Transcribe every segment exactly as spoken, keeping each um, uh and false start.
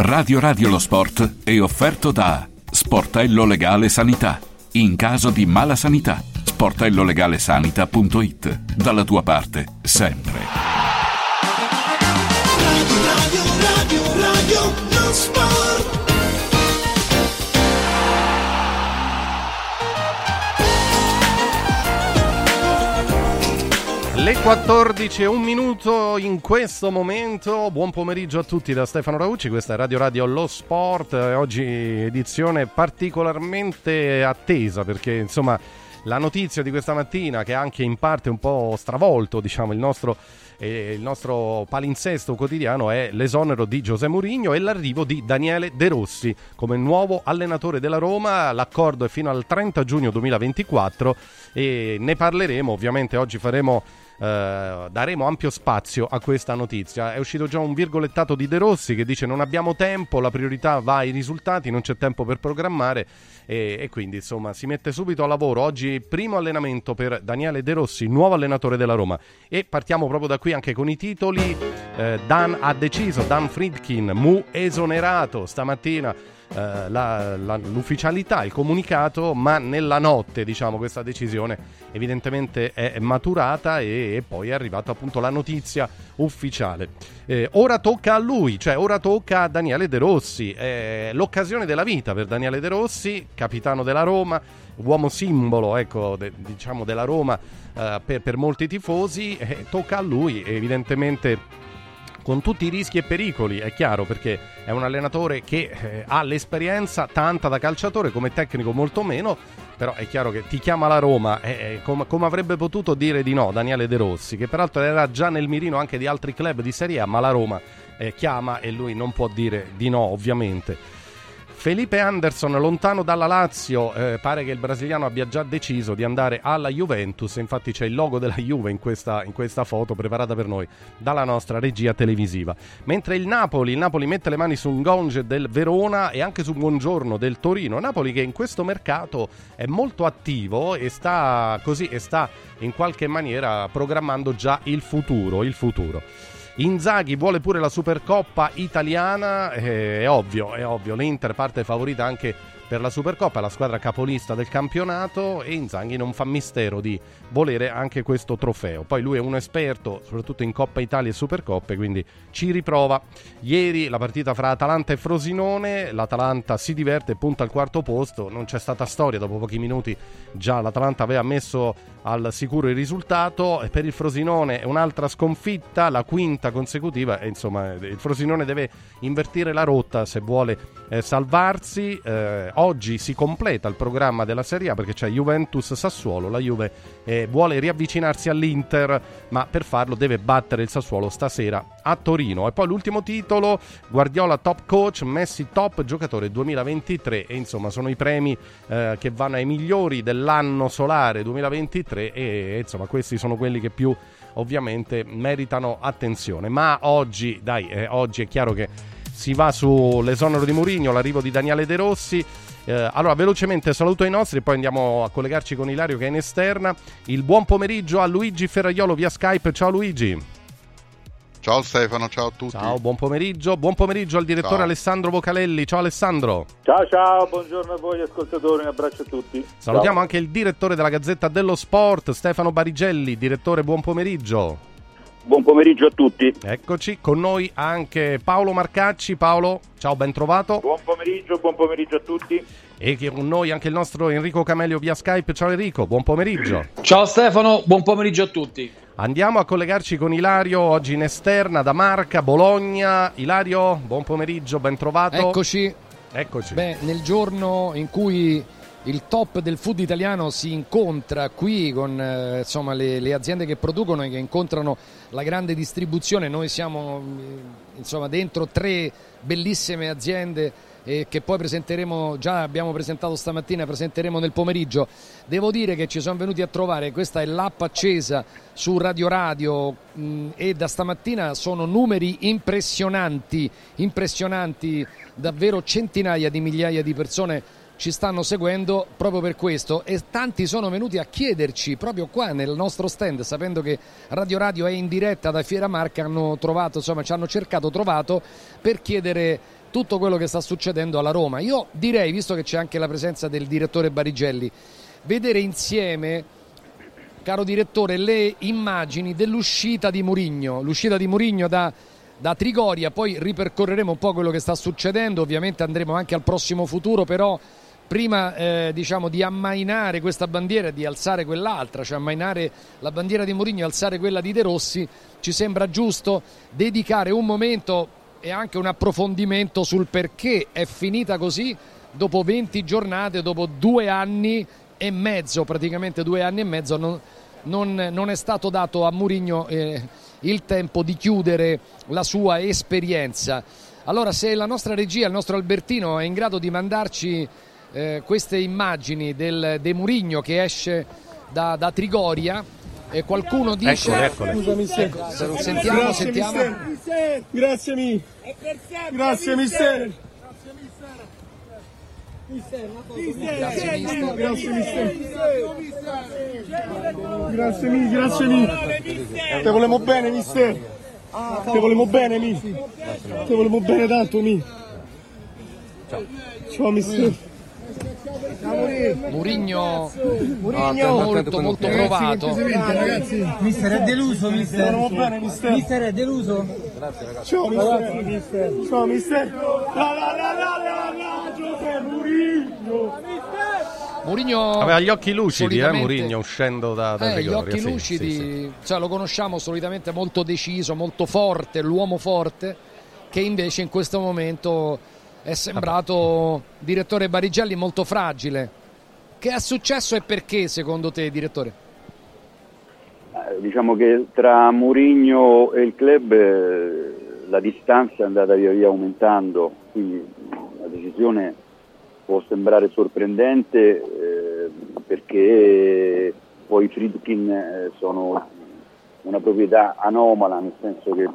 Radio Radio lo Sport è offerto da Sportello Legale Sanità. In caso di mala sanità, sportello legale sanità punto it. Dalla tua parte, sempre. Radio, radio, radio, radio, lo sport. Le quattordici e un minuto in questo momento. Buon pomeriggio a tutti da Stefano Raucci, questa è Radio Radio Lo Sport. Oggi edizione particolarmente attesa perché insomma la notizia di questa mattina, che ha anche in parte un po' stravolto diciamo il nostro, eh, il nostro palinsesto quotidiano, è l'esonero di José Mourinho e l'arrivo di Daniele De Rossi come nuovo allenatore della Roma. L'accordo è fino al trenta giugno duemilaventiquattro e ne parleremo. Ovviamente oggi faremo Uh, daremo ampio spazio a questa notizia. È uscito già un virgolettato di De Rossi che dice: non abbiamo tempo, la priorità va ai risultati, non c'è tempo per programmare, e, e quindi insomma si mette subito al lavoro. Oggi primo allenamento per Daniele De Rossi, nuovo allenatore della Roma, e partiamo proprio da qui anche con i titoli. uh, Dan ha deciso, Dan Friedkin, Mu esonerato stamattina. Uh, la, la, l'ufficialità, il comunicato, ma nella notte diciamo questa decisione evidentemente è maturata e, e poi è arrivata appunto la notizia ufficiale. Eh, ora tocca a lui, cioè ora tocca a Daniele De Rossi, eh, l'occasione della vita per Daniele De Rossi, capitano della Roma, uomo simbolo ecco de, diciamo della Roma eh, per, per molti tifosi. Eh, tocca a lui evidentemente, con tutti i rischi e pericoli, è chiaro, perché è un allenatore che eh, ha l'esperienza, tanta da calciatore, come tecnico molto meno, però è chiaro che ti chiama la Roma, eh, come, come avrebbe potuto dire di no Daniele De Rossi, che peraltro era già nel mirino anche di altri club di Serie A, ma la Roma eh, chiama e lui non può dire di no ovviamente. Felipe Anderson lontano dalla Lazio, eh, pare che il brasiliano abbia già deciso di andare alla Juventus, infatti c'è il logo della Juve in questa, in questa foto preparata per noi dalla nostra regia televisiva. Mentre il Napoli, il Napoli mette le mani su un Ngonge del Verona e anche su un Buongiorno del Torino. Napoli che in questo mercato è molto attivo e sta così e sta in qualche maniera programmando già il futuro, il futuro. Inzaghi vuole pure la Supercoppa italiana, eh, è ovvio, è ovvio, l'Inter parte favorita anche per la Supercoppa, la squadra capolista del campionato, e Inzaghi non fa mistero di volere anche questo trofeo. Poi lui è un esperto soprattutto in Coppa Italia e Supercoppe, quindi ci riprova. Ieri la partita fra Atalanta e Frosinone, l'Atalanta si diverte e punta al quarto posto, non c'è stata storia, dopo pochi minuti già l'Atalanta aveva messo al sicuro il risultato, e per il Frosinone è un'altra sconfitta, la quinta consecutiva, e insomma il Frosinone deve invertire la rotta se vuole eh, salvarsi. eh, Oggi si completa il programma della Serie A perché c'è Juventus-Sassuolo. La Juve eh, vuole riavvicinarsi all'Inter, ma per farlo deve battere il Sassuolo stasera a Torino. E poi l'ultimo titolo, Guardiola top coach, Messi top giocatore duemilaventitré, e insomma sono i premi eh, che vanno ai migliori dell'anno solare duemilaventitré, e, e insomma questi sono quelli che più ovviamente meritano attenzione. Ma oggi, dai, eh, oggi è chiaro che si va sull'esonero di Mourinho, l'arrivo di Daniele De Rossi. Eh, allora velocemente saluto i nostri e poi andiamo a collegarci con Ilario che è in esterna. Il buon pomeriggio a Luigi Ferraiolo via Skype. Ciao Luigi. Ciao Stefano, ciao a tutti. Ciao, buon pomeriggio. Buon pomeriggio al direttore ciao. Alessandro Vocalelli. Ciao Alessandro. Ciao ciao, buongiorno a voi ascoltatori, un abbraccio a tutti. Salutiamo ciao. Anche il direttore della Gazzetta dello Sport, Stefano Barigelli. Direttore, buon pomeriggio. Buon pomeriggio a tutti. Eccoci, con noi anche Paolo Marcacci. Paolo, ciao, ben trovato. Buon pomeriggio, buon pomeriggio a tutti. E con noi anche il nostro Enrico Camelio via Skype. Ciao Enrico, buon pomeriggio. Ciao Stefano, buon pomeriggio a tutti. Andiamo a collegarci con Ilario, oggi in esterna da Marca, Bologna. Ilario, buon pomeriggio, ben trovato. Eccoci. Eccoci. Beh, nel giorno in cui il top del food italiano si incontra qui con eh, insomma le, le aziende che producono e che incontrano la grande distribuzione, noi siamo eh, insomma dentro tre bellissime aziende eh, che poi presenteremo, già abbiamo presentato stamattina, presenteremo nel pomeriggio. Devo dire che ci sono venuti a trovare, questa è l'app accesa su Radio Radio mh, e da stamattina sono numeri impressionanti, impressionanti, davvero centinaia di migliaia di persone ci stanno seguendo proprio per questo, e tanti sono venuti a chiederci proprio qua nel nostro stand, sapendo che Radio Radio è in diretta da Fiera Marca, hanno trovato, insomma ci hanno cercato, trovato per chiedere tutto quello che sta succedendo alla Roma. Io direi, visto che c'è anche la presenza del direttore Barigelli, vedere insieme, caro direttore, le immagini dell'uscita di Mourinho, l'uscita di Mourinho da, da Trigoria, poi ripercorreremo un po' quello che sta succedendo, ovviamente andremo anche al prossimo futuro, però prima eh, diciamo di ammainare questa bandiera e di alzare quell'altra, cioè ammainare la bandiera di Mourinho e alzare quella di De Rossi, ci sembra giusto dedicare un momento e anche un approfondimento sul perché è finita così dopo venti giornate, dopo due anni e mezzo, praticamente due anni e mezzo non, non, non è stato dato a Mourinho eh, il tempo di chiudere la sua esperienza. Allora, se la nostra regia, il nostro Albertino è in grado di mandarci Eh, queste immagini del De Mourinho che esce da, da Trigoria e qualcuno dice eccole, eccole. Scusami, se, se, sentiamo, grazie, sentiamo. Mister. Grazie mi grazie mister Grazie mister. Grazie mister Grazie mi grazie mi te volemo bene mister te volemo bene mi te volemo bene tanto mi ciao ciao mister Mourinho, Mourinho molto molto provato. Ragazzi, mister è deluso, mister. Bene, mister. Mister è deluso. Grazie ragazzi. Ciao mister. mister. Ciao mister. La la la la la la Giuseppe Mourinho. Mourinho aveva gli occhi lucidi, eh, solitamente... Mourinho uscendo da, da eh, Trigoria. Gli occhi sì, lucidi, sì, sì. Cioè, lo conosciamo solitamente molto deciso, molto forte, l'uomo forte, che invece in questo momento è sembrato, direttore Barigelli, molto fragile. Che è successo e perché, secondo te, direttore? Eh, diciamo che tra Mourinho e il club eh, la distanza è andata via via aumentando, quindi la decisione può sembrare sorprendente eh, perché poi i Friedkin eh, sono una proprietà anomala, nel senso che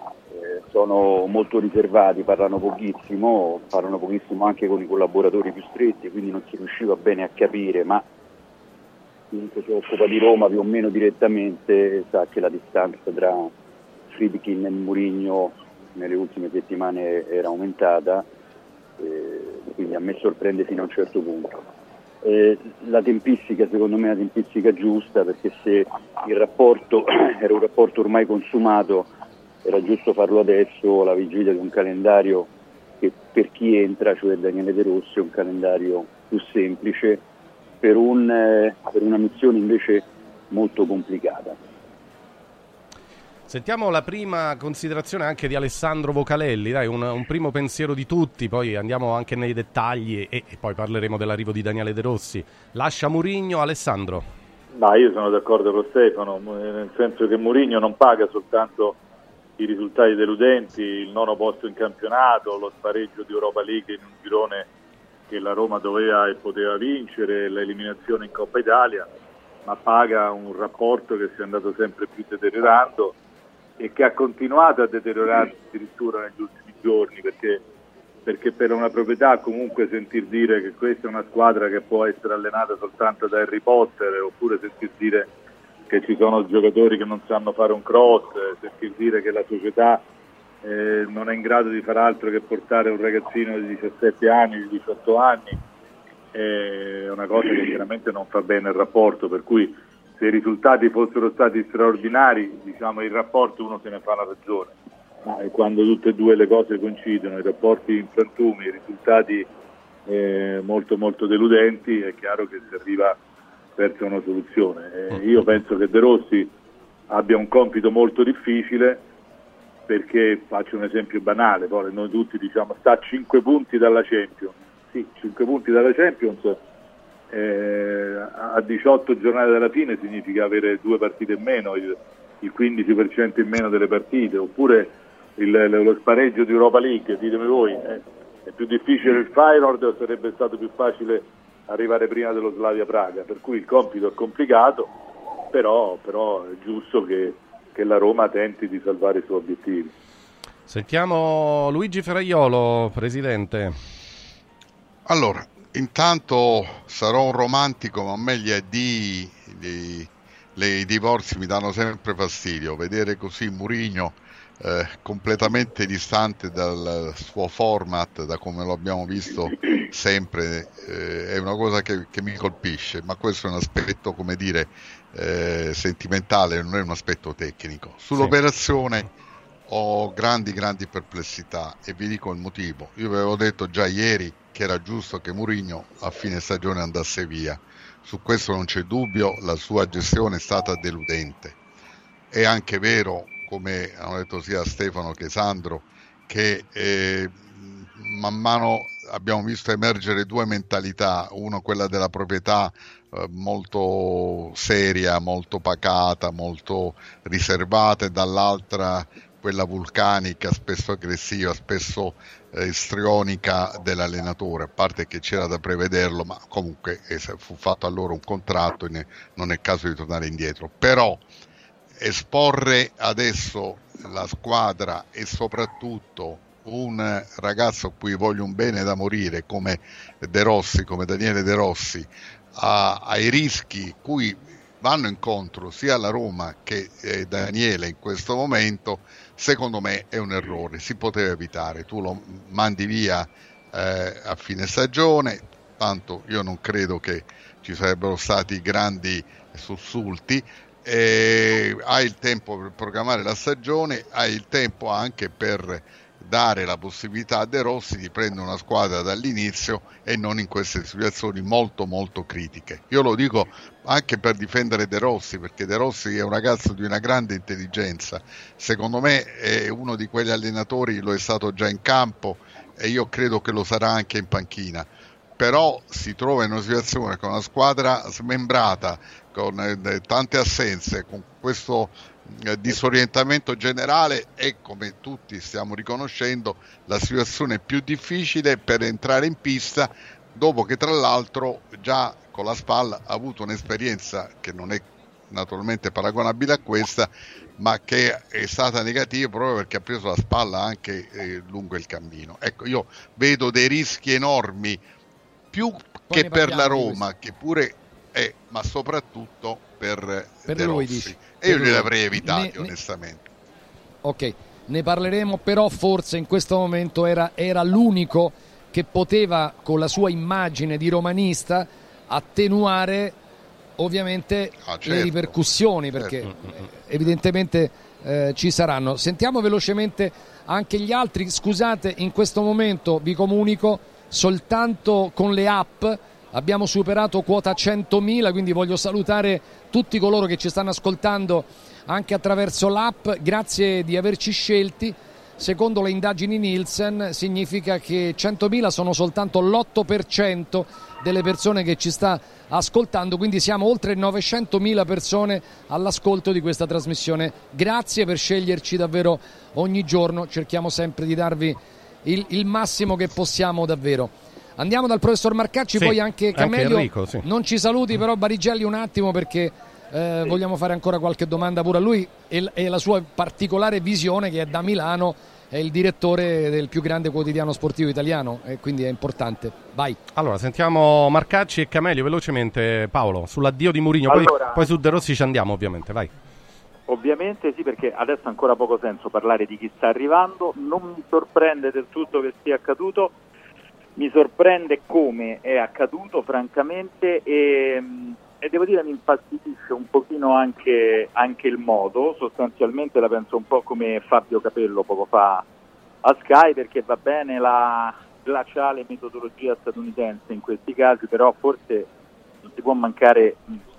sono molto riservati, parlano pochissimo, parlano pochissimo anche con i collaboratori più stretti, quindi non si riusciva bene a capire, ma chiunque si occupa di Roma più o meno direttamente sa che la distanza tra Friedkin e Mourinho nelle ultime settimane era aumentata, eh, quindi a me sorprende fino a un certo punto. Eh, la tempistica secondo me è una tempistica giusta, perché se il rapporto era un rapporto ormai consumato era giusto farlo adesso, alla vigilia di un calendario che per chi entra, cioè Daniele De Rossi, è un calendario più semplice per, un, eh, per una missione invece molto complicata. Sentiamo la prima considerazione anche di Alessandro Vocalelli, dai, un, un primo pensiero di tutti, poi andiamo anche nei dettagli e, e poi parleremo dell'arrivo di Daniele De Rossi. Lascia Mourinho, Alessandro. Ma io sono d'accordo con Stefano, nel senso che Mourinho non paga soltanto i risultati deludenti, il nono posto in campionato, lo spareggio di Europa League in un girone che la Roma doveva e poteva vincere, l'eliminazione in Coppa Italia, ma paga un rapporto che si è andato sempre più deteriorando e che ha continuato a deteriorarsi addirittura negli ultimi giorni, perché, perché per una proprietà comunque sentir dire che questa è una squadra che può essere allenata soltanto da Harry Potter, oppure sentir dire che ci sono giocatori che non sanno fare un cross, sentir dire che la società eh, non è in grado di fare altro che portare un ragazzino di diciassette anni, di diciotto anni, è una cosa che chiaramente non fa bene il rapporto, per cui se i risultati fossero stati straordinari, diciamo, il rapporto uno se ne fa la ragione, ma quando tutte e due le cose coincidono, i rapporti in frantumi, i risultati eh, molto molto deludenti, è chiaro che si arriva verso una soluzione. Eh, io penso che De Rossi abbia un compito molto difficile, perché faccio un esempio banale, poi noi tutti diciamo sta a cinque punti dalla Champions, sì, cinque punti dalla Champions, eh, a diciotto giornate dalla fine significa avere due partite in meno, il, il quindici per cento in meno delle partite, oppure il, lo spareggio di Europa League, ditemi voi, eh, è più difficile il Feyenoord o sarebbe stato più facile arrivare prima dello Slavia Praga, per cui il compito è complicato, però, però è giusto che, che la Roma tenti di salvare i suoi obiettivi. Sentiamo Luigi Ferraiolo, presidente. Allora, intanto sarò un romantico, ma a me gli A D, i, i divorzi mi danno sempre fastidio. Vedere così Mourinho eh, completamente distante dal suo format, da come lo abbiamo visto sempre, eh, è una cosa che, che mi colpisce, ma questo è un aspetto, come dire, eh, sentimentale, non è un aspetto tecnico. Sull'operazione sì. Ho grandi grandi perplessità e vi dico il motivo. Io vi avevo detto già ieri che era giusto che Mourinho a fine stagione andasse via, su questo non c'è dubbio, la sua gestione è stata deludente. È anche vero, come hanno detto sia Stefano che Sandro, che eh, man mano abbiamo visto emergere due mentalità, una quella della proprietà eh, molto seria, molto pacata, molto riservata, e dall'altra quella vulcanica, spesso aggressiva, spesso eh, istrionica dell'allenatore, a parte che c'era da prevederlo, ma comunque eh, fu fatto allora un contratto e non è caso di tornare indietro. Però esporre adesso la squadra e soprattutto un ragazzo a cui voglio un bene da morire come De Rossi, come Daniele De Rossi, a, ai rischi cui vanno incontro sia la Roma che eh, Daniele in questo momento, secondo me è un errore, si poteva evitare. Tu lo mandi via eh, a fine stagione, tanto io non credo che ci sarebbero stati grandi sussulti. Eh, hai il tempo per programmare la stagione, hai il tempo anche per dare la possibilità a De Rossi di prendere una squadra dall'inizio e non in queste situazioni molto molto critiche. Io lo dico anche per difendere De Rossi, perché De Rossi è un ragazzo di una grande intelligenza, secondo me è uno di quegli allenatori, lo è stato già in campo e io credo che lo sarà anche in panchina, però si trova in una situazione con una squadra smembrata, con eh, tante assenze, con questo eh, disorientamento generale, e come tutti stiamo riconoscendo la situazione più difficile per entrare in pista, dopo che tra l'altro già con la spalla ha avuto un'esperienza che non è naturalmente paragonabile a questa, ma che è stata negativa proprio perché ha preso la spalla anche eh, lungo il cammino. Ecco, io vedo dei rischi enormi più Poi che per la Roma, che pure è, ma soprattutto per, per De lui, Rossi. dici. E io per glieli avrei evitati, ne, onestamente. Ok, ne parleremo, però forse in questo momento era, era l'unico che poteva, con la sua immagine di romanista, attenuare ovviamente ah, certo, le ripercussioni, perché certo. evidentemente eh, ci saranno. Sentiamo velocemente anche gli altri. Scusate, in questo momento vi comunico soltanto con le app abbiamo superato quota centomila, quindi voglio salutare tutti coloro che ci stanno ascoltando anche attraverso l'app, grazie di averci scelti. Secondo le indagini Nielsen significa che centomila sono soltanto l'otto per cento delle persone che ci sta ascoltando, quindi siamo oltre novecentomila persone all'ascolto di questa trasmissione. Grazie per sceglierci davvero ogni giorno, cerchiamo sempre di darvi il, il massimo che possiamo davvero. Andiamo dal professor Marcacci, sì, poi anche Camelio. Anche Enrico, sì. Non ci saluti però Barigelli un attimo, perché eh, sì. vogliamo fare ancora qualche domanda pure a lui e, e la sua particolare visione, che è da Milano, è il direttore del più grande quotidiano sportivo italiano e quindi è importante. Vai. Allora sentiamo Marcacci e Camelio velocemente. Paolo, sull'addio di Mourinho, allora, poi, poi su De Rossi ci andiamo ovviamente, vai. Ovviamente sì, perché adesso ha ancora poco senso parlare di chi sta arrivando. Non mi sorprende del tutto che sia accaduto, mi sorprende come è accaduto francamente, e, e devo dire mi infastidisce un pochino anche, anche il modo. Sostanzialmente la penso un po' come Fabio Capello poco fa a Sky, perché va bene la glaciale metodologia statunitense in questi casi, però forse non si può mancare,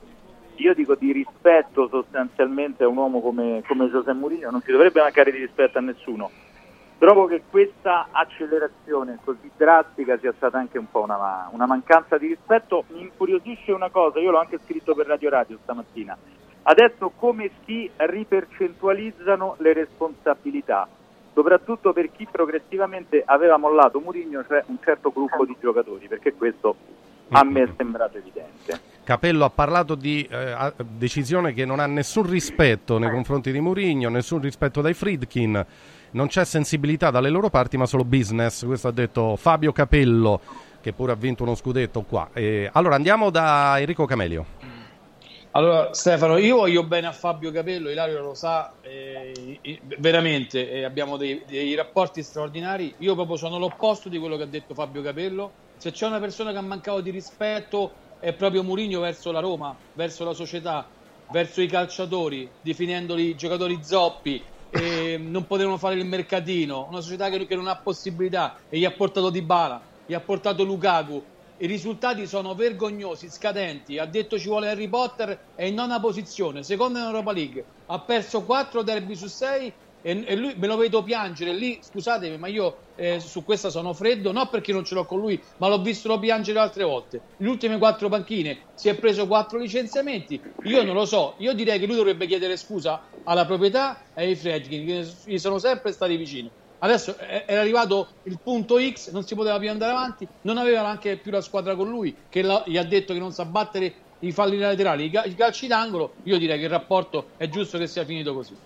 io dico, di rispetto sostanzialmente a un uomo come, come José Mourinho. Non si dovrebbe mancare di rispetto a nessuno. Trovo che questa accelerazione così drastica sia stata anche un po' una, una mancanza di rispetto. Mi incuriosisce una cosa, io l'ho anche scritto per Radio Radio stamattina, adesso come si ripercentualizzano le responsabilità, soprattutto per chi progressivamente aveva mollato Mourinho, cioè un certo gruppo di giocatori, perché questo a me è sembrato evidente. Capello ha parlato di eh, decisione che non ha nessun rispetto nei confronti di Mourinho, nessun rispetto dai Friedkin, non c'è sensibilità dalle loro parti ma solo business. Questo ha detto Fabio Capello, che pure ha vinto uno scudetto qua. E allora andiamo da Enrico Camelio. Allora Stefano, io voglio bene a Fabio Capello, Ilario lo sa, eh, veramente eh, abbiamo dei, dei rapporti straordinari. Io proprio sono l'opposto di quello che ha detto Fabio Capello. Se c'è una persona che ha mancato di rispetto è proprio Mourinho verso la Roma, verso la società, verso i calciatori, definendoli giocatori zoppi, eh, non potevano fare il mercatino, una società che, che non ha possibilità, e gli ha portato Dybala, gli ha portato Lukaku. I risultati sono vergognosi, scadenti. Ha detto ci vuole Harry Potter, è in nona posizione, seconda in Europa League, ha perso quattro derby su sei e, e lui me lo vedo piangere lì. Scusatemi, ma io eh, su questa sono freddo, non perché non ce l'ho con lui, ma l'ho visto piangere altre volte. Le ultime quattro panchine si è preso quattro licenziamenti. Io non lo so, io direi che lui dovrebbe chiedere scusa alla proprietà e ai Friedkin, che gli sono sempre stati vicini. Adesso era arrivato il punto X, non si poteva più andare avanti, non aveva anche più la squadra con lui, che la, gli ha detto che non sa battere i falli laterali, i, i calci d'angolo. Io direi che il rapporto è giusto che sia finito così.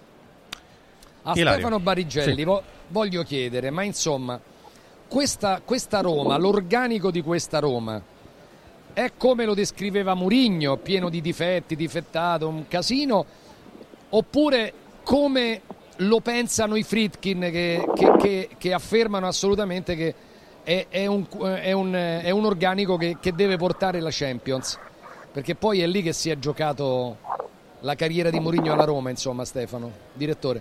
A Ilario. Stefano Barigelli sì. vo- voglio chiedere, ma insomma, questa, questa Roma, l'organico di questa Roma, è come lo descriveva Mourinho, pieno di difetti, difettato, un casino, oppure come lo pensano i Friedkin che, che, che, che affermano assolutamente che è, è, un, è, un, è un organico che, che deve portare la Champions, perché poi è lì che si è giocato la carriera di Mourinho alla Roma, insomma. Stefano, direttore.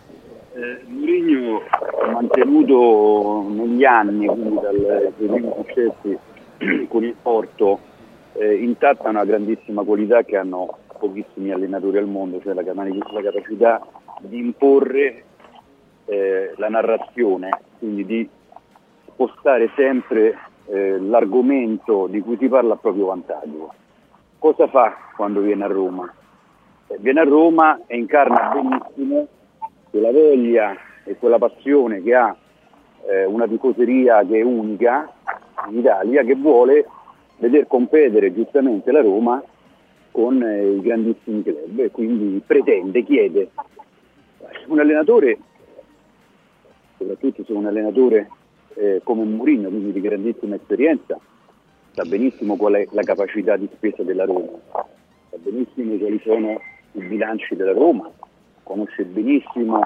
Eh, Mourinho ha mantenuto negli anni, quindi dai primi successi con il Porto, eh, intatta una grandissima qualità che hanno pochissimi allenatori al mondo, cioè la, la capacità di imporre eh, la narrazione, quindi di spostare sempre eh, l'argomento di cui si parla a proprio vantaggio. Cosa fa quando viene a Roma? Eh, viene a Roma e incarna benissimo quella voglia e quella passione che ha eh, una tifoseria che è unica in Italia, che vuole veder competere giustamente la Roma con eh, i grandissimi club, e quindi pretende, chiede. Un allenatore, soprattutto se un allenatore eh, come Mourinho, quindi di grandissima esperienza, sa benissimo qual è la capacità di spesa della Roma, sa benissimo quali sono i bilanci della Roma, conosce benissimo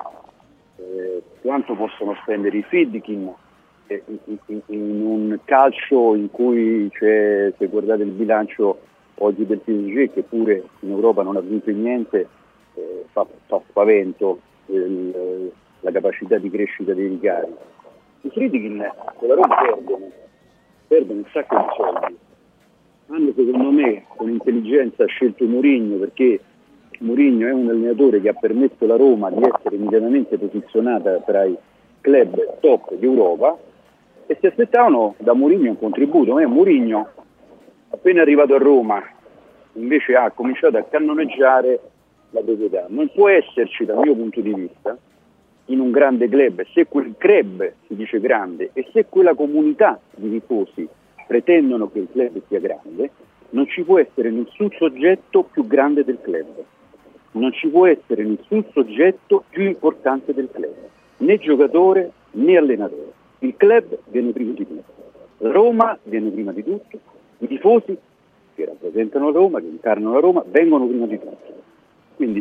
eh, quanto possono spendere i Friedkin eh, in, in, in un calcio in cui c'è, se guardate il bilancio oggi del P S G, che pure in Europa non ha vinto niente, eh, fa, fa spavento il, la capacità di crescita dei ricavi. I Friedkin con la Roma perdono, perdono un sacco di soldi. Hanno, secondo me, con intelligenza scelto Mourinho, perché Mourinho è un allenatore che ha permesso alla Roma di essere immediatamente posizionata tra i club top d'Europa, e si aspettavano da Mourinho un contributo. Ma Mourinho, appena arrivato a Roma, invece ha cominciato a cannoneggiare la proprietà. Non può esserci, dal mio punto di vista, in un grande club, se quel club si dice grande e se quella comunità di tifosi pretendono che il club sia grande, non ci può essere nessun soggetto più grande del club, non ci può essere nessun soggetto più importante del club, né giocatore né allenatore. Il club viene prima di tutto, la Roma viene prima di tutto, i tifosi che rappresentano Roma, che incarnano la Roma, vengono prima di tutto. Quindi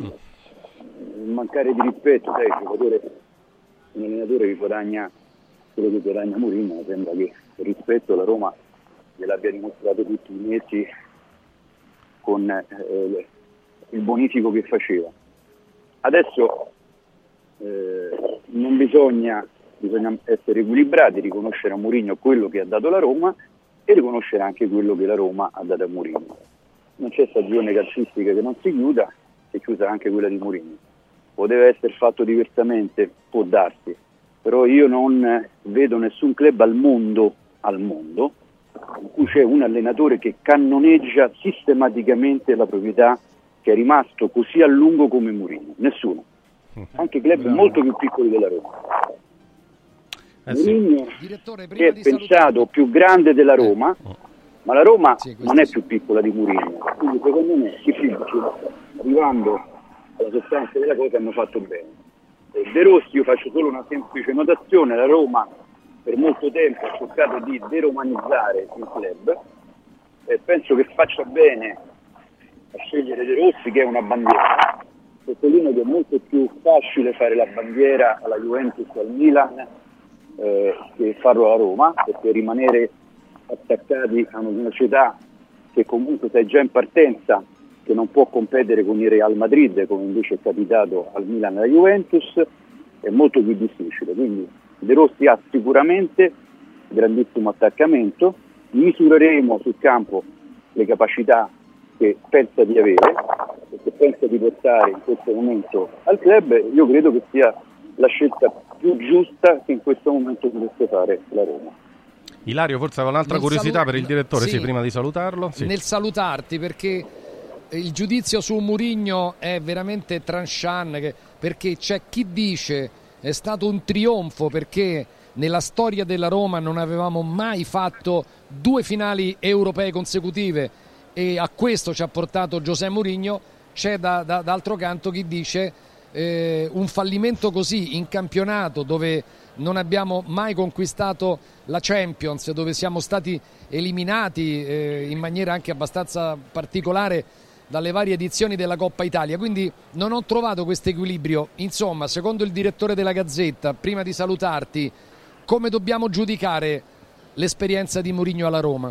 il mancare di rispetto, sai, il giocatore, un allenatore che guadagna quello che guadagna Mourinho, sembra che il rispetto alla Roma gliel'abbia dimostrato tutti i mesi con eh, il bonifico che faceva. Adesso eh, non bisogna, bisogna essere equilibrati, riconoscere a Mourinho quello che ha dato la Roma e riconoscere anche quello che la Roma ha dato a Mourinho. Non c'è stagione calcistica che non si chiuda, si è chiusa anche quella di Mourinho. Poteva essere fatto diversamente, può darsi, però io non vedo nessun club al mondo, al mondo in cui c'è un allenatore che cannoneggia sistematicamente la proprietà, che è rimasto così a lungo come Mourinho. Nessuno. Anche club molto più piccoli della Roma. Eh sì. Mourinho Direttore, che è pensato salutare. più grande della Roma, eh. ma la Roma sì, non è sì. più piccola di Mourinho. Quindi secondo me i figli, arrivando alla sostanza della cosa, hanno fatto bene. Eh, De Rossi, io faccio solo una semplice notazione: la Roma per molto tempo ha cercato di deromanizzare il club, e penso che faccia bene a scegliere De Rossi, che è una bandiera. Sottolineo che è molto più facile fare la bandiera alla Juventus o al Milan eh, che farlo alla Roma, perché rimanere attaccati a una società che comunque sei già in partenza, che non può competere con il Real Madrid, come invece è capitato al Milan e alla Juventus, è molto più difficile. Quindi De Rossi ha sicuramente grandissimo attaccamento, misureremo sul campo le capacità che pensa di avere e che pensa di portare in questo momento al club. Io credo che sia la scelta più giusta che in questo momento potesse fare la Roma. Ilario, forse aveva un'altra Nel curiosità salu- per il direttore, sì. sì, prima di salutarlo. Sì. Nel salutarti, perché il giudizio su Mourinho è veramente tranchant, che- perché c'è chi dice è stato un trionfo perché nella storia della Roma non avevamo mai fatto due finali europee consecutive e a questo ci ha portato José Mourinho. C'è da, da, d'altro canto chi dice eh, un fallimento così in campionato, dove non abbiamo mai conquistato la Champions, dove siamo stati eliminati eh, in maniera anche abbastanza particolare dalle varie edizioni della Coppa Italia, quindi non ho trovato questo equilibrio. Insomma, secondo il direttore della Gazzetta, prima di salutarti, come dobbiamo giudicare l'esperienza di Mourinho alla Roma?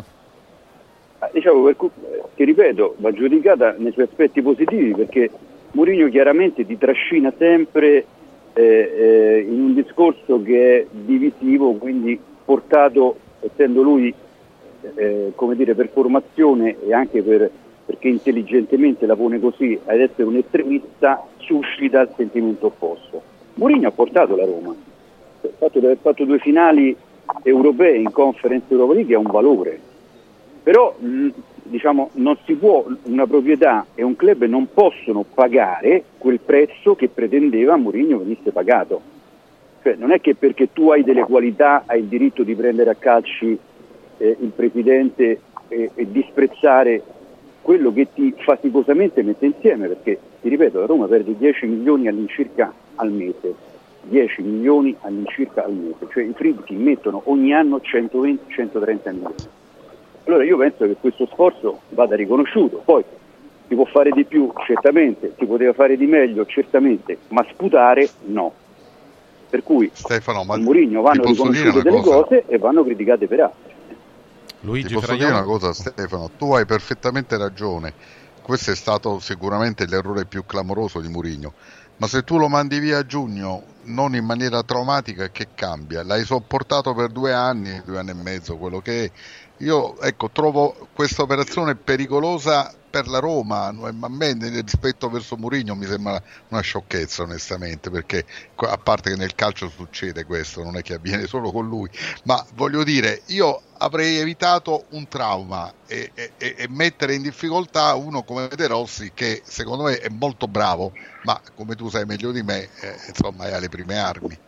Diciamo, per cui, ti ripeto, va giudicata nei suoi aspetti positivi, perché Mourinho chiaramente ti trascina sempre eh, eh, in un discorso che è divisivo, quindi portato, essendo lui eh, come dire, per formazione e anche per, perché intelligentemente la pone così, ad essere un estremista, suscita il sentimento opposto. Mourinho ha portato la Roma, il fatto di aver fatto due finali europee in Conference Europa League è un valore, però mh, diciamo non si può, una proprietà e un club non possono pagare quel prezzo che pretendeva Mourinho venisse pagato. Cioè, non è che perché tu hai delle qualità hai il diritto di prendere a calci eh, il presidente e, e disprezzare quello che ti faticosamente mette insieme, perché ti ripeto, la Roma perde dieci milioni all'incirca al mese, dieci milioni all'incirca al mese, cioè i fritti mettono ogni anno centoventi centotrenta milioni. Allora io penso che questo sforzo vada riconosciuto, poi si può fare di più, certamente, si poteva fare di meglio, certamente, ma sputare no. Per cui Stefano, ma a Mourinho vanno riconosciute delle cosa? cose e vanno criticate per altre. Luigi Ti posso Fraione. dire una cosa, Stefano, tu hai perfettamente ragione, questo è stato sicuramente l'errore più clamoroso di Mourinho, ma se tu lo mandi via a giugno non in maniera traumatica, che cambia? L'hai sopportato per due anni, due anni e mezzo, quello che è. Io ecco, trovo questa operazione pericolosa per la Roma, ma a me nel rispetto verso Mourinho mi sembra una sciocchezza onestamente, perché a parte che nel calcio succede questo, non è che avviene solo con lui, ma voglio dire, io avrei evitato un trauma e, e, e mettere in difficoltà uno come De Rossi, che secondo me è molto bravo, ma come tu sai meglio di me, eh, insomma è alle prime armi.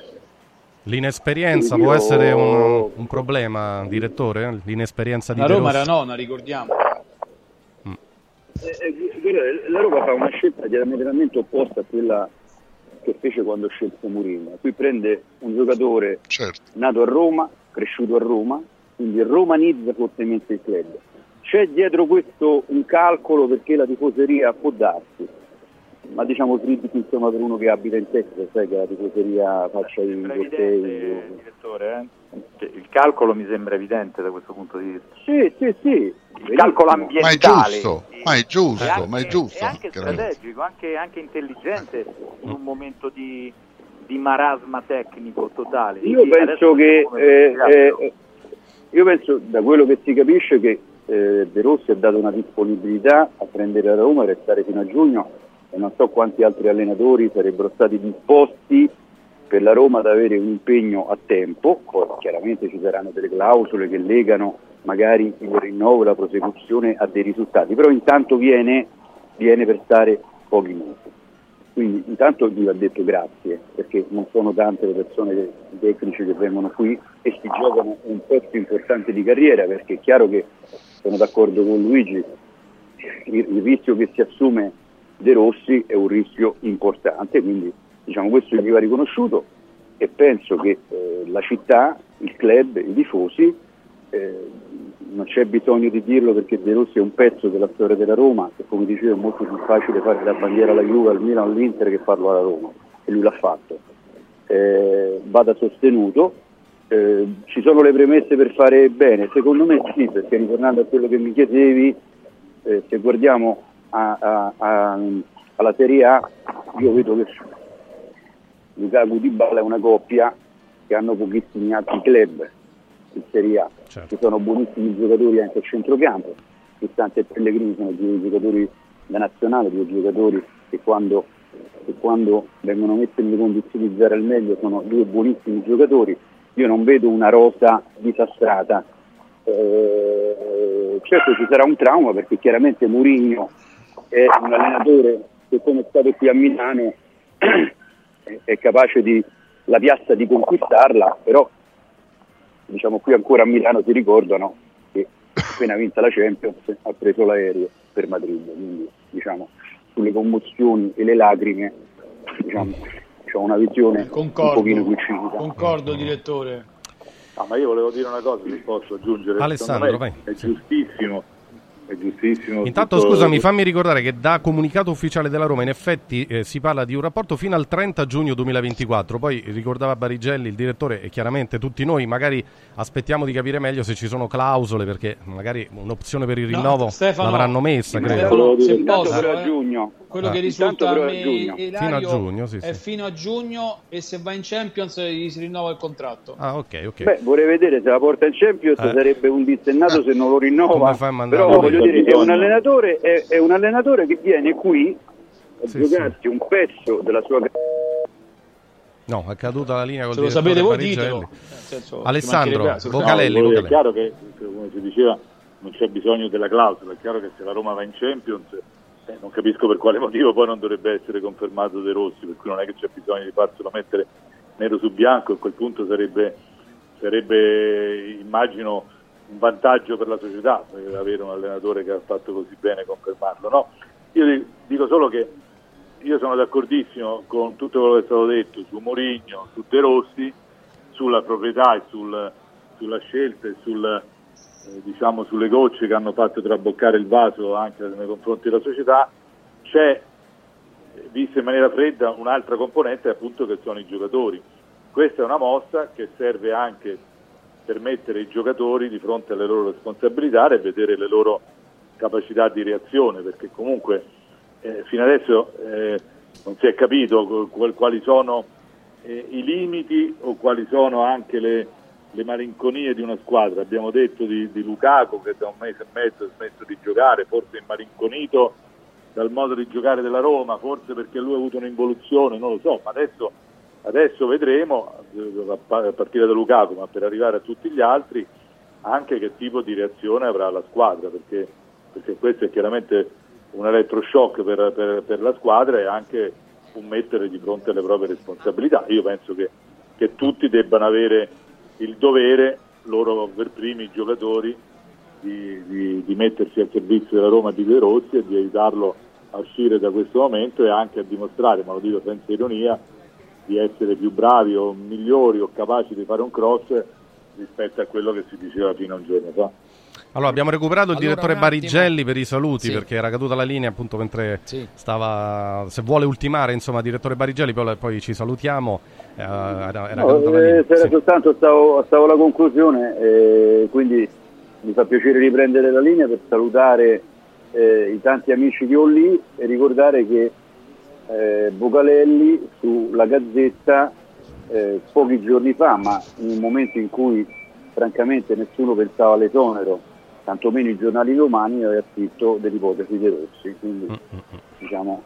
L'inesperienza Io- può essere un, un problema, direttore? L'inesperienza di La De Roma Rossi? era nona, ricordiamo. Eh, eh, guarda, la Roma fa una scelta diametralmente opposta a quella che fece quando scelse Mourinho. Qui prende un giocatore Certo. nato a Roma, cresciuto a Roma, quindi romanizza fortemente il club. C'è dietro questo un calcolo, perché la tifoseria può darsi, ma diciamo critici, insomma, per uno che abita in Texas, sai che la tifoseria faccia i cortei. Direttore, eh? Cioè, il calcolo mi sembra evidente da questo punto di vista. Sì, sì, sì. Il calcolo Ma è ambientale. giusto, ma è giusto, E anche, ma è giusto. e anche chiaramente. strategico, anche, anche intelligente in un momento di, di marasma tecnico totale. Io Sì, penso adesso che come eh, spiegarlo. eh, io penso, da quello che si capisce, che eh, De Rossi ha dato una disponibilità a prendere la Roma e restare fino a giugno, e non so quanti altri allenatori sarebbero stati disposti per la Roma ad avere un impegno a tempo. Poi chiaramente ci saranno delle clausole che legano magari il rinnovo e la prosecuzione a dei risultati, però intanto viene, viene per stare pochi mesi. Quindi intanto gli va detto grazie, perché non sono tante le persone, che, i tecnici che vengono qui e si giocano un pezzo importante di carriera, perché è chiaro che sono d'accordo con Luigi, il, il rischio che si assume De Rossi è un rischio importante, quindi diciamo questo gli va riconosciuto, e penso che eh, la città, il club, i tifosi eh, non c'è bisogno di dirlo perché De Rossi è un pezzo della storia della Roma e come dicevo è molto più facile fare la bandiera alla Juve, al Milan, all'Inter che farlo alla Roma, e lui l'ha fatto. Eh, vada sostenuto, eh, ci sono le premesse per fare bene? Secondo me sì, perché ritornando a quello che mi chiedevi, eh, se guardiamo a, a, a, alla Serie A, io vedo che Lukaku e Dybala è una coppia che hanno pochissimi altri club in Serie A, certo. Ci sono buonissimi giocatori anche a centrocampo, Cristante e Pellegrini sono due giocatori da nazionale, due giocatori che quando, che quando vengono messi nelle condizioni di dare al meglio sono due buonissimi giocatori. Io non vedo una rosa disastrata, eh, certo ci sarà un trauma perché chiaramente Mourinho è un allenatore che, come è stato qui a Milano, è capace di la piazza di conquistarla, però diciamo qui ancora a Milano si ricordano che appena vinta la Champions ha preso l'aereo per Madrid, quindi diciamo sulle commozioni e le lacrime diciamo c'è una visione concordo, un pochino più cinica. Concordo direttore. Ah, ma io volevo dire una cosa, se posso aggiungere. Alessandro, vai. È giustissimo. È giustissimo. Intanto tutto... scusami, fammi ricordare che da comunicato ufficiale della Roma in effetti eh, si parla di un rapporto fino al trenta giugno duemilaventiquattro. Poi ricordava Barigelli, il direttore, e chiaramente tutti noi magari aspettiamo di capire meglio se ci sono clausole, perché magari un'opzione per il rinnovo no, Stefano, l'avranno messa, credo. Stefano, se intanto posso, però a eh, giugno. quello eh. che risulta a me, Ilario, fino a giugno, sì, è sì. fino a giugno, e se va in Champions gli si rinnova il contratto. Ah, ok, ok. Beh, vorrei vedere se la porta in Champions, Eh. sarebbe un dissennato se non lo rinnova. Come fai a mandare Però la voglio vita? dire, è un allenatore, è, è un allenatore che viene qui a Sì, giocarsi un pezzo della sua No, è caduta la linea col Se lo direttore sapete voi Barigelli. ditelo. Nel senso, Alessandro, ci mancherebbe- Vocalelli, No, Vocalelli. è chiaro che, come si diceva, non c'è bisogno della clausola. È chiaro che se la Roma va in Champions, eh, non capisco per quale motivo poi non dovrebbe essere confermato De Rossi, per cui non è che c'è bisogno di farselo mettere nero su bianco. A quel punto sarebbe, sarebbe immagino, un vantaggio per la società per avere un allenatore che ha fatto così bene confermarlo. No, io dico solo che io sono d'accordissimo con tutto quello che è stato detto su Mourinho, su De Rossi, sulla proprietà e sul, sulla scelta e sul, eh, diciamo, sulle gocce che hanno fatto traboccare il vaso anche nei confronti della società. C'è, vista in maniera fredda, un'altra componente appunto che sono i giocatori. Questa è una mossa che serve anche per mettere i giocatori di fronte alle loro responsabilità e vedere le loro capacità di reazione, perché comunque eh, fino adesso eh, non si è capito qual, quali sono eh, i limiti o quali sono anche le, le malinconie di una squadra. Abbiamo detto di, di Lukaku che da un mese e mezzo ha smesso di giocare, forse malinconito dal modo di giocare della Roma, forse perché lui ha avuto un'involuzione, non lo so, ma adesso, adesso vedremo, a partire da Lukaku, ma per arrivare a tutti gli altri, anche che tipo di reazione avrà la squadra, perché, perché questo è chiaramente un elettroshock per, per, per la squadra e anche un mettere di fronte alle proprie responsabilità. Io penso che, che tutti debbano avere il dovere, loro per primi i giocatori, di, di, di mettersi al servizio della Roma e di De Rossi e di aiutarlo a uscire da questo momento e anche a dimostrare, ma lo dico senza ironia, di essere più bravi o migliori o capaci di fare un cross rispetto a quello che si diceva fino a un giorno fa. Allora, abbiamo recuperato il Allora, direttore un attimo. Barigelli per i saluti, Sì. perché era caduta la linea appunto mentre Sì. stava, se vuole ultimare, insomma, direttore Barigelli, poi, poi ci salutiamo. Eh, era era No, caduta la eh, linea. se era Sì. soltanto stavo, stavo alla conclusione, eh, quindi mi fa piacere riprendere la linea per salutare eh, i tanti amici che ho lì e ricordare che eh, Vocalelli sulla Gazzetta eh, pochi giorni fa, ma in un momento in cui francamente nessuno pensava all'esonero, tantomeno i giornali romani, aveva scritto dell'ipotesi De Rossi, quindi Mm-mm. diciamo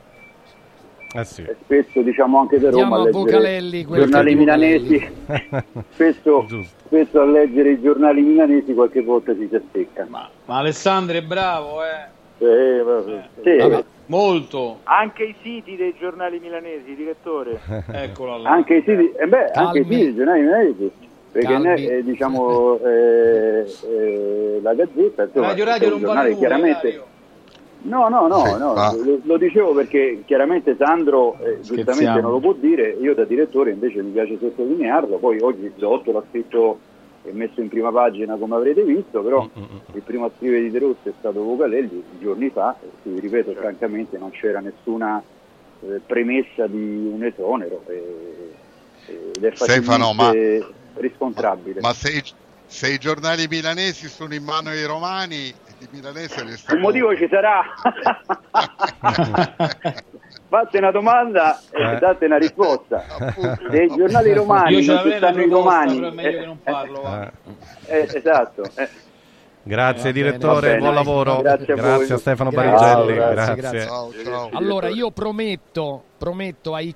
Eh sì. e spesso diciamo anche da Diamo Roma a a leggere Vocalelli quel giornali che milanesi spesso, Giusto. spesso a leggere i giornali milanesi qualche volta si si azzecca. Ma, ma Alessandro è bravo, eh. Eh, vabbè. Sì, Vabbè. Molto. Anche i siti dei giornali milanesi, direttore. Eccolo là. anche i siti, eh beh, anche i Calmi. siti dei giornali milanesi, perché Calmi. ne- eh, diciamo eh, eh, la Gazzetta insomma, Radio è Radio un non giornale vale nulla, chiaramente Ilario. no no no, Sì, no ma- lo, lo dicevo perché chiaramente Sandro eh, giustamente Scherziamo. non lo può dire, io da direttore invece mi piace sottolinearlo. Poi oggi Zotto l'ha scritto è messo in prima pagina come avrete visto, però il primo a scrivere di De Rossi è stato Vocalelli giorni fa, e quindi, ripeto, francamente non c'era nessuna eh, premessa di un esonero eh, ed è Stefano, facilmente ma, riscontrabile. Ma, ma se, i, se i giornali milanesi sono in mano ai romani, i milanesi un motivo ci sarà. Fate una domanda e eh. date una risposta. Se i giornali romani io non ci stanno i romani, però è meglio che non parlo. Eh, eh, esatto. Eh. Grazie eh, direttore, bene, buon lavoro. Grazie a, grazie a Stefano grazie. Parigelli. Ciao, grazie. grazie. Ciao, ciao. Allora io prometto, prometto ai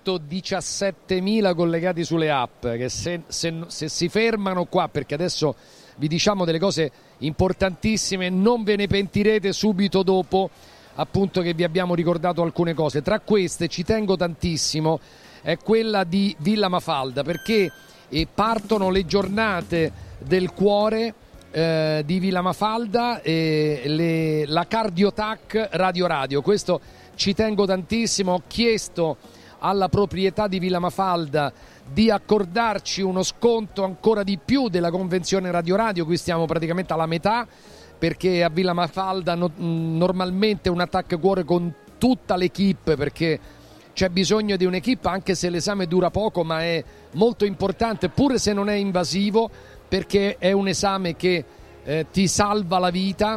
centodiciassettemila collegati sulle app che se, se, se si fermano qua, perché adesso vi diciamo delle cose importantissime, non ve ne pentirete subito dopo appunto che vi abbiamo ricordato alcune cose. Tra queste ci tengo tantissimo è quella di Villa Mafalda, perché eh, partono le giornate del cuore eh, di Villa Mafalda e le, la Cardiotac Radio Radio. Questo ci tengo tantissimo. Ho chiesto alla proprietà di Villa Mafalda di accordarci uno sconto ancora di più della convenzione Radio Radio, qui stiamo praticamente alla metà, perché a Villa Mafalda no, normalmente un attacco cuore con tutta l'equipe, perché c'è bisogno di un'equipe, anche se l'esame dura poco, ma è molto importante, pure se non è invasivo, perché è un esame che eh, ti salva la vita,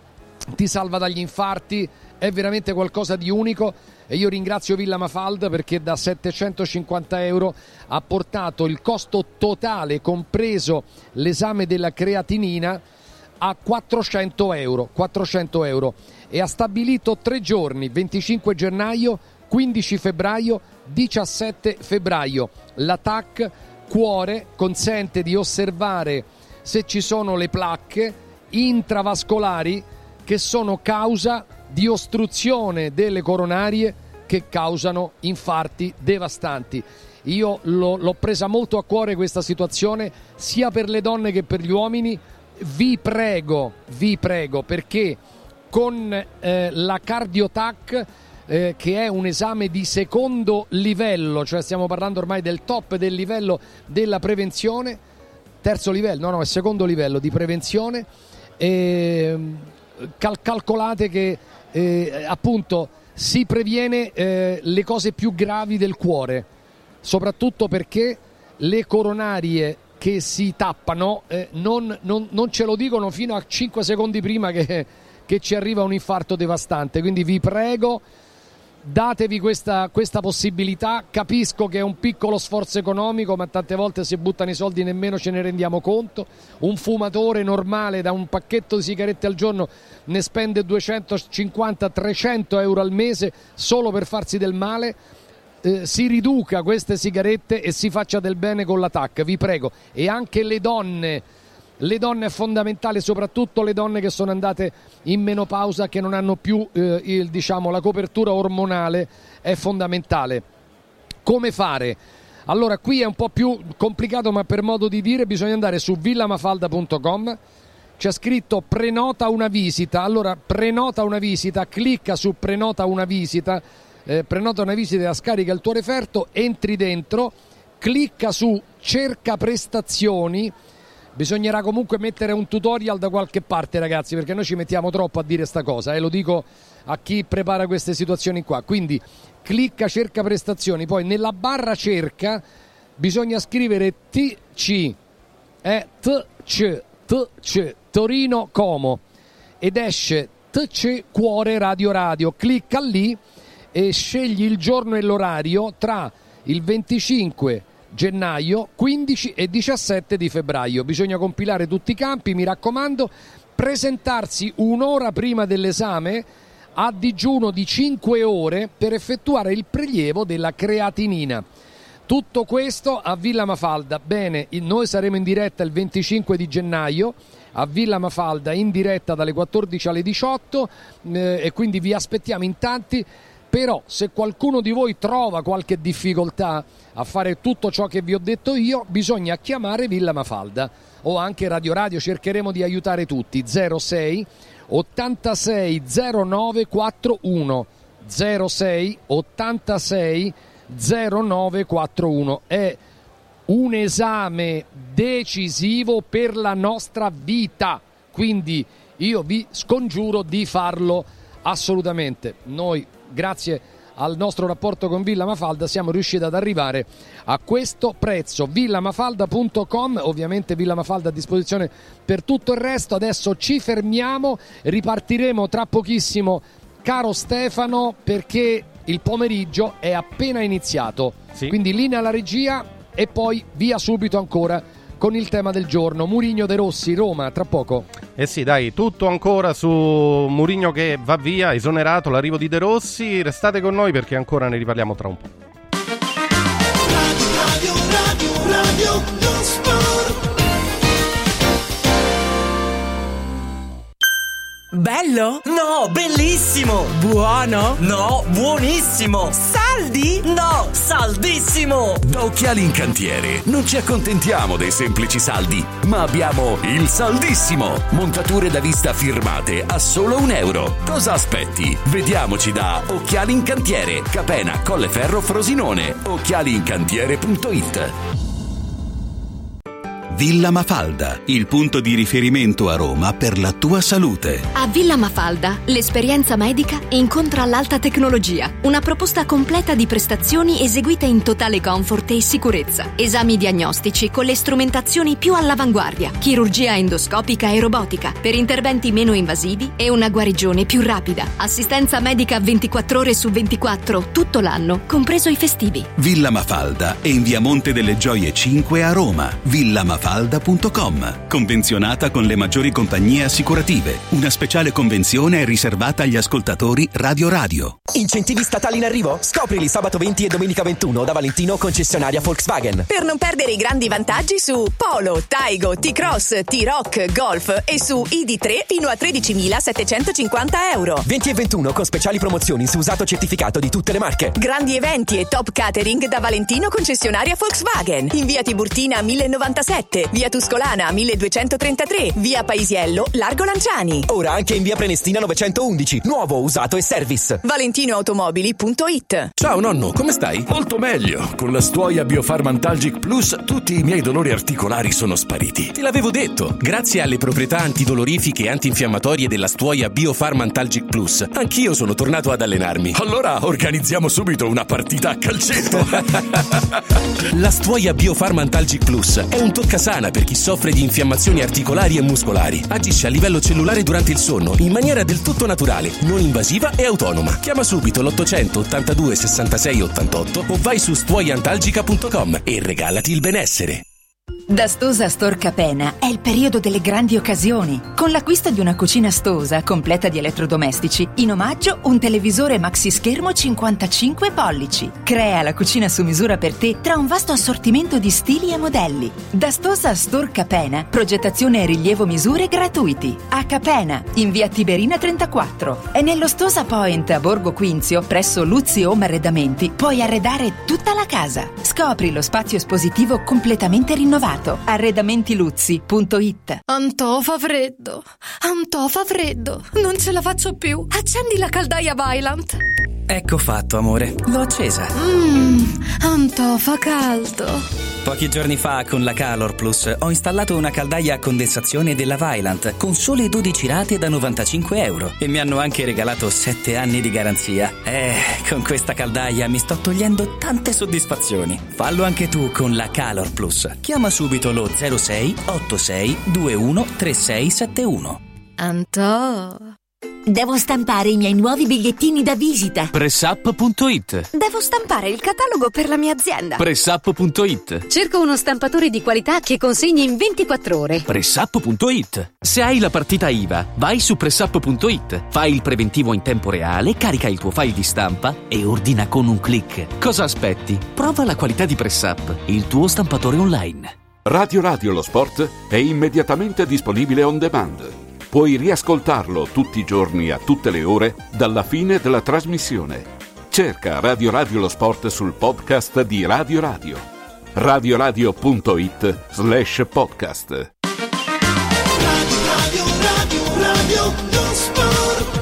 ti salva dagli infarti, è veramente qualcosa di unico. E io ringrazio Villa Mafalda perché da settecentocinquanta euro ha portato il costo totale, compreso l'esame della creatinina, a quattrocento euro, quattrocento euro, e ha stabilito tre giorni: venticinque gennaio, quindici febbraio, diciassette febbraio. La T A C cuore consente di osservare se ci sono le placche intravascolari che sono causa di ostruzione delle coronarie che causano infarti devastanti. Io l'ho, l'ho presa molto a cuore questa situazione, sia per le donne che per gli uomini. Vi prego, vi prego, perché con eh, la Cardiotac, eh, che è un esame di secondo livello, cioè stiamo parlando ormai del top del livello della prevenzione, terzo livello, no no, è secondo livello di prevenzione, eh, cal- calcolate che eh, appunto si previene eh, le cose più gravi del cuore, soprattutto perché le coronarie che si tappano eh, non, non, non ce lo dicono fino a cinque secondi prima che, che ci arriva un infarto devastante. Quindi vi prego, datevi questa, questa possibilità. Capisco che è un piccolo sforzo economico, ma tante volte si buttano i soldi, nemmeno ce ne rendiamo conto. Un fumatore normale da un pacchetto di sigarette al giorno ne spende duecentocinquanta trecento euro al mese solo per farsi del male. Eh, si riduca queste sigarette e si faccia del bene con la T A C, vi prego. E anche le donne, le donne è fondamentale, soprattutto le donne che sono andate in menopausa, che non hanno più eh, il, diciamo, la copertura ormonale, è fondamentale. Come fare? Allora, qui è un po' più complicato, ma per modo di dire bisogna andare su villamafalda punto com, c'è scritto prenota una visita. Allora, prenota una visita, clicca su prenota una visita, Eh, prenota una visita, scarica il tuo referto, entri dentro, clicca su cerca prestazioni. Bisognerà comunque mettere un tutorial da qualche parte, ragazzi, perché noi ci mettiamo troppo a dire sta cosa, e eh, lo dico a chi prepara queste situazioni qua. Quindi clicca cerca prestazioni, poi nella barra cerca bisogna scrivere T C eh, T C T C Torino Como, ed esce T C Cuore Radio Radio. Clicca lì e scegli il giorno e l'orario tra il venticinque gennaio, quindici e diciassette di febbraio. Bisogna compilare tutti i campi, mi raccomando, presentarsi un'ora prima dell'esame a digiuno di cinque ore per effettuare il prelievo della creatinina. Tutto questo a Villa Mafalda. Bene, noi saremo in diretta il venticinque di gennaio a Villa Mafalda, in diretta dalle quattordici alle diciotto, eh, e quindi vi aspettiamo in tanti. Però se qualcuno di voi trova qualche difficoltà a fare tutto ciò che vi ho detto io, bisogna chiamare Villa Mafalda o anche Radio Radio, cercheremo di aiutare tutti. Zero sei ottantasei zero nove quarantuno zero sei ottantasei zero nove quarantuno. È un esame decisivo per la nostra vita, quindi io vi scongiuro di farlo assolutamente. Noi, grazie al nostro rapporto con Villa Mafalda, siamo riusciti ad arrivare a questo prezzo. villa mafalda punto com, ovviamente Villa Mafalda a disposizione per tutto il resto. Adesso ci fermiamo, ripartiremo tra pochissimo, caro Stefano, perché il pomeriggio è appena iniziato, sì. Quindi linea alla regia e poi via subito ancora con il tema del giorno. Mourinho, De Rossi, Roma, tra poco. Eh sì, dai, tutto ancora su Mourinho che va via, esonerato, l'arrivo di De Rossi. Restate con noi perché ancora ne riparliamo tra un po'. Radio, radio, radio, radio, lo sport. Bello? No, bellissimo! Buono? No, buonissimo! Saldi? No, saldissimo! Da Occhiali in Cantiere non ci accontentiamo dei semplici saldi, ma abbiamo il saldissimo! Montature da vista firmate a solo un euro. Cosa aspetti? Vediamoci da Occhiali in Cantiere, Capena, Colleferro, Frosinone. occhiali in cantiere punto it. Villa Mafalda, il punto di riferimento a Roma per la tua salute. A Villa Mafalda, l'esperienza medica incontra l'alta tecnologia. Una proposta completa di prestazioni eseguite in totale comfort e sicurezza. Esami diagnostici con le strumentazioni più all'avanguardia. Chirurgia endoscopica e robotica per interventi meno invasivi e una guarigione più rapida. Assistenza medica ventiquattro ore su ventiquattro tutto l'anno, compreso i festivi. Villa Mafalda è in via Monte delle Gioie cinque a Roma. Villa Mafalda punto com. Convenzionata con le maggiori compagnie assicurative. Una speciale convenzione è riservata agli ascoltatori Radio Radio. Incentivi statali in arrivo? Scoprili sabato venti e domenica ventuno da Valentino, concessionaria Volkswagen. Per non perdere i grandi vantaggi su Polo, Taigo, T-Cross, T-Rock, Golf e su I D tre fino a tredicimilasettecentocinquanta euro. venti e ventuno con speciali promozioni su usato certificato di tutte le marche. Grandi eventi e top catering da Valentino, concessionaria Volkswagen. In via Tiburtina mille novantasette, via Tuscolana milleduecentotrentatré, via Paisiello, largo Lanciani. Ora anche in via Prenestina novecentoundici, nuovo, usato e service. valentinoautomobili punto it. Ciao nonno, come stai? Molto meglio. Con la Stuoia Biofarm Antalgic Plus tutti i miei dolori articolari sono spariti. Te l'avevo detto. Grazie alle proprietà antidolorifiche e antinfiammatorie della Stuoia Biofarm Antalgic Plus, anch'io sono tornato ad allenarmi. Allora organizziamo subito una partita a calcetto. La Stuoia Biofarm Antalgic Plus è un toccasana per chi soffre di infiammazioni articolari e muscolari. Agisce a livello cellulare durante il sonno in maniera del tutto naturale, non invasiva e autonoma. Chiama subito l'ottocento ottantadue sessantasei ottantotto o vai su stuoiantalgica punto com e regalati il benessere. Da Stosa Store Capena è il periodo delle grandi occasioni. Con l'acquisto di una cucina Stosa completa di elettrodomestici, in omaggio un televisore maxi schermo cinquantacinque pollici. Crea la cucina su misura per te tra un vasto assortimento di stili e modelli. Da Stosa Store Capena, progettazione e rilievo misure gratuiti. A Capena, in via Tiberina trentaquattro. E nello Stosa Point a Borgo Quinzio, presso Luzzi Home Arredamenti, puoi arredare tutta la casa. Scopri lo spazio espositivo completamente rinnovato. arredamentiluzzi punto it. Antò fa freddo, Antò fa freddo, non ce la faccio più. Accendi la caldaia Vaillant. Ecco fatto, amore, l'ho accesa. Mmm, Antò fa caldo. Pochi giorni fa con la Calor Plus ho installato una caldaia a condensazione della Vaillant con sole dodici rate da novantacinque euro e mi hanno anche regalato sette anni di garanzia. Eh, con questa caldaia mi sto togliendo tante soddisfazioni. Fallo anche tu con la Calor Plus. Chiama subito lo zero sei otto sei due uno tre sei sette uno. Antò. Devo stampare i miei nuovi bigliettini da visita. Pressup punto it. Devo stampare il catalogo per la mia azienda. Pressup punto it. Cerco uno stampatore di qualità che consegni in ventiquattro ore. Pressup punto it. Se hai la partita I V A, vai su Pressup punto it. Fai il preventivo in tempo reale, carica il tuo file di stampa e ordina con un click. Cosa aspetti? Prova la qualità di Pressup, il tuo stampatore online. Radio Radio Lo Sport è immediatamente disponibile on demand. Puoi riascoltarlo tutti i giorni a tutte le ore dalla fine della trasmissione. Cerca Radio Radio Lo Sport sul podcast di Radio Radio. radioradio punto it slash podcast. Radio Radio Radio Radio Lo Sport.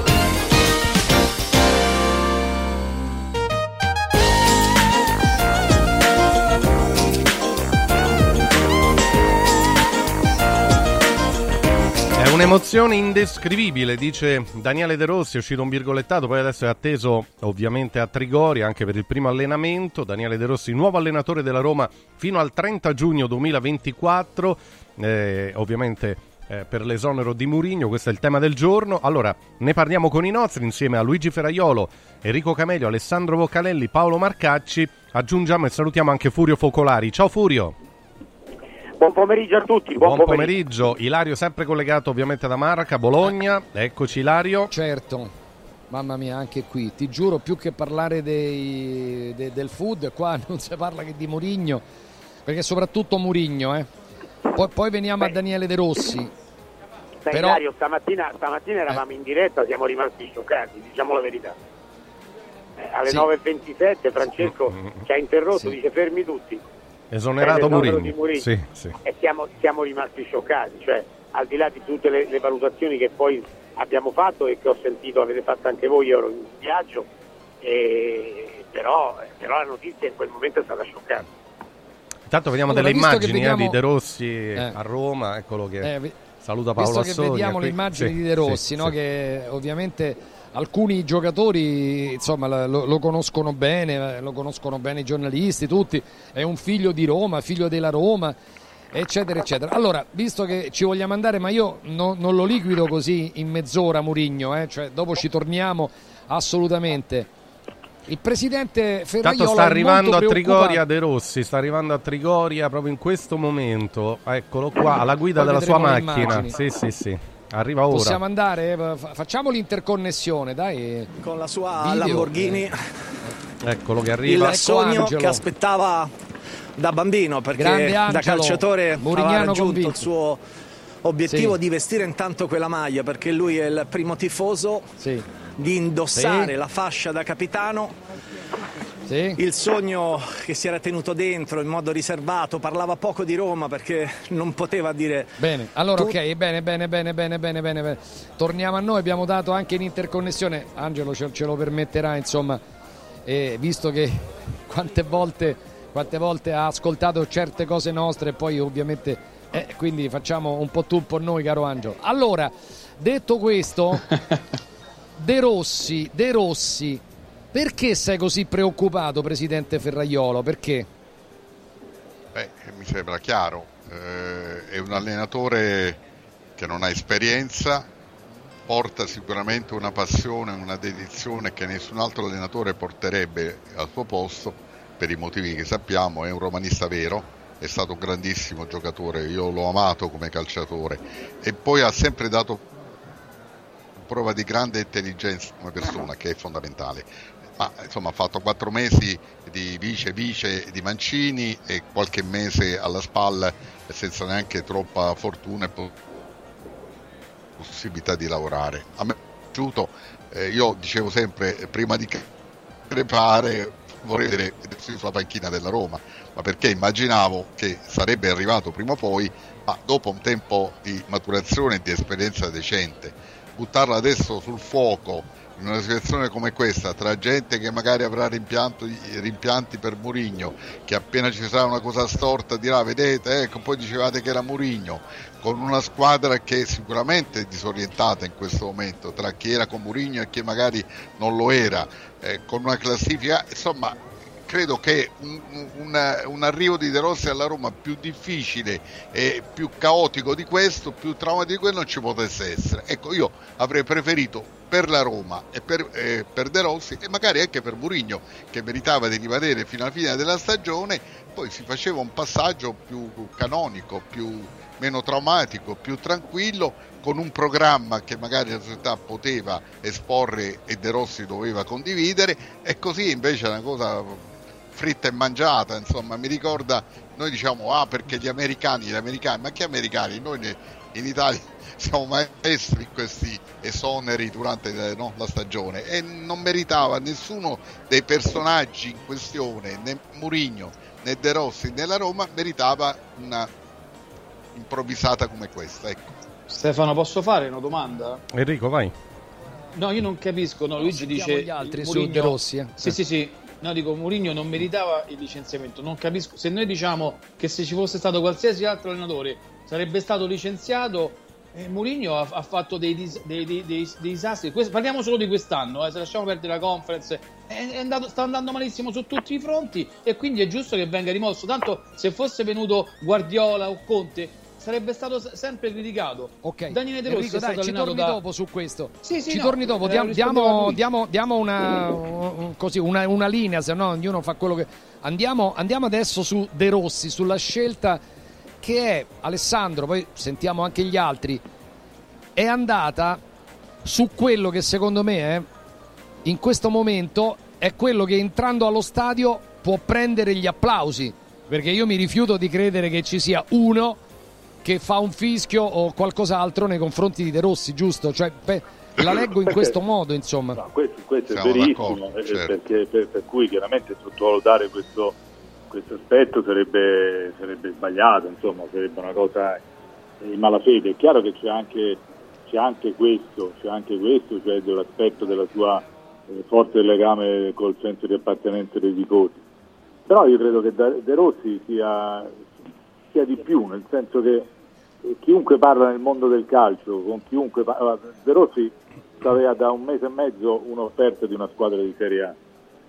un'emozione indescrivibile, dice Daniele De Rossi, è uscito un virgolettato, poi adesso è atteso ovviamente a Trigoria anche per il primo allenamento. Daniele De Rossi, nuovo allenatore della Roma fino al trenta giugno duemilaventiquattro, eh, ovviamente eh, per l'esonero di Mourinho, questo è il tema del giorno. Allora, ne parliamo con i nostri insieme a Luigi Ferraiolo, Enrico Camelio, Alessandro Vocalelli, Paolo Marcacci. Aggiungiamo e salutiamo anche Furio Focolari. Ciao Furio. Buon pomeriggio a tutti. Buon, buon pomeriggio. pomeriggio. Ilario sempre collegato ovviamente da Marca, Bologna. Eccoci Ilario. Certo, mamma mia, anche qui. Ti giuro, più che parlare dei, de, del food, qua non si parla che di Mourinho, perché soprattutto Mourinho. Eh. Poi, poi veniamo Beh. a Daniele De Rossi. Sai, Però... Ilario, stamattina, stamattina eravamo eh. in diretta, siamo rimasti scioccati, diciamo la verità. Eh, alle sì. nove e ventisette Francesco ci ha interrotto, sì. dice fermi tutti. Esonerato Mourinho, sì, sì. E siamo, siamo rimasti scioccati, cioè al di là di tutte le, le valutazioni che poi abbiamo fatto e che ho sentito avete fatto anche voi, io ero in viaggio, e, però, però la notizia in quel momento è stata scioccante. Intanto vediamo allora, delle immagini vediamo... eh, di De Rossi eh. a Roma, eccolo che eh, saluta Paolo Visto che Assogna, vediamo qui. le immagini sì, di De Rossi, sì, no? sì. Che ovviamente... Alcuni giocatori insomma lo, lo conoscono bene, lo conoscono bene i giornalisti, tutti, è un figlio di Roma, figlio della Roma, eccetera eccetera. Allora, visto che ci vogliamo andare, ma io no, non lo liquido così in mezz'ora Mourinho, eh? Cioè, dopo ci torniamo assolutamente. Il presidente Ferraiolo Tanto sta arrivando a Trigoria De Rossi, sta arrivando a Trigoria proprio in questo momento, eccolo qua, alla guida Poi della sua macchina. Sì, sì, sì. Arriva ora. Possiamo andare? Facciamo l'interconnessione, dai. Con la sua Video. Lamborghini. Eccolo che arriva. Il sogno Angelo. Che aspettava da bambino, perché da calciatore Murignano aveva raggiunto convinto. il suo obiettivo sì. di vestire intanto quella maglia, perché lui è il primo tifoso sì. di indossare sì. la fascia da capitano. Sì. Il sogno che si era tenuto dentro in modo riservato, parlava poco di Roma perché non poteva dire. Bene, allora tu... ok, bene, bene, bene, bene, bene, bene, bene. Torniamo a noi, abbiamo dato anche in interconnessione, Angelo ce, ce lo permetterà, insomma, eh, visto che quante volte, quante volte ha ascoltato certe cose nostre e poi ovviamente, eh, quindi facciamo un po' tu, un po' noi, caro Angelo. Allora, detto questo, De Rossi, De Rossi. Perché sei così preoccupato, presidente Ferraiolo? Perché? Beh, mi sembra chiaro. Eh, è un allenatore che non ha esperienza, porta sicuramente una passione, una dedizione che nessun altro allenatore porterebbe al suo posto, per i motivi che sappiamo. È un romanista vero, è stato un grandissimo giocatore, io l'ho amato come calciatore, e poi ha sempre dato prova di grande intelligenza come persona, che è fondamentale. Ma insomma ha fatto quattro mesi di vice vice di Mancini e qualche mese alla spalla senza neanche troppa fortuna e possibilità di lavorare. A me è piaciuto, eh, io dicevo sempre, prima di crepare vorrei vedere sulla panchina della Roma, ma perché immaginavo che sarebbe arrivato prima o poi, ma dopo un tempo di maturazione e di esperienza decente. Buttarla adesso sul fuoco in una situazione come questa, tra gente che magari avrà rimpianti per Mourinho, che appena ci sarà una cosa storta dirà vedete, ecco, poi dicevate che era Mourinho, con una squadra che sicuramente è disorientata in questo momento tra chi era con Mourinho e chi magari non lo era, eh, con una classifica, insomma credo che un, un, un arrivo di De Rossi alla Roma più difficile e più caotico di questo, più traumatico di quello non ci potesse essere. Ecco, io avrei preferito per la Roma e per, eh, per De Rossi e magari anche per Mourinho, che meritava di rimanere fino alla fine della stagione, poi si faceva un passaggio più canonico, più meno traumatico, più tranquillo, con un programma che magari la società poteva esporre e De Rossi doveva condividere, e così invece è una cosa fritta e mangiata, insomma, mi ricorda, noi diciamo ah perché gli americani, gli americani, ma che americani? Noi ne, in Italia siamo maestri in questi esoneri durante no, la stagione, e non meritava nessuno dei personaggi in questione, né Mourinho né De Rossi né la Roma meritava una improvvisata come questa, ecco. Stefano, posso fare una domanda? Enrico, vai. No, io non capisco, no, Luigi dice gli altri Mourinho, su De Rossi, eh. Sì, sì, sì. No, dico, Mourinho non meritava il licenziamento. Non capisco. Se noi diciamo che se ci fosse stato qualsiasi altro allenatore sarebbe stato licenziato, Eh, Mourinho ha, ha fatto dei, dis, dei, dei, dei, dei disastri. Questo, parliamo solo di quest'anno, eh, se lasciamo perdere la Conference, è, è andato, sta andando malissimo su tutti i fronti e quindi è giusto che venga rimosso. Tanto se fosse venuto Guardiola o Conte sarebbe stato sempre criticato. Ok, Daniele De Rossi Enrico, è stato dai, ci torni da... dopo su questo. Sì, sì, ci no, torni dopo, eh, diamo, rispondeva diamo, lui. diamo, diamo una, un- così, una, una linea, se no ognuno fa quello che... Andiamo, andiamo adesso su De Rossi, sulla scelta che è, Alessandro, poi sentiamo anche gli altri, è andata su quello che secondo me eh, in questo momento è quello che entrando allo stadio può prendere gli applausi, perché io mi rifiuto di credere che ci sia uno che fa un fischio o qualcos'altro nei confronti di De Rossi, giusto? Cioè, pe- la leggo in questo modo, insomma. No, questo, questo è Siamo verissimo, eh, certo. perché, per, per cui chiaramente sottovalutare questo, questo aspetto sarebbe, sarebbe sbagliato, insomma, sarebbe una cosa in malafede. È chiaro che c'è anche, c'è anche questo, c'è anche questo, cioè dell'aspetto della sua eh, forte legame col senso di appartenenza dei tifosi. Però io credo che De Rossi sia, sia di più, nel senso che eh, chiunque parla nel mondo del calcio, con chiunque parla, De Rossi aveva da un mese e mezzo un'offerta di una squadra di Serie A,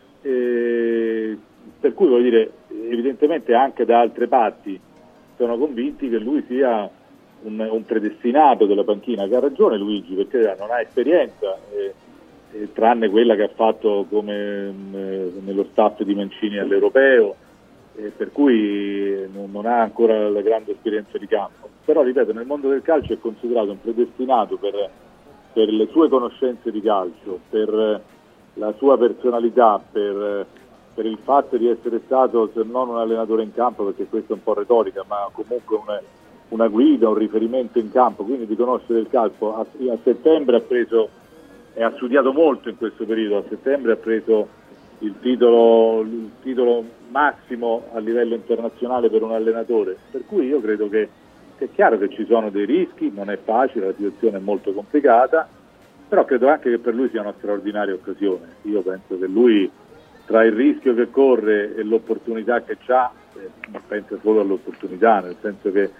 e, per cui voglio dire, evidentemente anche da altre parti sono convinti che lui sia un, un predestinato della panchina, che ha ragione Luigi, perché non ha esperienza, eh, eh, tranne quella che ha fatto come mh, nello staff di Mancini all'Europeo, eh, per cui non, non ha ancora la grande esperienza di campo. Però ripeto, nel mondo del calcio è considerato un predestinato per, per le sue conoscenze di calcio, per la sua personalità, per, per il fatto di essere stato, se non un allenatore in campo, perché questo è un po' retorica, ma comunque una, una guida, un riferimento in campo, quindi di conoscere il calcio. A, a settembre ha preso e ha studiato molto in questo periodo, a settembre ha preso il titolo, il titolo massimo a livello internazionale per un allenatore, per cui io credo che, che è chiaro che ci sono dei rischi, non è facile, la situazione è molto complicata, però credo anche che per lui sia una straordinaria occasione. Io penso che lui, tra il rischio che corre e l'opportunità che ha, eh, pensa solo all'opportunità, nel senso che,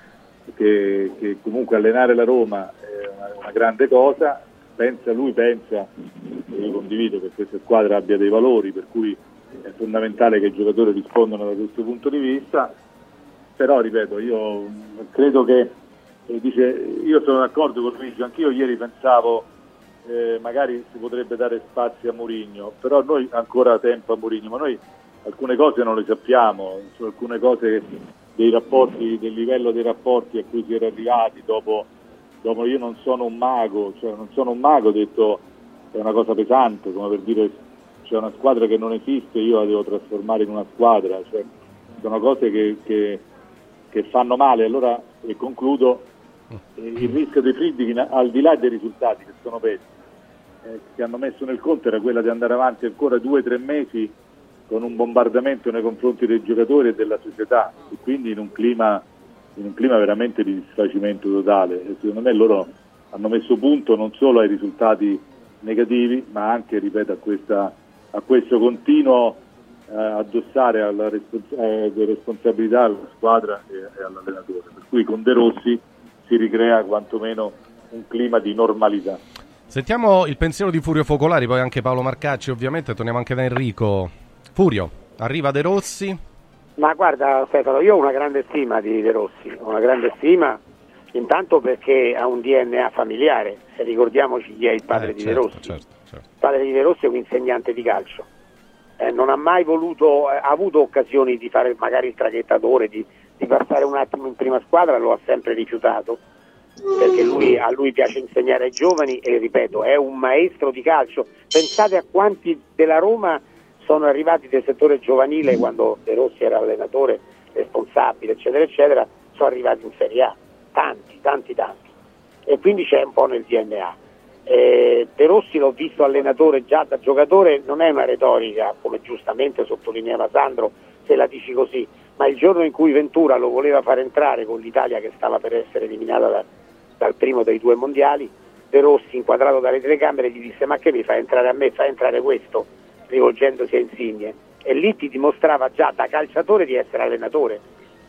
che, che comunque allenare la Roma è una, una grande cosa. Pensa, lui pensa, e io condivido, che questa squadra abbia dei valori, per cui è fondamentale che i giocatori rispondano da questo punto di vista, però ripeto, io credo che, eh, dice, io sono d'accordo con Luigi, anch'io ieri pensavo eh, magari si potrebbe dare spazio a Mourinho, però noi ancora tempo a Mourinho, ma noi alcune cose non le sappiamo, su alcune cose dei rapporti, del livello dei rapporti a cui si era arrivati dopo dopo io non sono un mago, cioè non sono un mago, ho detto è una cosa pesante, come per dire c'è una squadra che non esiste, io la devo trasformare in una squadra, cioè sono cose che, che, che fanno male. Allora, e concludo, eh, il rischio dei Friedkin, al di là dei risultati che sono pessimi, eh, che hanno messo nel conto, era quella di andare avanti ancora due o tre mesi con un bombardamento nei confronti dei giocatori e della società, e quindi in un clima in un clima veramente di disfacimento totale, e secondo me loro hanno messo punto non solo ai risultati negativi, ma anche, ripeto, a, questa, a questo continuo eh, addossare alla respons- eh, responsabilità alla squadra e, e all'allenatore, per cui con De Rossi si ricrea quantomeno un clima di normalità. Sentiamo il pensiero di Furio Focolari, poi anche Paolo Marcacci, ovviamente torniamo anche da Enrico. Furio, arriva De Rossi. Ma guarda Stefano, io ho una grande stima di De Rossi, ho una grande stima intanto perché ha un D N A familiare, e ricordiamoci chi è il padre eh, di certo, De Rossi. certo, certo. Il padre di De Rossi è un insegnante di calcio, eh, non ha mai voluto, eh, ha avuto occasioni di fare magari il traghettatore, di, di passare un attimo in prima squadra, lo ha sempre rifiutato, perché lui, a lui piace insegnare ai giovani e ripeto, è un maestro di calcio. Pensate a quanti della Roma sono arrivati del settore giovanile quando De Rossi era allenatore responsabile, eccetera eccetera, sono arrivati in Serie A, tanti, tanti, tanti, e quindi c'è un po' nel D N A. Eh, De Rossi l'ho visto allenatore già da giocatore, non è una retorica, come giustamente sottolineava Sandro, se la dici così, ma il giorno in cui Ventura lo voleva far entrare con l'Italia che stava per essere eliminata da, dal primo dei due mondiali, De Rossi, inquadrato dalle telecamere, gli disse: ma che mi fa entrare a me, fa entrare questo, rivolgendosi a Insigne, e lì ti dimostrava già da calciatore di essere allenatore,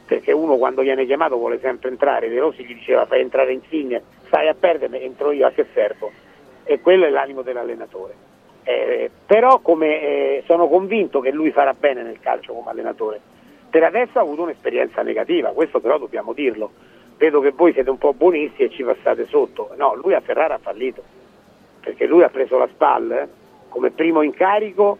perché uno quando viene chiamato vuole sempre entrare. De Rossi gli diceva fai entrare Insigne, stai a perdere, entro io, a che servo? E quello è l'animo dell'allenatore. Eh, però come eh, sono convinto che lui farà bene nel calcio come allenatore. Per adesso ha avuto un'esperienza negativa, questo però dobbiamo dirlo. Vedo che voi siete un po' buonisti e ci passate sotto. No, lui a Ferrara ha fallito, perché lui ha preso la SPAL eh, come primo incarico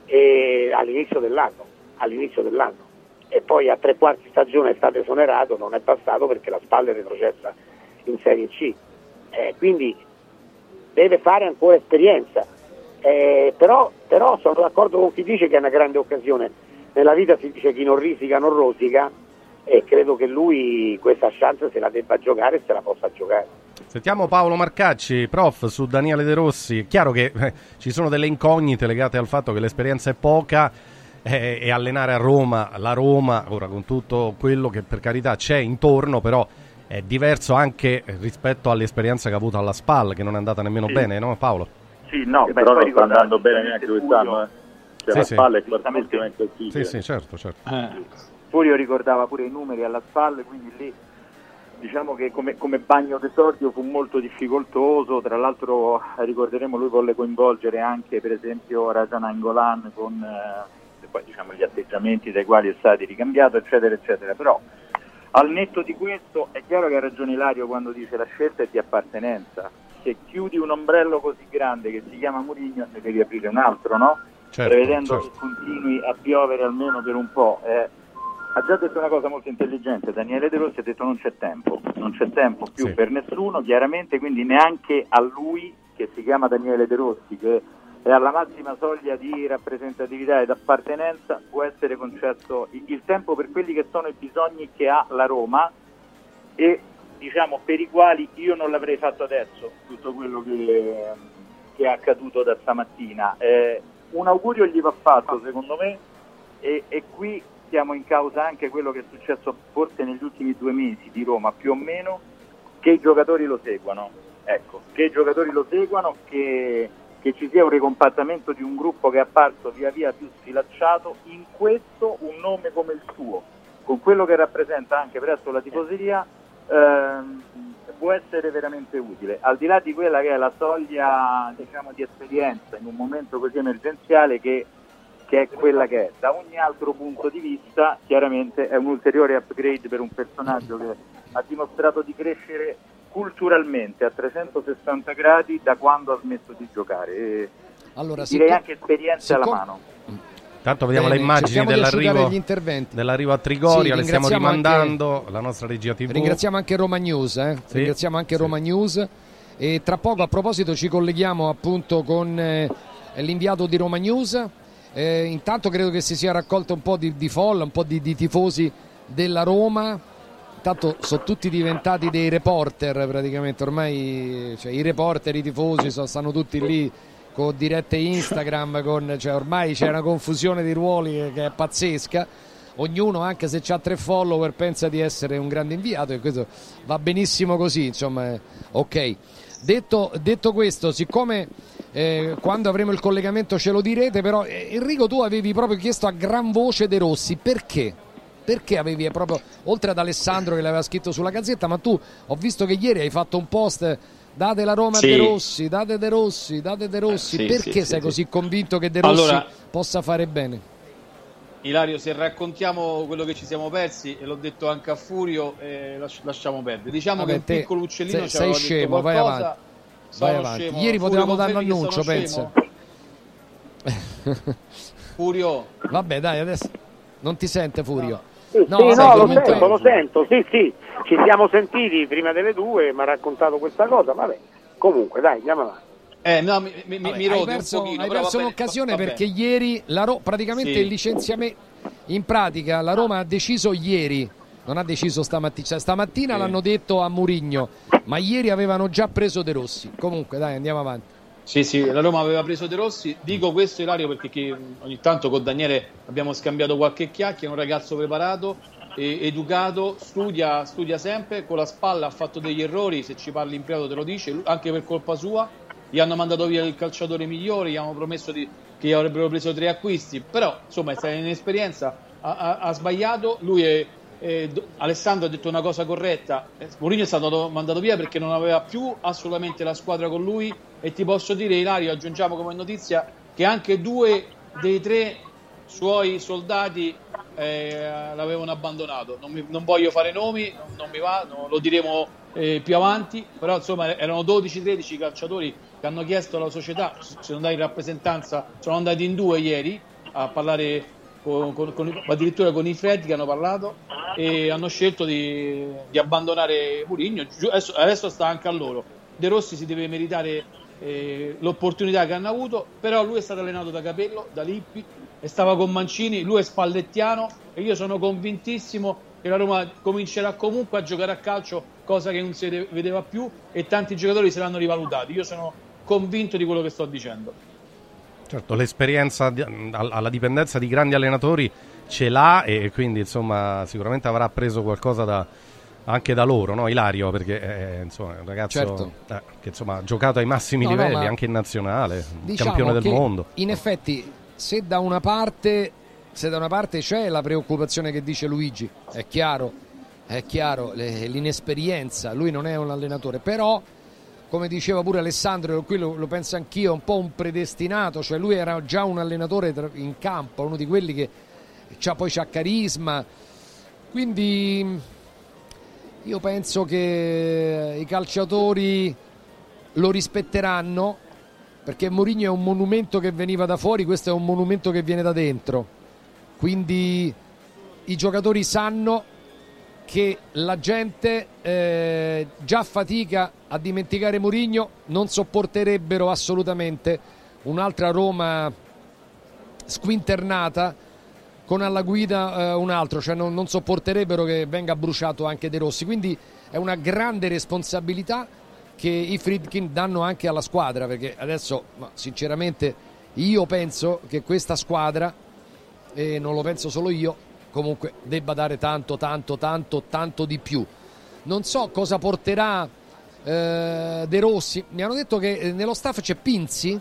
e all'inizio dell'anno, all'inizio dell'anno e poi a tre quarti stagione è stato esonerato, non è passato perché la SPAL è retrocessa in Serie C, eh, quindi deve fare ancora esperienza, eh, però, però sono d'accordo con chi dice che è una grande occasione. Nella vita si dice chi non risica non rosica, e credo che lui questa chance se la debba giocare e se la possa giocare. Sentiamo Paolo Marcacci, prof, su Daniele De Rossi. È chiaro che eh, ci sono delle incognite legate al fatto che l'esperienza è poca eh, e allenare a Roma, la Roma, ora con tutto quello che per carità c'è intorno, però è diverso anche rispetto all'esperienza che ha avuto alla SPAL, che non è andata nemmeno sì. bene, no Paolo? Sì, no, eh, però non sta andando bene neanche quest'anno, eh. Cioè sì, la sì. SPAL è quart'ultima in classifica. Sì, sì, certo, certo. Eh. Furio ricordava pure i numeri alla SPAL, quindi lì diciamo che come, come bagno d'esordio fu molto difficoltoso. Tra l'altro ricorderemo lui volle coinvolgere anche per esempio Rajan Angolan con eh, poi, diciamo, gli atteggiamenti dai quali è stato ricambiato, eccetera eccetera. Però al netto di questo è chiaro che ha ragione Ilario quando dice la scelta è di appartenenza. Se chiudi un ombrello così grande che si chiama Mourinho ne devi aprire un altro, no? Certo, prevedendo certo. che continui a piovere almeno per un po'. Eh. Ha già detto una cosa molto intelligente Daniele De Rossi, ha detto non c'è tempo, non c'è tempo più sì. per nessuno, chiaramente, quindi neanche a lui, che si chiama Daniele De Rossi, che è alla massima soglia di rappresentatività ed appartenenza, può essere concesso il tempo per quelli che sono i bisogni che ha la Roma e diciamo per i quali io non l'avrei fatto adesso, tutto quello che, che è accaduto da stamattina. Eh, un augurio gli va fatto secondo me e, e qui siamo in causa anche quello che è successo forse negli ultimi due mesi di Roma, più o meno, che i giocatori lo seguano, ecco, che i giocatori lo seguano, che, che ci sia un ricompattamento di un gruppo che è apparso via via più sfilacciato, in questo un nome come il suo, con quello che rappresenta anche presso la tifoseria, ehm, può essere veramente utile, al di là di quella che è la soglia diciamo di esperienza in un momento così emergenziale che che è quella che è. Da ogni altro punto di vista, chiaramente è un ulteriore upgrade per un personaggio che ha dimostrato di crescere culturalmente a trecentosessanta gradi da quando ha smesso di giocare. E allora, direi siccome, anche esperienza siccome, alla mano. Tanto vediamo bene, le immagini dell'arrivo, gli interventi. dell'arrivo a Trigoria, sì, le stiamo rimandando, anche, la nostra regia tivù. Ringraziamo anche Roma News, eh? sì, ringraziamo anche sì. Roma News e tra poco a proposito ci colleghiamo appunto con eh, l'inviato di Roma News. Eh, intanto credo che si sia raccolto un po' di, di folla, un po' di, di tifosi della Roma. Intanto sono tutti diventati dei reporter praticamente, ormai cioè, i reporter, i tifosi sono, stanno tutti lì con dirette Instagram, con, cioè, ormai c'è una confusione di ruoli che, che è pazzesca. Ognuno, anche se ha tre follower, pensa di essere un grande inviato e questo va benissimo così, insomma, eh, ok. Detto, detto questo, siccome eh, quando avremo il collegamento ce lo direte, però eh, Enrico, tu avevi proprio chiesto a gran voce De Rossi, perché? Perché avevi proprio, oltre ad Alessandro che l'aveva scritto sulla Gazzetta, ma tu ho visto che ieri hai fatto un post, date la Roma sì. a De Rossi, date De Rossi, date De Rossi, eh, sì, perché sì, sei sì, così sì. convinto che De Rossi allora, possa fare bene? Ilario, se raccontiamo quello che ci siamo persi, e l'ho detto anche a Furio, eh, lasciamo perdere. Diciamo Vabbè, che un te piccolo uccellino sei, ci sei aveva scemo, detto vai qualcosa. avanti. Sono Vai avanti. scemo. Ieri Furio, potevamo dare confermi che l'annuncio, sono penso. Furio. Vabbè, dai, adesso non ti sente Furio. Sì, no, sì, vabbè, no lo comunque... sento, lo sento, sì, sì, ci siamo sentiti prima delle due, mi ha raccontato questa cosa, vabbè, comunque dai, andiamo avanti. Eh, no, mi, mi, Vabbè, mi hai rode perso, un pochino, hai però perso va bene, un'occasione va, va perché bene. ieri la Ro- praticamente Sì. il licenziamento, in pratica la Roma ha deciso ieri, non ha deciso stamattina, cioè, stamattina Sì. l'hanno detto a Mourinho, ma ieri avevano già preso De Rossi. Comunque dai, andiamo avanti. Sì, sì, la Roma aveva preso De Rossi. Dico questo, Ilario, perché che ogni tanto con Daniele abbiamo scambiato qualche chiacchiera. È un ragazzo preparato, e educato, studia, studia sempre. Con la spalla ha fatto degli errori. Se ci parli in privato te lo dice, anche per colpa sua. Gli hanno mandato via il calciatore migliore, gli hanno promesso di, che gli avrebbero preso tre acquisti. Però, insomma, è stata un'esperienza. Ha, ha, ha sbagliato. Lui è, eh, do, Alessandro ha detto una cosa corretta, eh, Mourinho è stato mandato via perché non aveva più assolutamente la squadra con lui, e ti posso dire, Ilario, aggiungiamo come notizia che anche due dei tre suoi soldati eh, l'avevano abbandonato. Non, mi, non voglio fare nomi, non, non mi va, no, lo diremo eh, più avanti, però insomma erano dodici tredici calciatori che hanno chiesto alla società, sono andati in rappresentanza, sono andati in due ieri a parlare con, con, con, addirittura con i Fred che hanno parlato, e hanno scelto di, di abbandonare Mourinho. Adesso, adesso sta anche a loro. De Rossi si deve meritare eh, l'opportunità che hanno avuto, però lui è stato allenato da Capello, da Lippi, e stava con Mancini, lui è spallettiano, e io sono convintissimo che la Roma comincerà comunque a giocare a calcio, cosa che non si vedeva più, e tanti giocatori saranno rivalutati. Io sono convinto di quello che sto dicendo. Certo, l'esperienza di, alla dipendenza di grandi allenatori ce l'ha, e quindi insomma sicuramente avrà preso qualcosa da, anche da loro, no? Ilario, perché eh, insomma è un ragazzo certo. eh, che insomma ha giocato ai massimi no, livelli, no, anche in nazionale, diciamo campione del mondo. In effetti, se da una parte se da una parte c'è la preoccupazione che dice Luigi, è chiaro, è chiaro, le, l'inesperienza, lui non è un allenatore, però come diceva pure Alessandro, qui lo, lo penso anch'io, è un po' un predestinato, cioè lui era già un allenatore in campo, uno di quelli che c'ha, poi c'ha carisma, quindi io penso che i calciatori lo rispetteranno, perché Mourinho è un monumento che veniva da fuori, questo è un monumento che viene da dentro, quindi i giocatori sanno che la gente eh, già fatica a dimenticare Mourinho, non sopporterebbero assolutamente un'altra Roma squinternata con alla guida eh, un altro, cioè non, non sopporterebbero che venga bruciato anche De Rossi, quindi è una grande responsabilità che i Friedkin danno anche alla squadra, perché adesso sinceramente io penso che questa squadra, e non lo penso solo io, comunque debba dare tanto tanto tanto tanto di più. Non so cosa porterà eh, De Rossi. Mi hanno detto che nello staff c'è Pinzi.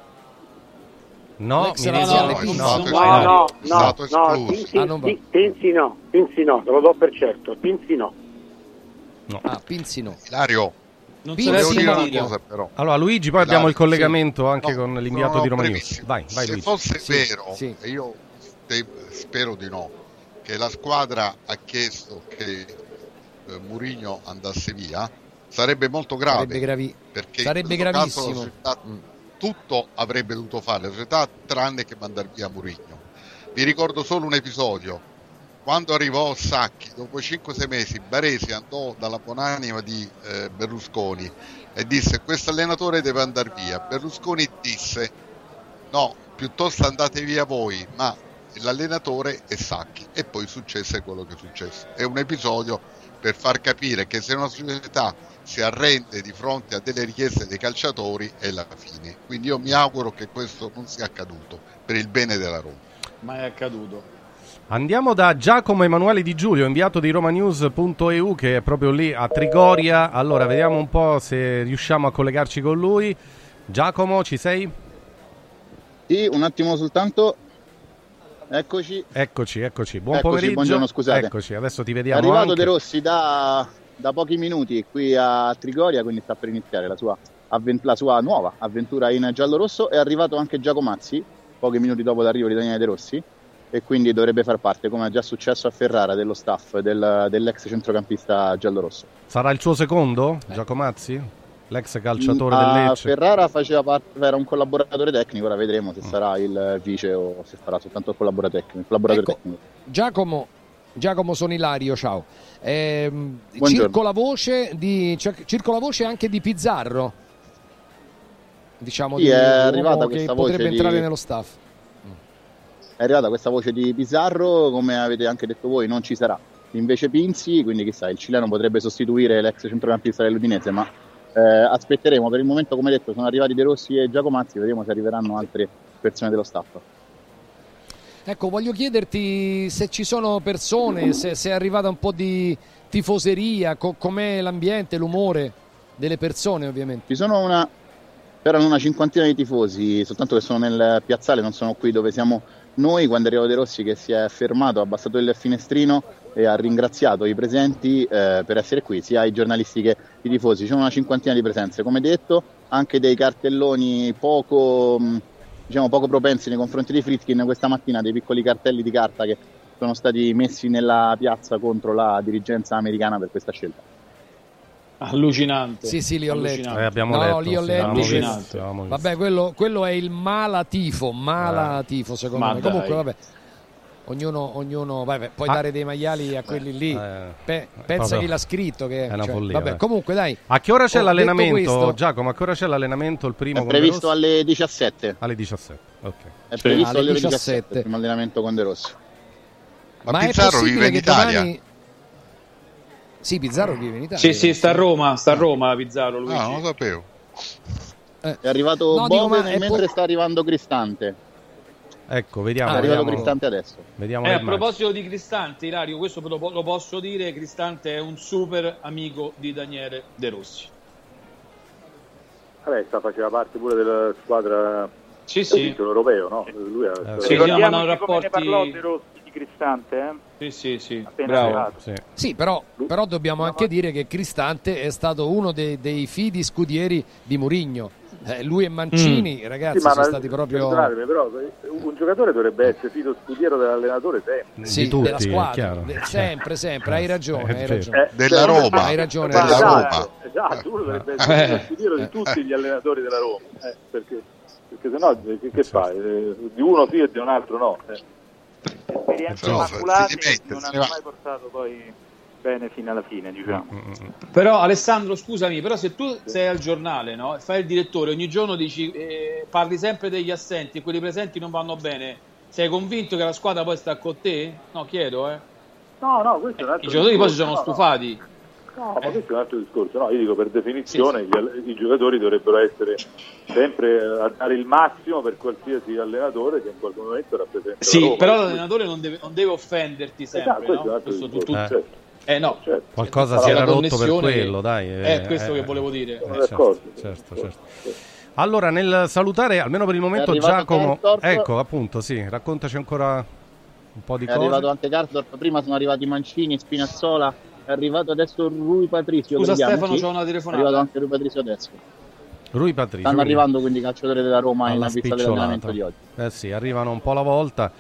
No, L'ex mi laziale no, Pinzi. no, no, no, no, no, Pinzi, Ah, non va. Pinzi no, Pinzi no, te lo do per certo, Pinzi no. no. Ah, Pinzi no. Ilario, Non Pinzi volevo dire no. una cosa però. Allora Luigi, poi Ilario, abbiamo il collegamento sì. anche No, con l'inviato no, di Roma News. brevissimo. Vai, vai Se Luigi. fosse Sì, vero, sì. e io te- spero di no, che la squadra ha chiesto che eh, Mourinho andasse via, sarebbe molto grave, Sarebbe, gravi... perché sarebbe in questo caso gravissimo. la società tutto avrebbe dovuto fare la società tranne che mandare via Mourinho. Vi ricordo solo un episodio: quando arrivò Sacchi, dopo cinque sei mesi, Baresi andò dalla buonanima di eh, Berlusconi e disse: questo allenatore deve andare via. Berlusconi disse: no, piuttosto andate via voi, ma l'allenatore è Sacchi. E poi successe quello che è successo. È un episodio per far capire che se una società si arrende di fronte a delle richieste dei calciatori è la fine. Quindi io mi auguro che questo non sia accaduto per il bene della Roma. Ma è accaduto. Andiamo da Giacomo Emanuele Di Giulio, inviato di romanews punto e u, che è proprio lì a Trigoria. Allora, vediamo un po' se riusciamo a collegarci con lui. Giacomo, ci sei? Sì, un attimo soltanto. Eccoci. Eccoci, eccoci. Buon Eccoci, pomeriggio. buongiorno, scusate. Eccoci, adesso ti È vediamo arrivato anche. De Rossi da, da pochi minuti qui a Trigoria, quindi sta per iniziare la sua, avvent- la sua nuova avventura in giallorosso. È arrivato anche Giacomazzi, pochi minuti dopo l'arrivo di Daniele De Rossi, e quindi dovrebbe far parte, come è già successo a Ferrara, dello staff del, dell'ex centrocampista giallorosso. Sarà il suo secondo, Giacomazzi? L'ex calciatore A del Lecce? Ferrara faceva parte, era un collaboratore tecnico, ora vedremo se sarà il vice o se farà soltanto il collaboratore tecnico. Il collaboratore Ecco, tecnico. Giacomo, Giacomo sono Ilario, ciao. Ehm, Buongiorno. circola voce di cir- circola voce anche di Pizzarro. Diciamo Sì, di è un uomo arrivata che questa potrebbe voce di- entrare nello staff. È arrivata questa voce di Pizarro, come avete anche detto voi, non ci sarà invece Pinzi, quindi chissà, il cileno potrebbe sostituire l'ex centrocampista dell'Udinese, ma eh, aspetteremo. Per il momento, come detto, sono arrivati De Rossi e Giacomazzi, vedremo se arriveranno altre persone dello staff. Ecco, voglio chiederti se ci sono persone, se, se è arrivata un po' di tifoseria, co- com'è l'ambiente, l'umore delle persone ovviamente. Ci sono una... c'erano una cinquantina di tifosi, soltanto che sono nel piazzale, non sono qui dove siamo noi. Quando è arrivato De Rossi, che si è fermato, ha abbassato il finestrino e ha ringraziato i presenti eh, per essere qui, sia i giornalisti che i tifosi. C'è una cinquantina di presenze, come detto, anche dei cartelloni poco, diciamo, poco propensi nei confronti di Friedkin. Questa mattina dei piccoli cartelli di carta che sono stati messi nella piazza contro la dirigenza americana per questa scelta. Allucinante. Sì, sì, li ho letto. Eh, abbiamo no, letto, no, li ho sì, letto. allucinante. Avevamo visto. Vabbè, quello, quello è il malatifo, malatifo secondo Ma me. dai. Comunque, vabbè. Ognuno, ognuno vabbè, puoi Ah. dare dei maiali a quelli lì. Eh, Pe- pensa proprio- chi l'ha scritto. Che, è una cioè, follia, vabbè, eh. comunque, dai. A che ora c'è Ho l'allenamento, detto questo- Giacomo? A che ora c'è l'allenamento il primo È con De previsto Rossi? alle diciassette. Alle diciassette, ok. È previsto Alle alle ore diciassette. diciassette il primo allenamento con De Rossi. Ma, Ma è Pizzarro possibile vive in che Italia? domani- Sì, Pizzarro vive in Italia. Sì, sì, sta a Roma, sta a Roma Pizzarro, Luigi. No, non lo sapevo. Eh. È arrivato No, dico, Bove ma è mentre po- sta arrivando Cristante. Ecco, vediamo. è arrivato vediamo, Cristante adesso. vediamo Eh, le a immagini. proposito di Cristante, Ilario, questo lo, lo posso dire, Cristante è un super amico di Daniele De Rossi. Vabbè, sta, faceva parte pure della squadra Sì, del sì. titolo europeo, no? Lui ha, Eh, Sì, sì. sì, no, ma Ricordiamoci hanno come rapporti... ne parlò De Rossi di Cristante, eh? Sì, sì, sì, Appena bravo. arrivato. Sì. Sì, però, però dobbiamo anche dire che Cristante è stato uno dei, dei fidi scudieri di Mourinho. Eh, lui e Mancini, ragazzi, Sì, ma sono la- stati proprio perdonatemi, però un giocatore dovrebbe essere fido scudiero dell'allenatore sempre. sì, di tutti, della è squadra. chiaro. De- sempre, sempre, hai ragione, Eh, hai vero. ragione. Eh, Della cioè, Roma. Hai ragione, Ma hai Della ragione. Roma. Esatto, uno dovrebbe essere fido scudiero di tutti gli allenatori della Roma, eh, perché, perché sennò eh, che, che fai? Eh, di uno sì e di un altro no. Eh. Esperienze No, immaculate si che dimette, non se ne hanno va. mai portato poi bene fino alla fine, diciamo. Però Alessandro, scusami, però se tu sei al giornale, no, e fai il direttore, ogni giorno dici eh, parli sempre degli assenti e quelli presenti non vanno bene, sei convinto che la squadra poi sta con te? No, chiedo, eh. No, no, questo è un altro I giocatori poi si discorso, sono no, stufati. No, no, ma questo è un altro discorso. No, io dico per definizione gli all- i giocatori dovrebbero essere sempre eh, a dare il massimo per qualsiasi allenatore che in qualche momento rappresenta la Sì, Roma. però l'allenatore non deve, non deve offenderti sempre, Esatto, questo è un no? altro Questo tu, discorso, tu- certo. Eh no, Certo. Qualcosa C'è si era la rotto per connessione quello, che- dai. È questo che volevo dire. Sono Eh, certo, d'accordo. certo, certo. Allora, nel salutare, almeno per il momento, arrivato Giacomo, Karsdorp. ecco, appunto, sì, raccontaci ancora un po' di È cose. arrivato anche Karsdorp, prima sono arrivati Mancini, Spinazzola, è arrivato adesso Rui Patricio. Scusa vediamo, Stefano, sì. c'ho una È telefonata. arrivato anche Rui Patricio adesso. Rui Patricio. Stanno quindi arrivando quindi i calciatori della Roma in alla vista spicciolata. dell'allenamento di oggi. Eh sì, arrivano un po' alla volta.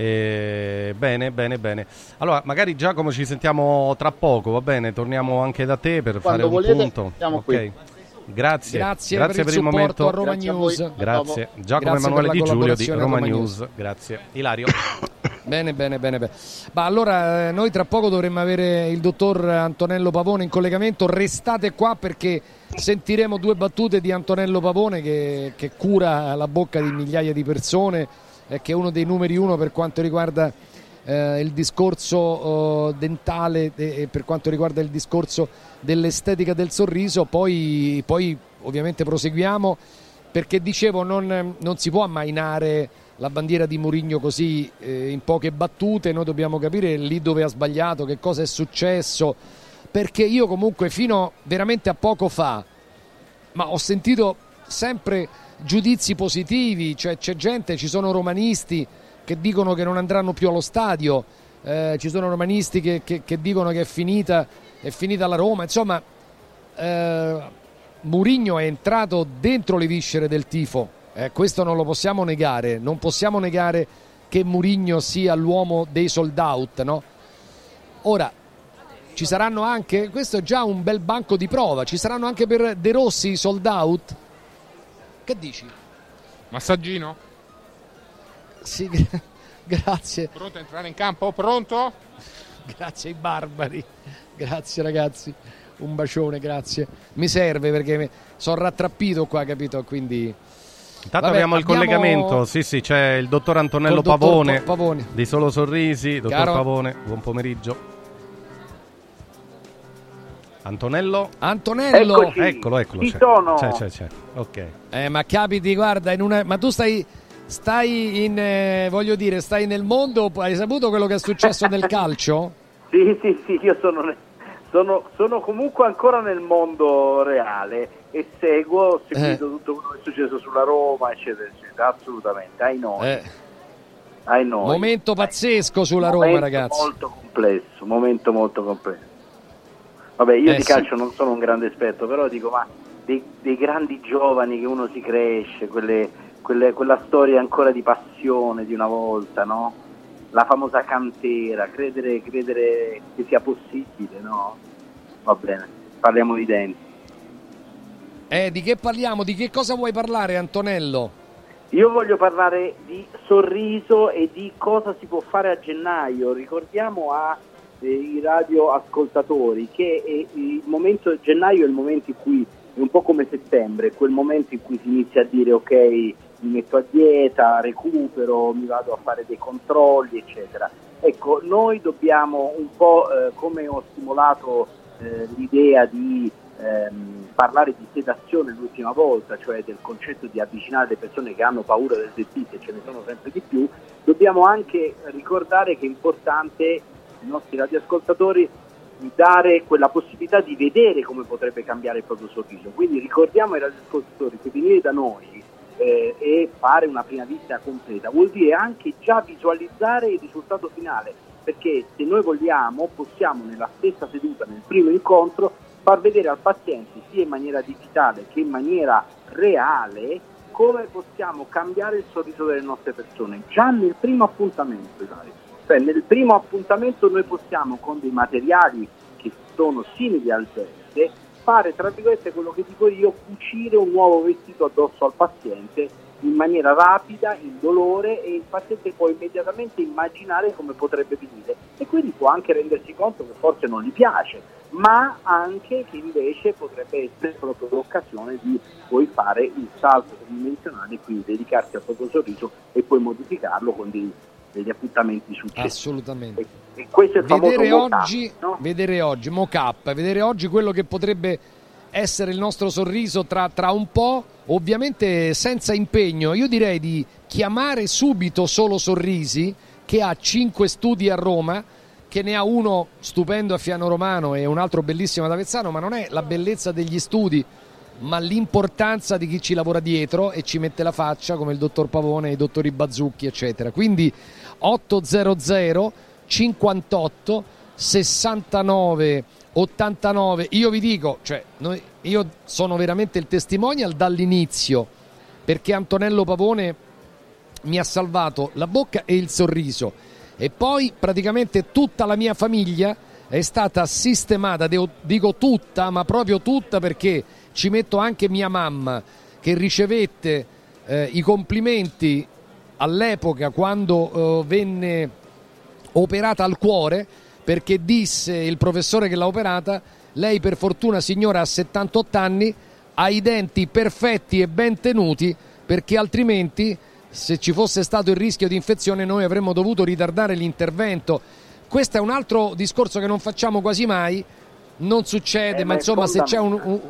Eh, bene, bene, bene. Allora, magari Giacomo ci sentiamo tra poco, va bene? Torniamo anche da te per Quando fare un volete, punto. siamo Ok. qui. Grazie. Grazie, Grazie per per il il supporto momento. a Roma Grazie a News. voi. Grazie. Giacomo Grazie Emanuele per Di la Giulio di collaborazione a Roma Roma News. News. Grazie. Ilario. Bene, bene, bene, bene. Ma allora eh, noi tra poco dovremmo avere il dottor Antonello Pavone in collegamento. Restate qua perché sentiremo due battute di Antonello Pavone che, che cura la bocca di migliaia di persone e che è uno dei numeri uno per quanto riguarda eh, il discorso eh, dentale e per quanto riguarda il discorso dell'estetica del sorriso. Poi, poi ovviamente proseguiamo perché dicevo non, non si può ammainare la bandiera di Mourinho così eh, in poche battute. Noi dobbiamo capire lì dove ha sbagliato, che cosa è successo, perché io comunque fino veramente a poco fa ma ho sentito sempre giudizi positivi, cioè c'è gente, ci sono romanisti che dicono che non andranno più allo stadio, eh, ci sono romanisti che, che, che dicono che è finita, è finita la Roma, insomma eh, Mourinho è entrato dentro le viscere del tifo. Eh, questo non lo possiamo negare, non possiamo negare che Mourinho sia l'uomo dei sold out, no? Ora, ci saranno anche, questo è già un bel banco di prova, ci saranno anche per De Rossi sold out? Che dici? Massaggino? Sì, grazie. Pronto a entrare in campo? Pronto? Grazie ai barbari, grazie ragazzi, un bacione, grazie. Mi serve perché sono rattrappito qua, capito? Quindi... Intanto Vabbè, abbiamo il abbiamo... collegamento, sì sì, c'è il dottor Antonello dottor Pavone, Pavone di Solo Sorrisi. Dottor Caro... Pavone, buon pomeriggio. Antonello? Antonello! Eccoci, Eccolo, eccolo. ci c'è. sono. C'è, c'è, c'è. Ok. Eh, ma capiti, guarda, in una... ma tu stai, stai in, eh, voglio dire, stai nel mondo, hai saputo quello che è successo nel calcio? Sì, sì, sì, io sono, ne- sono, sono comunque ancora nel mondo reale e seguo, ho seguito Eh. tutto quello che è successo sulla Roma, eccetera, eccetera, assolutamente, ai noi. Eh. Ai noi. Momento pazzesco sulla Roma, Momento ragazzi. molto complesso, momento molto complesso. Vabbè, io Eh, di sì. calcio non sono un grande esperto, però dico, ma dei, dei grandi giovani che uno si cresce, quelle, quelle- quella storia ancora di passione di una volta, no? La famosa cantera, credere, credere che sia possibile, no? Va bene, parliamo di denti. Eh, di che parliamo? Di che cosa vuoi parlare, Antonello? Io voglio parlare di sorriso e di cosa si può fare a gennaio. Ricordiamo ai radioascoltatori che è il momento gennaio è il momento in cui è un po' come settembre, quel momento in cui si inizia a dire ok, mi metto a dieta, recupero, mi vado a fare dei controlli, eccetera. Ecco, noi dobbiamo un po', eh, come ho stimolato eh, l'idea di ehm, parlare di sedazione l'ultima volta, cioè del concetto di avvicinare le persone che hanno paura del dentista, e ce ne sono sempre di più, dobbiamo anche ricordare che è importante ai nostri radioascoltatori dare quella possibilità di vedere come potrebbe cambiare il proprio sorriso. Quindi ricordiamo ai radioascoltatori che venire da noi eh, e fare una prima visita completa vuol dire anche già visualizzare il risultato finale, perché se noi vogliamo possiamo nella stessa seduta, nel primo incontro, far vedere al paziente sia in maniera digitale che in maniera reale come possiamo cambiare il sorriso delle nostre persone già nel primo appuntamento. Cioè nel primo appuntamento noi possiamo con dei materiali che sono simili al verde fare, tra virgolette, quello che dico io, cucire un nuovo vestito addosso al paziente in maniera rapida, indolore, e il paziente può immediatamente immaginare come potrebbe venire e quindi può anche rendersi conto che forse non gli piace, ma anche che invece potrebbe essere proprio l'occasione di poi fare il salto dimensionale, quindi dedicarsi al proprio sorriso e poi modificarlo con dei, degli appuntamenti successivi. Assolutamente. E, e questo è il famoso Vedere mock-up, oggi, no? vedere oggi, mock-up, vedere oggi quello che potrebbe essere il nostro sorriso tra, tra un po', ovviamente senza impegno. Io direi di chiamare subito Solo Sorrisi, che ha cinque studi a Roma, che ne ha uno stupendo a Fiano Romano e un altro bellissimo ad Avezzano, ma non è la bellezza degli studi, ma l'importanza di chi ci lavora dietro e ci mette la faccia, come il dottor Pavone e i dottori Bazzucchi, eccetera. Quindi ottocento cinquantotto sessantanove ottantanove. Io vi dico, cioè, noi, io sono veramente il testimonial dall'inizio, perché Antonello Pavone mi ha salvato la bocca e il sorriso, e poi praticamente tutta la mia famiglia è stata sistemata, devo, dico tutta, ma proprio tutta, perché ci metto anche mia mamma, che ricevette eh, i complimenti all'epoca quando eh, venne operata al cuore, perché disse il professore che l'ha operata: lei per fortuna signora ha settantotto anni, ha i denti perfetti e ben tenuti, perché altrimenti se ci fosse stato il rischio di infezione noi avremmo dovuto ritardare l'intervento. Questo è un altro discorso che non facciamo quasi mai, non succede, eh, ma ma insomma se c'è un, un,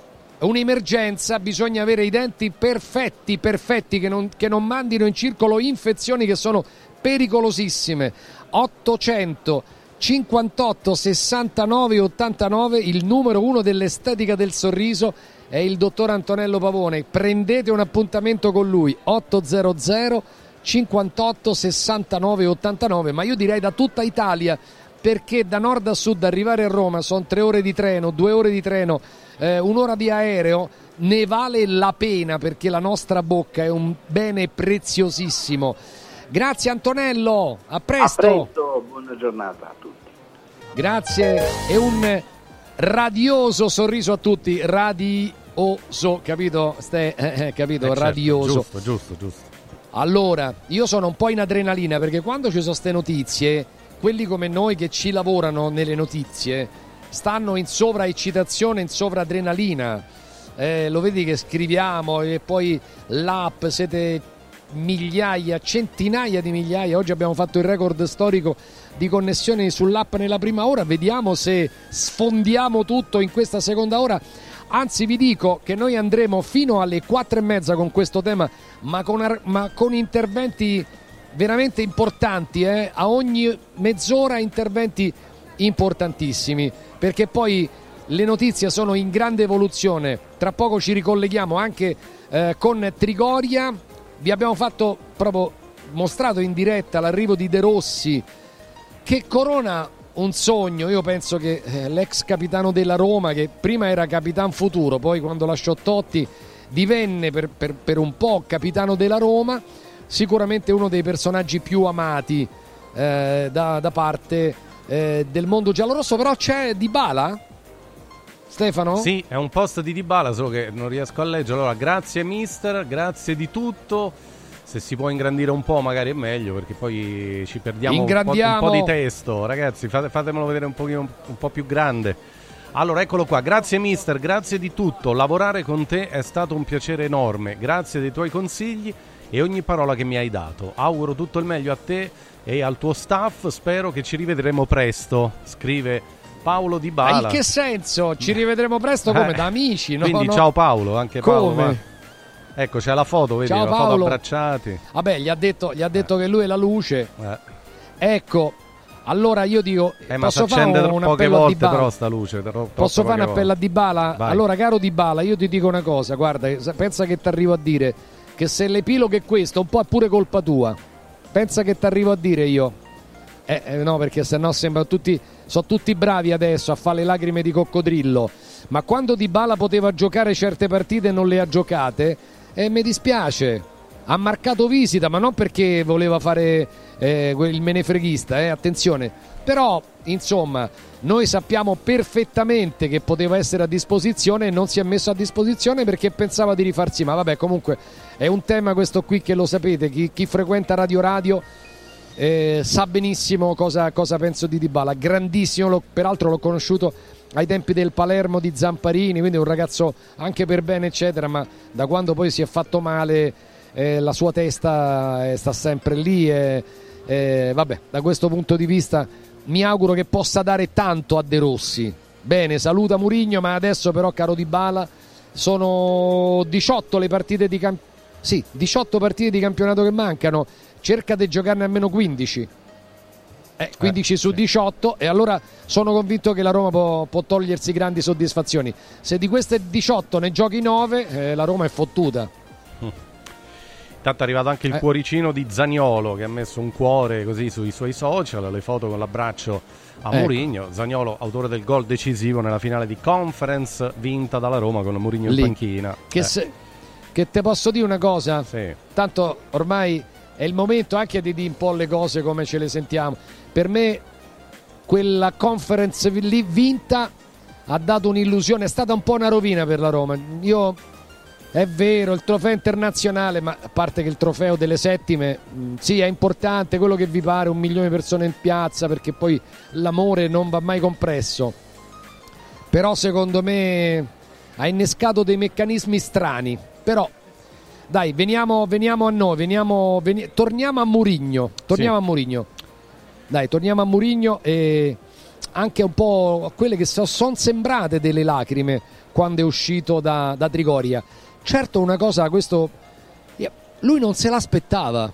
un'emergenza bisogna avere i denti perfetti, perfetti, che non, che non mandino in circolo infezioni che sono pericolosissime. ottocento cinquantotto sessantanove ottantanove, il numero uno dell'estetica del sorriso è il dottor Antonello Pavone. Prendete un appuntamento con lui, ottocento cinquantotto sessantanove ottantanove, ma io direi da tutta Italia, perché da nord a sud arrivare a Roma sono tre ore di treno, due ore di treno, eh, un'ora di aereo, ne vale la pena, perché la nostra bocca è un bene preziosissimo. Grazie Antonello, a presto. A presto, buona giornata a tutti. Grazie e un radioso sorriso a tutti, radioso, capito? Ste, eh, eh, capito? Eh, certo, radioso. Giusto, giusto, giusto. Allora, io sono un po' in adrenalina, perché quando ci sono ste notizie, quelli come noi che ci lavorano nelle notizie stanno in sovraeccitazione, in sovraadrenalina. Eh, lo vedi che scriviamo e poi l'app, siete migliaia, centinaia di migliaia. Oggi abbiamo fatto il record storico di connessioni sull'app nella prima ora. Vediamo se sfondiamo tutto in questa seconda ora. Anzi, vi dico che noi andremo fino alle quattro e mezza con questo tema, ma con, ma con interventi veramente importanti, eh? A ogni mezz'ora interventi importantissimi, perché poi le notizie sono in grande evoluzione. Tra poco ci ricolleghiamo anche eh, con Trigoria. Vi abbiamo fatto proprio mostrato in diretta l'arrivo di De Rossi, che corona un sogno. Io penso che eh, l'ex capitano della Roma, che prima era capitan futuro, poi quando lasciò Totti divenne per, per, per un po' capitano della Roma, sicuramente uno dei personaggi più amati eh, da, da parte eh, del mondo giallorosso. Però c'è Dybala, Stefano? Sì, è un post di Dybala, solo che non riesco a leggere. Allora, grazie mister, grazie di tutto. Se si può ingrandire un po' magari è meglio, perché poi ci perdiamo un po', un po' di testo. Ragazzi, fate, fatemelo vedere un pochino, un po' più grande. Allora, eccolo qua. Grazie mister, grazie di tutto. Lavorare con te è stato un piacere enorme. Grazie dei tuoi consigli e ogni parola che mi hai dato. Auguro tutto il meglio a te e al tuo staff. Spero che ci rivedremo presto. Scrive Paolo Dybala. Ma in che senso? Ci rivedremo presto come? Eh, da amici? No, quindi no. Ciao Paolo, anche Paolo. Come? Va. Ecco, c'è la foto, vedi, Ciao, la Paolo. foto abbracciati. Vabbè, gli ha detto, gli ha detto eh. che lui è la luce. Eh. Ecco, allora io dico, eh, ma posso fare un, un poche appello volte a Dybala? Però sta luce, troppo, posso fare un volte. appello a Dybala? Vai. Allora, caro Dybala, io ti dico una cosa, guarda, pensa che ti arrivo a dire che se l'epilogo è questo, un po' è pure colpa tua. Pensa che ti arrivo a dire io. Eh, eh, no, perché sennò sembra tutti, sono tutti bravi adesso a fare le lacrime di coccodrillo. Ma quando Dybala poteva giocare certe partite e non le ha giocate, e eh, mi dispiace, ha marcato visita, ma non perché voleva fare eh, il menefreghista, eh, attenzione, però insomma noi sappiamo perfettamente che poteva essere a disposizione e non si è messo a disposizione perché pensava di rifarsi, ma vabbè, comunque è un tema questo qui che lo sapete, chi, chi frequenta Radio Radio eh, sa benissimo cosa, cosa penso di Dybala, grandissimo, lo, peraltro l'ho conosciuto ai tempi del Palermo di Zamparini, quindi un ragazzo anche per bene eccetera, ma da quando poi si è fatto male eh, la sua testa eh, sta sempre lì e eh, vabbè, da questo punto di vista mi auguro che possa dare tanto a De Rossi. Bene, saluta Mourinho, ma adesso però, caro Dybala, sono diciotto le partite di camp- sì, diciotto partite di campionato che mancano, cerca di giocarne almeno quindici. Eh, quindici eh, su diciotto, e allora sono convinto che la Roma può, può togliersi grandi soddisfazioni. Se di queste diciotto ne giochi nove, eh, la Roma è fottuta. Mm. Intanto è arrivato anche il eh. cuoricino di Zaniolo, che ha messo un cuore così sui suoi social, le foto con l'abbraccio a ecco. Mourinho. Zaniolo, autore del gol decisivo nella finale di Conference vinta dalla Roma con Mourinho in panchina. Che, eh. se, che te posso dire una cosa? Sì. Tanto ormai è il momento anche di dire un po' le cose come ce le sentiamo. Per me quella Conference lì vinta ha dato un'illusione, è stata un po' una rovina per la Roma. Io, è vero, il trofeo internazionale, ma a parte che il trofeo delle settime mh, sì, è importante, quello che vi pare, un milione di persone in piazza, perché poi l'amore non va mai compresso, però secondo me ha innescato dei meccanismi strani. Però dai, veniamo, veniamo a noi, veniamo, veni- torniamo a Mourinho, torniamo sì. a Mourinho. Dai, torniamo a Mourinho e anche un po' a quelle che so, sono sembrate delle lacrime quando è uscito da, da Trigoria. Certo, una cosa, questo lui non se l'aspettava.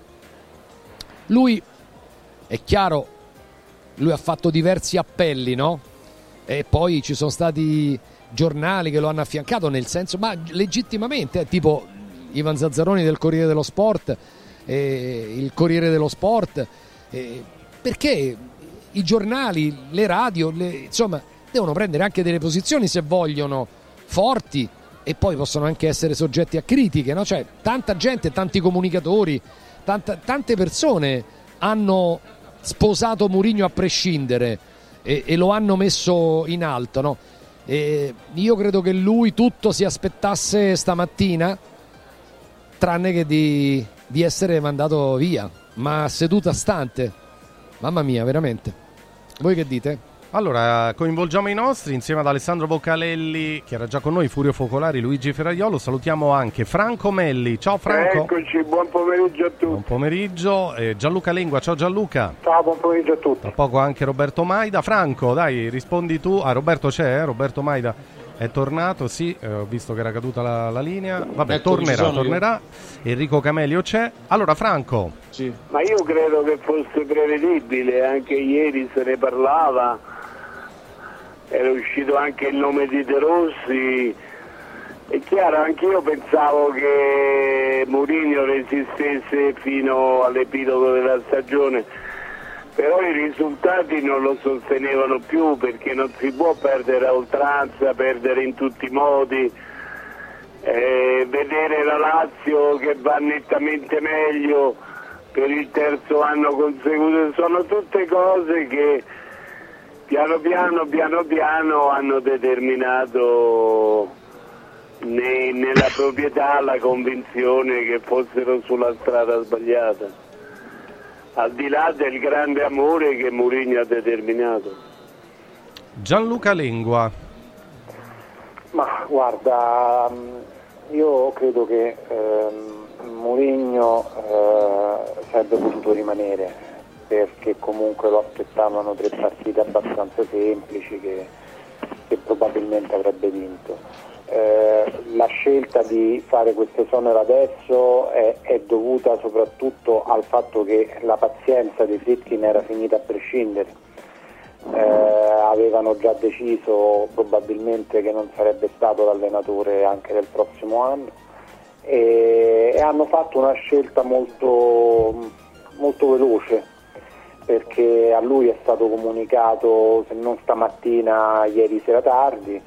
Lui, è chiaro, lui ha fatto diversi appelli, no? E poi ci sono stati giornali che lo hanno affiancato, nel senso, ma legittimamente, eh, tipo Ivan Zazzaroni del Corriere dello Sport, eh, il Corriere dello Sport, eh, perché i giornali, le radio, le, insomma, devono prendere anche delle posizioni se vogliono, forti, e poi possono anche essere soggetti a critiche, no? Cioè, tanta gente, tanti comunicatori, tanta, tante persone hanno sposato Mourinho a prescindere e, e lo hanno messo in alto, no? E io credo che lui tutto si aspettasse stamattina, tranne che di, di essere mandato via, ma seduta stante. Mamma mia, veramente. Voi che dite? Allora, coinvolgiamo i nostri insieme ad Alessandro Boccalelli, che era già con noi, Furio Focolari, Luigi Ferraiolo. Salutiamo anche Franco Melli. Ciao Franco. Eccoci, buon pomeriggio a tutti. Buon pomeriggio. Eh, Gianluca Lengua, ciao Gianluca. Ciao, buon pomeriggio a tutti. Tra poco anche Roberto Maida. Franco, dai, rispondi tu. Ah, Roberto c'è, eh? Roberto Maida. È tornato, sì, eh, ho visto che era caduta la, la linea. Vabbè, Ecco, tornerà, tornerà. Io. Enrico Camelio c'è. Allora, Franco. Sì. Ma io credo che fosse prevedibile, anche ieri se ne parlava, era uscito anche il nome di De Rossi. È chiaro, anch'io pensavo che Mourinho resistesse fino all'epilogo della stagione, però i risultati non lo sostenevano più, perché non si può perdere a oltranza, perdere in tutti i modi, eh, vedere la Lazio che va nettamente meglio per il terzo anno consecutivo, sono tutte cose che piano piano, piano piano hanno determinato nei, nella proprietà la convinzione che fossero sulla strada sbagliata, al di là del grande amore che Mourinho ha determinato. Gianluca Lengua. Ma guarda, io credo che ehm, Mourinho eh, sarebbe potuto rimanere, perché comunque lo aspettavano tre partite abbastanza semplici che, che probabilmente avrebbe vinto. Eh, la scelta di fare questo esonero adesso è, è dovuta soprattutto al fatto che la pazienza dei Friedkin era finita a prescindere. Eh, avevano già deciso probabilmente che non sarebbe stato l'allenatore anche del prossimo anno e, e hanno fatto una scelta molto, molto veloce, perché a lui è stato comunicato, se non stamattina, ieri sera tardi,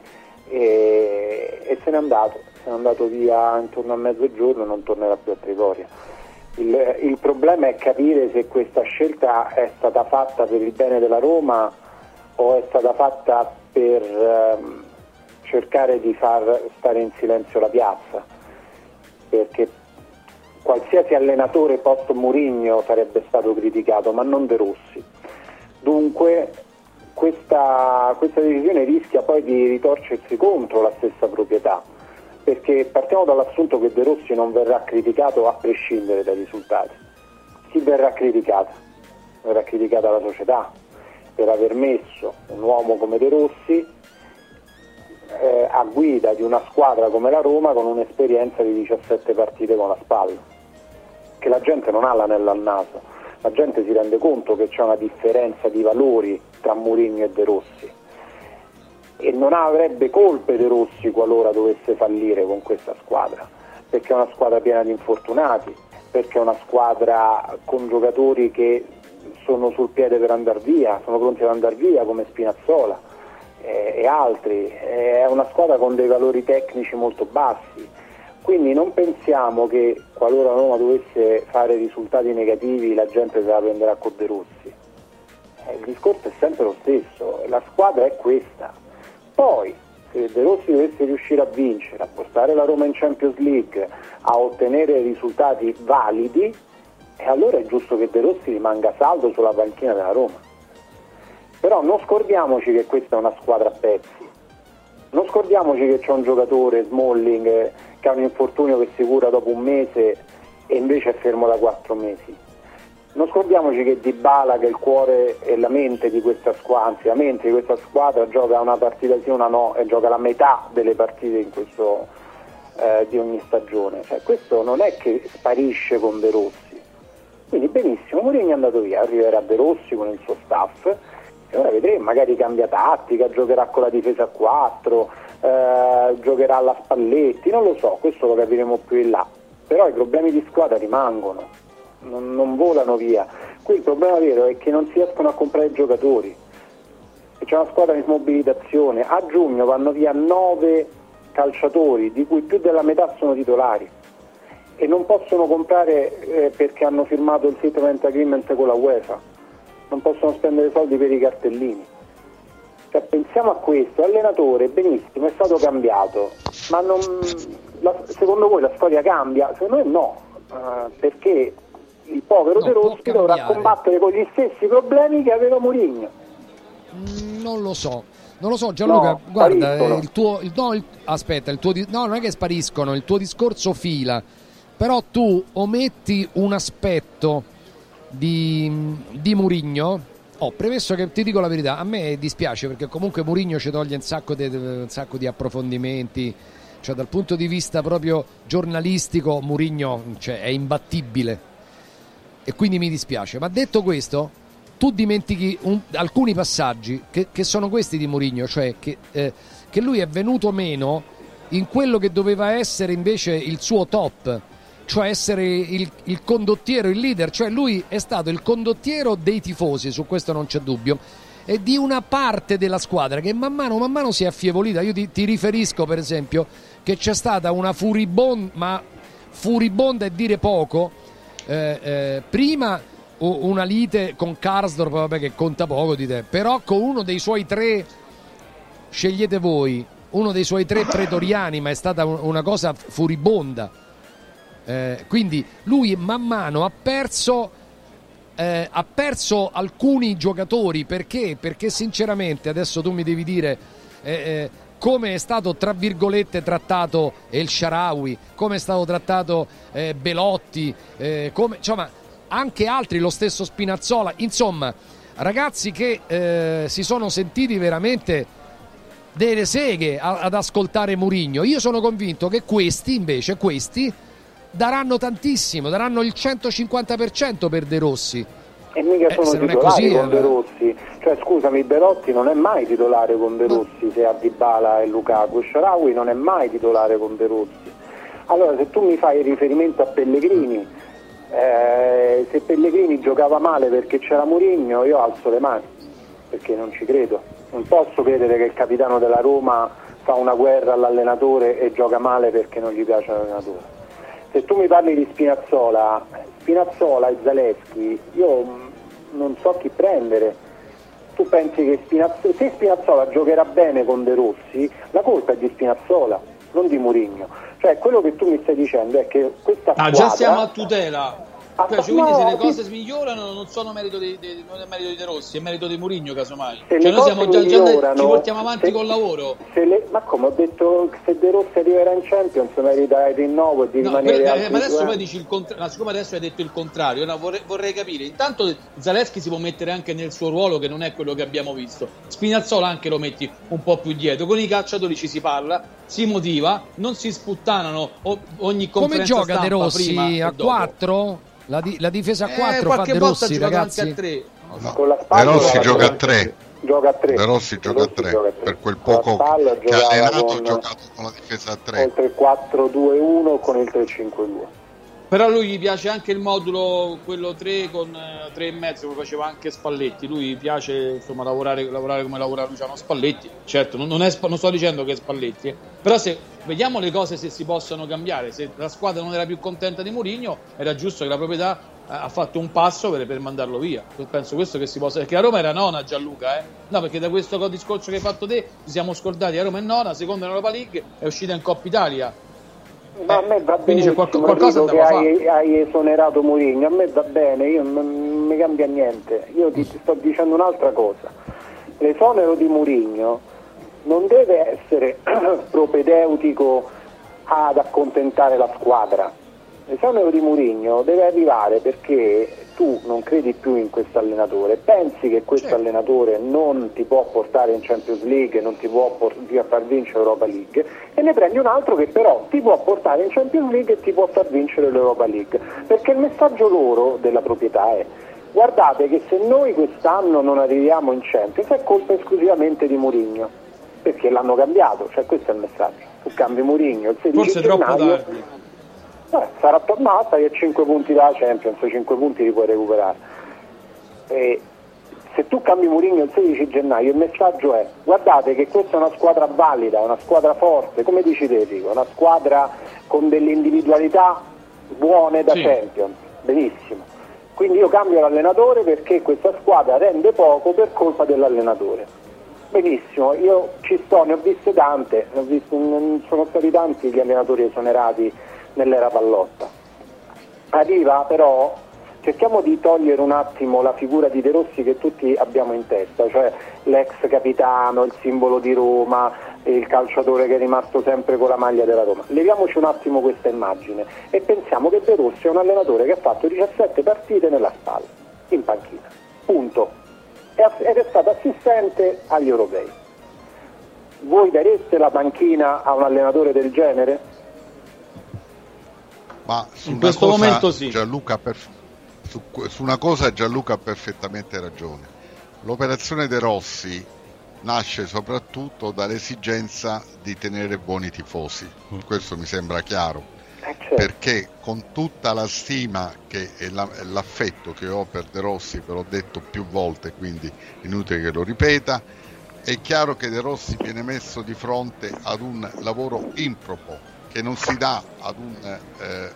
e, e se n'è andato, se n'è andato via intorno a mezzogiorno e non tornerà più a Trigoria. Il, il problema è capire se questa scelta è stata fatta per il bene della Roma o è stata fatta per ehm, cercare di far stare in silenzio la piazza, perché qualsiasi allenatore post Mourinho sarebbe stato criticato, ma non De Rossi. Dunque questa, questa decisione rischia poi di ritorcersi contro la stessa proprietà, perché partiamo dall'assunto che De Rossi non verrà criticato a prescindere dai risultati. Chi verrà criticato? Verrà criticata la società per aver messo un uomo come De Rossi eh, a guida di una squadra come la Roma con un'esperienza di diciassette partite con la spalla, che la gente non ha l'anello al naso, la gente si rende conto che c'è una differenza di valori tra Mourinho e De Rossi, e non avrebbe colpe De Rossi qualora dovesse fallire con questa squadra, perché è una squadra piena di infortunati, perché è una squadra con giocatori che sono sul piede per andare via, sono pronti ad andare via come Spinazzola e, e altri, è una squadra con dei valori tecnici molto bassi, quindi non pensiamo che qualora Roma dovesse fare risultati negativi la gente se la prenderà con De Rossi. Il discorso è sempre lo stesso, la squadra è questa. Poi se De Rossi dovesse riuscire a vincere, a portare la Roma in Champions League, a ottenere risultati validi, e allora è giusto che De Rossi rimanga saldo sulla panchina della Roma. Però non scordiamoci che questa è una squadra a pezzi, non scordiamoci che c'è un giocatore, Smalling, che ha un infortunio che si cura dopo un mese e invece è fermo da quattro mesi. Non scordiamoci che Dybala, che è il cuore e la mente di questa squadra, anzi la mente di questa squadra, gioca una partita sì, una no, e gioca la metà delle partite in questo, eh, di ogni stagione. Cioè, questo non è che sparisce con De Rossi. Quindi benissimo, Mourinho è andato via, arriverà De Rossi con il suo staff e ora vedremo, magari cambia tattica, giocherà con la difesa a quattro, eh, giocherà alla Spalletti, non lo so, questo lo capiremo più in là, però i problemi di squadra rimangono. Non, non volano via. Qui il problema vero è che non si riescono a comprare giocatori, e c'è una squadra in smobilitazione. A giugno vanno via nove calciatori, di cui più della metà sono titolari, e non possono comprare eh, perché hanno firmato il settlement agreement con la UEFA, non possono spendere soldi per i cartellini. Cioè, pensiamo a questo, l'allenatore benissimo è stato cambiato, ma non, la, secondo voi la storia cambia? Secondo me no, uh, perché il povero De Rossi dovrà combattere con gli stessi problemi che aveva Mourinho. Mm, non lo so, non lo so Gianluca, no, guarda, il tuo, il, no, il, aspetta, il tuo, no, non è che spariscono, il tuo discorso fila, però tu ometti un aspetto di, di Mourinho Oh, premesso che ti dico la verità, a me dispiace perché comunque Mourinho ci toglie un sacco di, un sacco di approfondimenti, cioè dal punto di vista proprio giornalistico Mourinho, cioè, è imbattibile e quindi mi dispiace. Ma detto questo, tu dimentichi un, alcuni passaggi che, che sono questi di Mourinho, cioè che, eh, che lui è venuto meno in quello che doveva essere invece il suo top, cioè essere il, il condottiero, il leader, cioè lui è stato il condottiero dei tifosi, su questo non c'è dubbio, e di una parte della squadra che man mano, man mano si è affievolita. Io ti, ti riferisco per esempio che c'è stata una furibonda, ma furibonda è dire poco, eh, eh, prima una lite con Karsdorp, vabbè, che conta poco di te, però con uno dei suoi tre, scegliete voi, uno dei suoi tre pretoriani, ma è stata una cosa furibonda. Eh, quindi lui man mano ha perso eh, ha perso alcuni giocatori. Perché? Perché sinceramente adesso tu mi devi dire eh, eh, come è stato tra virgolette trattato El Shaarawy, come è stato trattato eh, Belotti, eh, come, insomma anche altri, lo stesso Spinazzola, insomma ragazzi che eh, si sono sentiti veramente delle seghe a, ad ascoltare Mourinho. Io sono convinto che questi invece questi daranno tantissimo, daranno il centocinquanta per cento per De Rossi. E mica eh, sono se non titolari è così, con eh, De Rossi, cioè scusami, Belotti non è mai titolare con De Rossi se ha Dybala e Lukaku, Shaarawy non è mai titolare con De Rossi. Allora se tu mi fai riferimento a Pellegrini, eh, se Pellegrini giocava male perché c'era Mourinho, io alzo le mani, perché non ci credo, non posso credere che il capitano della Roma fa una guerra all'allenatore e gioca male perché non gli piace l'allenatore. Se tu mi parli di Spinazzola, Spinazzola e Zalewski, io non so chi prendere. Tu pensi che Spinazzola, se Spinazzola giocherà bene con De Rossi, la colpa è di Spinazzola, non di Mourinho. Cioè quello che tu mi stai dicendo è che questa ah, squadra... già siamo a tutela. Ah, cioè, quindi no, se le cose ti... migliorano non sono merito di, di, non è merito di De Rossi, è merito di Mourinho casomai. Se Cioè noi siamo già, migliorano, già ci portiamo avanti se, col lavoro. Se le, ma come ho detto, se De Rossi arriverà in Champions merita il rinnovo e di no, rimanere per, altri ma adesso due poi dici il contrario, no, siccome adesso hai detto il contrario, no, vorrei, vorrei capire. Intanto Zalewski si può mettere anche nel suo ruolo che non è quello che abbiamo visto. Spinazzola anche lo metti un po' più dietro. Con i calciatori ci si parla, si motiva, non si sputtanano ogni conferenza come gioca stampa De Rossi prima a quattro? La, di, la difesa a quattro eh, fa De Rossi, ragazzi. Anche a tre. No, con la De Rossi gioca a tre. Gioca a tre. De Rossi gioca a tre. Gioca a tre. Per quel poco spalla, che ha allenato con, ha giocato con la difesa a tre. Oltre il quattro due uno con il tre cinque due. Però a lui gli piace anche il modulo, quello tre con eh, tre e mezzo, come faceva anche Spalletti. Lui piace insomma lavorare, lavorare come lavora Luciano Spalletti. Certo, non, non, è, non sto dicendo che è Spalletti, eh. Però se vediamo le cose, se si possono cambiare. Se la squadra non era più contenta di Mourinho, era giusto che la proprietà eh, ha fatto un passo per, per mandarlo via. Io penso questo che si possa, perché la Roma era nona, Gianluca, eh? No, perché da questo discorso che hai fatto te ci siamo scordati. La Roma è nona, seconda in Europa League, è uscita in Coppa Italia. Ma a me va Quindi c'è benissimo, qualcosa che hai, hai esonerato Mourinho, a me va bene, io non mi cambia niente. Io ti, ti sto dicendo un'altra cosa. L'esonero di Mourinho non deve essere propedeutico ad accontentare la squadra. L'esonero di Mourinho deve arrivare perché tu non credi più in questo allenatore, pensi che questo certo. allenatore non ti può portare in Champions League, non ti può port- far vincere l'Europa League, e ne prendi un altro che però ti può portare in Champions League e ti può far vincere l'Europa League, perché il messaggio loro della proprietà è: guardate che se noi quest'anno non arriviamo in Champions è colpa esclusivamente di Mourinho, perché l'hanno cambiato, cioè questo è il messaggio. Tu cambi Mourinho il sedici forse gennaio, troppo tardi. Eh, sarà tornato a cinque punti dalla Champions, cinque punti li puoi recuperare. E se tu cambi Mourinho il sedici gennaio, il messaggio è: guardate che questa è una squadra valida, una squadra forte, come dici te Enrico, una squadra con delle individualità buone da sì. Champions, benissimo. Quindi io cambio l'allenatore perché questa squadra rende poco per colpa dell'allenatore. Benissimo, io ci sto, ne ho viste tante, ne ho visto, sono stati tanti gli allenatori esonerati nell'era Pallotta. Arriva però, cerchiamo di togliere un attimo la figura di De Rossi che tutti abbiamo in testa, cioè l'ex capitano, il simbolo di Roma, il calciatore che è rimasto sempre con la maglia della Roma. Leviamoci un attimo questa immagine e pensiamo che De Rossi è un allenatore che ha fatto diciassette partite nella spalla, in panchina, punto. ed è stato assistente agli europei. Voi dareste la panchina a un allenatore del genere? Ma su In una questo cosa momento sì. Gianluca ha perf- su, su una cosa Gianluca ha perfettamente ragione. L'operazione De Rossi nasce soprattutto dall'esigenza di tenere buoni i tifosi, questo mi sembra chiaro, Eh, certo. perché con tutta la stima che, e la- e l'affetto che ho per De Rossi, ve l'ho detto più volte, quindi inutile che lo ripeta, è chiaro che De Rossi viene messo di fronte ad un lavoro improbo che non si dà ad un eh,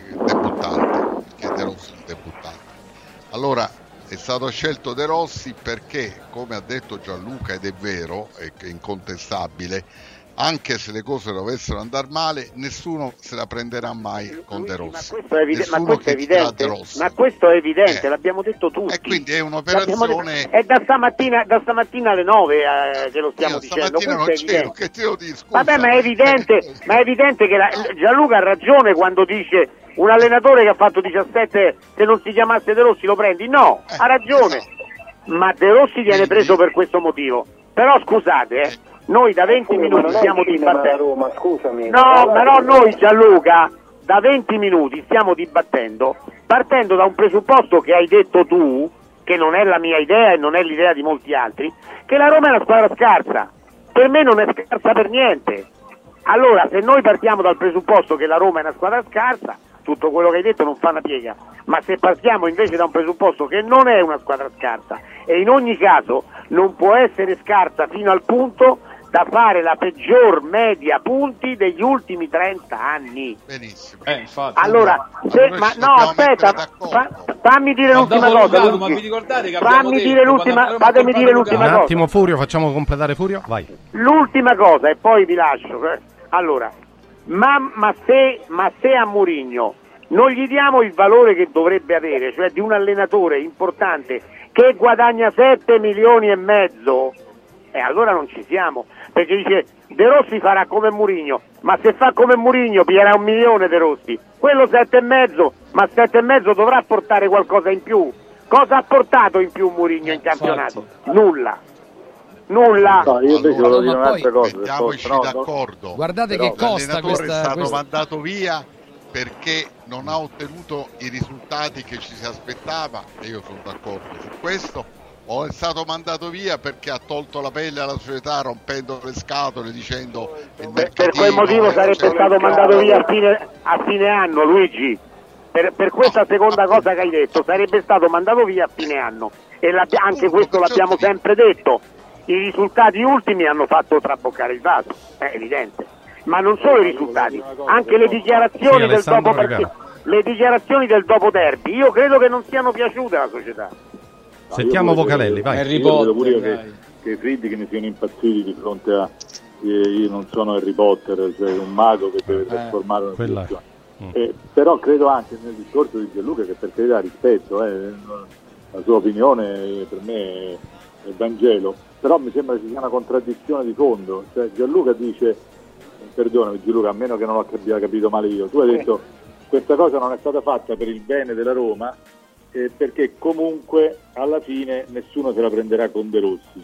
debuttante, perché De Rossi è un debuttante. Allora è stato scelto De Rossi perché, come ha detto Gianluca, ed è vero, è incontestabile, anche se le cose dovessero andare male, nessuno se la prenderà mai con De Rossi. Questo è evide- ma Nessuno questo è che tirerà evidente, De Rossi. ma questo è evidente, Eh. l'abbiamo detto tutti. E quindi è L'abbiamo un'operazione. detto- È da stamattina, da stamattina alle nove eh, che lo stiamo Io dicendo. stamattina Questo non è c'ero, evidente. che te lo dico, scusa. Vabbè, ma è evidente, ma è evidente che la- Gianluca ha ragione quando dice un allenatore che ha fatto diciassette, se non si chiamasse De Rossi lo prendi? No, Eh, ha ragione. esatto. Ma De Rossi viene preso per questo motivo. Però scusate, eh, noi da venti Ma minuti non è stiamo il cinema da dibattendo. Roma, scusami. No, ma no, noi Gianluca, da venti minuti stiamo dibattendo partendo da un presupposto che hai detto tu, che non è la mia idea e non è l'idea di molti altri, che la Roma è una squadra scarsa. Per me non è scarsa per niente. Allora, se noi partiamo dal presupposto che la Roma è una squadra scarsa, tutto quello che hai detto non fa una piega. Ma se partiamo invece da un presupposto che non è una squadra scarsa e in ogni caso non può essere scarsa fino al punto da fare la peggior media punti degli ultimi trenta anni. Benissimo. Eh, infatti. Allora, se, Allora ma ci no, dobbiamo aspetta, mettere d'accordo. fa- fammi dire Ma l'ultima dopo cosa. Lugano, Luigi. ma vi ricordate che abbiamo Fammi detto, dire quando l'ultima, andremo a fatemi colpare dire Lugano? l'ultima Un cosa. attimo Furio, facciamo completare Furio, vai. L'ultima cosa e poi vi lascio. eh. Allora, ma, ma, se, ma se a Mourinho non gli diamo il valore che dovrebbe avere, cioè di un allenatore importante che guadagna sette milioni e mezzo, e allora non ci siamo, perché dice De Rossi farà come Mourinho, ma se fa come Mourinho piglierà un milione De Rossi, quello sette e mezzo, ma sette e mezzo dovrà portare qualcosa in più. Cosa ha portato in più Mourinho in campionato? Nulla. Nulla. No, io invece volevo dire ma un'altra poi- cosa. Mettiamoci però- d'accordo. Guardate Però che costa L'allenatore questa, è stato questa- mandato via perché non ha ottenuto i risultati che ci si aspettava, e io sono d'accordo su questo, o è stato mandato via perché ha tolto la pelle alla società rompendo le scatole dicendo il Per, per quel mercatino, motivo eh, sarebbe cioè- stato mandato via a fine, a fine anno, Luigi. Per, per questa seconda cosa che hai detto, sarebbe stato mandato via a fine anno. E l'abbia- anche questo l'abbiamo sempre detto. I risultati ultimi hanno fatto traboccare il vaso, è evidente. Ma non solo i risultati, anche le dichiarazioni Sì, del Alessandro dopo Regala. le dichiarazioni del dopo derby. Io credo che non siano piaciute alla società. Sentiamo Vocalelli, vai. Harry Io credo Potter, pure dai. che, che i Friedkin siano impazziti di fronte a eh, io non sono Harry Potter, cioè un mago che deve Eh, trasformare una quella è. situazione. Mm. Eh, però credo anche nel discorso di Gianluca, che per carità rispetto, eh, la sua opinione eh, per me è, è Vangelo, però mi sembra ci sia una contraddizione di fondo. Cioè Gianluca dice, perdonami Gianluca, a meno che non lo abbia capito male io, tu hai detto questa cosa non è stata fatta per il bene della Roma eh, perché comunque alla fine nessuno se la prenderà con De Rossi.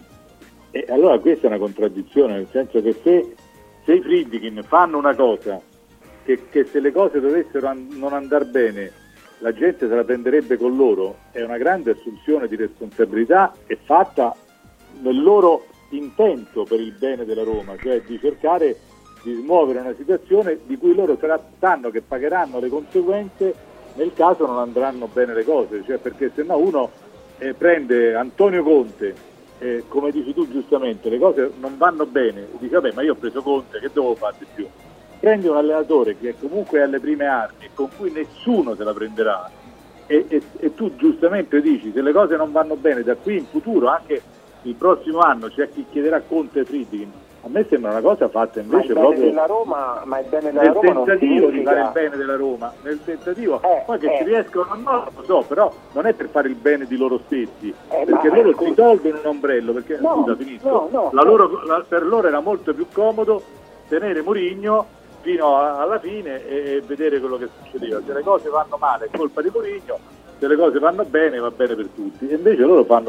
E allora questa è una contraddizione, nel senso che se, se i Friedkin fanno una cosa che, che se le cose dovessero an- non andare bene la gente se la prenderebbe con loro, è una grande assunzione di responsabilità e fatta nel loro intento per il bene della Roma, cioè di cercare di smuovere una situazione di cui loro sarà- sanno che pagheranno le conseguenze nel caso non andranno bene le cose, cioè perché se no uno eh, prende Antonio Conte, eh, come dici tu giustamente, le cose non vanno bene, e dice vabbè ma io ho preso Conte, che devo fare di più? Prendi un allenatore che comunque è alle prime armi e con cui nessuno se la prenderà e, e, e tu giustamente dici se le cose non vanno bene da qui in futuro, anche il prossimo anno c'è chi chiederà Conte e Friedkin, a me sembra una cosa fatta Ma invece il bene proprio della Roma, ma il bene della nel Roma non tentativo di fare il significa... bene della Roma, nel tentativo, Eh, poi che eh. ci riescono o no lo so, però non è per fare il bene di loro stessi, Eh, perché ma- loro scusa. si tolgono un ombrello, perché No, scusa finisco, no, no, la no. loro- la- per loro era molto più comodo tenere Mourinho fino a- alla fine e, e vedere quello che succedeva. Se le cose vanno male è colpa di Mourinho, se le cose vanno bene va bene per tutti, e invece loro fanno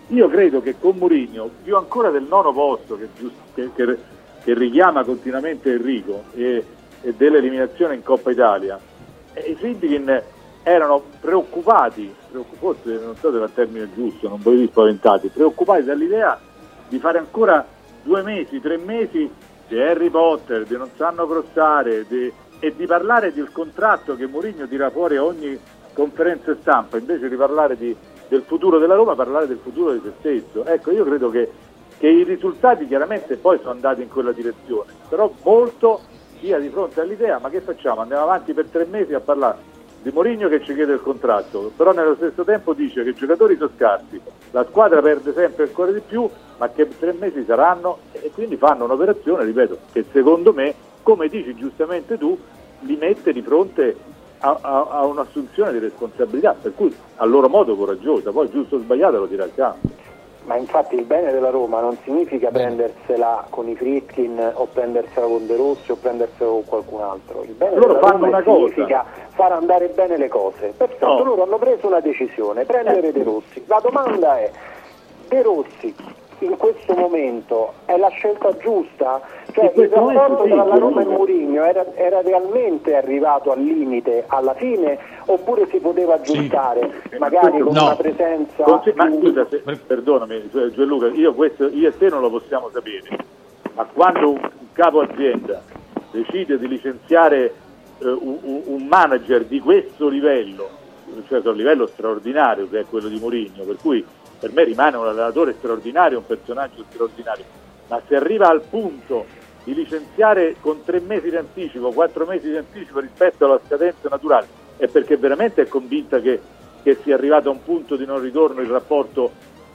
Io credo che con Mourinho, più ancora del nono posto che, che, che, che richiama continuamente Enrico e, e dell'eliminazione in Coppa Italia, eh, i Friedkin erano preoccupati, forse non so se era il termine giusto, non voglio dire spaventati, preoccupati dall'idea di fare ancora due mesi, tre mesi di Harry Potter, di non sanno crossare di, e di parlare del contratto che Mourinho tira fuori a ogni conferenza stampa, invece di parlare di, del futuro della Roma, parlare del futuro di se stesso. Ecco, io credo che, che i risultati chiaramente poi sono andati in quella direzione, però molto sia di fronte all'idea, ma che facciamo? Andiamo avanti per tre mesi a parlare di Mourinho che ci chiede il contratto, però nello stesso tempo dice che i giocatori sono scarsi, la squadra perde sempre ancora di più, ma che tre mesi saranno, e quindi fanno un'operazione, ripeto, che secondo me, come dici giustamente tu, li mette di fronte a, a, a un'assunzione di responsabilità, per cui a loro modo coraggiosa, poi giusto o sbagliato lo dirà il campo. Ma infatti il bene della Roma non significa prendersela con i Friedkin o prendersela con De Rossi o prendersela con qualcun altro. Il bene loro della fanno Roma una significa cosa. far andare bene le cose. Pertanto No. loro hanno preso una decisione, prendere De Rossi. La domanda è: De Rossi in questo momento è la scelta giusta? Cioè il rapporto sì, tra la Roma e sì. Mourinho era, era realmente arrivato al limite alla fine, oppure si poteva aggiustare magari con No. una presenza Consi- ma più- scusa, se, perdonami Gio- Gianluca, io, questo, io e te non lo possiamo sapere, ma quando un, un capo azienda decide di licenziare eh, un, un- un manager di questo livello, cioè che è un livello straordinario che è quello di Mourinho, per cui per me rimane un allenatore straordinario, un personaggio straordinario, ma se arriva al punto di licenziare con tre mesi di anticipo, quattro mesi di anticipo rispetto alla scadenza naturale, è perché veramente è convinta che, che sia arrivato a un punto di non ritorno il rapporto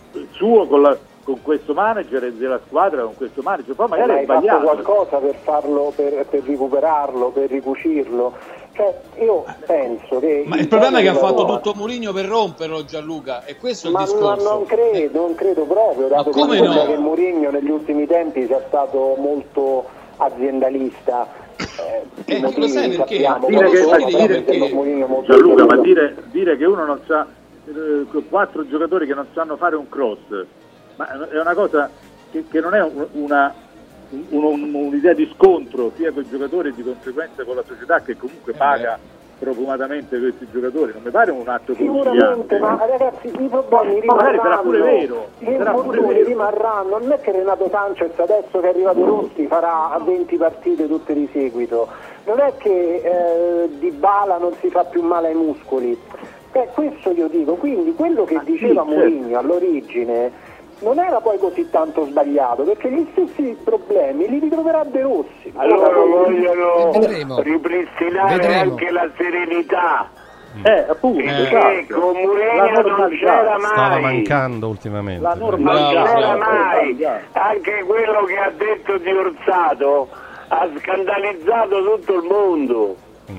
suo con, la, con questo manager e della squadra con questo manager, poi magari ma è hai fatto sbagliato. qualcosa per farlo, per, per recuperarlo, per ricucirlo? Cioè io penso che Ma il problema è che ha fatto tutto Mourinho per romperlo, Gianluca, e questo è il ma discorso. non credo, non credo proprio, dato come che, no? che Mourinho negli ultimi tempi sia stato molto aziendalista. Eh, Eh, i motivi lo sai li perché? sappiamo, Dire però che- sono dire perché che- Mourinho molto Gianluca, ma molto- dire, dire che uno non sa eh, quattro giocatori che non sanno fare un cross, ma è una cosa che, che non è un- una un- un- un'idea di scontro sia con i giocatori e di conseguenza con la società che comunque paga profumatamente questi giocatori, non mi pare un atto Sicuramente, ma ragazzi i problemi Ma magari rimarranno, sarà pure vero, gli sarà pure infortuni vero. rimarranno, non è che Renato Sanchez adesso che è arrivato Rossi farà venti partite tutte di seguito, non è che eh, Dybala non si fa più male ai muscoli, eh, questo io dico, quindi quello che diceva certo. Mourinho all'origine non era poi così tanto sbagliato, perché gli stessi problemi li ritroverà De Rossi. Allora vogliono Vedremo. ripristinare Vedremo. anche la serenità. Eh, appunto, Perché esatto. con La Mourinho non normalità. c'era mai. Stava mancando ultimamente. La Non normalità. c'era Bravo, mai. bravo. Anche quello che ha detto di Orsato ha scandalizzato tutto il mondo.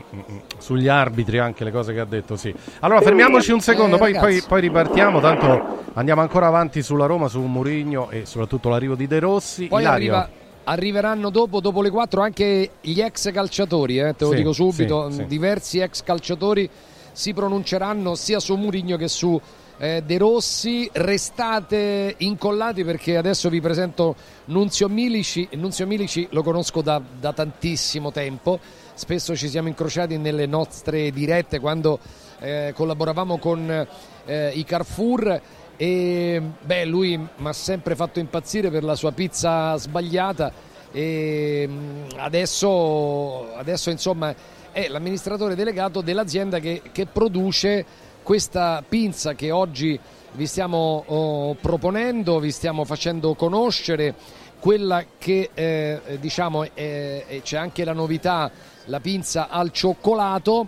Sugli arbitri anche le cose che ha detto, sì. Allora fermiamoci un secondo, Eh, poi, ragazzi. poi, poi ripartiamo, tanto andiamo ancora avanti sulla Roma, su Mourinho e soprattutto l'arrivo di De Rossi. Poi Ilario. arriva, arriveranno dopo, dopo le quattro anche gli ex calciatori, eh, te lo Sì, dico subito, sì, sì. diversi ex calciatori si pronunceranno sia su Mourinho che su eh, De Rossi. Restate incollati perché adesso vi presento Nunzio Milici. Nunzio Milici lo conosco da, da tantissimo tempo, spesso ci siamo incrociati nelle nostre dirette quando eh, collaboravamo con eh, i Carrefour. E beh, lui mi ha sempre fatto impazzire per la sua pizza sbagliata e mh, adesso, adesso insomma è l'amministratore delegato dell'azienda che, che produce questa pinza che oggi vi stiamo oh, proponendo, vi stiamo facendo conoscere, quella che eh, diciamo è, è- c'è anche la novità, la pinza al cioccolato.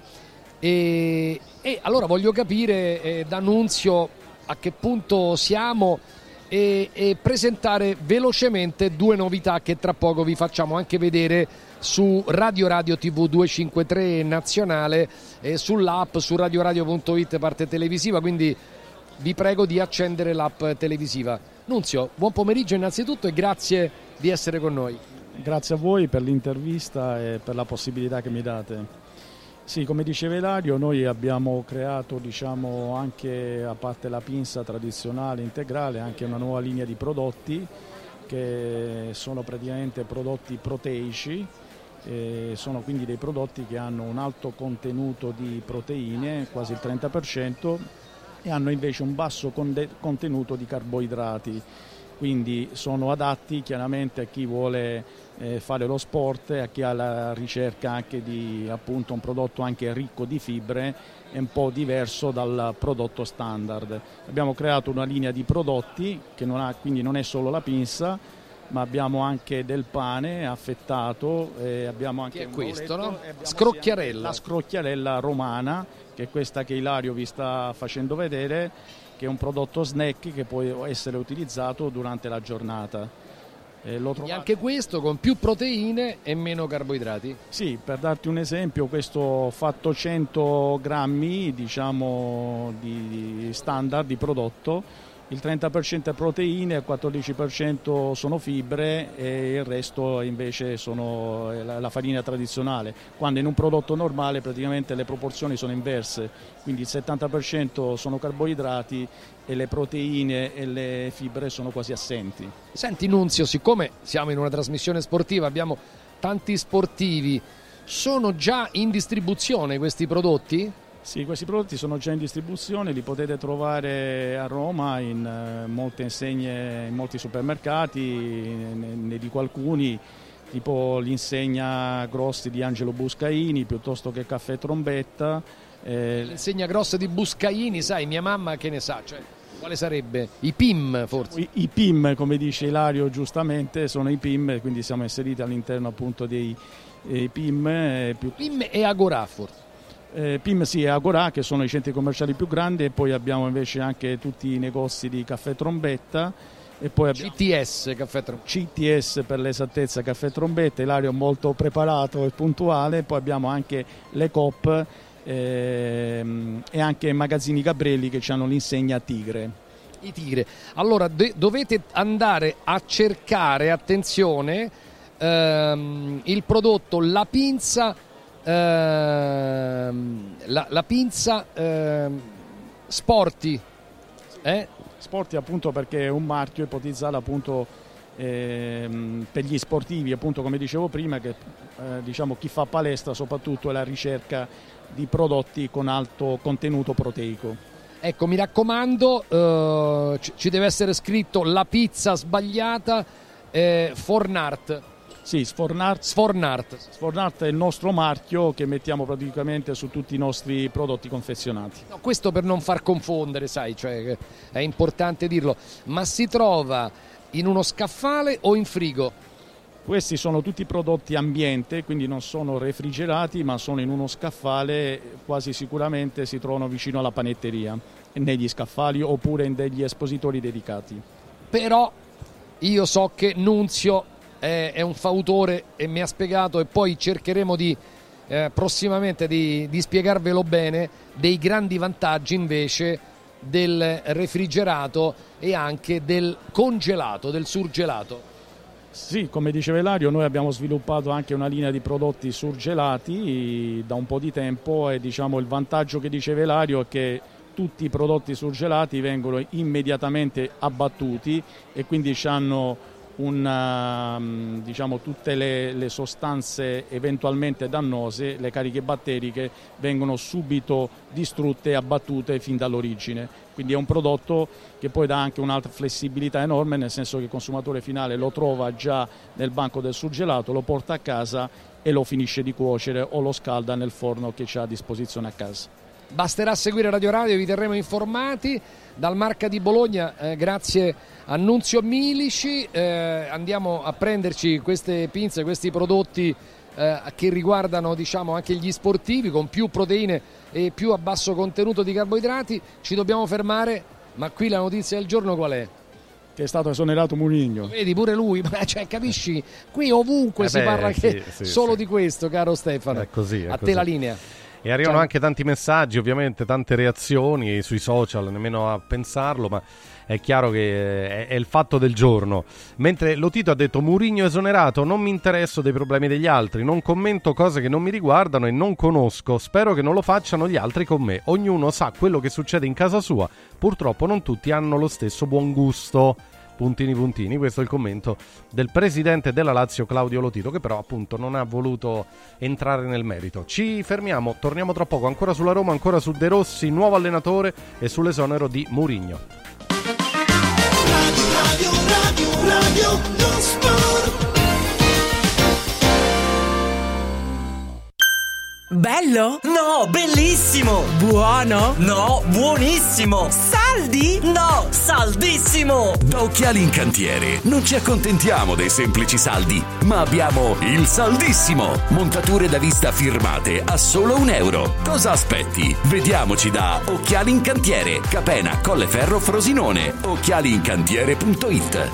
E, e allora voglio capire eh, da Nunzio a che punto siamo e, e presentare velocemente due novità che tra poco vi facciamo anche vedere su Radio Radio T V duecentocinquantatré nazionale e sull'app su radioradio punto it parte televisiva, quindi vi prego di accendere l'app televisiva. Nunzio, buon pomeriggio innanzitutto e grazie di essere con noi. Grazie a voi per l'intervista e per la possibilità che mi date. Sì, come diceva Ilario, noi abbiamo creato, diciamo, anche a parte la pinza tradizionale integrale, anche una nuova linea di prodotti che sono praticamente prodotti proteici, e sono quindi dei prodotti che hanno un alto contenuto di proteine, quasi il trenta per cento, e hanno invece un basso conde- contenuto di carboidrati. Quindi sono adatti chiaramente a chi vuole eh, fare lo sport e a chi ha la ricerca anche di appunto un prodotto anche ricco di fibre e un po' diverso dal prodotto standard. Abbiamo creato una linea di prodotti che non ha, quindi non è solo la pinza, ma abbiamo anche del pane affettato, e abbiamo anche che è un questo, boletto, no? e abbiamo Scrocchiarella. la scrocchiarella romana, che è questa che Ilario vi sta facendo vedere, che è un prodotto snack che può essere utilizzato durante la giornata. Eh, lo trovate... E anche questo con più proteine e meno carboidrati? Sì, per darti un esempio, questo fatto cento grammi, diciamo, di standard di prodotto, il trenta per cento è proteine, il quattordici per cento sono fibre e il resto invece sono la, la farina tradizionale, quando in un prodotto normale praticamente le proporzioni sono inverse, quindi il settanta per cento sono carboidrati e le proteine e le fibre sono quasi assenti. Senti Nunzio, siccome siamo in una trasmissione sportiva, abbiamo tanti sportivi, sono già in distribuzione questi prodotti? Sì, questi prodotti sono già in distribuzione, li potete trovare a Roma in eh, molte insegne, in molti supermercati, ne, ne dico alcuni, tipo l'insegna Grossi di Angelo Buscaini, piuttosto che Caffè Trombetta. Eh... L'insegna Grossa di Buscaini, sai, mia mamma che ne sa, cioè, quale sarebbe? I P I M forse? I, I P I M, come dice Ilario giustamente, sono i P I M, quindi siamo inseriti all'interno appunto dei eh, P I M. Eh, più... P I M e Agorà forse? Eh, P I M sì e Agorà, che sono i centri commerciali più grandi, e poi abbiamo invece anche tutti i negozi di Caffè Trombetta, e poi abbiamo C T S Caffè Trombetta. C T S per l'esattezza Caffè Trombetta, Ilario è molto preparato e puntuale, poi abbiamo anche le Coop ehm, e anche Magazzini Gabrielli che hanno l'insegna Tigre. I Tigre. Allora de- dovete andare a cercare, attenzione, ehm, il prodotto La Pinza. Uh, la, la pinza uh, Sporti eh? Sporti appunto perché è un marchio ipotizzato appunto ehm, per gli sportivi, appunto come dicevo prima, che eh, diciamo chi fa palestra soprattutto è la ricerca di prodotti con alto contenuto proteico. Ecco, mi raccomando, uh, ci, ci deve essere scritto la pizza sbagliata, eh, Fornart. Sì, Sfornart. Sfornart. Sfornart è il nostro marchio che mettiamo praticamente su tutti i nostri prodotti confezionati. No, questo per non far confondere, sai, cioè è importante dirlo. Ma si trova in uno scaffale o in frigo? Questi sono tutti prodotti ambiente, quindi non sono refrigerati, ma sono in uno scaffale, quasi sicuramente si trovano vicino alla panetteria, negli scaffali oppure in degli espositori dedicati. Però io so che Nunzio è un fautore e mi ha spiegato, e poi cercheremo di eh, prossimamente di, di spiegarvelo bene, dei grandi vantaggi invece del refrigerato e anche del congelato, del surgelato. Sì, come diceva Ilario, noi abbiamo sviluppato anche una linea di prodotti surgelati da un po' di tempo, e diciamo il vantaggio che diceva Ilario è che tutti i prodotti surgelati vengono immediatamente abbattuti e quindi hanno Un, diciamo, tutte le, le sostanze eventualmente dannose, le cariche batteriche, vengono subito distrutte e abbattute fin dall'origine. Quindi è un prodotto che poi dà anche un'altra flessibilità enorme, nel senso che il consumatore finale lo trova già nel banco del surgelato, lo porta a casa e lo finisce di cuocere o lo scalda nel forno che c'ha a disposizione a casa. Basterà seguire Radio Radio, vi terremo informati. Dal Marca di Bologna, eh, grazie a Nunzio Milici, eh, andiamo a prenderci queste pinze, questi prodotti eh, che riguardano, diciamo, anche gli sportivi, con più proteine e più a basso contenuto di carboidrati. Ci dobbiamo fermare, ma qui la notizia del giorno qual è? Che è stato esonerato Mourinho. Vedi, pure lui, cioè, capisci? Qui ovunque eh si beh, parla sì, che sì, solo sì. di questo, caro Stefano. È così, è a così. te la linea. E arrivano Ciao. anche tanti messaggi, ovviamente, tante reazioni sui social, nemmeno a pensarlo, ma è chiaro che è, è il fatto del giorno. Mentre Lotito ha detto: Mourinho esonerato, non mi interesso dei problemi degli altri, non commento cose che non mi riguardano e non conosco, spero che non lo facciano gli altri con me, ognuno sa quello che succede in casa sua, purtroppo non tutti hanno lo stesso buon gusto. Puntini puntini, questo è il commento del presidente della Lazio Claudio Lotito, che però appunto non ha voluto entrare nel merito. Ci fermiamo, torniamo tra poco ancora sulla Roma, ancora su De Rossi, nuovo allenatore, e sull'esonero di Mourinho. Radio, radio, radio, radio, lo sport. Bello? No, bellissimo! Buono? No, buonissimo! Saldi? No, saldissimo! Da Occhiali in Cantiere non ci accontentiamo dei semplici saldi, ma abbiamo il saldissimo! Montature da vista firmate a solo un euro. Cosa aspetti? Vediamoci da Occhiali in Cantiere, Capena, Colleferro, Frosinone. occhiali in cantiere punto it.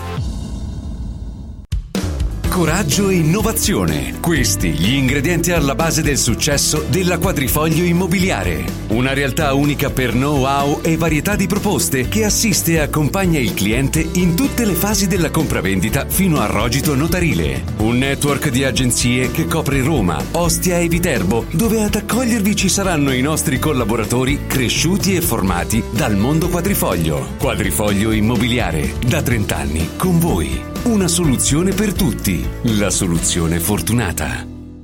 Coraggio e innovazione. Questi gli ingredienti alla base del successo della Quadrifoglio Immobiliare. Una realtà unica per know-how e varietà di proposte che assiste e accompagna il cliente in tutte le fasi della compravendita fino al rogito notarile. Un network di agenzie che copre Roma, Ostia e Viterbo, dove ad accogliervi ci saranno i nostri collaboratori cresciuti e formati dal mondo Quadrifoglio. Quadrifoglio Immobiliare, da trenta anni con voi. Una soluzione per tutti. La soluzione fortunata.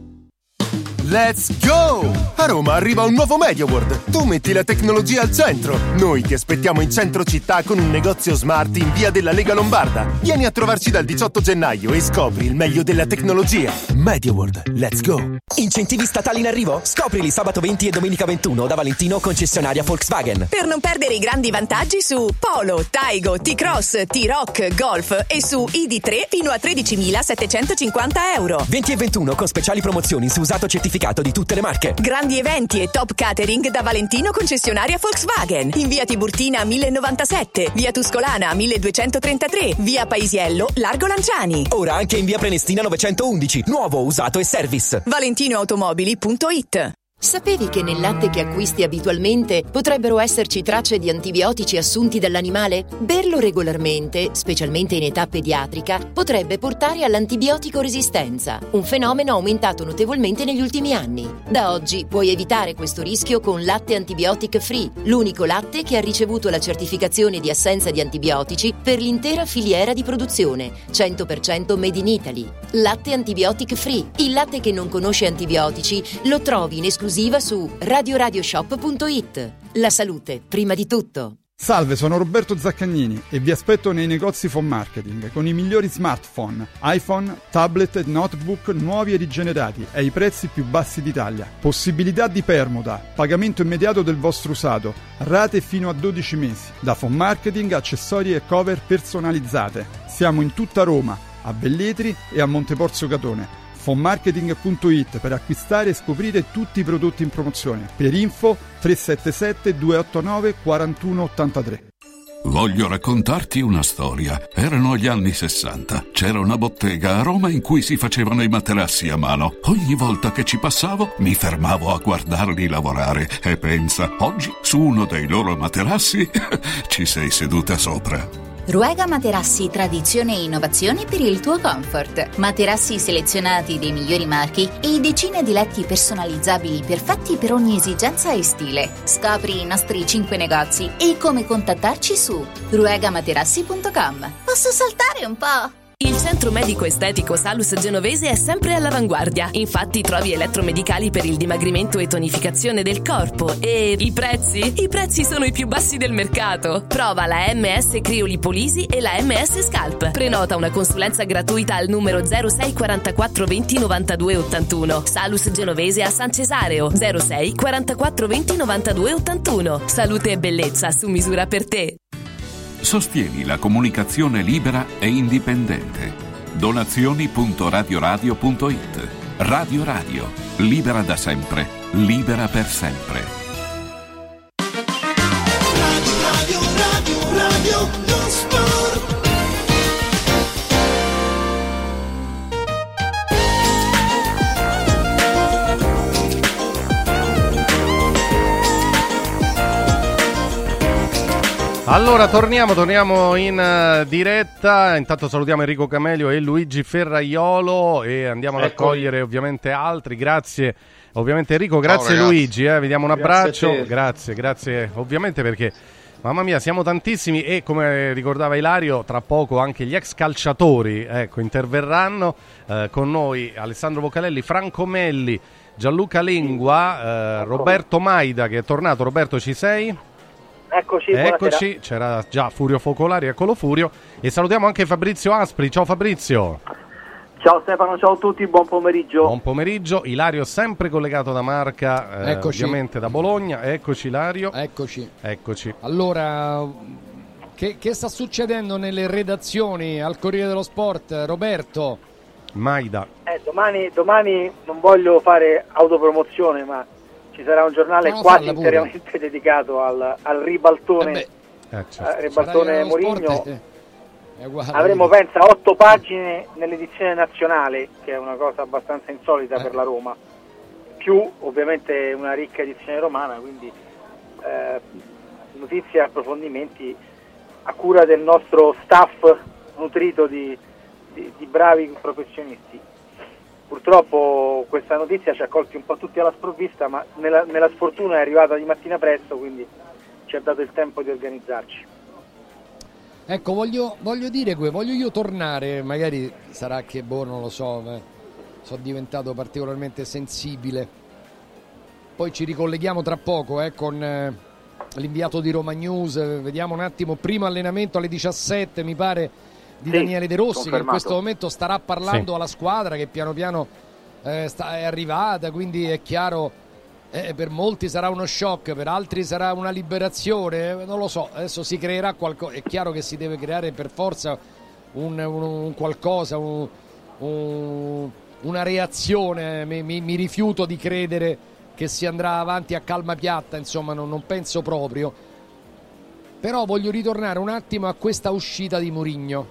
Let's go! A Roma arriva un nuovo MediaWorld. Tu metti la tecnologia al centro. Noi ti aspettiamo in centro città con un negozio smart in via della Lega Lombarda. Vieni a trovarci dal diciotto gennaio e scopri il meglio della tecnologia. MediaWorld, let's go! Incentivi statali in arrivo? Scoprili sabato venti e domenica ventuno da Valentino, concessionaria Volkswagen. Per non perdere i grandi vantaggi su Polo, Taigo, T-Cross, T-Rock, Golf e su I D tre fino a tredicimilasettecentocinquanta euro. venti e ventuno con speciali promozioni su usato certificato di tutte le marche. Grandi eventi e top catering da Valentino, concessionaria Volkswagen. In via Tiburtina mille novantasette, via Tuscolana milleduecentotrentatré, via Paisiello, largo Lanciani. Ora anche in via Prenestina novecentoundici, nuovo, usato e service. valentino automobili punto it. Sapevi che nel latte che acquisti abitualmente potrebbero esserci tracce di antibiotici assunti dall'animale? Berlo regolarmente, specialmente in età pediatrica, potrebbe portare all'antibiotico resistenza, un fenomeno aumentato notevolmente negli ultimi anni. Da oggi puoi evitare questo rischio con Latte Antibiotic Free, l'unico latte che ha ricevuto la certificazione di assenza di antibiotici per l'intera filiera di produzione, cento per cento made in Italy. Latte Antibiotic Free, il latte che non conosce antibiotici, lo trovi in esclusiva su radio radio shop punto it. La salute, prima di tutto. Salve, sono Roberto Zaccagnini e vi aspetto nei negozi Phone Marketing con i migliori smartphone, iPhone, tablet e notebook nuovi e rigenerati ai prezzi più bassi d'Italia. Possibilità di permuta, pagamento immediato del vostro usato, rate fino a dodici mesi. Da Phone Marketing, accessori e cover personalizzate. Siamo in tutta Roma, a Velletri e a Monteporzio Catone. phone marketing punto it per acquistare e scoprire tutti i prodotti in promozione. Per info tre sette sette due otto nove quattro uno otto tre. Voglio raccontarti una storia. Erano gli anni sessanta. C'era una bottega a Roma in cui si facevano i materassi a mano. Ogni volta che ci passavo mi fermavo a guardarli lavorare e pensa, oggi su uno dei loro materassi ci sei seduta sopra. Ruega Materassi, tradizione e innovazione per il tuo comfort. Materassi selezionati dei migliori marchi e decine di letti personalizzabili perfetti per ogni esigenza e stile. Scopri i nostri cinque negozi e come contattarci su ruega materassi punto com. Posso saltare un po'? Il centro medico estetico Salus Genovese è sempre all'avanguardia. Infatti trovi elettromedicali per il dimagrimento e tonificazione del corpo. E i prezzi? I prezzi sono i più bassi del mercato. Prova la M S Criolipolisi e la M S Scalp. Prenota una consulenza gratuita al numero zero sei quarantaquattro venti novantadue ottantuno. Salus Genovese a San Cesareo zero sei quarantaquattro venti novantadue ottantuno. Salute e bellezza su misura per te. Sostieni la comunicazione libera e indipendente. Donazioni punto radioradio punto it. Radio Radio, libera da sempre, libera per sempre. Radio, radio, radio, radio, lo sport. Allora torniamo, torniamo in uh, diretta. Intanto salutiamo Enrico Camelio e Luigi Ferraiolo e andiamo ad Eccoli. accogliere ovviamente altri. Grazie ovviamente Enrico, grazie Ciao, Luigi, eh. Vi diamo un Grazie a abbraccio. te. Grazie, grazie ovviamente perché mamma mia siamo tantissimi e come ricordava Ilario tra poco anche gli ex calciatori ecco, interverranno eh, con noi. Alessandro Vocalelli, Franco Melli, Gianluca Lengua, eh, Roberto Maida che è tornato. Roberto, ci sei? Eccoci, Eccoci, c'era già Furio Focolari, eccolo Furio. E salutiamo anche Fabrizio Aspri. Ciao Fabrizio. Ciao Stefano, ciao a tutti, buon pomeriggio. Buon pomeriggio. Ilario sempre collegato da Marca, eh, Eccoci. ovviamente da Bologna. Eccoci Ilario. Eccoci. Eccoci. Allora, che, che sta succedendo nelle redazioni al Corriere dello Sport, Roberto? Maida. Eh, domani, domani non voglio fare autopromozione, ma ci sarà un giornale No, quasi falla pure. interamente dedicato al, al ribaltone, Eh Eh, certo. eh, ribaltone Sarà dello Mourinho. Sport, eh, è uguale. Avremo, pensa, otto pagine nell'edizione nazionale, che è una cosa abbastanza insolita Eh. per la Roma, più ovviamente una ricca edizione romana, quindi eh, notizie e approfondimenti a cura del nostro staff nutrito di, di, di bravi professionisti. Purtroppo questa notizia ci ha colti un po' tutti alla sprovvista, ma nella, nella sfortuna è arrivata di mattina presto, quindi ci ha dato il tempo di organizzarci. Ecco, voglio, voglio dire que, voglio io tornare, magari sarà che, boh, non lo so, eh, sono diventato particolarmente sensibile. Poi ci ricolleghiamo tra poco eh, con eh, l'inviato di Roma News, eh, vediamo un attimo, primo allenamento alle diciassette mi pare di Sì, Daniele De Rossi, che in confermato. questo momento starà parlando Sì. alla squadra che piano piano eh, sta, è arrivata, quindi è chiaro, eh, per molti sarà uno shock, per altri sarà una liberazione, eh, non lo so, adesso si creerà qualcosa, è chiaro che si deve creare per forza un, un, un qualcosa, un, un, una reazione, mi, mi, mi rifiuto di credere che si andrà avanti a calma piatta, insomma non, non penso proprio. Però voglio ritornare un attimo a questa uscita di Mourinho,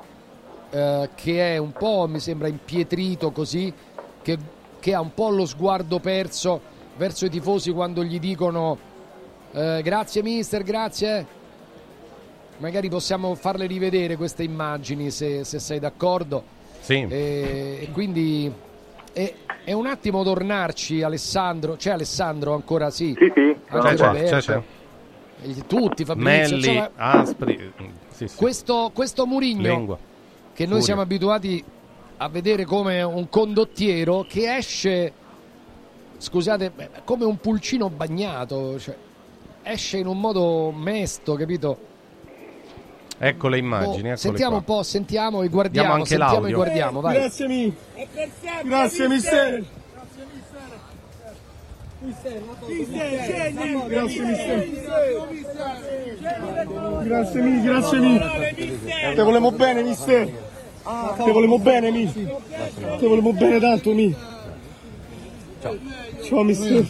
eh, che è un po', mi sembra, impietrito così, che, che ha un po' lo sguardo perso verso i tifosi quando gli dicono eh, grazie mister, grazie. Magari possiamo farle rivedere queste immagini se, se sei d'accordo. Sì. E, e quindi è, è un attimo tornarci, Alessandro. C'è Alessandro ancora? Sì, Sì, sì, Anche C'è, c'è, Roberto. c'è, c'è. E tutti, Fabrizio, Melli, insomma, Aspri. Sì, sì. questo, questo Mourinho Lengua. che noi Furio. siamo abituati a vedere come un condottiero che esce, scusate, beh, come un pulcino bagnato, cioè esce in un modo mesto, capito? Ecco le immagini, Oh, eccole sentiamo qua. un po', sentiamo e guardiamo, anche sentiamo l'audio. e guardiamo, vai. Grazie mi. Grazie mister. Grazie mister. Grazie mi, grazie mi. Te volemo bene mister. Te volemo bene mi. Te volemo bene tanto mi. Ciao. Ciao mister.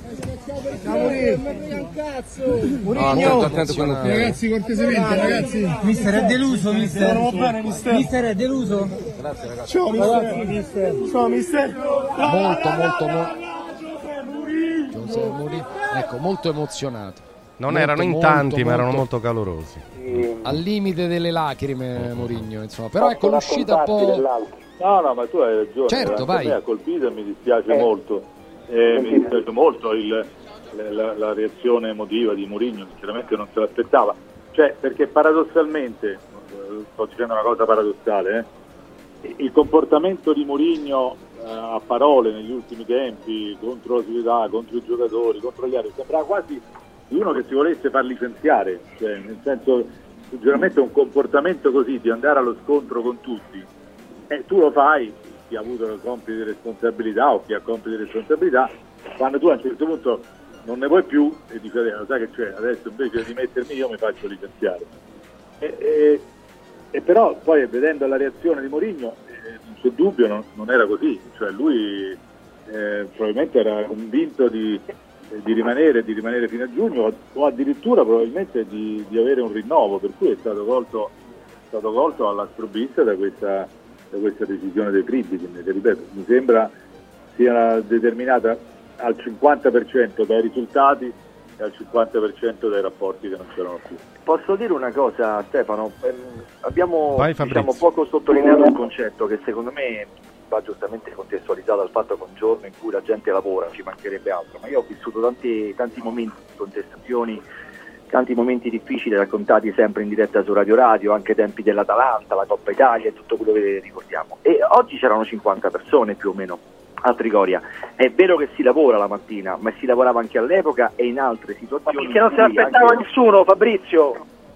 Mourinho, Ragazzi, cortesemente, ragazzi. Mister è deluso, mister. Volemo bene mister. Mister è deluso. Ciao mister. Ciao mister. molto molto molto Giuseppe Mourinho, ecco, molto emozionato. Non Molto, erano in molto, tanti, ma erano molto- molto calorosi. al limite delle lacrime Mourinho, insomma. Però ecco l'uscita un po'. No, no, ma tu hai ragione. Certo, anche vai. a me ha colpito e mi dispiace Eh. molto. Eh, mi dispiace molto il- la, la reazione emotiva di Mourinho, che chiaramente non se l'aspettava. Cioè, perché paradossalmente, eh, sto dicendo una cosa paradossale, eh, il comportamento di Mourinho eh, a parole negli ultimi tempi contro la società, contro i giocatori, contro gli altri, sembrava quasi di uno che si volesse far licenziare, cioè, nel senso, sicuramente un comportamento così di andare allo scontro con tutti, e tu lo fai, chi ha avuto compiti di responsabilità o chi ha compiti di responsabilità, quando tu a un certo punto non ne vuoi più e dici, "Lo sai che c'è, adesso invece di mettermi io mi faccio licenziare". E, e, e però poi vedendo la reazione di Mourinho, eh, non c'è dubbio, non, non era così, cioè lui eh, probabilmente era convinto di, eh, di rimanere di rimanere fino a giugno o, o addirittura probabilmente di, di avere un rinnovo, per cui è stato colto, è stato colto alla sprovvista da questa, da questa decisione dei Friedkin, che ripeto, mi sembra sia determinata al cinquanta per cento dai risultati e al cinquanta per cento dei rapporti che non c'erano più. Posso dire una cosa, Stefano? Eh, abbiamo Vai, diciamo, poco sottolineato un concetto che secondo me va giustamente contestualizzato dal fatto che è un giorno in cui la gente lavora, ci mancherebbe altro, ma io ho vissuto tanti, tanti momenti di contestazioni, tanti momenti difficili raccontati sempre in diretta su Radio Radio, anche ai tempi dell'Atalanta, la Coppa Italia e tutto quello che ricordiamo. E oggi c'erano cinquanta persone più o meno a Trigoria. È vero che si lavora la mattina, ma si lavorava anche all'epoca e in altre situazioni. Perché non se l'aspettava anche... nessuno, Fabrizio.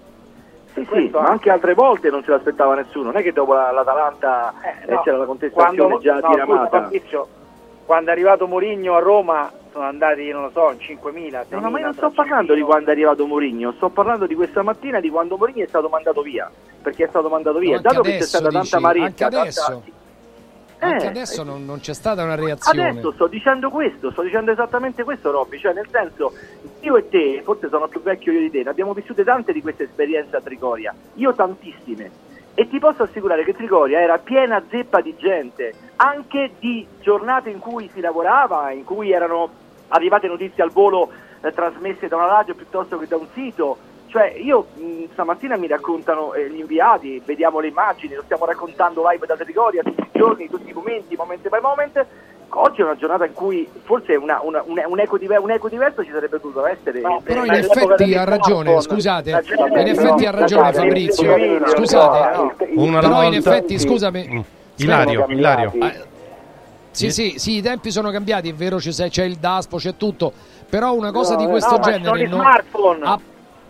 Sì, sì, ma anche altre volte non se l'aspettava nessuno, non è che dopo la, l'Atalanta eh, no, c'era la contestazione quando, già no, diramata. Scusa, Fabrizio, quando è arrivato Mourinho a Roma sono andati, non lo so, in cinquemila. No, no, ma io non sto parlando di quando è arrivato Mourinho, sto parlando di questa mattina, di quando Mourinho è stato mandato via, perché è stato mandato via, no, dato adesso, che c'è stata dici, tanta maricca, anche adesso, tanta... anche eh, adesso eh, non, non c'è stata una reazione. Adesso sto dicendo questo, sto dicendo esattamente questo, Robby, cioè nel senso, io e te, forse sono più vecchio io di te, ne abbiamo vissute tante di queste esperienze a Trigoria, io tantissime. E ti posso assicurare che Trigoria era piena zeppa di gente, anche di giornate in cui si lavorava, in cui erano arrivate notizie al volo eh, trasmesse da una radio piuttosto che da un sito. Cioè io mh, stamattina mi raccontano eh, gli inviati, vediamo le immagini, lo stiamo raccontando live da Trigoria tutti i giorni, tutti i momenti, moment by moment. Oggi è una giornata in cui forse una, una, un, un, eco diver- un eco diverso ci sarebbe dovuto essere. No, però in effetti ha ragione, scusate, in effetti ha ragione Fabrizio, scusate, una però in volta... effetti, scusami, mm. Ilario, Ilario. Eh, sì, sì, sì, i tempi sono cambiati, è vero, c'è, c'è il DASPO, c'è tutto, però una cosa no, di questo no, genere non... smartphone. Ha...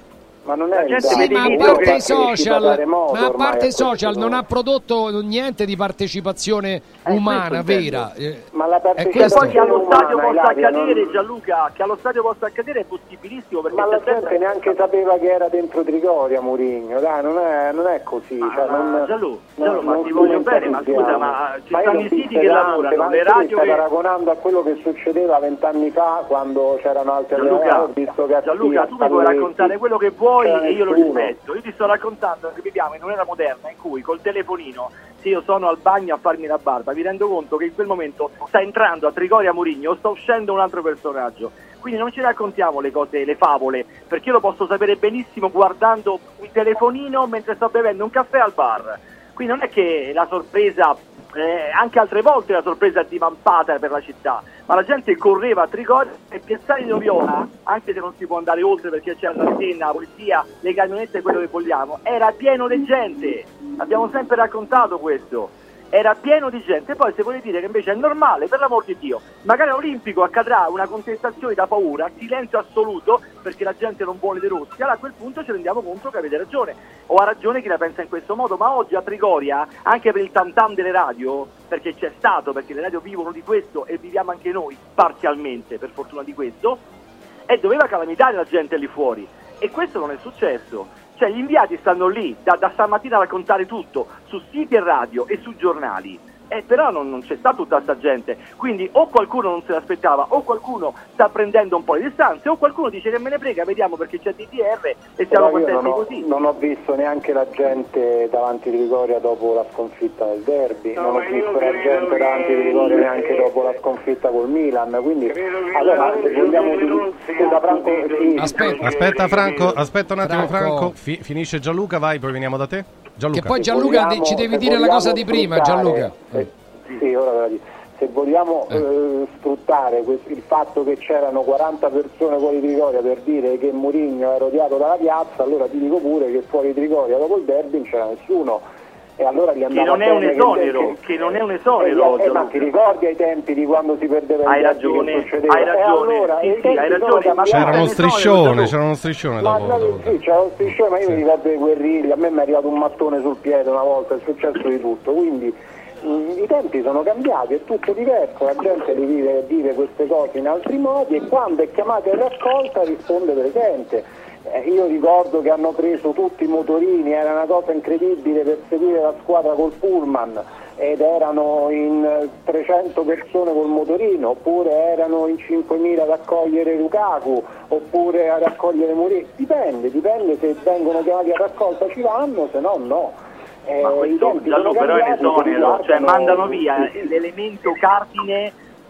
Ma non è sì, ma a parte i social, ma a parte i social non ha prodotto niente di partecipazione eh, umana vera. Ma la partecipazione poi che allo stadio possa accadere, non... Gianluca, che allo stadio possa accadere è possibilissimo, perché ma la gente sempre... neanche sapeva che era dentro Trigoria Mourinho, dai, non è, non è così. Ma, cioè, non, Gianlu, Gianlu, non, ma ti voglio bene, ma scusa, ma ci stanno i siti che lavorano, le radio stai che... paragonando a quello che succedeva vent'anni fa quando c'erano altre Gianluca, visto che Gianluca, tu mi puoi raccontare quello che vuoi e io lo rispetto. Io ti sto raccontando che viviamo in un'era moderna in cui col telefonino, se io sono al bagno a farmi la barba, mi rendo conto che in quel momento sta entrando a Trigoria Mourinho o sta uscendo un altro personaggio. Quindi non ci raccontiamo le cose, le favole, perché io lo posso sapere benissimo guardando il telefonino mentre sto bevendo un caffè al bar. Quindi non è che la sorpresa, eh, anche altre volte la sorpresa è divampata per la città, ma la gente correva a Trigoria e Piazzale di Noviola, anche se non si può andare oltre perché c'è la scenna, la polizia, le camionette, quello che vogliamo, era pieno di gente, abbiamo sempre raccontato questo. Era pieno di gente. Poi se volete dire che invece è normale, per l'amor di Dio, magari all'Olimpico accadrà una contestazione da paura, silenzio assoluto perché la gente non vuole De Rossi, allora a quel punto ci rendiamo conto che avete ragione, o ha ragione chi la pensa in questo modo. Ma oggi a Trigoria, anche per il tantam delle radio, perché c'è stato, perché le radio vivono di questo e viviamo anche noi parzialmente per fortuna di questo, e doveva calamitare la gente lì fuori, e questo non è successo. Cioè gli inviati stanno lì da, da stamattina a raccontare tutto su siti e radio e su giornali, eh, però non, non c'è stata tutta questa gente, quindi o qualcuno non se l'aspettava, o qualcuno sta prendendo un po' di distanze, o qualcuno dice che me ne frega, vediamo perché c'è D T R e siamo contenti non ho, così. Non ho visto neanche la gente davanti di Trigoria dopo la sconfitta del derby, no, non ho visto la gente che... davanti di Trigoria neanche dopo la sconfitta col Milan, quindi allora se vogliamo dire Franco, sì. aspetta, aspetta Franco, aspetta un attimo Franco, Franco. Fi- finisce Gianluca, vai, poi veniamo da te. Gianluca. Che poi Gianluca vogliamo, ci devi dire la cosa di prima, Gianluca. Se, sì, ora ve la dico. Se vogliamo eh. Eh, sfruttare questo, il fatto che c'erano quaranta persone fuori Trigoria per dire che Mourinho era odiato dalla piazza, allora ti dico pure che fuori Trigoria dopo il derby non c'era nessuno. E allora gli che non è un esonero, che, che non è un esonero. Eh, eh, ma ti ricordi ai tempi di quando si perdeva hai il ragione, succedeva? Hai ragione, allora, sì, sì, hai ragione. Ma c'era uno striscione, c'era uno striscione ma dopo, no, dopo. Sì, c'era uno striscione, ma io sì. mi ricordo dei guerrigli, a me mi è arrivato un mattone sul piede una volta, è successo di tutto, quindi mh, i tempi sono cambiati, è tutto diverso, la gente vive, vive queste cose in altri modi e quando è chiamata in raccolta risponde presente. Eh, io ricordo che hanno preso tutti i motorini, era una cosa incredibile per seguire la squadra col pullman ed erano in trecento persone col motorino, oppure erano in cinquemila ad accogliere Lukaku, oppure ad accogliere Mourinho, dipende, dipende se vengono chiamati a raccolta ci vanno, se no no. Eh, Ma questo Gianlu però è un esonero, cioè mandano via l'elemento cardine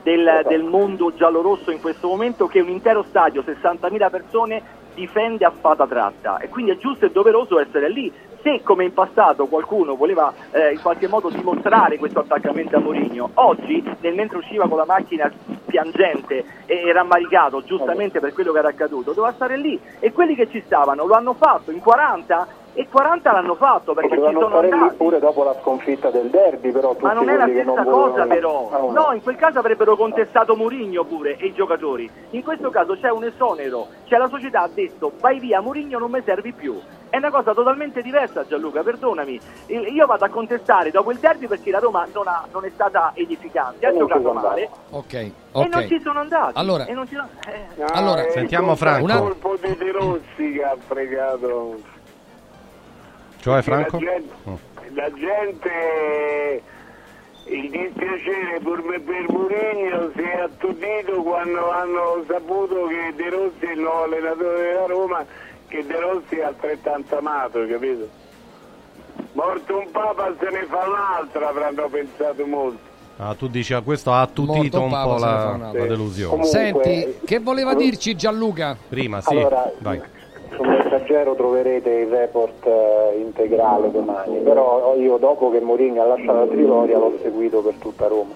del, del mondo giallorosso in questo momento, che un intero stadio, sessantamila persone, difende a spada tratta, e quindi è giusto e doveroso essere lì. Se come in passato qualcuno voleva eh, in qualche modo dimostrare questo attaccamento a Mourinho, oggi nel mentre usciva con la macchina piangente e, e rammaricato giustamente per quello che era accaduto, doveva stare lì, e quelli che ci stavano lo hanno fatto in quaranta, e quaranta l'hanno fatto perché ci sono stare andati lì pure dopo la sconfitta del derby, però ma non è la stessa non cosa volevano... però ah, no. no, in quel caso avrebbero contestato Mourinho pure e i giocatori. In questo caso c'è un esonero, cioè la società ha detto vai via Mourinho, non mi servi più. È una cosa totalmente diversa, Gianluca, perdonami. Io vado a contestare dopo il derby perché la Roma non, ha, non è stata edificante, ha giocato male. Ok, ok. E non ci sono andati. Allora, e non ci sono... eh. allora sentiamo Franco. È il colpo di De Rossi che ha fregato. Cioè Franco? La gente, oh. la gente, il dispiacere per, per Mourinho si è attutito quando hanno saputo che De Rossi è il nuovo allenatore della Roma, che De Rossi è altrettanto amato, capito? Morto un papa se ne fa un'altra, avranno pensato molto. Ah, tu dici a questo ha attutito un po' la, la delusione. Comunque, Senti, che voleva dirci Gianluca? Prima, sì, allora, vai. Sul Messaggero troverete il report eh, integrale domani, però io dopo che Mourinho ha lasciato la Trigoria l'ho seguito per tutta Roma,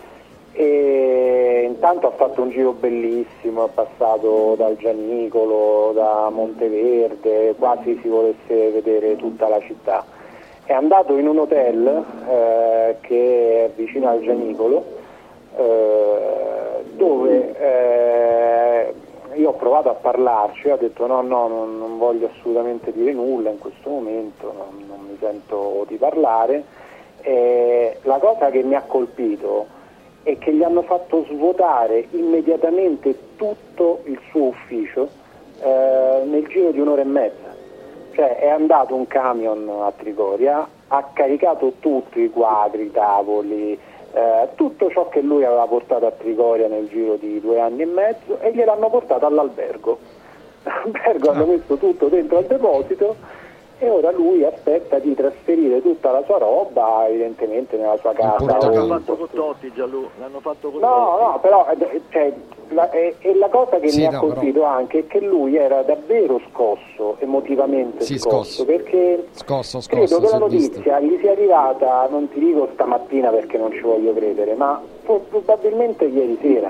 e intanto ha fatto un giro bellissimo, è passato dal Gianicolo, da Monteverde, quasi si volesse vedere tutta la città. È andato in un hotel eh, che è vicino al Gianicolo, eh, dove eh, io ho provato a parlarci, ha detto no, no, non, non voglio assolutamente dire nulla in questo momento, non, non mi sento di parlare. E la cosa che mi ha colpito è che gli hanno fatto svuotare immediatamente tutto il suo ufficio eh, nel giro di un'ora e mezza. Cioè è andato un camion a Trigoria, ha caricato tutti i quadri, i tavoli, Eh, tutto ciò che lui aveva portato a Trigoria nel giro di due anni e mezzo, e gliel'hanno portato all'albergo. L'albergo hanno messo tutto dentro al deposito, e ora lui aspetta di trasferire tutta la sua roba evidentemente nella sua casa. L'hanno fatto con Totti, Gianlu, l'hanno fatto con No, Totti. no, però cioè, la, e, e la cosa che sì, mi no, ha colpito però... anche è che lui era davvero scosso, emotivamente sì, scosso, scosso, perché scosso, scosso, credo che la visto. notizia gli sia arrivata, non ti dico stamattina perché non ci voglio credere, ma probabilmente ieri sera,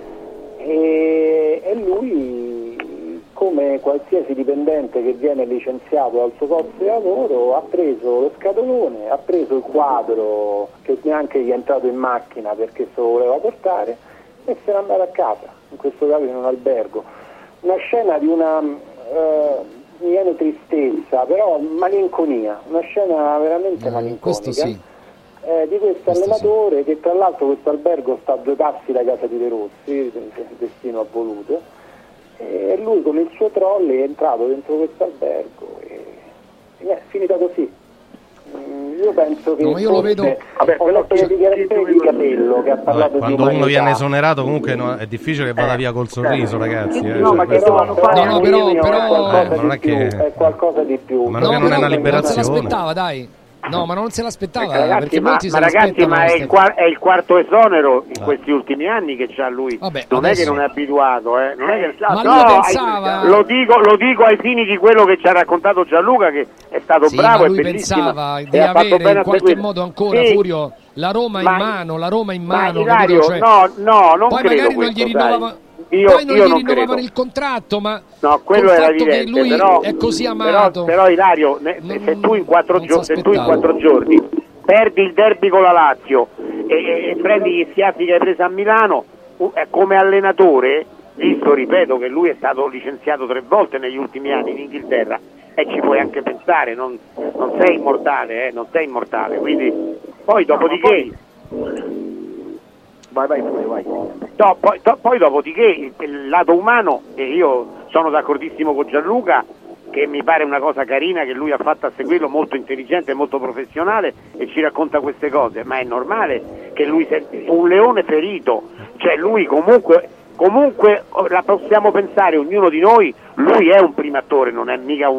e, e lui, come qualsiasi dipendente che viene licenziato dal suo posto di lavoro, ha preso lo scatolone, ha preso il quadro che neanche gli è entrato in macchina perché se lo voleva portare, e se n'è andato a casa, in questo caso in un albergo. Una scena di una eh, mi viene tristezza, però malinconia, una scena veramente eh, malinconica. Questo sì. Eh, di questo, questo allenatore sì. Che tra l'altro questo albergo sta a due passi da casa di De Rossi, destino ha voluto. E lui con il suo troll è entrato dentro questo albergo e è finita così. Io penso che no, io lo vedo. Vabbè, ho letto le dichiarazioni di Capello che ha parlato Vabbè, di quando uno viene umanità. esonerato comunque no, è difficile che vada eh, via col sorriso, ragazzi. Eh, no, cioè, ma che questo... dovevano fare? No, no, però, però... Eh, non è che è qualcosa di più. Ma no, non, non è una liberazione. Non se l'aspettava, dai. No, ma non se l'aspettava, ragazzi, perché ma, molti ma se ragazzi, ma è il, qua- è il quarto esonero in ah. questi ultimi anni che c'ha lui. Vabbè, non adesso... è che non è abituato, eh. Non è che... Ma no, lui pensava... ai... lo, dico, lo dico ai fini di quello che ci ha raccontato Gianluca, che è stato sì, bravo ma e lui bellissimo. pensava di avere in qualche seguire. modo ancora sì. Furio la Roma ma... in mano, la Roma in mano. Ma Ilario, cioè... no, no, non poi credo magari questo, non gli rinnovava... Io, poi non io gli non rinnovavano credo. il contratto, ma no, quello col era fatto evidente, che lui però, è così amato. Però, però Ilario, ne, non, se, tu in quattro gio- se tu in aspettavo. quattro giorni perdi il derby con la Lazio e, e, e prendi gli schiaffi che hai preso a Milano, uh, come allenatore, visto, ripeto, che lui è stato licenziato tre volte negli ultimi anni in Inghilterra, e ci puoi anche pensare, non, non sei immortale, eh, non sei immortale, quindi poi dopodiché... Vai, vai, vai. No, poi, to, poi dopodiché il, il lato umano, e io sono d'accordissimo con Gianluca, che mi pare una cosa carina che lui ha fatto a seguirlo, molto intelligente, molto professionale, e ci racconta queste cose, ma è normale che lui sia un leone ferito, cioè lui comunque, comunque la possiamo pensare ognuno di noi, lui è un primo attore, non è mica un,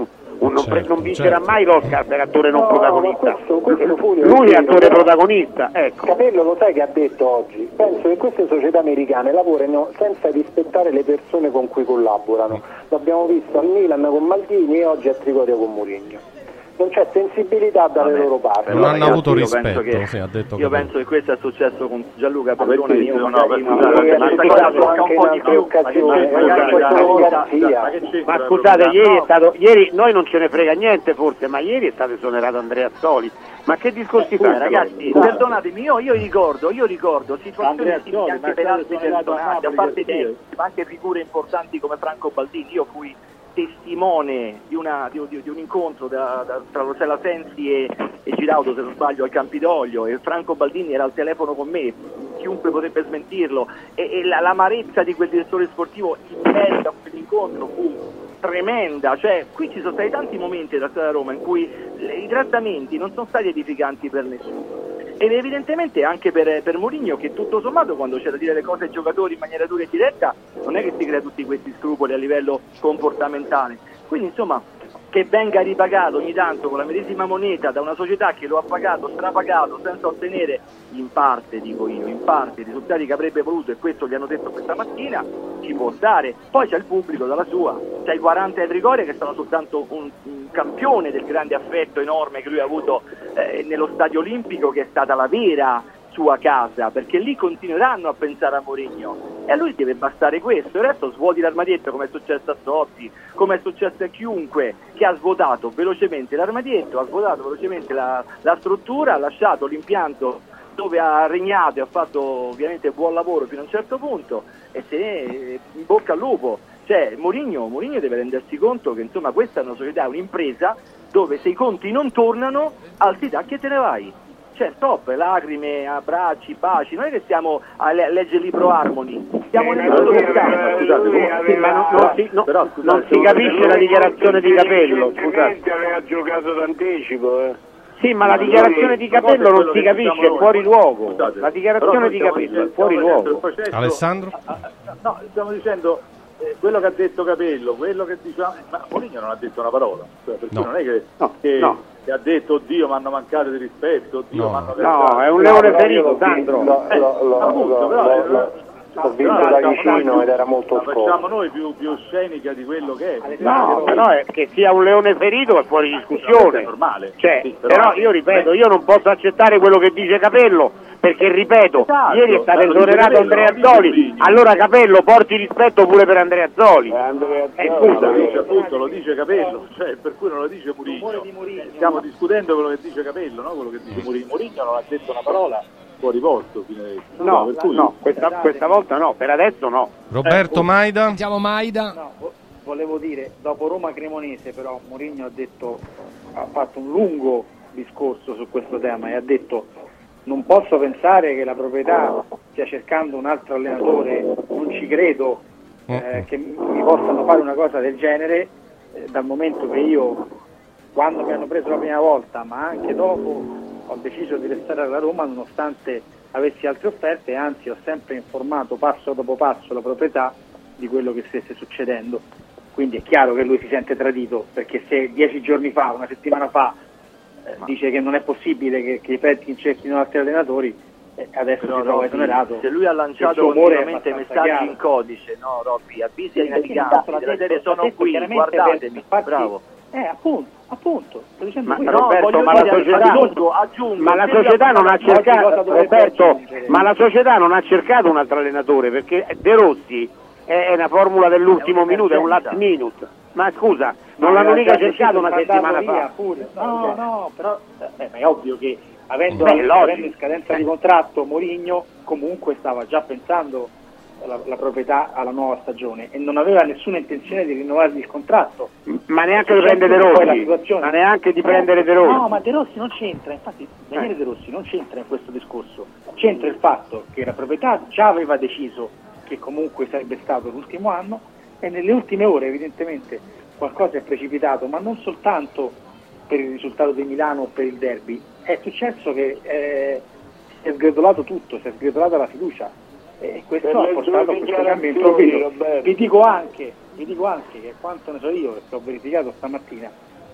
un, non, certo, non vincerà certo. mai l'Oscar per attore non No, protagonista. questo- questo Fulvio, Lui è perché- attore protagonista, ecco. Capello lo sai che ha detto oggi? Penso che queste società americane lavorino senza rispettare le persone con cui collaborano. L'abbiamo visto al Milan con Maldini e oggi a Trigoria con Mourinho. Non c'è sensibilità dalle Vabbè, loro parti. Non hanno ragazzi, avuto io rispetto, penso che- sì, ha detto Io che- penso che questo è successo con Gianluca Ma Pallone. perché? Io No, magari per- no, scusate, ma è questa successo cosa anche un in po' di altre più, occasioni, ma che è c'entra, una ragazzi, questione di garanzia. Ma che c'entra Ma la scusate, proprietà? ieri è No. stato, ieri noi non ce ne frega niente forse, ma ieri è stato esonerato Andrea Soli. Ma che discorsi Scusa, fa? ragazzi, Scusa. perdonatemi, io, io ricordo, io ricordo situazioni Andrea simili Scioli, anche ma per è stato altri esonerato a personaggi, a Napoli, parte che te, dire. ma anche figure importanti come Franco Baldini. Io fui testimone di, una, di, di, di un incontro da, da, tra Rossella Sensi e, e Giraudo, se non sbaglio, al Campidoglio, e Franco Baldini era al telefono con me, chiunque potrebbe smentirlo, e, e la, l'amarezza di quel direttore sportivo in merito a quell'incontro fu tremenda. Cioè, qui ci sono stati tanti momenti della storia Roma in cui le, i trattamenti non sono stati edificanti per nessuno, ed evidentemente anche per, per Mourinho, che tutto sommato quando c'è da dire le cose ai giocatori in maniera dura e diretta non è che si crea tutti questi scrupoli a livello comportamentale. Quindi insomma, che venga ripagato ogni tanto con la medesima moneta da una società che lo ha pagato, strapagato, senza ottenere in parte, dico io, in parte i risultati che avrebbe voluto, e questo gli hanno detto questa mattina, ci può stare. Poi c'è il pubblico dalla sua, c'è i quaranta del Trigoria che sono soltanto un, un campione del grande affetto enorme che lui ha avuto eh, nello Stadio Olimpico, che è stata la vera sua casa, perché lì continueranno a pensare a Mourinho e a lui deve bastare questo. Il resto svuoti l'armadietto, come è successo a Totti, come è successo a chiunque che ha svuotato velocemente l'armadietto, ha svuotato velocemente la, la struttura, ha lasciato l'impianto dove ha regnato e ha fatto ovviamente buon lavoro fino a un certo punto, e se ne in bocca al lupo. Cioè Mourinho, Mourinho deve rendersi conto che insomma questa è una società, un'impresa dove se i conti non tornano alzi i tacchi e te ne vai. Cioè stop, lacrime, abbracci, baci, non è che stiamo a le- leggere il libro Harmony, stiamo nel mondo del campo. Sì, ma non, non si, no, Però, scusate, non si capisce la dichiarazione di Capello, scusate. Evidentemente aveva giocato d'anticipo, eh. Sì, ma la dichiarazione di Capello non si capisce, è fuori luogo. La dichiarazione di Capello è fuori luogo. Alessandro? No, stiamo dicendo eh, quello che ha detto Capello, quello che diciamo, ma Mourinho non ha detto una parola, cioè, perché No. non è che, No, che, no. che ha detto oddio mi hanno mancato di rispetto, oddio No. mi hanno No, è un No, leone però io ferito, l'ho Sandro. visto- l'ho- l'ho- l'ho- appunto, l'ho- però, l'ho- eh, l'ho- no, l'ho visto però da facciamo vicino noi ed era più- molto la facciamo scomodo. noi più, più scenica di quello che è. No, però è che sia un leone ferito è fuori È discussione. normale. Cioè, Sì, però io ripeto, io non posso accettare quello che dice Capello, perché ripeto, Esatto, ieri è stato ma lo dice esonerato Capello, Andrea non dice Zoli, Mourinho. allora Capello porti rispetto pure per Andrea Zoli. Eh, Andrea Eh, Zoli, scusa. Lo dice appunto, lo dice Capello, cioè per cui non lo dice Mourinho. Stiamo discutendo quello che dice Capello, no? Quello che dice Mourinho. Mourinho non ha detto una parola fuori posto fino adesso. No, per cui- no, questa, questa volta no, per adesso no. Roberto Maida? Sentiamo Maida. No, vo- volevo dire, dopo Roma Cremonese però Mourinho ha detto, ha fatto un lungo discorso su questo tema e ha detto non posso pensare che la proprietà stia cercando un altro allenatore, non ci credo eh, che mi possano fare una cosa del genere, eh, dal momento che io, quando mi hanno preso la prima volta, ma anche dopo, ho deciso di restare alla Roma nonostante avessi altre offerte, e anzi ho sempre informato passo dopo passo la proprietà di quello che stesse succedendo. Quindi è chiaro che lui si sente tradito, perché se dieci giorni fa, una settimana fa, eh, dice che non è possibile che, che i Petkin cerchino altri allenatori, eh, adesso Però, si trova Robby, esonerato. se lui ha Il lanciato suo umore è continuamente abbastanza messaggi chiaro. in codice, no Robby, avvisi ai Perché naviganti intanto l'ha della detto- serie l'ha sono detto qui, chiaramente guardatemi, per farsi- bravo. Eh, appunto, appunto, sto dicendo Ma questo. Roberto, voglio ma la dire, società, aggiungo, aggiungo, ma la se lui società ha non ha fatto- cosa cercato, dovrebbe Roberto, aggiungere? ma la società non ha cercato un altro allenatore, perché De Rossi è è una formula dell'ultimo minuto, è un last minute. Ma scusa, non l'hanno mica cercato una settimana fa. Pure. No, no, però eh, ma è ovvio che avendo, Beh, è avendo logico. in scadenza di contratto Mourinho comunque stava già pensando la, la proprietà alla nuova stagione e non aveva nessuna intenzione di rinnovargli il contratto. Ma neanche di prendere De Poi la Rossi, situazione- ma neanche di prendere De Rossi. No, ma De Rossi non c'entra, infatti Daniele De Rossi non c'entra in questo discorso. C'entra il fatto che la proprietà già aveva deciso che comunque sarebbe stato l'ultimo anno e nelle ultime ore evidentemente qualcosa è precipitato, ma non soltanto per il risultato di Milano o per il derby. È successo che eh, si è sgretolato tutto, si è sgretolata la fiducia e questo Per ha le portato a sue questo cambio dichiarazioni, improvviso. Roberto. Vi dico anche, vi dico anche che quanto ne so io, che ho verificato stamattina,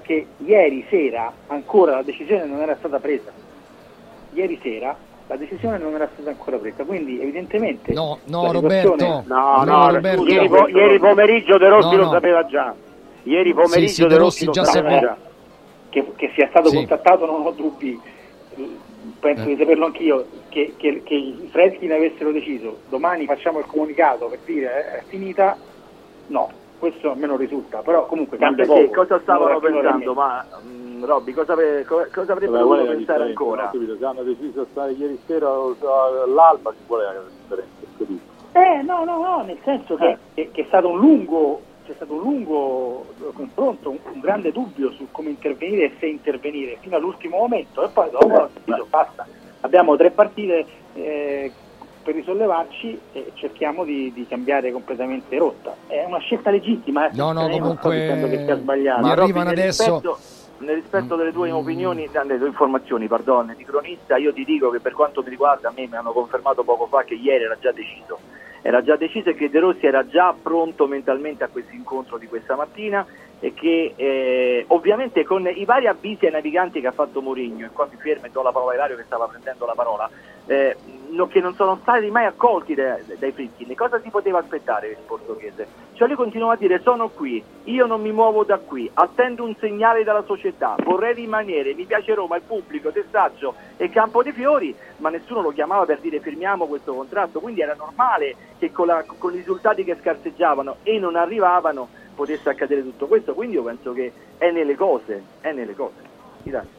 che ieri sera ancora la decisione non era stata presa. Ieri sera la decisione non era stata ancora presa, quindi evidentemente no, no la Roberto, situazione... no, no, no, Roberto. Ieri, po- ieri pomeriggio De Rossi no, lo no. sapeva già. Ieri pomeriggio sì, sì, De De Rossi, Rossi lo già sapeva sapeva. già. Che, che sia stato Sì. contattato non ho dubbi, penso Eh. di saperlo anch'io, che, che, che i Fredkin avessero deciso domani facciamo il comunicato per dire eh, è finita, no, questo a me non risulta, però comunque Ma cambia perché poco. cosa stavano Un'ora più, un'ora pensando? meno. Ma mh, Robby, cosa, avre- co- cosa avrebbero Vabbè, qual è dovuto la pensare differenza? ancora? Non ho capito, se hanno deciso di stare ieri sera all'alba, qual è la differenza? Capito? Eh no, no, no, nel senso che, che, che è stato un lungo, c'è stato un lungo confronto, un, un grande dubbio su come intervenire e se intervenire fino all'ultimo momento, e poi dopo hanno deciso basta. Abbiamo tre partite eh, per risollevarci e cerchiamo di, di cambiare completamente rotta. È una scelta legittima, eh, No, no, io non sto dicendo che sia comunque sbagliato. mi Ma arrivano Robby, nel adesso rispetto- nel rispetto delle tue opinioni, delle tue informazioni, pardon, di cronista, io ti dico che per quanto mi riguarda, a me mi hanno confermato poco fa che ieri era già deciso. Era già deciso e che De Rossi era già pronto mentalmente a questo incontro di questa mattina e che eh, ovviamente con i vari avvisi ai naviganti che ha fatto Mourinho, e qua mi fermo e do la parola a Ilario che stava prendendo la parola, eh, no, che non sono stati mai accolti dai, dai Fritkin. Cosa si poteva aspettare il portoghese? Cioè lui continuava a dire sono qui, io non mi muovo da qui, attendo un segnale dalla società, vorrei rimanere, mi piace Roma, il pubblico, Testaccio e Campo dei Fiori, ma nessuno lo chiamava per dire firmiamo questo contratto, quindi era normale che con, la, con i risultati che scarseggiavano e non arrivavano potesse accadere tutto questo, quindi io penso che è nelle cose, è nelle cose. Grazie.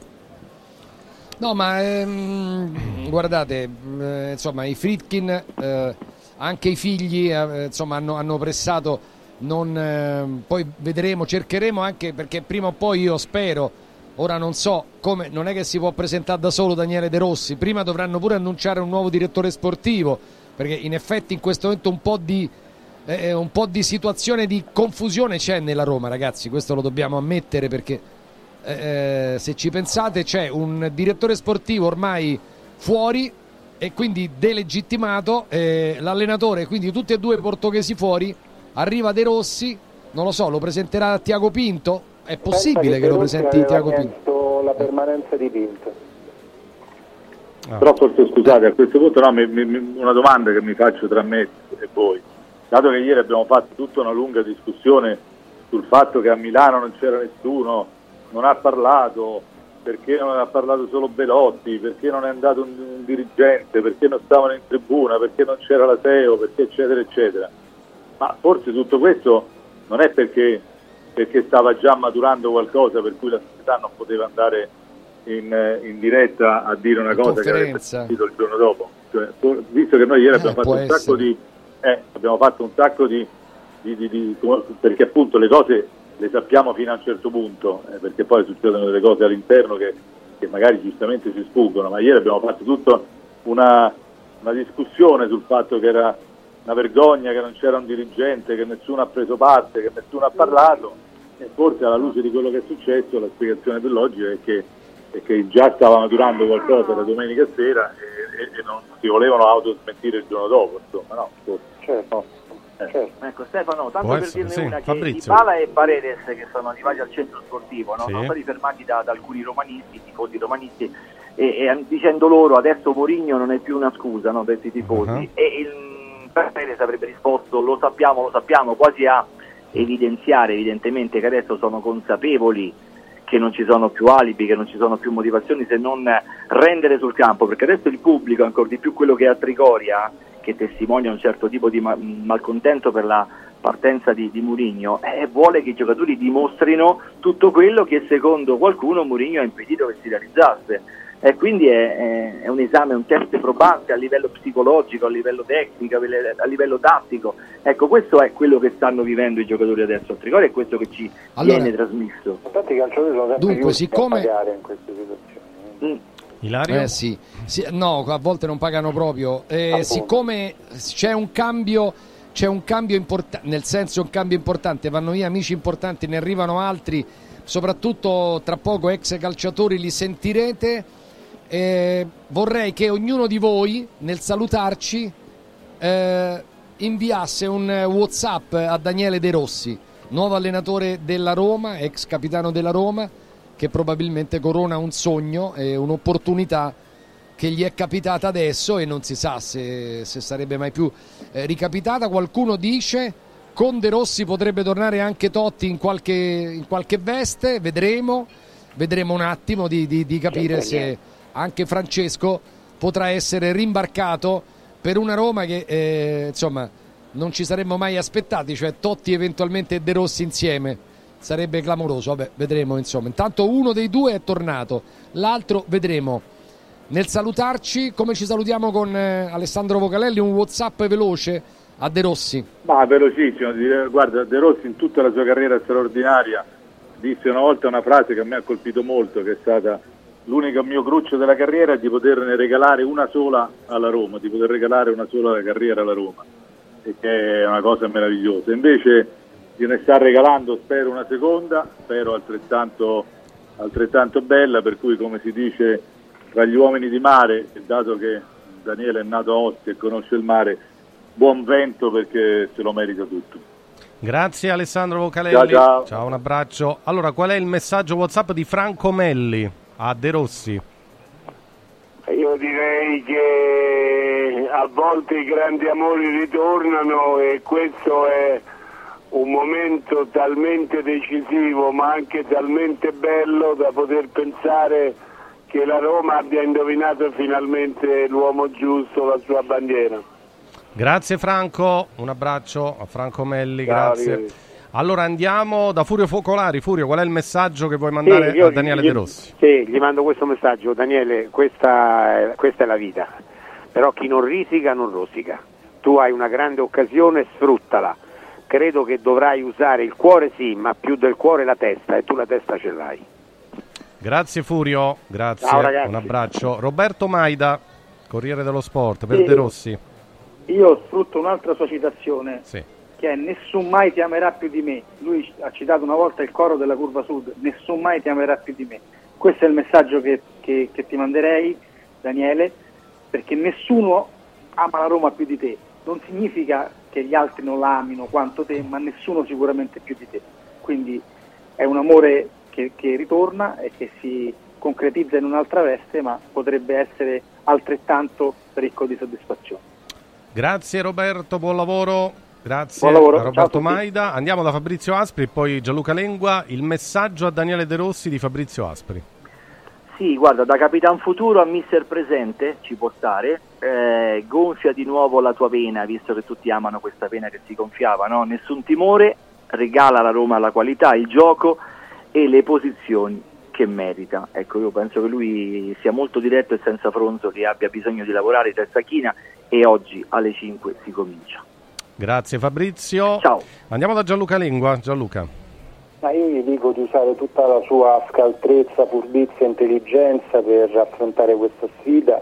No, ma ehm, guardate, eh, insomma, i Fritkin, eh, anche i figli, eh, insomma, hanno, hanno pressato. Non, eh, poi vedremo, cercheremo anche perché prima o poi io spero. Ora non so come, non è che si può presentare da solo Daniele De Rossi. Prima dovranno pure annunciare un nuovo direttore sportivo, perché in effetti in questo momento un po' di eh, un po' di situazione di confusione c'è nella Roma, ragazzi. Questo lo dobbiamo ammettere perché. Eh, se ci pensate c'è un direttore sportivo ormai fuori e quindi delegittimato, eh, l'allenatore, quindi tutti e due i portoghesi fuori, arriva De Rossi, non lo so, lo presenterà a Tiago Pinto? È possibile che, che lo presenti Tiago Pinto? La permanenza di Pinto. Ah. Però forse scusate, a questo punto no, mi, mi, una domanda che mi faccio tra me e voi, dato che ieri abbiamo fatto tutta una lunga discussione sul fatto che a Milano non c'era nessuno, non ha parlato, perché non ha parlato solo Belotti, perché non è andato un, un dirigente, perché non stavano in tribuna, perché non c'era la Teo, perché eccetera eccetera. Ma forse tutto questo non è perché, perché stava già maturando qualcosa per cui la società non poteva andare in, in diretta a dire una in cosa che avrebbe sentito il giorno dopo. Cioè, visto che noi ieri abbiamo eh, fatto un essere. sacco di eh, abbiamo fatto un sacco di, di, di, di perché appunto le cose le sappiamo fino a un certo punto, eh, perché poi succedono delle cose all'interno che, che magari giustamente si sfuggono, ma ieri abbiamo fatto tutta una, una discussione sul fatto che era una vergogna, che non c'era un dirigente, che nessuno ha preso parte, che nessuno ha parlato, e forse alla luce di quello che è successo la spiegazione dell'oggi è che, è che già stava maturando qualcosa da domenica sera e, e, e non si volevano autosmentire il giorno dopo, insomma, no? Forse. Certo. Eh. Ecco Stefano, tanto Può per essere, dirne sì. una, che Fabrizio. Dybala e Paredes che sono arrivati al centro sportivo, no? Sì. Sono stati fermati da, da alcuni romanisti, tifosi romanisti, e, e dicendo loro adesso Mourinho non è più una scusa, no, per i tifosi. Uh-huh. E il Paredes avrebbe risposto lo sappiamo, lo sappiamo, quasi a evidenziare evidentemente che adesso sono consapevoli che non ci sono più alibi, che non ci sono più motivazioni se non rendere sul campo, perché adesso il pubblico, ancora di più quello che è a Trigoria, che testimonia un certo tipo di ma- malcontento per la partenza di, di Mourinho, eh, vuole che i giocatori dimostrino tutto quello che secondo qualcuno Mourinho ha impedito che si realizzasse, e quindi è, è, è un esame, un test probante a livello psicologico, a livello tecnico, a livello tattico. Ecco, questo è quello che stanno vivendo i giocatori adesso a Trigoria, è questo che ci allora, viene trasmesso. Infatti i calciatori sono sempre dunque, siccome... a pagare in queste situazioni. Mm. Ilario? Eh sì. sì, no, a volte non pagano proprio. Eh, siccome c'è un cambio, c'è un cambio importante, nel senso un cambio importante, vanno via amici importanti, ne arrivano altri, soprattutto tra poco ex calciatori li sentirete. Eh, vorrei che ognuno di voi nel salutarci eh, inviasse un WhatsApp a Daniele De Rossi nuovo allenatore della Roma, ex capitano della Roma, che probabilmente corona un sogno e un'opportunità che gli è capitata adesso e non si sa se, se sarebbe mai più eh, ricapitata. Qualcuno dice con De Rossi potrebbe tornare anche Totti in qualche, in qualche veste, vedremo, vedremo un attimo di, di, di capire se anche Francesco potrà essere rimbarcato per una Roma che eh, insomma non ci saremmo mai aspettati, cioè Totti eventualmente e De Rossi insieme, sarebbe clamoroso. Vabbè, vedremo, insomma. Intanto uno dei due è tornato, l'altro vedremo. Nel salutarci, come ci salutiamo con eh, Alessandro Vocalelli, un WhatsApp veloce a De Rossi. Ma velocissimo, guarda, De Rossi in tutta la sua carriera straordinaria disse una volta una frase che a me ha colpito molto, che è stata: l'unico mio cruccio della carriera è di poterne regalare una sola alla Roma, di poter regalare una sola carriera alla Roma, e che è una cosa meravigliosa. Invece gliene sta regalando, spero, una seconda, spero altrettanto, altrettanto bella, per cui, come si dice tra gli uomini di mare, dato che Daniele è nato a Ostia e conosce il mare, buon vento, perché se lo merita tutto. Grazie Alessandro Vocalelli. Ciao, ciao. Ciao, un abbraccio. Allora, qual è il messaggio WhatsApp di Franco Melli a De Rossi? Io direi che a volte i grandi amori ritornano, e questo è un momento talmente decisivo ma anche talmente bello da poter pensare che la Roma abbia indovinato finalmente l'uomo giusto, la sua bandiera. Grazie Franco, un abbraccio a Franco Melli. Ciao, grazie. Ricky. Allora andiamo da Furio Focolari. Furio, qual è il messaggio che vuoi mandare sì, io, a Daniele gli, De Rossi? Sì, gli mando questo messaggio: Daniele, questa è, questa è la vita, però chi non risica non rosica. Tu hai una grande occasione, sfruttala. Credo che dovrai usare il cuore, sì, ma più del cuore la testa, e tu la testa ce l'hai. Grazie Furio, grazie, Ciao, ragazzi. Un abbraccio. Roberto Maida, Corriere dello Sport, per Sì. De Rossi. Io sfrutto un'altra sua citazione, Sì. che è: nessun mai ti amerà più di me. Lui ha citato una volta il coro della Curva Sud: nessun mai ti amerà più di me. Questo è il messaggio che, che, che ti manderei, Daniele, perché nessuno ama la Roma più di te. Non significa che gli altri non la amino quanto te, ma nessuno sicuramente più di te. Quindi è un amore che, che ritorna e che si concretizza in un'altra veste, ma potrebbe essere altrettanto ricco di soddisfazione. Grazie Roberto, buon lavoro. Grazie Buon lavoro. a Roberto Ciao a tutti. Maida. Andiamo da Fabrizio Aspri e poi Gianluca Lengua. Il messaggio a Daniele De Rossi di Fabrizio Aspri. Sì, guarda, da Capitan Futuro a Mister Presente ci può stare. Eh, gonfia di nuovo la tua pena, visto che tutti amano questa pena che si gonfiava, no? Nessun timore, regala alla Roma la qualità, il gioco e le posizioni che merita. Ecco, io penso che lui sia molto diretto e senza fronzo, che abbia bisogno di lavorare testa china, e oggi alle cinque si comincia. Grazie Fabrizio. Ciao. Andiamo da Gianluca Lengua. Gianluca. Ma io gli dico di usare tutta la sua scaltrezza, furbizia e intelligenza per affrontare questa sfida,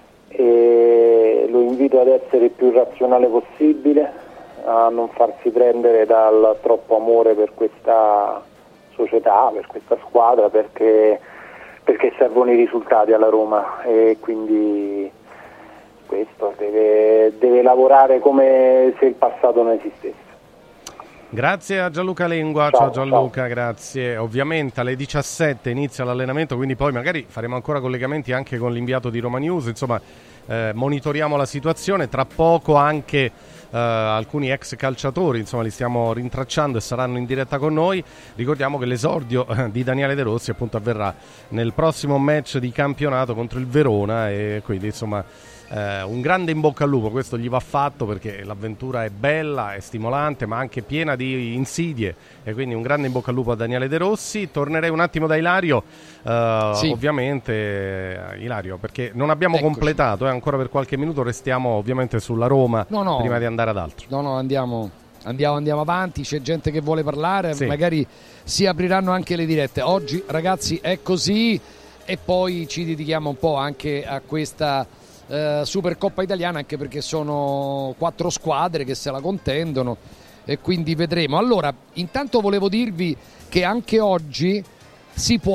e lo invito ad essere il più razionale possibile, a non farsi prendere dal troppo amore per questa società, per questa squadra, perché, perché servono i risultati alla Roma, e quindi questo deve, deve lavorare come se il passato non esistesse. Grazie a Gianluca Lengua. Ciao, ciao Gianluca, ciao. Grazie. Ovviamente alle diciassette inizia l'allenamento, quindi poi magari faremo ancora collegamenti anche con l'inviato di Roma News, insomma eh, monitoriamo la situazione. Tra poco anche eh, alcuni ex calciatori, insomma li stiamo rintracciando e saranno in diretta con noi. Ricordiamo che l'esordio eh, di Daniele De Rossi appunto avverrà nel prossimo match di campionato contro il Verona, e quindi insomma Uh, un grande in bocca al lupo, questo gli va fatto, perché l'avventura è bella, è stimolante, ma anche piena di insidie, e quindi un grande in bocca al lupo a Daniele De Rossi. Tornerei un attimo da Ilario, uh, sì. ovviamente uh, Ilario, perché non abbiamo Eccoci. completato, eh, ancora per qualche minuto restiamo ovviamente sulla Roma, no, no. prima di andare ad altro. No, no, andiamo, andiamo, andiamo avanti, c'è gente che vuole parlare, sì. magari si apriranno anche le dirette. Oggi ragazzi è così, e poi ci dedichiamo un po' anche a questa Uh, Supercoppa italiana, anche perché sono quattro squadre che se la contendono, e quindi vedremo. Allora, intanto volevo dirvi che anche oggi si può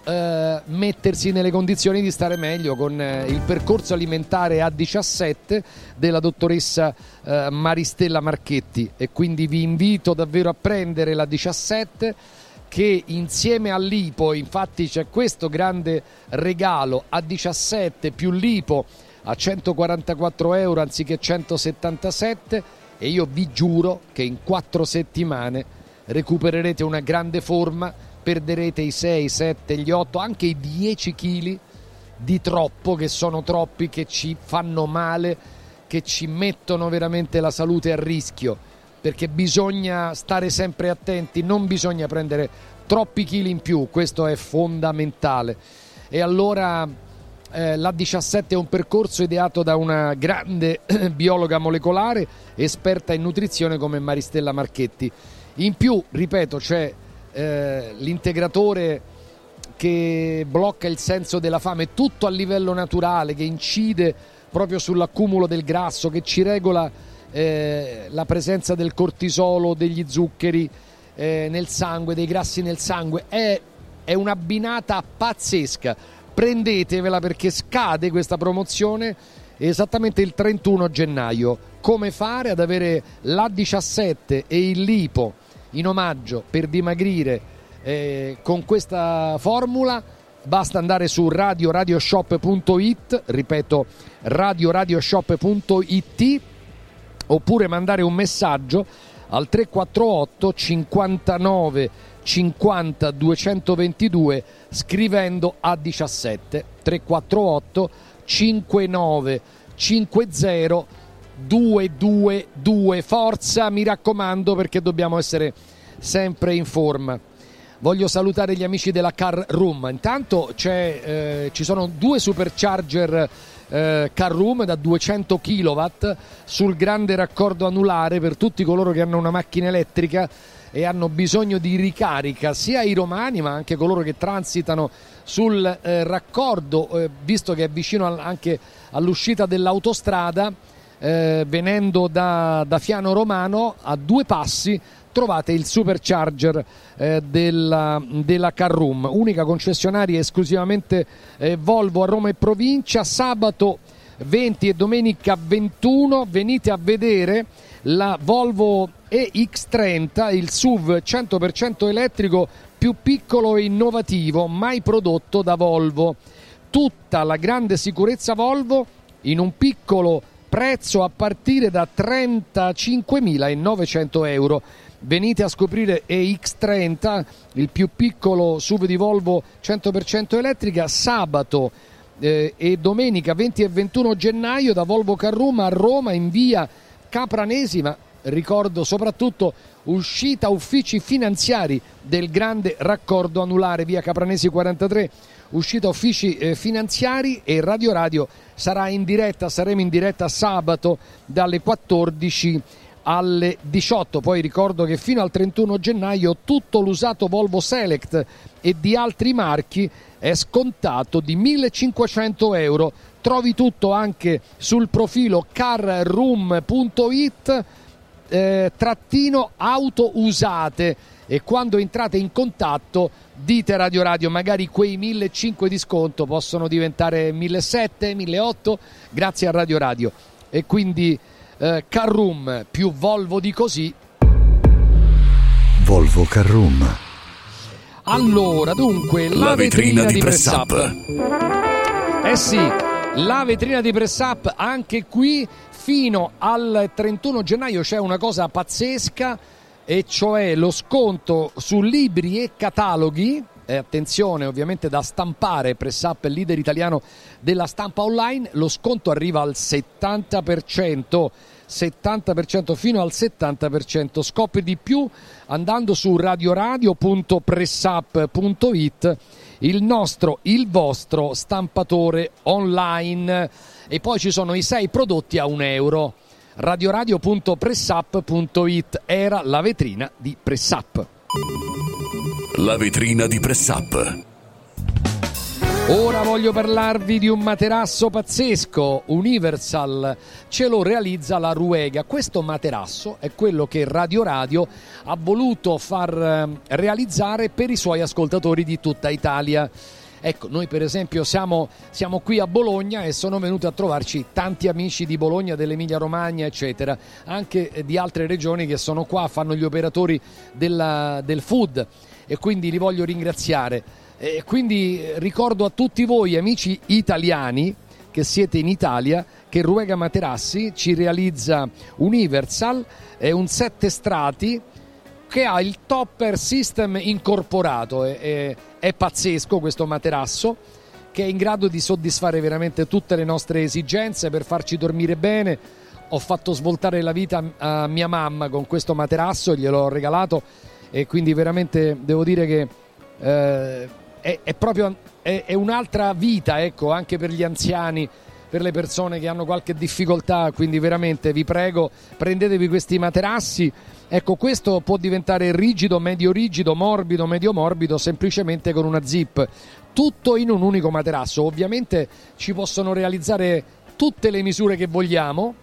eh, mettersi nelle condizioni di stare meglio con eh, il percorso alimentare A diciassette della dottoressa eh, Maristella Marchetti, e quindi vi invito davvero a prendere la diciassette, che insieme all'Ipo, infatti c'è questo grande regalo A diciassette più l'Ipo a centoquarantaquattro euro anziché centosettantasette, e io vi giuro che in quattro settimane recupererete una grande forma, perderete i sei, sette, gli otto, anche i dieci chili di troppo, che sono troppi, che ci fanno male, che ci mettono veramente la salute a rischio, perché bisogna stare sempre attenti, non bisogna prendere troppi chili in più, questo è fondamentale. E allora eh, l'A diciassette è un percorso ideato da una grande biologa molecolare esperta in nutrizione come Maristella Marchetti. In più, ripeto, c'è eh, l'integratore che blocca il senso della fame, tutto a livello naturale, che incide proprio sull'accumulo del grasso, che ci regola Eh, la presenza del cortisolo, degli zuccheri eh, nel sangue, dei grassi nel sangue. È, è un'abbinata pazzesca, prendetevela perché scade questa promozione esattamente il trentuno gennaio. Come fare ad avere l'A diciassette e il Lipo in omaggio per dimagrire eh, con questa formula? Basta andare su radio radio shop punto it, ripeto radio radio shop punto it, oppure mandare un messaggio al tre quattro otto cinquantanove cinquanta duecentoventidue scrivendo A diciassette. Tre quattro otto cinquantanove cinquanta duecentoventidue. Forza, mi raccomando, perché dobbiamo essere sempre in forma. Voglio salutare gli amici della Car Room. Intanto c'è, eh, ci sono due supercharger eh, Car Room da duecento chilowatt sul grande raccordo anulare per tutti coloro che hanno una macchina elettrica e hanno bisogno di ricarica, sia i romani ma anche coloro che transitano sul eh, raccordo, eh, visto che è vicino al, anche all'uscita dell'autostrada, eh, venendo da, da Fiano Romano a due passi trovate il supercharger eh, della, della Car Room, unica concessionaria esclusivamente eh, Volvo a Roma e provincia. Sabato venti e domenica ventuno venite a vedere la Volvo E X trenta, il S U V cento per cento elettrico più piccolo e innovativo mai prodotto da Volvo. Tutta la grande sicurezza Volvo in un piccolo prezzo a partire da trentacinquemilanovecento euro. Venite a scoprire E X trenta, il più piccolo S U V di Volvo cento per cento elettrica, sabato eh, e domenica venti e ventuno gennaio da Volvo Car Room a Roma in via Capranesi, ma ricordo soprattutto uscita uffici finanziari del grande raccordo anulare, via Capranesi quarantatré, uscita uffici eh, finanziari, e Radio Radio sarà in diretta, saremo in diretta sabato dalle quattordici alle diciotto. Poi ricordo che fino al trentuno gennaio tutto l'usato Volvo Select e di altri marchi è scontato di millecinquecento euro. Trovi tutto anche sul profilo carroom punto it eh, trattino auto usate, e quando entrate in contatto dite Radio Radio, magari quei millecinquecento di sconto possono diventare millesettecento, milleottocento grazie a Radio Radio. E quindi eh, Car Room più Volvo di così. Volvo Car Room. Allora, dunque, la, la vetrina, vetrina di, di Press Up. Up. Eh sì, la vetrina di Press Up, anche qui fino al trentuno gennaio c'è una cosa pazzesca, e cioè lo sconto su libri e cataloghi. E attenzione, ovviamente da stampare, Press Up è il leader italiano della stampa online, lo sconto arriva al settanta per cento, settanta per cento fino al settanta per cento. Scopri di più andando su radioradio punto pressup punto it, il nostro, il vostro stampatore online. E poi ci sono i sei prodotti a un euro. radioradio punto pressup punto it era la vetrina di Press Up. La vetrina di Press Up. Ora voglio parlarvi di un materasso pazzesco, Universal, ce lo realizza la Ruega. Questo materasso è quello che Radio Radio ha voluto far realizzare per i suoi ascoltatori di tutta Italia. Ecco, noi per esempio siamo, siamo qui a Bologna e sono venuti a trovarci tanti amici di Bologna, dell'Emilia Romagna, eccetera, anche di altre regioni che sono qua, fanno gli operatori della, del food, e quindi li voglio ringraziare. E quindi ricordo a tutti voi amici italiani che siete in Italia che Ruega Materassi ci realizza Universal, è un sette strati che ha il topper system incorporato. È, è, è pazzesco questo materasso, che è in grado di soddisfare veramente tutte le nostre esigenze per farci dormire bene. Ho fatto svoltare la vita a mia mamma con questo materasso, gliel'ho regalato, e quindi veramente devo dire che eh, è, è proprio è, è un'altra vita, ecco, anche per gli anziani, per le persone che hanno qualche difficoltà. Quindi veramente vi prego, prendetevi questi materassi. Ecco, questo può diventare rigido, medio rigido, morbido, medio morbido, semplicemente con una zip, tutto in un unico materasso. Ovviamente ci possono realizzare tutte le misure che vogliamo,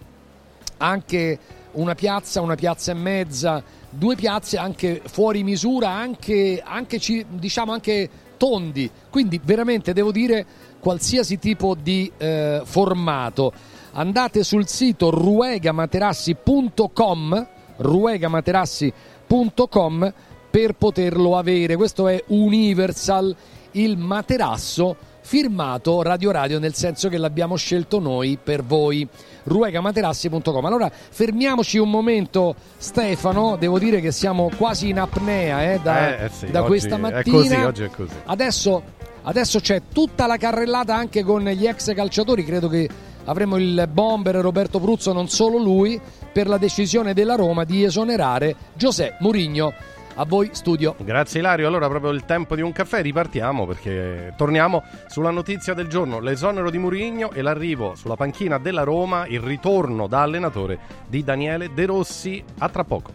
anche una piazza, una piazza e mezza, due piazze, anche fuori misura, anche, anche diciamo anche tondi. Quindi veramente devo dire, qualsiasi tipo di eh, formato. Andate sul sito ruegamaterassi punto com, ruegamaterassi punto com, per poterlo avere. Questo è Universal, il materasso firmato Radio Radio, nel senso che l'abbiamo scelto noi per voi. ruegamaterassi punto com. Allora fermiamoci un momento, Stefano, devo dire che siamo quasi in apnea eh, da, eh, sì, da questa mattina. È così, oggi è così. Adesso Adesso c'è tutta la carrellata anche con gli ex calciatori. Credo che avremo il bomber Roberto Pruzzo, non solo lui, per la decisione della Roma di esonerare José Mourinho. A voi studio. Grazie Ilario. Allora proprio il tempo di un caffè, ripartiamo perché torniamo sulla notizia del giorno, l'esonero di Mourinho e l'arrivo sulla panchina della Roma, il ritorno da allenatore di Daniele De Rossi. A tra poco.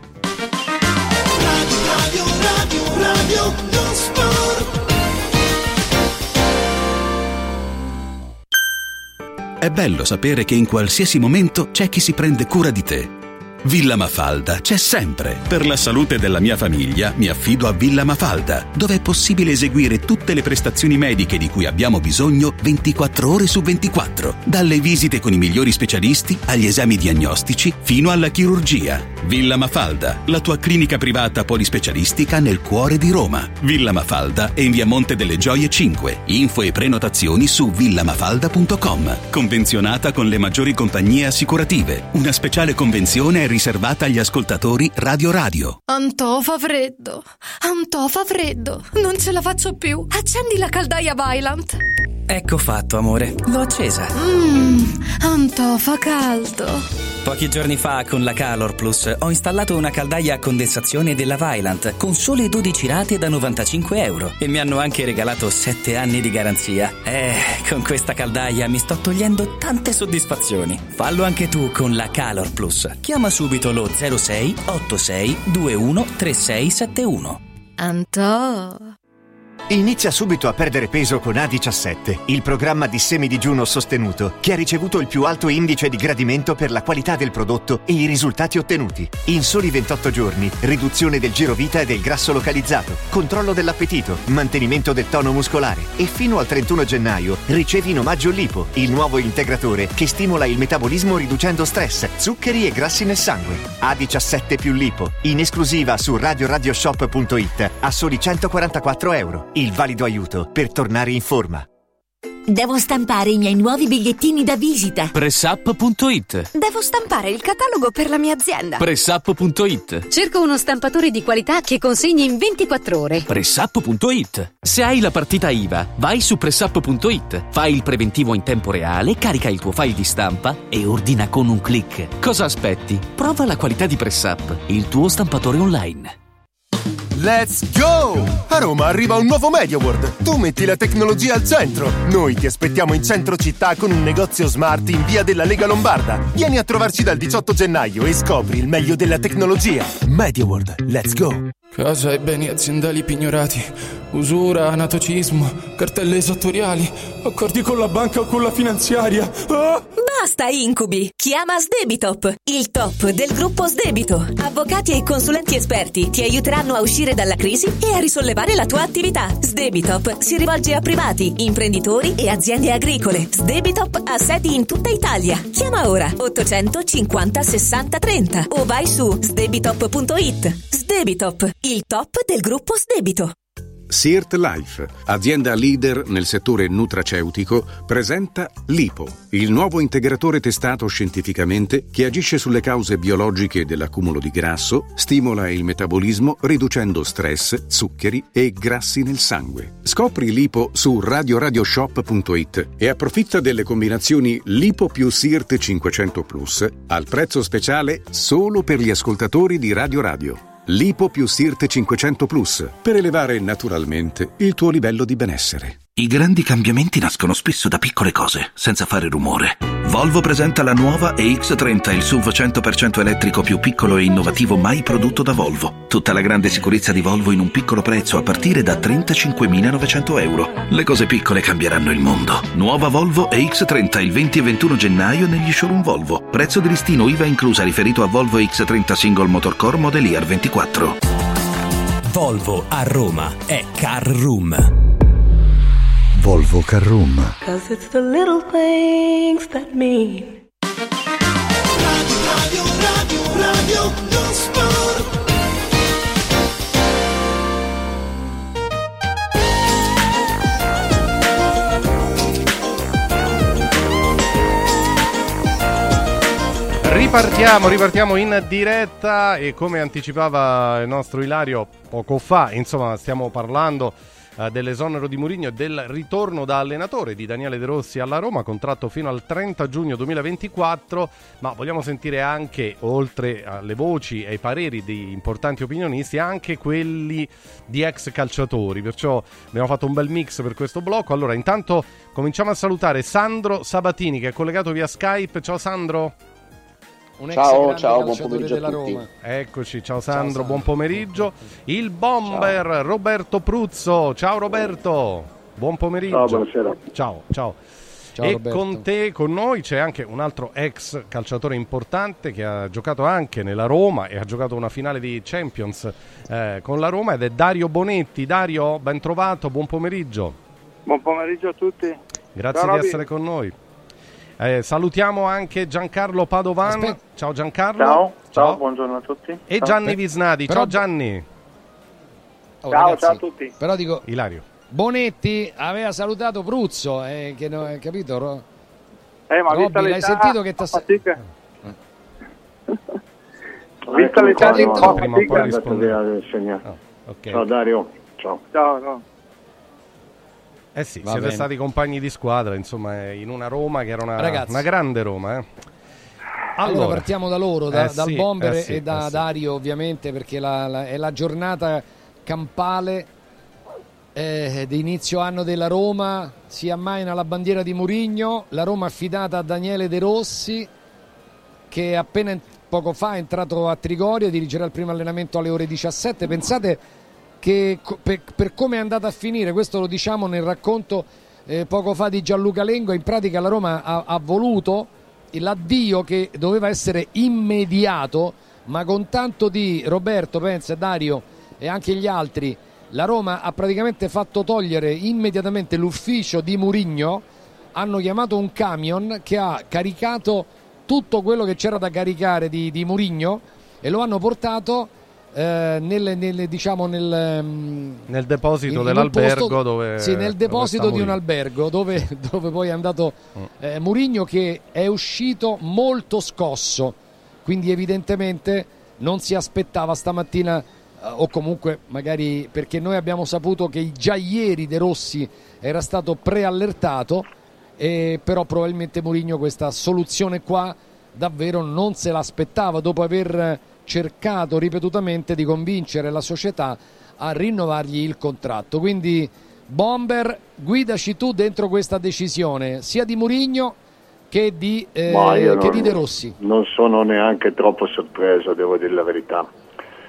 Radio, radio, radio, radio, lo sport. È bello sapere che in qualsiasi momento c'è chi si prende cura di te. Villa Mafalda c'è sempre. Per la salute della mia famiglia mi affido a Villa Mafalda, dove è possibile eseguire tutte le prestazioni mediche di cui abbiamo bisogno ventiquattro ore su ventiquattro. Dalle visite con i migliori specialisti agli esami diagnostici fino alla chirurgia. Villa Mafalda, la tua clinica privata polispecialistica nel cuore di Roma. Villa Mafalda è in via Monte delle Gioie cinque. Info e prenotazioni su villamafalda punto com. Convenzionata con le maggiori compagnie assicurative. Una speciale convenzione è riservata agli ascoltatori Radio Radio. Antò fa freddo, Antò fa freddo, non ce la faccio più. Accendi la caldaia Vaillant. Ecco fatto, amore, l'ho accesa. Mmm, Antò fa caldo. Pochi giorni fa con la Calor Plus ho installato una caldaia a condensazione della Vaillant con sole dodici rate da novantacinque euro e mi hanno anche regalato sette anni di garanzia. Eh, con questa caldaia mi sto togliendo tante soddisfazioni. Fallo anche tu con la Calor Plus. Chiama subito lo zero sei otto sei due uno tre sei sette uno. Antò. Inizia subito a perdere peso con A diciassette, il programma di semidigiuno sostenuto che ha ricevuto il più alto indice di gradimento per la qualità del prodotto e i risultati ottenuti. In soli ventotto giorni, riduzione del girovita e del grasso localizzato, controllo dell'appetito, mantenimento del tono muscolare e fino al trentuno gennaio ricevi in omaggio Lipo, il nuovo integratore che stimola il metabolismo riducendo stress, zuccheri e grassi nel sangue. A diciassette più Lipo, in esclusiva su radio radio shop punto it a soli centoquarantaquattro euro. Il valido aiuto per tornare in forma. Devo stampare i miei nuovi bigliettini da visita. Pressup punto it. Devo stampare il catalogo per la mia azienda. Pressup punto it. Cerco uno stampatore di qualità che consegni in ventiquattro ore. Pressup punto it. Se hai la partita I V A, vai su Pressup punto it, fai il preventivo in tempo reale, carica il tuo file di stampa e ordina con un click. Cosa aspetti? Prova la qualità di Pressup, il tuo stampatore online. Let's go! A Roma arriva un nuovo MediaWorld. Tu metti la tecnologia al centro. Noi ti aspettiamo in centro città con un negozio smart in via della Lega Lombarda. Vieni a trovarci dal diciotto gennaio e scopri il meglio della tecnologia. MediaWorld, let's go! Casa e beni aziendali pignorati. usura, anatocismo, cartelle esattoriali, accordi con la banca o con la finanziaria. Ah! Basta incubi! Chiama Sdebitop, il top del gruppo Sdebito. Avvocati e consulenti esperti ti aiuteranno a uscire dalla crisi e a risollevare la tua attività. Sdebitop si rivolge a privati, imprenditori e aziende agricole. Sdebitop ha sedi in tutta Italia. Chiama ora ottocentocinquanta sessanta trenta o vai su sdebitop punto it. Sdebitop, il top del gruppo Sdebito. Sirt Life, azienda leader nel settore nutraceutico, presenta Lipo, il nuovo integratore testato scientificamente che agisce sulle cause biologiche dell'accumulo di grasso, stimola il metabolismo riducendo stress, zuccheri e grassi nel sangue. Scopri Lipo su radio radio shop punto it e approfitta delle combinazioni Lipo più Sirt cinquecento plus al prezzo speciale solo per gli ascoltatori di Radio Radio. Lipo più Sirt cinquecento plus per elevare naturalmente il tuo livello di benessere. I grandi cambiamenti nascono spesso da piccole cose, senza fare rumore. Volvo presenta la nuova E X trenta, il S U V cento per cento elettrico più piccolo e innovativo mai prodotto da Volvo. Tutta la grande sicurezza di Volvo in un piccolo prezzo a partire da trentacinquemilanovecento euro. Le cose piccole cambieranno il mondo. Nuova Volvo E X trenta il venti e ventuno gennaio negli showroom Volvo. Prezzo di listino I V A inclusa riferito a Volvo E X trenta Single Motor Core Model Year ventiquattro. Volvo a Roma è Car Room. Volvo Car Room. 'Cause it's the little things that mean. Radio, radio, radio, radio, lo sport. Ripartiamo, ripartiamo in diretta e come anticipava il nostro Ilario poco fa, insomma stiamo parlando Uh, dell'esonero di Mourinho e del ritorno da allenatore di Daniele De Rossi alla Roma, contratto fino al trenta giugno duemilaventiquattro, ma vogliamo sentire anche, oltre alle voci e ai pareri di importanti opinionisti, anche quelli di ex calciatori, perciò abbiamo fatto un bel mix per questo blocco. Allora intanto cominciamo a salutare Sandro Sabatini che è collegato via Skype. Ciao Sandro. Un ex ciao, ciao, buon pomeriggio della a tutti. Roma. Eccoci, ciao Sandro, ciao, buon pomeriggio. Il bomber ciao. Roberto Pruzzo, ciao Roberto, buon pomeriggio. Ciao, buonasera. Ciao, ciao. Ciao, e Roberto. con te, con noi c'è anche un altro ex calciatore importante che ha giocato anche nella Roma e ha giocato una finale di Champions eh, con la Roma ed è Dario Bonetti. Dario, ben trovato, buon pomeriggio. Buon pomeriggio a tutti. Grazie ciao, di Roby. essere con noi. Eh, salutiamo anche Giancarlo Padovan. Aspetta. Ciao Giancarlo. Ciao, ciao, buongiorno a tutti. E ciao. Gianni Visnadi. Però... Ciao Gianni. Oh, ciao, ragazzi, ciao a tutti. Però dico, Ilario. Bonetti aveva salutato Pruzzo, eh, che no, hai capito? Ro... Eh, ma Robby, vista l'hai l'età, sentito che t'ha fatica. Ah, Vista l'età di un po' prima o poi fatica. risponde. Oh, okay. Ciao Dario, ciao. Ciao, no. Eh sì, Va siete bene. stati compagni di squadra, insomma, in una Roma che era una, Ragazzi. una grande Roma. Eh. Allora, Allora, partiamo da loro, da- eh dal sì, bomber eh sì, e da eh sì. Dario ovviamente, perché la- la- è la giornata campale eh, di inizio anno della Roma. Si ammaina la bandiera di Mourinho, la Roma affidata a Daniele De Rossi, che appena poco fa è entrato a Trigoria, dirigerà il primo allenamento alle ore diciassette. Pensate che co- per, per come è andata a finire, questo lo diciamo nel racconto eh, poco fa di Gianluca Lengo, in pratica la Roma ha, ha voluto l'addio che doveva essere immediato, ma con tanto di Roberto, pensa, Dario e anche gli altri, la Roma ha praticamente fatto togliere immediatamente l'ufficio di Mourinho, hanno chiamato un camion che ha caricato tutto quello che c'era da caricare di, di Mourinho e lo hanno portato eh, nel, nel, diciamo nel, nel deposito in- in un dell'albergo posto- dove sì, nel deposito dove di sta un Mourinho. albergo dove, dove poi è andato eh, Mourinho, che è uscito molto scosso, quindi evidentemente non si aspettava stamattina eh, o comunque magari perché noi abbiamo saputo che già ieri De Rossi era stato preallertato, e però probabilmente Mourinho questa soluzione qua davvero non se l'aspettava, dopo aver cercato ripetutamente di convincere la società a rinnovargli il contratto. Quindi Bomber, guidaci tu dentro questa decisione sia di Mourinho che di, eh, Ma io che non- di De Rossi. Non sono neanche troppo sorpreso, devo dire la verità.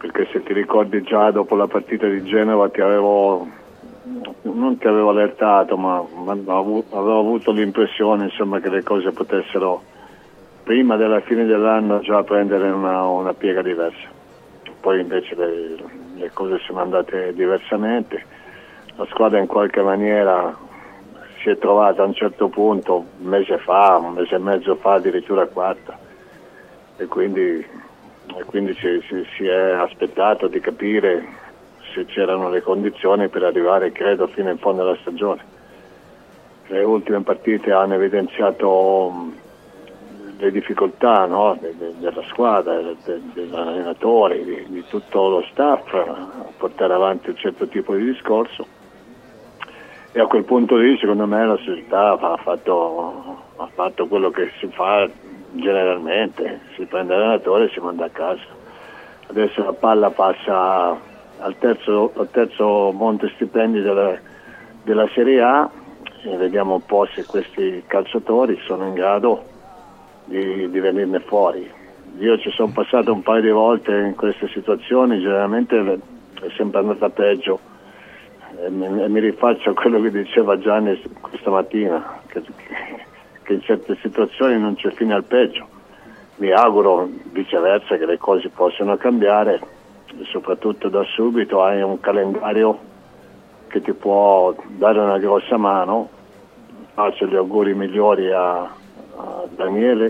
perché se ti ricordi già dopo la partita di Genova ti avevo, non ti avevo allertato, ma, ma avevo avuto l'impressione insomma che le cose potessero prima della fine dell'anno già prendere una, una piega diversa. Poi invece le, le cose sono andate diversamente, la squadra in qualche maniera si è trovata a un certo punto un mese fa, un mese e mezzo fa addirittura quarta, e quindi, e quindi si, si, si è aspettato di capire se c'erano le condizioni per arrivare, credo, fino in fondo alla stagione. Le ultime partite hanno evidenziato le difficoltà, no? de, de, della squadra, de, de, degli allenatori, di, di tutto lo staff a portare avanti un certo tipo di discorso, e a quel punto lì secondo me la società ha fatto, ha fatto quello che si fa generalmente, si prende l'allenatore e si manda a casa. Adesso la palla passa al terzo, al terzo monte stipendi della, della Serie A, e vediamo un po' se questi calciatori sono in grado Di, di venirne fuori. Io ci sono passato un paio di volte in queste situazioni, generalmente è sempre andata peggio, e mi, e mi rifaccio a quello che diceva Gianni questa mattina, che, che in certe situazioni non c'è fine al peggio. Mi auguro viceversa che le cose possano cambiare, e soprattutto da subito hai un calendario che ti può dare una grossa mano. Faccio gli auguri migliori a a Daniele,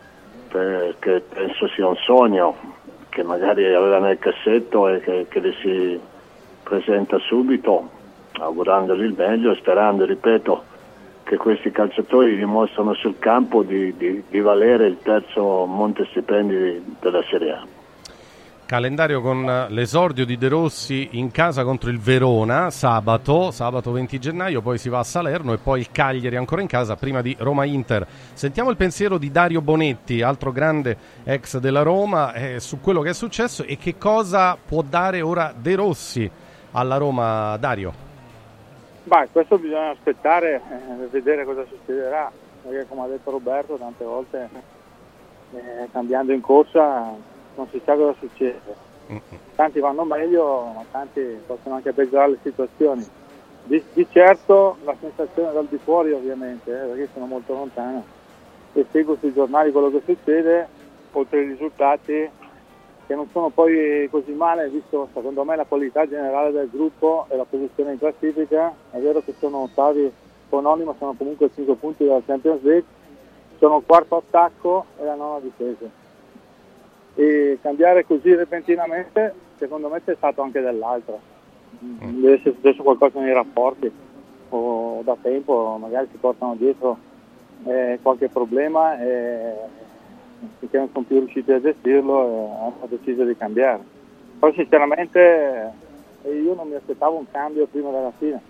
perché penso sia un sogno che magari aveva nel cassetto e che, che le si presenta subito, augurandogli il meglio e sperando, ripeto, che questi calciatori dimostrano sul campo di, di, di valere il terzo monte stipendi della Serie A. Calendario con l'esordio di De Rossi in casa contro il Verona sabato, sabato venti gennaio, poi si va a Salerno e poi il Cagliari ancora in casa prima di Roma-Inter. Sentiamo il pensiero di Dario Bonetti, altro grande ex della Roma, eh, su quello che è successo e che cosa può dare ora De Rossi alla Roma. Dario? Beh, questo bisogna aspettare e eh, vedere cosa succederà, perché come ha detto Roberto tante volte eh, cambiando in corsa non si sa cosa succede. Tanti vanno meglio, ma tanti possono anche peggiorare le situazioni. Di, di certo la sensazione dal di fuori, ovviamente, eh, perché sono molto lontano e seguo sui giornali quello che succede, oltre ai risultati che non sono poi così male, visto secondo me la qualità generale del gruppo e la posizione in classifica. È vero che sono ottavi con Onima, sono comunque cinque punti dalla Champions League, sono il quarto attacco e la nona difesa. E cambiare così repentinamente secondo me c'è stato anche dell'altro, deve essere successo qualcosa nei rapporti, o da tempo magari si portano dietro eh, qualche problema e finché non sono più riusciti a gestirlo eh, hanno deciso di cambiare. Poi sinceramente eh, io non mi aspettavo un cambio prima della fine.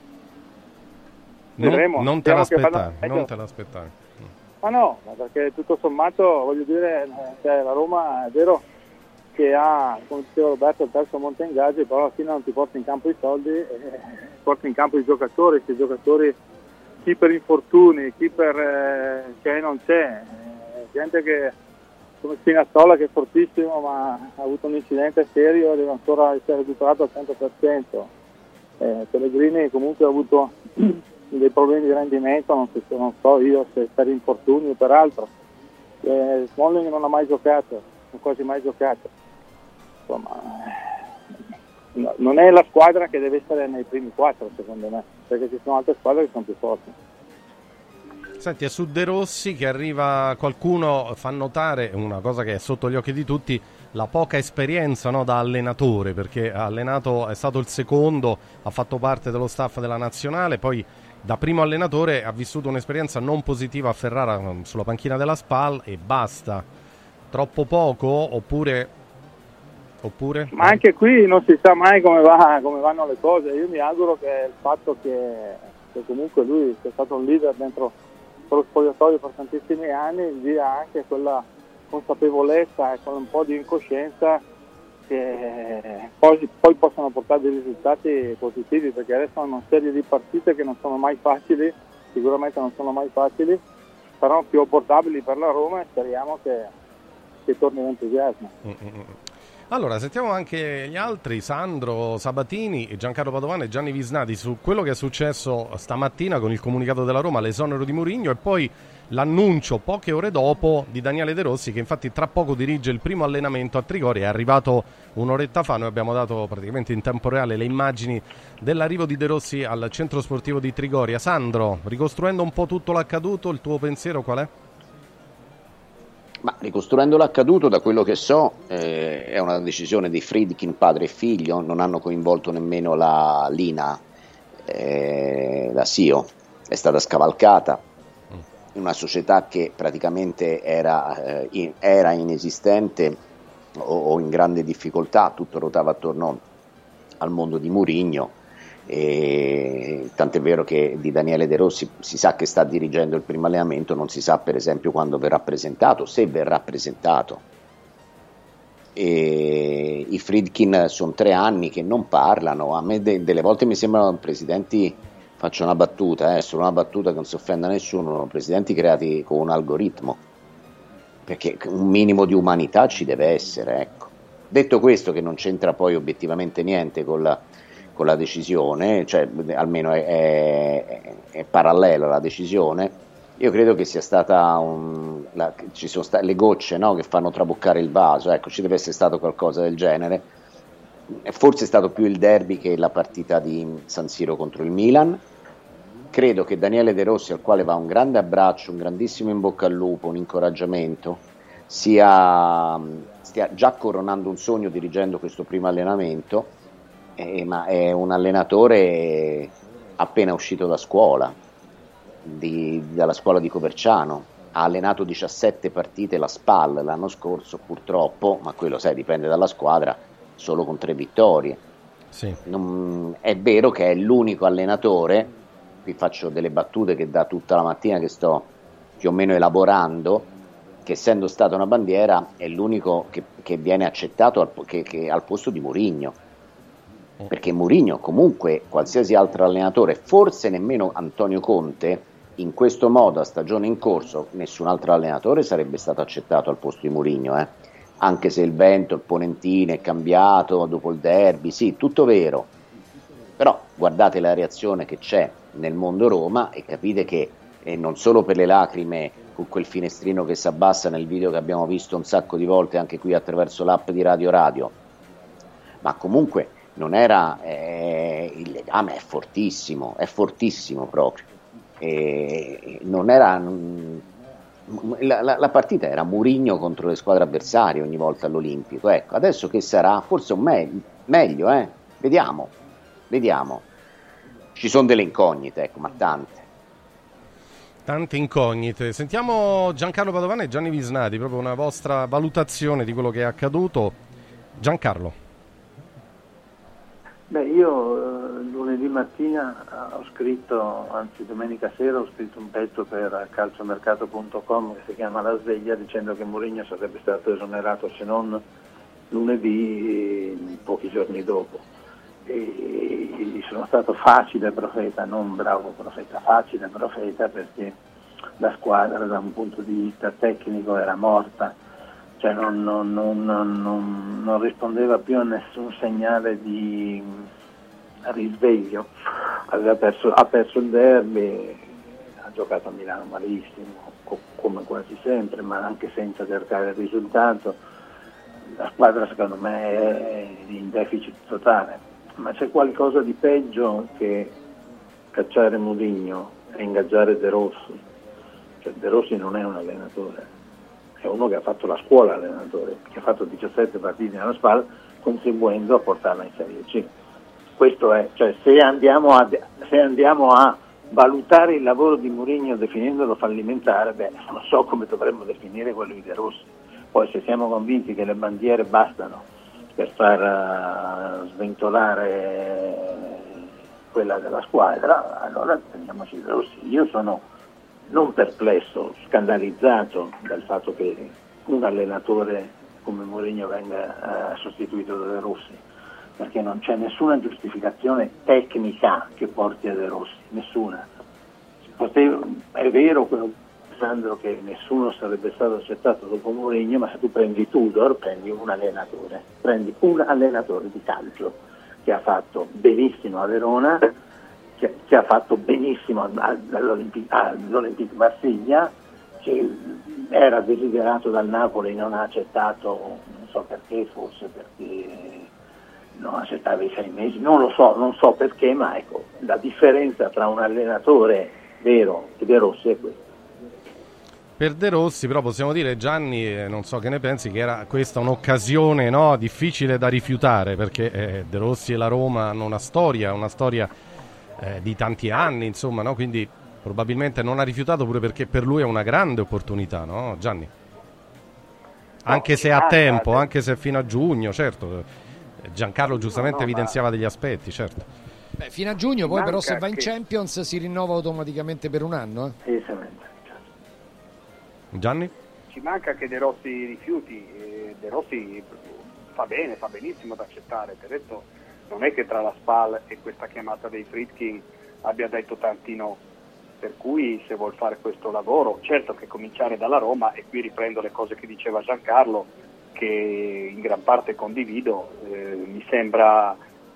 Vedremo. Non, non te l'aspettavi, non te l'aspettavi. Ma no, perché tutto sommato, voglio dire, cioè, la Roma è vero che ha, come diceva Roberto, il terzo monte ingaggi, però alla fine non ti porta in campo i soldi, eh, porta in campo i giocatori, che i giocatori, chi per infortuni, chi per eh, che non c'è, eh, gente che come Spinazzola che è fortissimo ma ha avuto un incidente serio e deve ancora essere recuperato al cento per cento. Eh, Pellegrini comunque ha avuto dei problemi di rendimento, non, so, non so io se per infortuni o per altro. Eh, Smalling non ha mai giocato, non ha quasi mai giocato. Insomma, no, non è la squadra che deve essere nei primi quattro secondo me, perché ci sono altre squadre che sono più forti. Senti, è su De Rossi che arriva qualcuno, fa notare una cosa che è sotto gli occhi di tutti, la poca esperienza, no, da allenatore, perché ha allenato, è stato il secondo, ha fatto parte dello staff della nazionale, poi da primo allenatore ha vissuto un'esperienza non positiva a Ferrara sulla panchina della Spal e basta. Troppo poco oppure oppure ma anche qui non si sa mai come va, come vanno le cose. Io mi auguro che il fatto che, che comunque lui sia stato un leader dentro lo spogliatoio per tantissimi anni dia anche quella consapevolezza e con un po' di incoscienza che poi, poi possono portare dei risultati positivi, perché adesso hanno una serie di partite che non sono mai facili, sicuramente non sono mai facili, però più abbordabili per la Roma, e speriamo che, che torni l'entusiasmo. Mm-mm. Allora, sentiamo anche gli altri, Sandro Sabatini, Giancarlo Padovani e Gianni Visnati, su quello che è successo stamattina con il comunicato della Roma, l'esonero di Mourinho, e poi l'annuncio poche ore dopo di Daniele De Rossi, che infatti tra poco dirige il primo allenamento a Trigoria. È arrivato un'oretta fa, noi abbiamo dato praticamente in tempo reale le immagini dell'arrivo di De Rossi al centro sportivo di Trigoria. Sandro, ricostruendo un po' tutto l'accaduto, il tuo pensiero qual è? Ma ricostruendo l'accaduto, da quello che so, eh, è una decisione di Friedkin, padre e figlio, non hanno coinvolto nemmeno la Lina, eh, la C E O, è stata scavalcata in una società che praticamente era, eh, in, era inesistente o, o in grande difficoltà, tutto ruotava attorno al mondo di Mourinho. E tant'è vero che di Daniele De Rossi si sa che sta dirigendo il primo allenamento, non si sa per esempio quando verrà presentato, se verrà presentato. E i Friedkin sono tre anni che non parlano, a me de- delle volte mi sembrano presidenti, faccio una battuta, eh, solo una battuta che non si offenda nessuno, presidenti creati con un algoritmo, perché un minimo di umanità ci deve essere, ecco. Detto questo, che non c'entra poi obiettivamente niente con la con la decisione, cioè almeno è, è, è parallelo alla decisione, io credo che sia stata un, la, ci sono state le gocce, no, che fanno traboccare il vaso, ecco, ci deve essere stato qualcosa del genere. Forse è stato più il derby che la partita di San Siro contro il Milan. Credo che Daniele De Rossi, al quale va un grande abbraccio, un grandissimo in bocca al lupo, un incoraggiamento, sia, stia già coronando un sogno dirigendo questo primo allenamento. Eh, ma è un allenatore appena uscito da scuola, di, dalla scuola di Coverciano, ha allenato diciassette partite la Spal l'anno scorso, purtroppo, ma quello sai dipende dalla squadra, solo con tre vittorie. Sì. Non, è vero che è l'unico allenatore, qui faccio delle battute che da tutta la mattina che sto più o meno elaborando, che essendo stata una bandiera è l'unico che, che viene accettato al, che, che, al posto di Mourinho. Perché Mourinho, comunque qualsiasi altro allenatore, forse nemmeno Antonio Conte, in questo modo a stagione in corso nessun altro allenatore sarebbe stato accettato al posto di Mourinho, eh? Anche se il vento, il Ponentino è cambiato dopo il derby, sì, tutto vero, però guardate la reazione che c'è nel mondo Roma e capite che eh, non solo per le lacrime con quel finestrino che si abbassa nel video che abbiamo visto un sacco di volte anche qui attraverso l'app di Radio Radio, ma comunque non era, eh, il legame è fortissimo, è fortissimo proprio, e non era, la, la, la partita era Mourinho contro le squadre avversarie ogni volta all'Olimpico, ecco, adesso che sarà? Forse un me- meglio, eh? Vediamo, vediamo, ci sono delle incognite, ecco, ma tante. Tante incognite. Sentiamo Giancarlo Padovani e Gianni Visnati, proprio una vostra valutazione di quello che è accaduto. Giancarlo. Beh, io eh, lunedì mattina ho scritto, anzi domenica sera ho scritto un pezzo per calciomercato punto com che si chiama La sveglia, dicendo che Mourinho sarebbe stato esonerato se non lunedì, pochi giorni dopo. E sono stato facile profeta, non bravo profeta, facile profeta, perché la squadra da un punto di vista tecnico era morta, cioè non, non, non, non, non rispondeva più a nessun segnale di risveglio. Aveva perso, ha perso il derby, ha giocato a Milano malissimo, co- come quasi sempre, ma anche senza cercare il risultato. La squadra secondo me è in deficit totale, ma c'è qualcosa di peggio che cacciare Mourinho e ingaggiare De Rossi. Cioè, De Rossi non è un allenatore, è uno che ha fatto la scuola allenatore, che ha fatto diciassette partite nella Spal, contribuendo a portarla in Serie C. Questo è, cioè se andiamo a, se andiamo a valutare il lavoro di Mourinho definendolo fallimentare, beh, non so come dovremmo definire quello di De Rossi. Poi se siamo convinti che le bandiere bastano per far uh, sventolare quella della squadra, allora prendiamoci De Rossi. Io sono non perplesso, scandalizzato dal fatto che un allenatore come Mourinho venga uh, sostituito da De Rossi, perché non c'è nessuna giustificazione tecnica che porti a De Rossi, nessuna. Poteva, è vero quello che Alessandro, che nessuno sarebbe stato accettato dopo Mourinho, ma se tu prendi Tudor, prendi un allenatore, prendi un allenatore di calcio che ha fatto benissimo a Verona, che, che ha fatto benissimo all'Olympique, all'Olympique Marsiglia, che era desiderato dal Napoli, non ha accettato, non so perché, forse perché non accettava i sei mesi, non lo so, non so perché, ma ecco, la differenza tra un allenatore vero e De Rossi è questa. Per De Rossi però possiamo dire, Gianni, eh, non so che ne pensi, che era questa un'occasione, no, difficile da rifiutare, perché eh, De Rossi e la Roma hanno una storia, una storia eh, di tanti anni, insomma, no? Quindi probabilmente non ha rifiutato pure perché per lui è una grande opportunità, no, Gianni? Anche se ha tempo, anche se fino a giugno, certo. Giancarlo giustamente no, no, evidenziava ma... degli aspetti, certo. Beh, fino a giugno, poi però se va in che... Champions si rinnova automaticamente per un anno, eh? Sì, esattamente. Gianni? Ci manca che De Rossi rifiuti, e De Rossi fa bene, fa benissimo ad accettare, per detto non è che tra la Spal e questa chiamata dei Friedkin abbia detto tanti no, per cui se vuol fare questo lavoro, certo che cominciare dalla Roma, e qui riprendo le cose che diceva Giancarlo, che in gran parte condivido, eh, mi sembra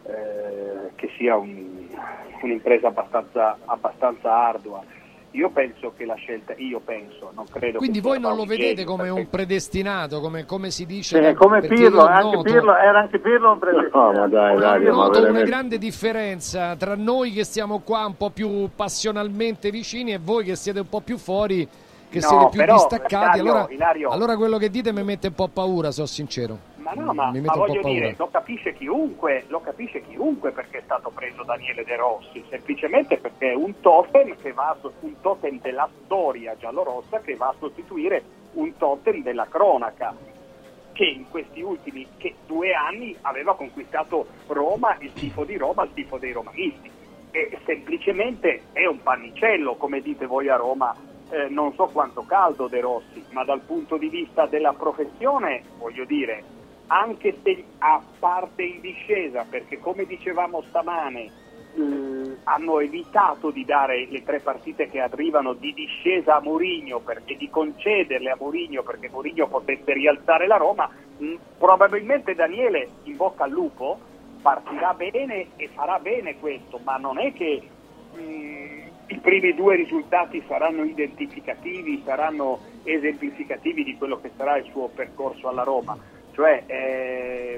eh, che sia un, un'impresa abbastanza, abbastanza ardua. Io penso che la scelta, io penso, non credo. Quindi che voi non lo vedete genio, come perché... un predestinato, come, come si dice? Sì, come Pirlo, anche Pirlo, era anche Pirlo un predestinato. No, ma dai, dai, Io noto veramente... una grande differenza tra noi che stiamo qua un po' più passionalmente vicini e voi che siete un po' più fuori, che no, siete più però, distaccati. Ilario, allora, Ilario... allora quello che dite mi mette un po' paura, sono sincero. Ma no, ma, mi ma voglio dire, lo capisce chiunque, lo capisce chiunque perché è stato preso Daniele De Rossi, semplicemente perché è un totem che va a, un totem della storia giallorossa che va a sostituire un totem della cronaca, che in questi ultimi che due anni aveva conquistato Roma, il tifo di Roma, il tifo dei romanisti. E semplicemente è un pannicello, come dite voi a Roma. Eh, non so quanto caldo De Rossi, ma dal punto di vista della professione, voglio dire, anche se a parte in discesa, perché come dicevamo stamane eh, hanno evitato di dare le tre partite che arrivano di discesa a Mourinho perché di concederle a Mourinho perché Mourinho potesse rialzare la Roma, mh, probabilmente Daniele, in bocca al lupo, partirà bene e farà bene questo, ma non è che mh, i primi due risultati saranno identificativi, saranno esemplificativi di quello che sarà il suo percorso alla Roma. Cioè, eh,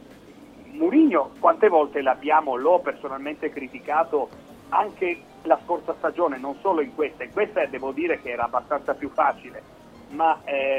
Mourinho, quante volte l'abbiamo, l'ho personalmente criticato anche la scorsa stagione, non solo in questa. In questa devo dire che era abbastanza più facile, ma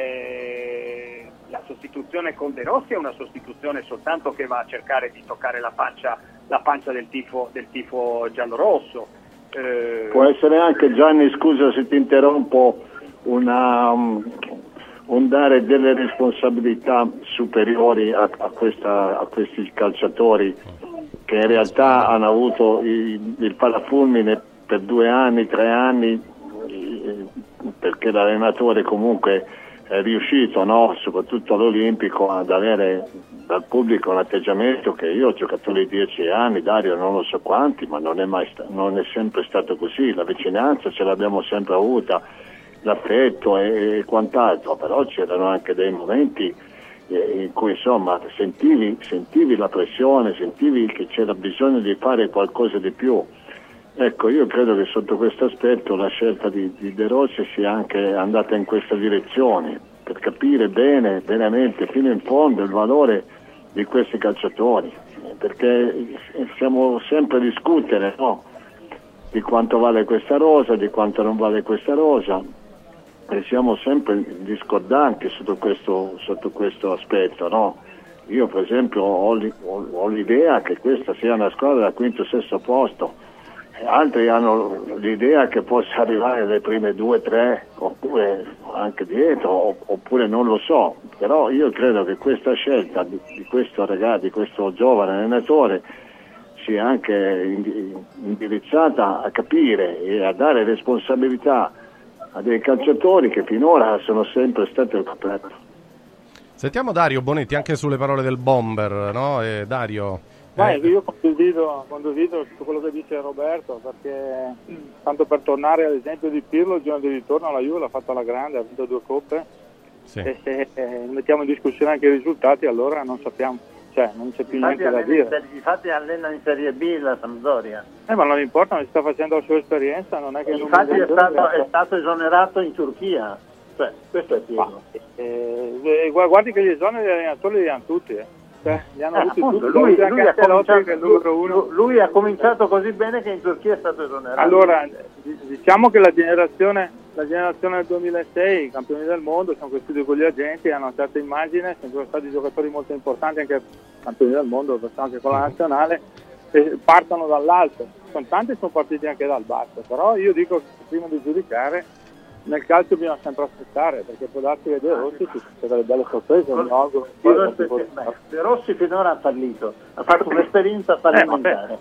eh, la sostituzione con De Rossi è una sostituzione soltanto che va a cercare di toccare la pancia, la pancia del tifo, del tifo giallorosso. Eh... Può essere anche, Gianni, scusa se ti interrompo, una... Um... un dare delle responsabilità superiori a, a, questa, a questi calciatori che in realtà hanno avuto il, il parafulmine per due anni, tre anni, perché l'allenatore comunque è riuscito, no? Soprattutto all'Olimpico, ad avere dal pubblico un atteggiamento che io ho giocato lì dieci anni, Dario non lo so quanti, ma non è, mai sta- non è sempre stato così, la vicinanza ce l'abbiamo sempre avuta, l'affetto e, e quant'altro, però c'erano anche dei momenti eh, in cui insomma sentivi, sentivi la pressione, sentivi che c'era bisogno di fare qualcosa di più. Ecco, io credo che sotto questo aspetto la scelta di, di De Rossi sia anche andata in questa direzione, per capire bene, veramente, fino in fondo il valore di questi calciatori, perché siamo sempre a discutere, no? Di quanto vale questa rosa, di quanto non vale questa rosa, e siamo sempre discordanti sotto questo, sotto questo aspetto, no? Io per esempio ho, ho, ho l'idea che questa sia una squadra da quinto o sesto posto, altri hanno l'idea che possa arrivare alle prime due, tre, oppure anche dietro, oppure non lo so, però io credo che questa scelta di, di questo ragazzo, di questo giovane allenatore sia anche indirizzata a capire e a dare responsabilità a dei calciatori che finora sono sempre stati al completo. Sentiamo Dario Bonetti anche sulle parole del bomber, no? E Dario, Ma Eh. io condivido, condivido tutto quello che dice Roberto, perché tanto per tornare all'esempio di Pirlo, il giorno di ritorno la Juve l'ha fatta alla grande, ha vinto due coppe, Sì. e se eh, mettiamo in discussione anche i risultati allora non sappiamo, cioè non c'è più Infatti niente da allena, in dire. serie, infatti allena in Serie B la Sampdoria. Eh, ma non importa, non si sta facendo la sua esperienza, non è che non Infatti è stato, è è stato esonerato in Turchia, cioè questo è Pirlo. Eh, eh, guardi che gli esoneri degli allenatori li hanno tutti, eh. Cioè, li hanno Eh, avuti appunto, tutti, lui, anche lui ha Ancelotti, cominciato, che è il numero uno. lui- lui ha cominciato così bene che in Turchia è stato esonerato. Allora, d- diciamo che la generazione, la generazione del duemilasei, i campioni del mondo, sono cresciuti con gli agenti, hanno una certa immagine, sono stati giocatori molto importanti, anche campioni del mondo, anche con la nazionale, e partono dall'alto. Sono tanti sono partiti anche dal basso, però io dico che prima di giudicare, nel calcio bisogna sempre aspettare, perché può darsi che De Rossi ci sia delle belle sorprese, mi auguro. Cosa aspetti- beh, De Rossi finora ha fallito, ha fatto un'esperienza fallimentare.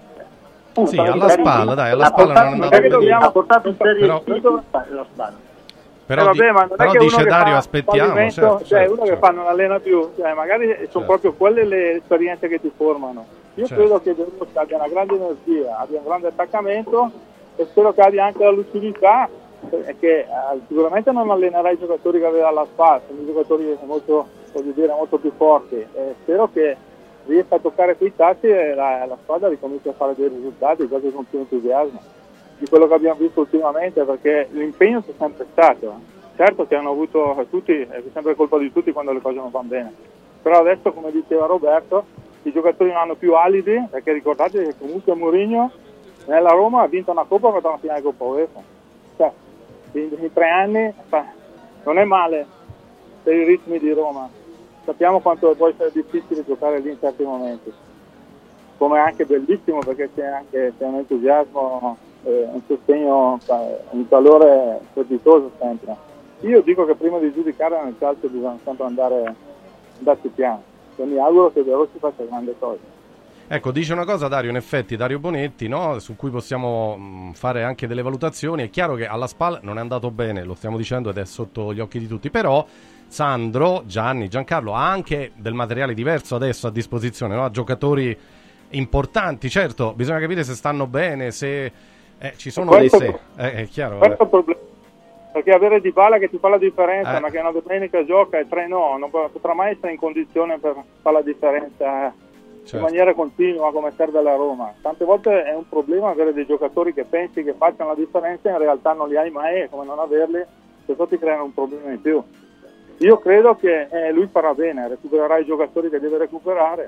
Sì, alla spalla, dai, alla spalla non è andato che dobbiamo- bene. Ha portato in Serie Però- B la spalla. Però, Eh, vabbè, di- ma non è però che dice uno che Dario fa aspettiamo, fallimento, certo, cioè certo, uno che certo. fa non allena più, cioè magari sono proprio quelle le esperienze che ti formano. Io Certo. credo che De Rossi abbia una grande energia, abbia un grande attaccamento e spero che abbia anche la lucidità, e che eh, sicuramente non allenerà i giocatori che aveva alla spalla, sono giocatori molto, voglio dire, molto più forti, e spero che riesca a toccare quei tasti e la, la squadra ricomincia a fare dei risultati, giochi con più entusiasmo di quello che abbiamo visto ultimamente, perché l'impegno c'è sempre stato. Certo che hanno avuto tutti, è sempre colpa di tutti quando le cose non vanno bene, però adesso, come diceva Roberto, i giocatori non hanno più alibi, perché ricordate che comunque Mourinho nella Roma ha vinto una Coppa, ha fatto una finale di Coppa UEFA, cioè in, in tre anni beh, non è male per i ritmi di Roma. Sappiamo quanto può essere difficile giocare lì in certi momenti, come è anche bellissimo perché c'è anche c'è un entusiasmo, eh, un sostegno, un calore strepitoso sempre. Io dico che prima di giudicare nel calcio bisogna sempre andare andarci piano, e mi auguro che De Rossi faccia grandi cose. Ecco, dice una cosa Dario, in effetti, Dario Bonetti, no? Su cui possiamo mh, fare anche delle valutazioni. È chiaro che alla spalla non è andato bene, lo stiamo dicendo ed è sotto gli occhi di tutti, però Sandro, Gianni, Giancarlo ha anche del materiale diverso adesso a disposizione, no? Ha giocatori importanti, certo, bisogna capire se stanno bene, se eh, ci sono dei Questo- se, eh, è chiaro. Questo è eh. il problema, perché avere Dybala che ti fa la differenza, Eh. ma che una domenica gioca e tre no, non po- potrà mai essere in condizione per fare la differenza eh, Certo. in maniera continua come serve alla Roma. Tante volte è un problema avere dei giocatori che pensi che facciano la differenza e in realtà non li hai mai, e come non averli, questo ti creano un problema in più. Io credo che eh, lui farà bene, recupererà i giocatori che deve recuperare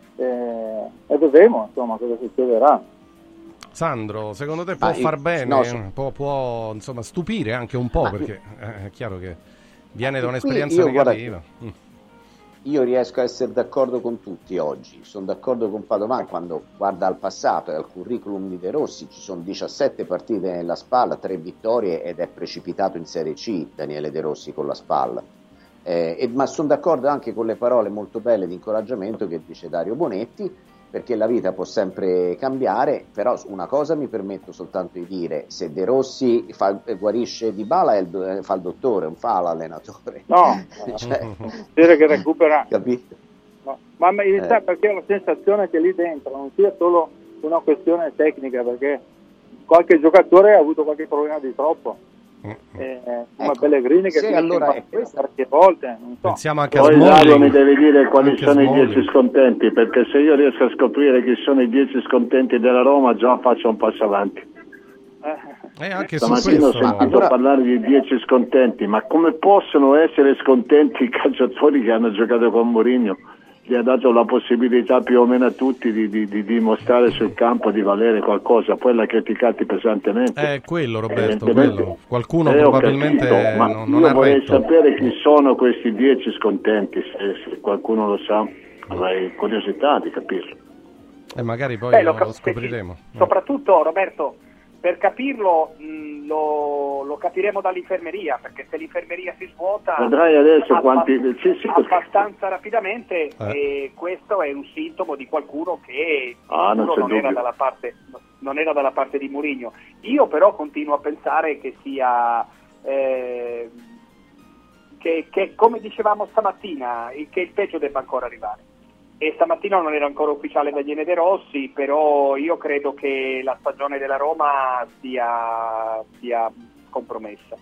eh, e vedremo insomma cosa succederà. Sandro, secondo te può Ah, io- far bene, no, so- può, può insomma stupire anche un po', Ma- perché eh, è chiaro che viene da qui un'esperienza io, guarda, negativa. Mm. Io riesco a essere d'accordo con tutti oggi, sono d'accordo con Padovan quando guarda al passato e al curriculum di De Rossi, ci sono diciassette partite nella spalla, tre vittorie ed è precipitato in Serie C Daniele De Rossi con la spalla. Eh, e, ma sono d'accordo anche con le parole molto belle di incoraggiamento che dice Dario Bonetti, perché la vita può sempre cambiare, però una cosa mi permetto soltanto di dire: se De Rossi fa, guarisce Dybala è il, fa il dottore, non fa l'allenatore. No, Cioè, dire che recupera. capito? No. Ma ma in realtà Eh. perché ho la sensazione che lì dentro non sia solo una questione tecnica, perché qualche giocatore ha avuto qualche problema di troppo. Eh, come Ecco, Pellegrini che se finisce allora in è partita parecchie volte, non so. Pensiamo anche a Poi Dario mi Smalling. devi dire quali Anche sono i Smalling. dieci scontenti, perché se io riesco a scoprire chi sono i dieci scontenti della Roma già faccio un passo avanti. E anche su Stamattina ho questo sentito allora- parlare di dieci scontenti, ma come possono essere scontenti i calciatori che hanno giocato con Mourinho? Gli ha dato la possibilità più o meno a tutti di, di, di dimostrare sul campo di valere qualcosa, poi l'ha criticati pesantemente. è quello, Roberto, Evidentemente- quello. Qualcuno Eh, ho probabilmente capito, ma non, non io ha vorrei retto. sapere chi sono questi dieci scontenti, se, se qualcuno lo sa, avrei curiosità di capirlo. E magari poi Beh, lo, lo cap- lo scopriremo. Soprattutto, Roberto, per capirlo mh, lo, lo capiremo dall'infermeria, perché se l'infermeria si svuota Vedrai adesso abba- quanti... Sì, sì, perché- abbastanza rapidamente, Eh. e questo è un sintomo di qualcuno che Ah, non sicuro c'è non era dubbio. dalla parte non era dalla parte di Mourinho. Io però continuo a pensare che sia eh, che, che come dicevamo stamattina, che il peggio debba ancora arrivare. e stamattina non era ancora ufficiale Daniele De Rossi, però io credo che la stagione della Roma sia, sia compromessa.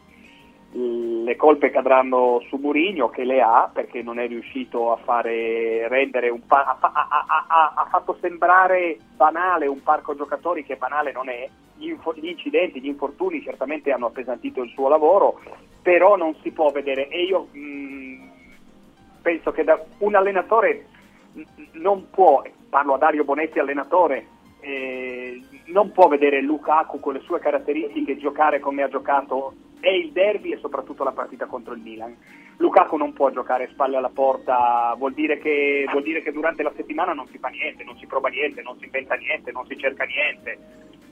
Le colpe cadranno su Mourinho, che le ha perché non è riuscito a fare rendere un pa- ha, ha, ha, ha fatto sembrare banale un parco giocatori che banale non è. Gli, info- gli incidenti, gli infortuni certamente hanno appesantito il suo lavoro, però non si può vedere, e io mh, penso che da un allenatore mh, non può, parlo a Dario Bonetti allenatore, eh, non può vedere Lukaku con le sue caratteristiche giocare come ha giocato è il derby e soprattutto la partita contro il Milan. Lukaku non può giocare spalle alla porta, vuol dire che vuol dire che durante la settimana non si fa niente, non si prova niente, non si inventa niente, non si cerca niente.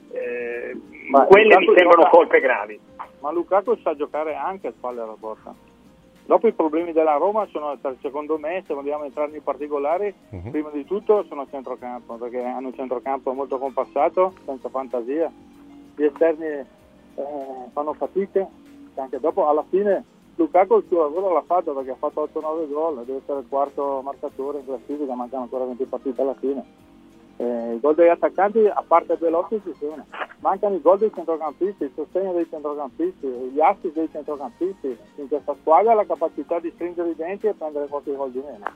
Eh, quelle Lukaku mi sembrano gioca... colpe gravi. Ma Lukaku sa giocare anche a spalle alla porta. Dopo i problemi della Roma sono, secondo me, se vogliamo entrare nei particolari, uh-huh. prima di tutto sono a centrocampo, perché hanno un centrocampo molto compassato, senza fantasia. Gli esterni eh, fanno fatica, anche dopo alla fine Lukaku il suo lavoro l'ha fatto perché ha fatto otto nove gol, deve essere il quarto marcatore in classifica, mancano ancora venti partite alla fine. Eh, I gol degli attaccanti, a parte Belotti, ci sono, mancano i gol dei centrocampisti, il sostegno dei centrocampisti, gli assist dei centrocampisti. In questa squadra la capacità di stringere i denti e prendere qualche gol di meno.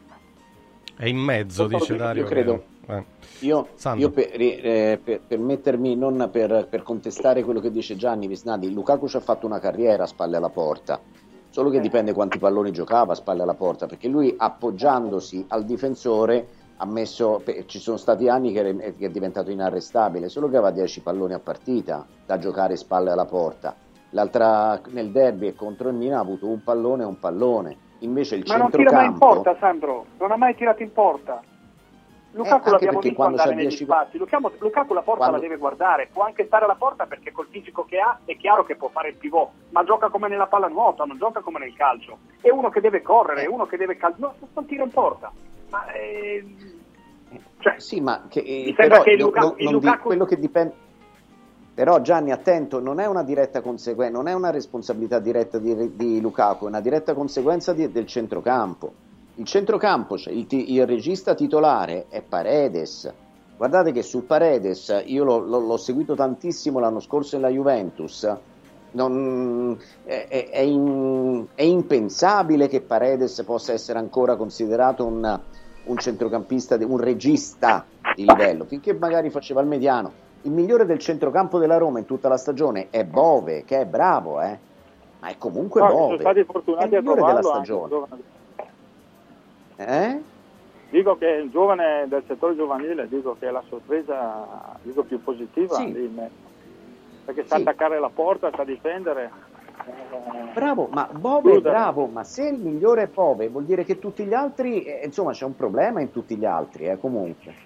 È in mezzo, dice Dario. Io credo, eh. io, io per, eh, per, per mettermi, non per, per contestare quello che dice Gianni Visnadi, Lukaku ci ha fatto una carriera a spalle alla porta, solo che dipende quanti palloni giocava a spalle alla porta, perché lui appoggiandosi al difensore ha messo, ci sono stati anni che è diventato inarrestabile, solo che aveva dieci palloni a partita da giocare spalle alla porta. L'altra nel derby e contro il Milan ha avuto un pallone e un pallone. Invece il ma non centrocampo... tira mai in porta, Sandro, non ha mai tirato in porta. Lukaku eh, l'abbiamo visto andare negli dieci... spazi. Lukaku, Lukaku la porta quando... la deve guardare, può anche stare alla porta perché col fisico che ha è chiaro che può fare il pivot, ma gioca come nella pallanuoto, non gioca come nel calcio. È uno che deve correre, è uno che deve cal... no, non tira in porta. Ma è... cioè, sì, ma che, mi però che lo, Lukaku, lo, non Lukaku... di, quello che dipende. Però Gianni, attento, non è una diretta conseguenza, non è una responsabilità diretta di, di Lukaku, è una diretta conseguenza di, del centrocampo. Il centrocampo, cioè il, il regista titolare è Paredes. Guardate che su Paredes, io l'ho, l'ho seguito tantissimo l'anno scorso nella Juventus, non, è, è, è, in, è impensabile che Paredes possa essere ancora considerato un, un centrocampista, un regista di livello, finché magari faceva il mediano. Il migliore del centrocampo della Roma in tutta la stagione è Bove, che è bravo, eh? Ma è comunque no, Bove. Sono stati fortunati è il migliore a della trovarlo. stagione. Eh? Dico che il giovane del settore giovanile, dico che è la sorpresa dico più positiva, sì. di me. Perché sa sì. attaccare la porta, sa difendere. Bravo, ma Bove è bravo, ma se il migliore è Bove vuol dire che tutti gli altri, eh, insomma c'è un problema in tutti gli altri, eh, comunque.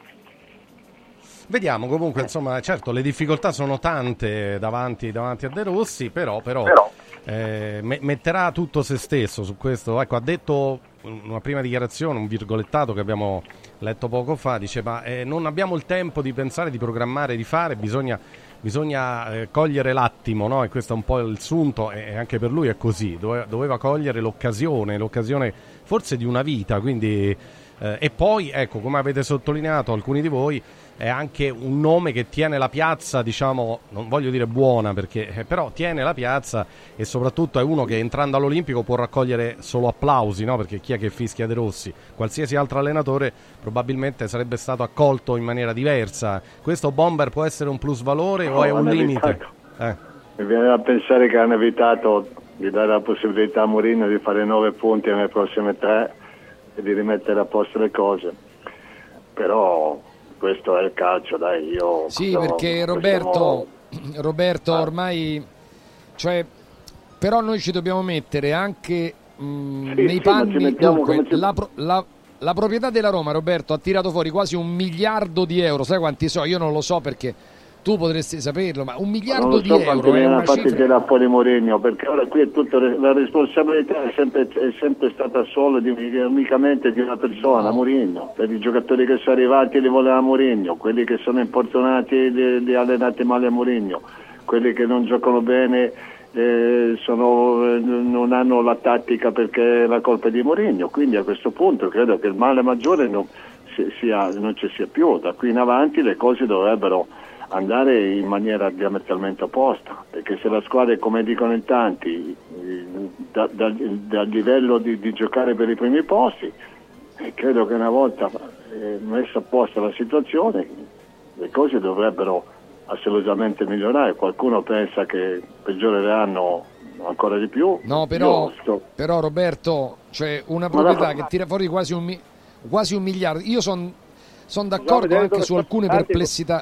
Vediamo comunque, insomma, certo le difficoltà sono tante davanti, davanti a De Rossi, però, però, però. Eh, me- metterà tutto se stesso su questo. Ecco, ha detto una prima dichiarazione, un virgolettato che abbiamo letto poco fa, dice ma eh, non abbiamo il tempo di pensare, di programmare, di fare, bisogna, bisogna eh, cogliere l'attimo, no? E questo è un po' il sunto, e anche per lui è così, doveva, doveva cogliere l'occasione, l'occasione forse di una vita, quindi eh, e poi, ecco, come avete sottolineato alcuni di voi, è anche un nome che tiene la piazza, diciamo, non voglio dire buona, perché eh, però tiene la piazza, e soprattutto è uno che entrando all'Olimpico può raccogliere solo applausi, no? Perché chi è che fischia De Rossi? Qualsiasi altro allenatore probabilmente sarebbe stato accolto in maniera diversa. Questo Bomber può essere un plusvalore no, o è un limite? Eh. Mi viene da pensare che hanno evitato di dare la possibilità a Mourinho di fare nove punti nelle prossime tre e di rimettere a posto le cose, però questo è il calcio, dai, io... Sì, no, perché Roberto, Roberto ah. ormai, cioè, però noi ci dobbiamo mettere anche mh, sì, nei sì, panni, dunque, ci... la, la, la proprietà della Roma, Roberto, ha tirato fuori quasi un miliardo di euro, sai quanti so? Io non lo so perché tu potresti saperlo, ma un miliardo so di euro è una fatti cifra... tirare fuori Mourinho, perché ora qui è tutta la responsabilità è sempre, è sempre stata solo di, unicamente di una persona, no. Mourinho. Per i giocatori che sono arrivati li voleva Mourinho, quelli che sono importunati li, li allenati male a Mourinho, quelli che non giocano bene eh, sono, eh, non hanno la tattica perché è la colpa di Mourinho, quindi a questo punto credo che il male maggiore non sia, non ci sia più. Da qui in avanti le cose dovrebbero andare in maniera diametralmente opposta, perché se la squadra, come dicono in tanti, da, da, dal livello di, di giocare per i primi posti, eh, credo che una volta eh, messa a posto la situazione le cose dovrebbero assolutamente migliorare. Qualcuno pensa che peggioreranno ancora di più. No, però, sto... però Roberto, cioè una proprietà che tira fuori quasi un, mi... quasi un miliardo. Io sono son d'accordo anche su alcune perplessità.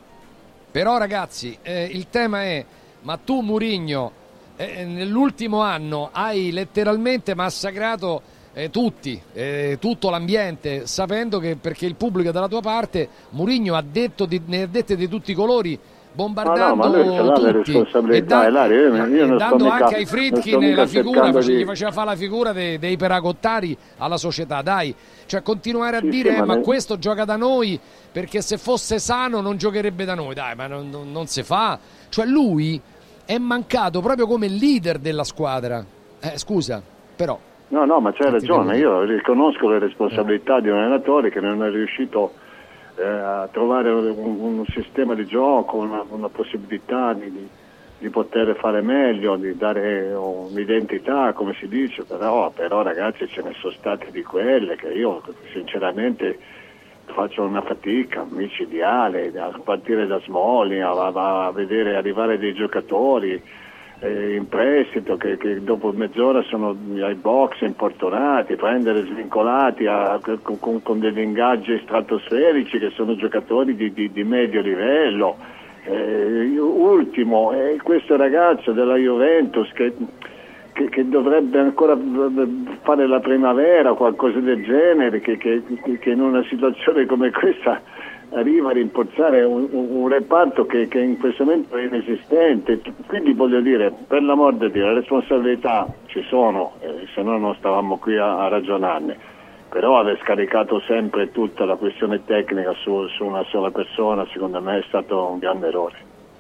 Però ragazzi, eh, il tema è, ma tu Mourinho eh, nell'ultimo anno hai letteralmente massacrato eh, tutti, eh, tutto l'ambiente, sapendo che, perché il pubblico è dalla tua parte, Mourinho ha detto di, ne ha dette di tutti i colori, bombardando no, no, tutti e, da, Ilaria, io, io non dando mica, anche ai Friedkin la figura, di... gli faceva fare la figura dei, dei peragottari alla società, dai, cioè continuare a sì, dire sì, eh, ma, ma ne... questo gioca da noi perché se fosse sano non giocherebbe da noi, dai, ma non, non, non si fa, cioè lui è mancato proprio come leader della squadra, eh, scusa, però no no ma c'hai ragione, io riconosco le responsabilità di un allenatore che non è riuscito Eh, a trovare un, un sistema di gioco, una, una possibilità di, di, di poter fare meglio, di dare un'identità, come si dice, però, però ragazzi ce ne sono state di quelle che io sinceramente faccio una fatica micidiale, a partire da Smalling, a, a, a vedere arrivare dei giocatori eh, in prestito che, che dopo mezz'ora sono ai box importunati, prendere svincolati a, con, con degli ingaggi stratosferici che sono giocatori di, di, di medio livello. Eh, ultimo è questo ragazzo della Juventus che, che, che dovrebbe ancora fare la primavera o qualcosa del genere, che, che, che in una situazione come questa arriva a rimpozzare un, un, un reparto che, che in questo momento è inesistente. Quindi voglio dire, per l'amor di Dio, le responsabilità ci sono, eh, se no non stavamo qui a, a ragionarne, però aver scaricato sempre tutta la questione tecnica su, su una sola persona secondo me è stato un grande errore.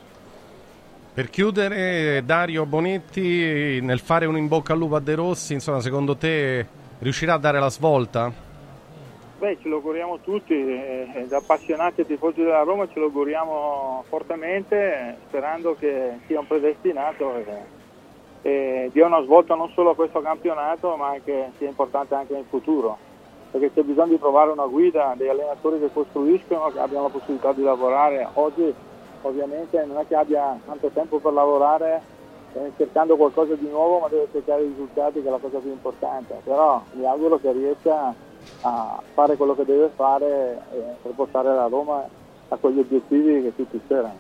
Per chiudere, Dario Bonetti, nel fare un in bocca al lupo a De Rossi, insomma, secondo te riuscirà a dare la svolta? Beh, ce lo auguriamo tutti, eh, da appassionati e tifosi della Roma ce lo auguriamo fortemente, sperando che sia un predestinato e, e dia una svolta non solo a questo campionato, ma anche sia importante anche nel futuro, perché c'è bisogno di trovare una guida, degli allenatori che costruiscono, che abbiano la possibilità di lavorare. Oggi ovviamente non è che abbia tanto tempo per lavorare eh, cercando qualcosa di nuovo, ma deve cercare i risultati, che è la cosa più importante, però mi auguro che riesca a fare quello che deve fare eh, per portare la Roma a quegli obiettivi che tutti sperano.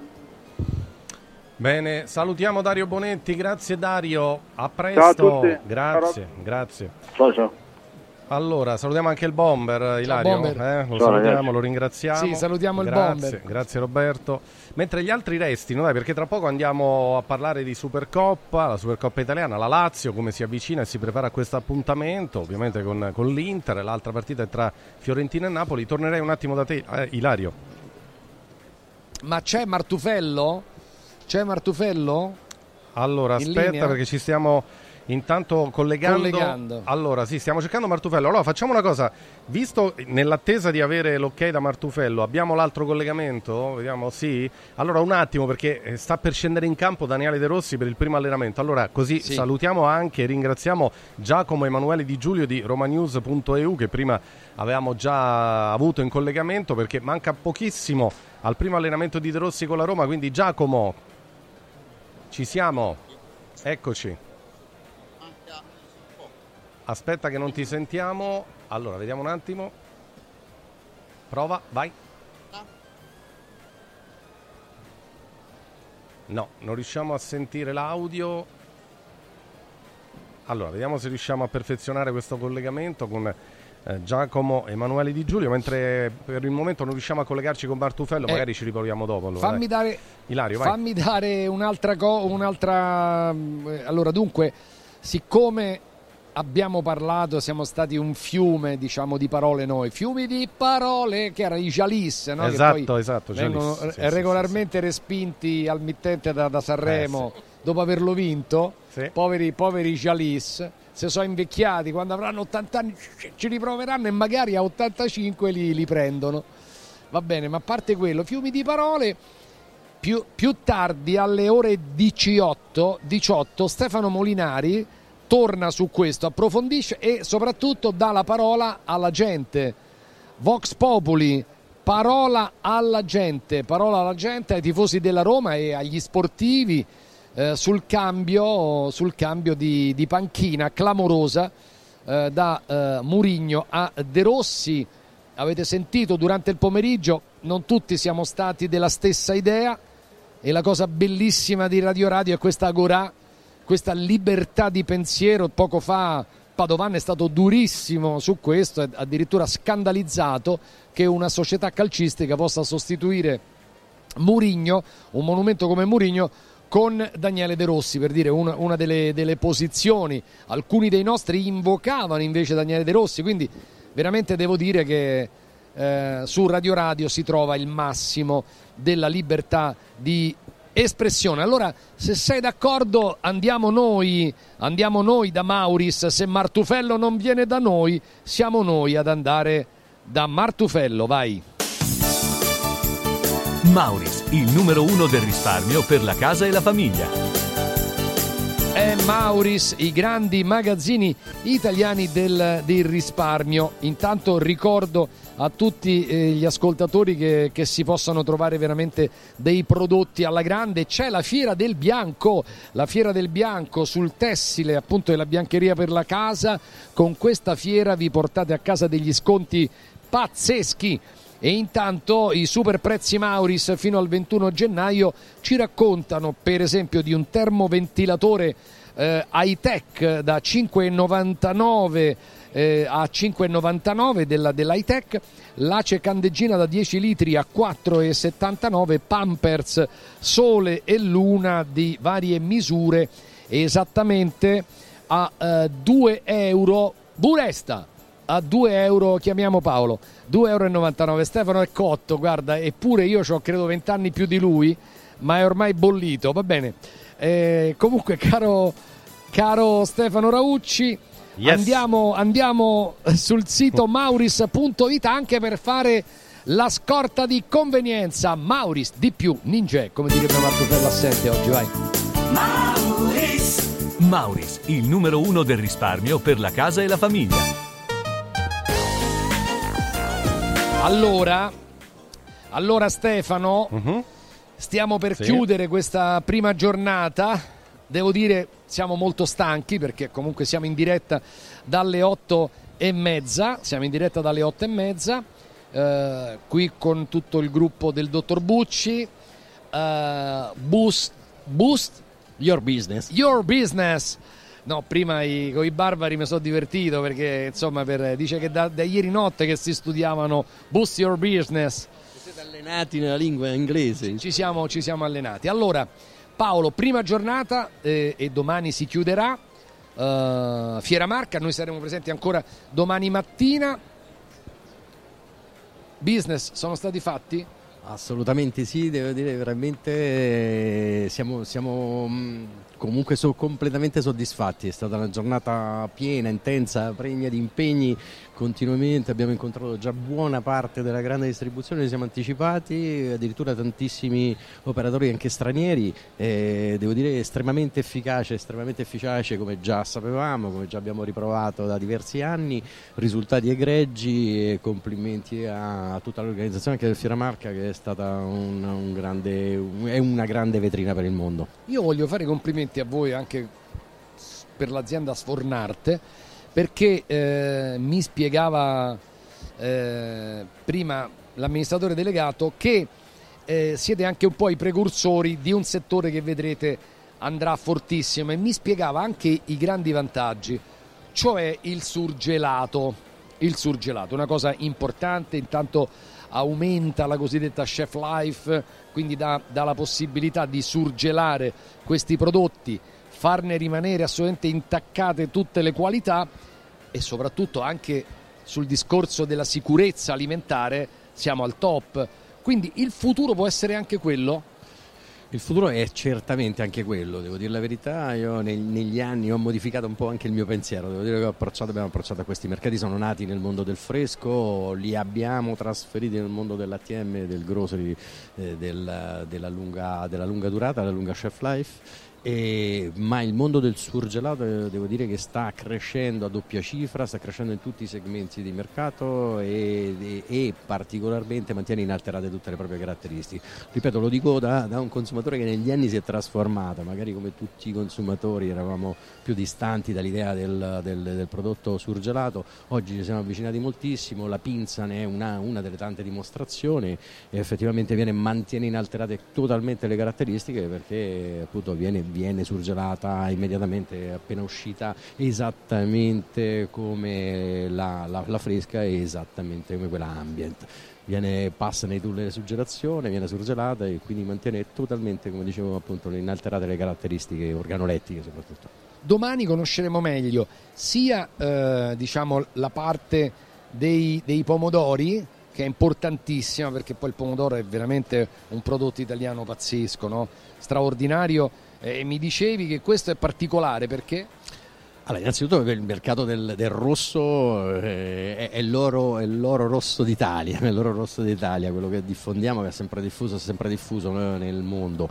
Bene, salutiamo Dario Bonetti, grazie Dario, a presto. Ciao a tutti. Grazie, grazie. Ciao, ciao. Allora, salutiamo anche il Bomber, Ilario, Bomber. Eh? lo Ciao, salutiamo, ragazzi. lo ringraziamo. Sì, salutiamo il grazie, Bomber. Grazie Roberto. Mentre gli altri restino, dai, perché tra poco andiamo a parlare di Supercoppa, la Supercoppa italiana, la Lazio come si avvicina e si prepara a questo appuntamento, ovviamente con, con l'Inter, l'altra partita è tra Fiorentina e Napoli. Tornerei un attimo da te, eh, Ilario. Ma c'è Martufello? C'è Martufello? Allora, In aspetta linea? perché ci stiamo intanto collegando. Collegando. Allora, sì, stiamo cercando Martufello. Allora, facciamo una cosa. Visto nell'attesa di avere l'ok da Martufello, abbiamo l'altro collegamento? Vediamo, sì. Allora, un attimo, perché sta per scendere in campo Daniele De Rossi per il primo allenamento. Allora, così Sì. salutiamo anche e ringraziamo Giacomo Emanuele Di Giulio di romanews punto e u, che prima avevamo già avuto in collegamento, perché manca pochissimo al primo allenamento di De Rossi con la Roma. Quindi Giacomo, ci siamo? Eccoci. Aspetta che non ti sentiamo. Allora, vediamo un attimo. Prova, vai. No, non riusciamo a sentire l'audio. Allora, vediamo se riusciamo a perfezionare questo collegamento con eh, Giacomo Emanuele Di Giulio, mentre per il momento non riusciamo a collegarci con Martufello, Eh, magari ci riproviamo dopo. Allora, Fammi dai. dare, Ilario, vai. fammi dare un'altra cosa, un'altra. eh, Allora, dunque, siccome abbiamo parlato, siamo stati un fiume, diciamo, di parole noi, fiumi di parole, che era i Jalis, no? Esatto, che poi esatto, vengono Jalis, sì, eh, sì, regolarmente respinti al mittente da, da Sanremo, Eh, dopo averlo vinto, sì. poveri, poveri Jalis, se sono invecchiati, quando avranno ottanta anni ci riproveranno e magari a ottantacinque li, li prendono. Va bene, ma a parte quello, fiumi di parole. Più, più tardi, alle ore diciotto, diciotto, Stefano Molinari torna su questo, approfondisce e soprattutto dà la parola alla gente. Vox Populi, parola alla gente, parola alla gente, ai tifosi della Roma e agli sportivi eh, sul cambio, sul cambio di, di panchina clamorosa eh, da eh, Mourinho a De Rossi. Avete sentito durante il pomeriggio, non tutti siamo stati della stessa idea e la cosa bellissima di Radio Radio è questa agorà, questa libertà di pensiero. Poco fa Padovan è stato durissimo su questo, addirittura scandalizzato che una società calcistica possa sostituire Mourinho, un monumento come Mourinho, con Daniele De Rossi, per dire una, una delle, delle posizioni. Alcuni dei nostri invocavano invece Daniele De Rossi, quindi veramente devo dire che eh, su Radio Radio si trova il massimo della libertà di espressione. Allora, se sei d'accordo, andiamo noi, andiamo noi da Mauris. Se Martufello non viene da noi, siamo noi ad andare da Martufello, vai. Mauris, il numero uno del risparmio per la casa e la famiglia. È Mauris, i grandi magazzini italiani del, del risparmio. Intanto ricordo a tutti eh, gli ascoltatori che, che si possano trovare veramente dei prodotti alla grande. C'è la Fiera del Bianco, la Fiera del Bianco sul tessile appunto della biancheria per la casa. Con questa fiera vi portate a casa degli sconti pazzeschi. E intanto i super prezzi Mauris fino al ventuno gennaio ci raccontano per esempio di un termoventilatore eh, high-tech da cinque virgola novantanove eh, a cinque virgola novantanove della, dell'high-tech, l'Ace Candeggina da dieci litri a quattro virgola settantanove, Pampers Sole e Luna di varie misure esattamente a eh, due euro. Buresta a due euro, chiamiamo Paolo, due virgola novantanove euro. Stefano è cotto, guarda, eppure io ho credo vent'anni più di lui, ma è ormai bollito, va bene. Eh, comunque caro, caro Stefano Raucci, yes. andiamo, andiamo sul sito mauris punto it anche per fare la scorta di convenienza. Mauris di più ninja, come direbbe Martufello assente oggi, vai. Mauris. Mauris, il numero uno del risparmio per la casa e la famiglia. Allora, allora Stefano, uh-huh. stiamo per sì. chiudere questa prima giornata. Devo dire, siamo molto stanchi perché comunque siamo in diretta dalle otto e mezza. Siamo in diretta dalle otto e mezza, eh, qui con tutto il gruppo del dottor Bucci. Uh, boost, boost your business. Your business. No, prima i, con i barbari mi sono divertito perché insomma per, dice che da, da ieri notte che si studiavano Boost Your Business. Siete allenati nella lingua inglese? Ci siamo, ci siamo allenati. Allora, Paolo, prima giornata eh, e domani si chiuderà uh, Fiera Marca, noi saremo presenti ancora domani mattina. Business sono stati fatti? Assolutamente sì, devo dire veramente eh, siamo, siamo mh, comunque so, completamente soddisfatti. È stata una giornata piena, intensa, pregna di impegni continuamente. Abbiamo incontrato già buona parte della grande distribuzione, ci siamo anticipati, addirittura tantissimi operatori anche stranieri. Eh, devo dire estremamente efficace, estremamente efficace come già sapevamo, come già abbiamo riprovato da diversi anni. Risultati egregi e complimenti a tutta l'organizzazione anche del Fiera Marca, che è stata un, un grande, è una grande vetrina per il mondo. Io voglio fare i complimenti a voi anche per l'azienda Sfornarte, perché eh, mi spiegava eh, prima l'amministratore delegato che eh, siete anche un po' i precursori di un settore che vedrete andrà fortissimo, e mi spiegava anche i grandi vantaggi, cioè il surgelato. Il surgelato, una cosa importante, intanto aumenta la cosiddetta chef life, quindi dà, dà la possibilità di surgelare questi prodotti, farne rimanere assolutamente intaccate tutte le qualità, e soprattutto anche sul discorso della sicurezza alimentare siamo al top. Quindi il futuro può essere anche quello? Il futuro è certamente anche quello, devo dire la verità. Io neg- negli anni ho modificato un po' anche il mio pensiero, devo dire che ho approcciato, abbiamo approcciato a questi mercati, sono nati nel mondo del fresco, li abbiamo trasferiti nel mondo dell'A T M, del grocery, eh, del, della, lunga, della lunga durata, della lunga shelf life. E, ma il mondo del surgelato eh, devo dire che sta crescendo a doppia cifra, sta crescendo in tutti i segmenti di mercato e, e, e particolarmente mantiene inalterate tutte le proprie caratteristiche. Ripeto, lo dico da, da un consumatore che negli anni si è trasformato, magari come tutti i consumatori eravamo più distanti dall'idea del, del, del prodotto surgelato, oggi ci siamo avvicinati moltissimo, la pinza ne è una, una delle tante dimostrazioni e effettivamente viene, mantiene inalterate totalmente le caratteristiche perché appunto viene viene surgelata immediatamente appena uscita, esattamente come la, la, la fresca e esattamente come quella ambient. Viene, passa nei tool di surgelazione, viene surgelata e quindi mantiene totalmente, come dicevo appunto, inalterate le caratteristiche organolettiche soprattutto. Domani conosceremo meglio sia eh, diciamo la parte dei, dei pomodori, che è importantissima perché poi il pomodoro è veramente un prodotto italiano pazzesco, no? Straordinario. E mi dicevi che questo è particolare perché? Allora, innanzitutto il mercato del, del rosso eh, è, è, l'oro, è l'oro rosso d'Italia, è l'oro rosso d'Italia, quello che diffondiamo, che è sempre diffuso, è sempre diffuso nel mondo.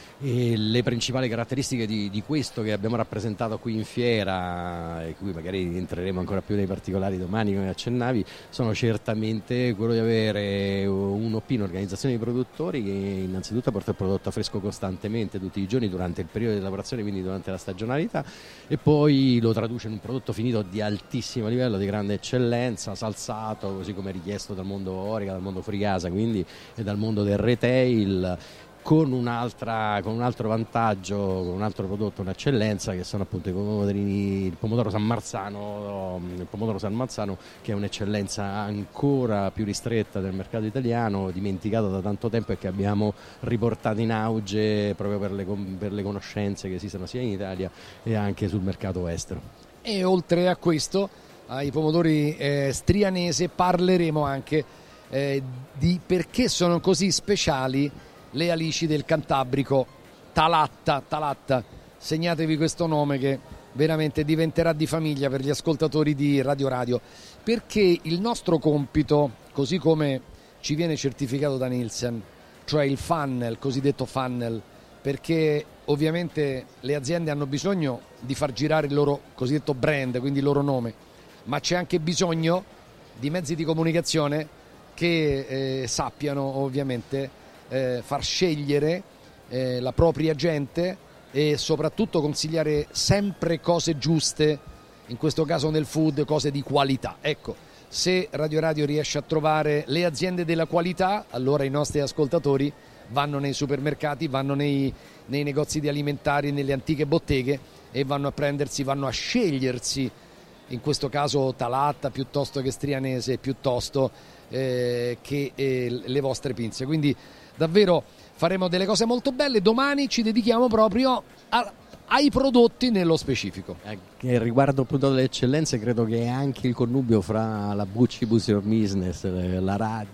E le principali caratteristiche di, di questo che abbiamo rappresentato qui in fiera, e qui magari entreremo ancora più nei particolari domani come accennavi, sono certamente quello di avere un O P, un'organizzazione di produttori che innanzitutto porta il prodotto fresco costantemente tutti i giorni durante il periodo di lavorazione, quindi durante la stagionalità, e poi lo traduce in un prodotto finito di altissimo livello, di grande eccellenza, salsato così come richiesto dal mondo Orica, dal mondo Fuoricasa, quindi e dal mondo del retail, con un'altra, con un altro vantaggio, con un altro prodotto, un'eccellenza, che sono appunto i pomodorini, il pomodoro San Marzano, il pomodoro San Marzano, che è un'eccellenza ancora più ristretta del mercato italiano, dimenticato da tanto tempo e che abbiamo riportato in auge proprio per le, per le conoscenze che esistono sia in Italia e anche sul mercato estero. E oltre a questo, ai pomodori eh, strianese, parleremo anche eh, di perché sono così speciali le alici del Cantabrico Talatta. Talatta, segnatevi questo nome che veramente diventerà di famiglia per gli ascoltatori di Radio Radio, perché il nostro compito, così come ci viene certificato da Nielsen, cioè il funnel, cosiddetto funnel, perché ovviamente le aziende hanno bisogno di far girare il loro cosiddetto brand, quindi il loro nome, ma c'è anche bisogno di mezzi di comunicazione che eh, sappiano ovviamente Eh, far scegliere eh, la propria gente e soprattutto consigliare sempre cose giuste, in questo caso nel food, cose di qualità. Ecco, se Radio Radio riesce a trovare le aziende della qualità, allora i nostri ascoltatori vanno nei supermercati, vanno nei, nei negozi di alimentari, nelle antiche botteghe e vanno a prendersi, vanno a scegliersi, in questo caso Talatta piuttosto che Strianese, piuttosto eh, che eh, le vostre pinze. Quindi davvero faremo delle cose molto belle. Domani ci dedichiamo proprio a, ai prodotti nello specifico. Eh, riguardo appunto alle eccellenze, credo che anche il connubio fra la Bucci Boost Your Business, la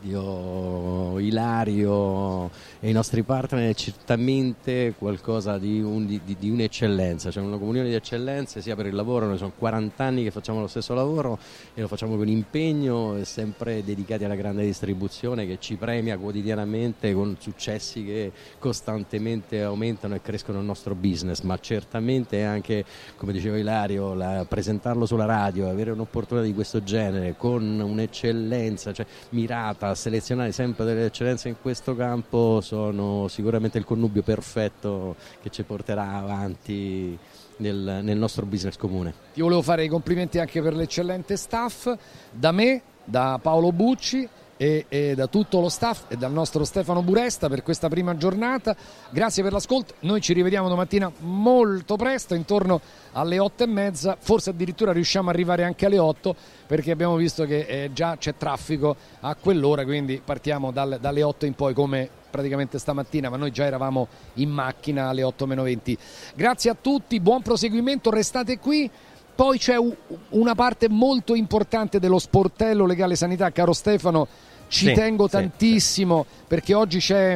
radio, Ilario e i nostri partner è certamente qualcosa di, un, di, di un'eccellenza, cioè una comunione di eccellenze sia per il lavoro. Noi sono quaranta anni che facciamo lo stesso lavoro e lo facciamo con impegno e sempre dedicati alla grande distribuzione che ci premia quotidianamente con successi che costantemente aumentano e crescono il nostro business, ma certamente anche, come diceva Ilario, la, presentarlo sulla radio, avere un'opportunità di questo genere con un'eccellenza, cioè mirata a selezionare sempre delle eccellenze in questo campo, sono sicuramente il connubio perfetto che ci porterà avanti nel, nel nostro business comune. Ti volevo fare i complimenti anche per l'eccellente staff, da me, da Paolo Bucci e, e da tutto lo staff e dal nostro Stefano Buresta per questa prima giornata. Grazie per l'ascolto, noi ci rivediamo domattina molto presto, intorno alle otto e mezza, forse addirittura riusciamo ad arrivare anche alle otto, perché abbiamo visto che eh, già c'è traffico a quell'ora, quindi partiamo dal, dalle otto in poi come praticamente stamattina, ma noi già eravamo in macchina alle otto meno venti. Grazie a tutti, buon proseguimento, restate qui. Poi c'è una parte molto importante dello sportello legale sanità, caro Stefano, ci sì, tengo tantissimo sì, sì. perché oggi c'è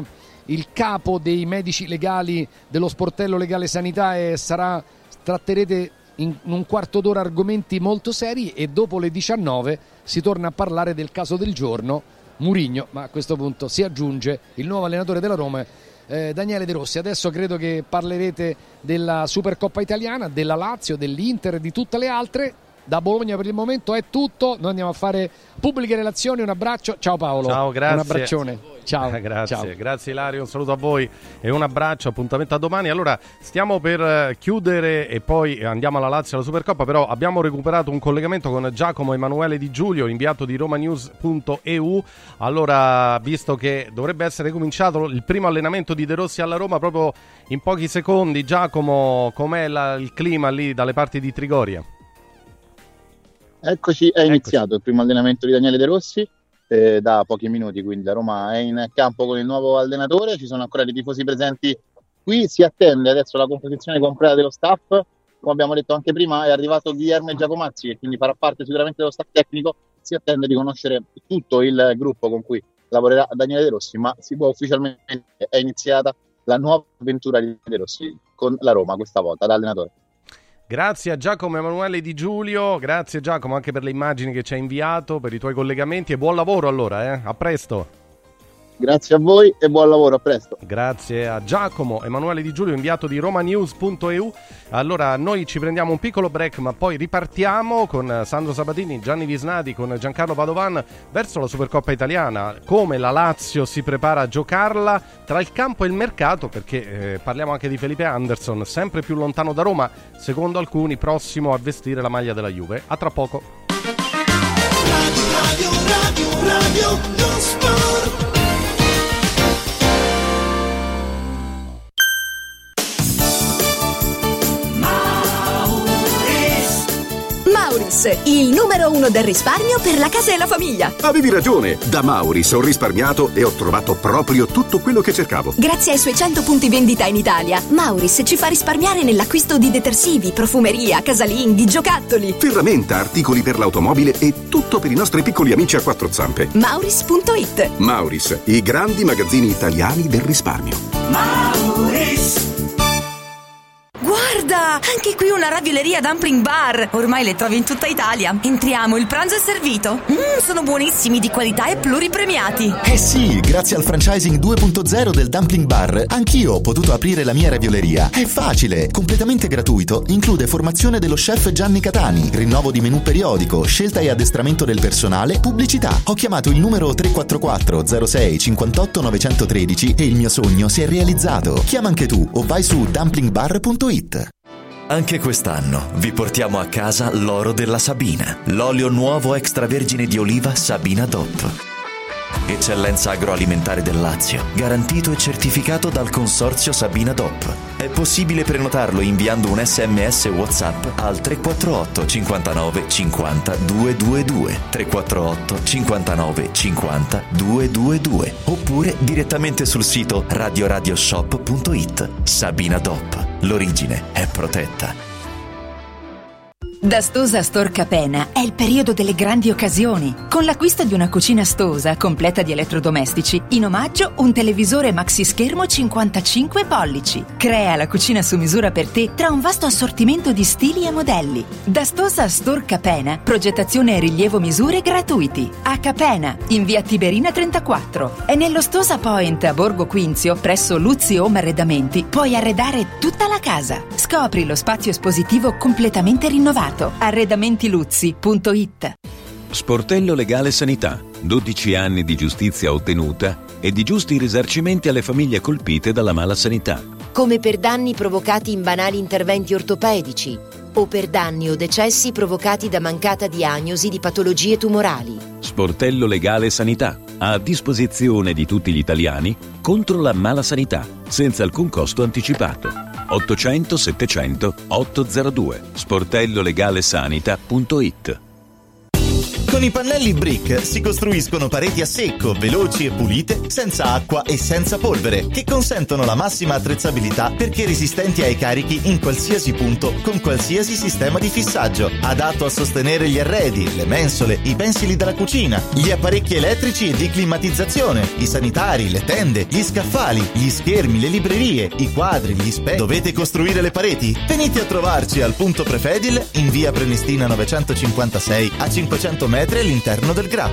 il capo dei medici legali dello sportello Legale Sanità e sarà tratterete in un quarto d'ora argomenti molto seri e dopo le diciannove si torna a parlare del caso del giorno, Mourinho, ma a questo punto si aggiunge il nuovo allenatore della Roma, eh, Daniele De Rossi. Adesso credo che parlerete della Supercoppa italiana, della Lazio, dell'Inter e di tutte le altre. Da Bologna per il momento è tutto, noi andiamo a fare pubbliche relazioni, un abbraccio, ciao Paolo. Ciao, grazie. Un abbraccione. Ciao. Grazie, Ciao. grazie Ilario, un saluto a voi e un abbraccio, appuntamento a domani. Allora, stiamo per chiudere e poi andiamo alla Lazio alla Supercoppa, però abbiamo recuperato un collegamento con Giacomo Emanuele Di Giulio, inviato di romanews punto e u. Allora, visto che dovrebbe essere cominciato il primo allenamento di De Rossi alla Roma proprio in pochi secondi, Giacomo, com'è la, il clima lì dalle parti di Trigoria? Eccoci, è iniziato Eccoci. il primo allenamento di Daniele De Rossi eh, da pochi minuti, quindi la Roma è in campo con il nuovo allenatore, ci sono ancora dei tifosi presenti qui, si attende adesso la composizione completa dello staff, come abbiamo detto anche prima è arrivato Guilherme Giacomazzi che quindi farà parte sicuramente dello staff tecnico, si attende di conoscere tutto il gruppo con cui lavorerà Daniele De Rossi, ma si può ufficialmente, è iniziata la nuova avventura di De Rossi con la Roma questa volta da allenatore. Grazie a Giacomo Emanuele Di Giulio, grazie Giacomo anche per le immagini che ci hai inviato, per i tuoi collegamenti e buon lavoro allora, eh? A presto. Grazie a voi e buon lavoro, a presto. Grazie a Giacomo Emanuele Di Giulio, inviato di romanews punto e u. Allora noi ci prendiamo un piccolo break ma poi ripartiamo con Sandro Sabatini, Gianni Visnadi, con Giancarlo Padovan verso la Supercoppa italiana, come la Lazio si prepara a giocarla, tra il campo e il mercato, perché eh, parliamo anche di Felipe Anderson, sempre più lontano da Roma, secondo alcuni prossimo a vestire la maglia della Juve. A tra poco. Radio, radio, radio, radio, lo sport. Mauris, il numero uno del risparmio per la casa e la famiglia. Avevi ragione, da Mauris ho risparmiato e ho trovato proprio tutto quello che cercavo. Grazie ai suoi cento punti vendita in Italia, Mauris ci fa risparmiare nell'acquisto di detersivi, profumeria, casalinghi, giocattoli, ferramenta, articoli per l'automobile e tutto per i nostri piccoli amici a quattro zampe. Mauris punto it. Mauris, i grandi magazzini italiani del risparmio. Mauris. Guarda, anche qui una ravioleria Dumpling Bar. Ormai le trovi in tutta Italia. Entriamo, il pranzo è servito. Mmm, sono buonissimi, di qualità e pluripremiati. Eh sì, grazie al franchising due punto zero del Dumpling Bar, anch'io ho potuto aprire la mia ravioleria. È facile, completamente gratuito, include formazione dello chef Gianni Catani, rinnovo di menù periodico, scelta e addestramento del personale, pubblicità. Ho chiamato il numero tre quattro quattro zero sei cinquantotto novecentotredici e il mio sogno si è realizzato. Chiama anche tu o vai su dumpling bar punto it. Anche quest'anno vi portiamo a casa l'oro della Sabina, l'olio nuovo extravergine di oliva Sabina D O P. Eccellenza agroalimentare del Lazio, garantito e certificato dal consorzio Sabina D O P. È possibile prenotarlo inviando un sms WhatsApp al tre quattro otto cinquantanove cinquanta duecentoventidue, tre quattro otto cinquantanove cinquanta duecentoventidue oppure direttamente sul sito radio radio shop punto it. Sabina D O P. L'origine è protetta. Da Stosa Storca Pena è il periodo delle grandi occasioni. Con l'acquisto di una cucina Stosa completa di elettrodomestici, in omaggio un televisore maxi schermo cinquantacinque pollici. Crea la cucina su misura per te tra un vasto assortimento di stili e modelli. Da Stosa Storca Pena, progettazione e rilievo misure gratuiti. A Capena, in via Tiberina trentaquattro. E nello Stosa Point a Borgo Quinzio, presso Luzzi Home Arredamenti, puoi arredare tutta la casa. Scopri lo spazio espositivo completamente rinnovato. arredamentiluzzi punto it. Sportello Legale Sanità. dodici anni di giustizia ottenuta e di giusti risarcimenti alle famiglie colpite dalla mala sanità. Come per danni provocati in banali interventi ortopedici o per danni o decessi provocati da mancata diagnosi di patologie tumorali. Sportello Legale Sanità. A disposizione di tutti gli italiani contro la mala sanità, senza alcun costo anticipato. ottocento settecento ottocentodue. sportello legale sanità punto it. Con Con i pannelli Brick si costruiscono pareti a secco, veloci e pulite, senza acqua e senza polvere, che consentono la massima attrezzabilità perché resistenti ai carichi in qualsiasi punto con qualsiasi sistema di fissaggio, adatto a sostenere gli arredi, le mensole, i pensili della cucina, gli apparecchi elettrici e di climatizzazione, i sanitari, le tende, gli scaffali, gli schermi, le librerie, i quadri, gli specchi. Dovete costruire le pareti? Venite a trovarci al punto Prefedil in via Prenestina novecentocinquantasei a cinquecento metri all'interno del G R A.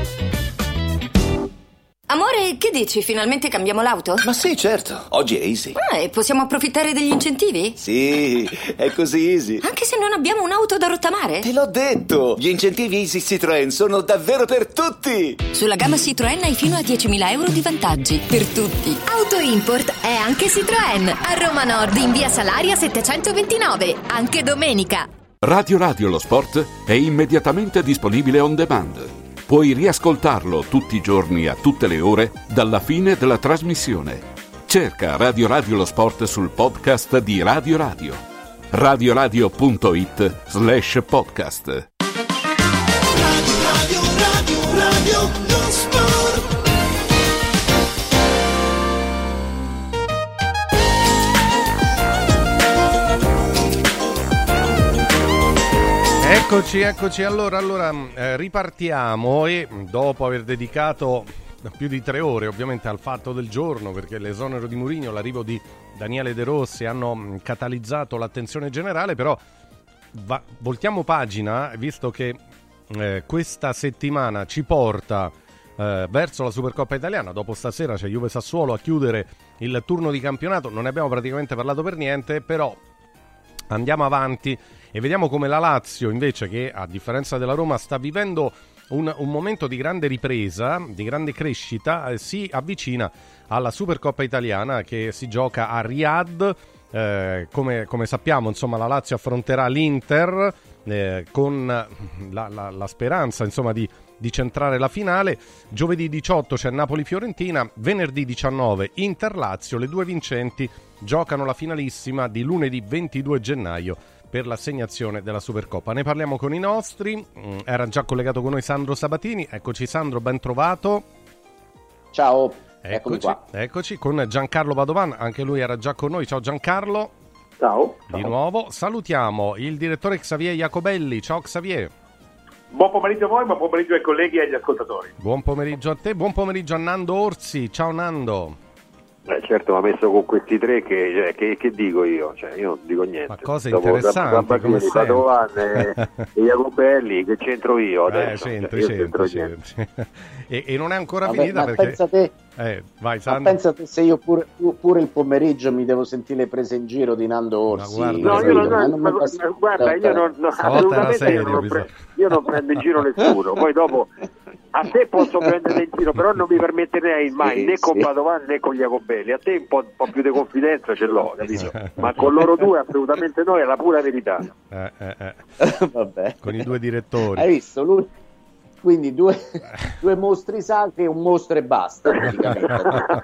Amore, che dici? Finalmente cambiamo l'auto? Ma sì, certo. Oggi è easy. Ah, e possiamo approfittare degli incentivi? Sì, è così easy. Anche se non abbiamo un'auto da rottamare? Te l'ho detto! Gli incentivi Easy Citroën sono davvero per tutti! Sulla gamma Citroën hai fino a diecimila euro di vantaggi. Per tutti. Auto Import è anche Citroën. A Roma Nord in via Salaria settecentoventinove. Anche domenica. Radio Radio Lo Sport è immediatamente disponibile on demand. Puoi riascoltarlo tutti i giorni a tutte le ore dalla fine della trasmissione. Cerca Radio Radio Lo Sport sul podcast di Radio Radio. radioradio.it slash podcast. Radio Radio Radio Radio Lo Sport. Eccoci, eccoci, allora, allora eh, ripartiamo e dopo aver dedicato più di tre ore ovviamente al fatto del giorno, perché l'esonero di Mourinho, l'arrivo di Daniele De Rossi hanno catalizzato l'attenzione generale, però va, voltiamo pagina, visto che eh, questa settimana ci porta eh, verso la Supercoppa italiana. Dopo stasera c'è Juve Sassuolo a chiudere il turno di campionato, non ne abbiamo praticamente parlato per niente, però andiamo avanti e vediamo come la Lazio invece, che a differenza della Roma sta vivendo un, un momento di grande ripresa, di grande crescita, eh, si avvicina alla Supercoppa italiana che si gioca a Riyadh. Eh, come, come sappiamo, insomma, la Lazio affronterà l'Inter eh, con la, la, la speranza, insomma, di, di centrare la finale. Giovedì diciotto c'è Napoli-Fiorentina, venerdì diciannove Inter-Lazio. Le due vincenti giocano la finalissima di lunedì ventidue gennaio per l'assegnazione della Supercoppa. Ne parliamo con i nostri. Era già collegato con noi Sandro Sabatini. Eccoci Sandro, ben trovato. Ciao, eccoci qua. Eccoci con Giancarlo Padovan, anche lui era già con noi. Ciao Giancarlo. Ciao. Di nuovo salutiamo il direttore Xavier Jacobelli. Ciao Xavier. Buon pomeriggio a voi, buon pomeriggio ai colleghi e agli ascoltatori. Buon pomeriggio a te, buon pomeriggio a Nando Orsi. Ciao Nando. Eh, certo, ma messo con questi tre che, cioè, che, che dico io? Cioè, io non dico niente. Ma cose Dopo interessanti come di Padovan e, e Jacobelli, che c'entro io adesso? Eh, c'entri, cioè, c'entri, c'entri. e, e non è ancora Vabbè, finita ma perché... pensa te, eh, vai, ma pensa te se io pure, pure il pomeriggio mi devo sentire le prese in giro di Nando Orsi. Ma guarda, no, io non, non, non ma, ma, guarda, io non, no, assolutamente io non, pre- io non prendo in giro nessuno. Poi dopo a te posso prendere in giro, però non mi permetterei mai, sì, né con sì. Padovan né con Jacobelli. A te un po', un po' più di confidenza ce l'ho, capito? Ma con loro due assolutamente no, è la pura verità. Eh, eh, eh. Vabbè. Con i due direttori. Hai visto? Lui... Quindi due, due mostri sacri e un mostro e basta, praticamente.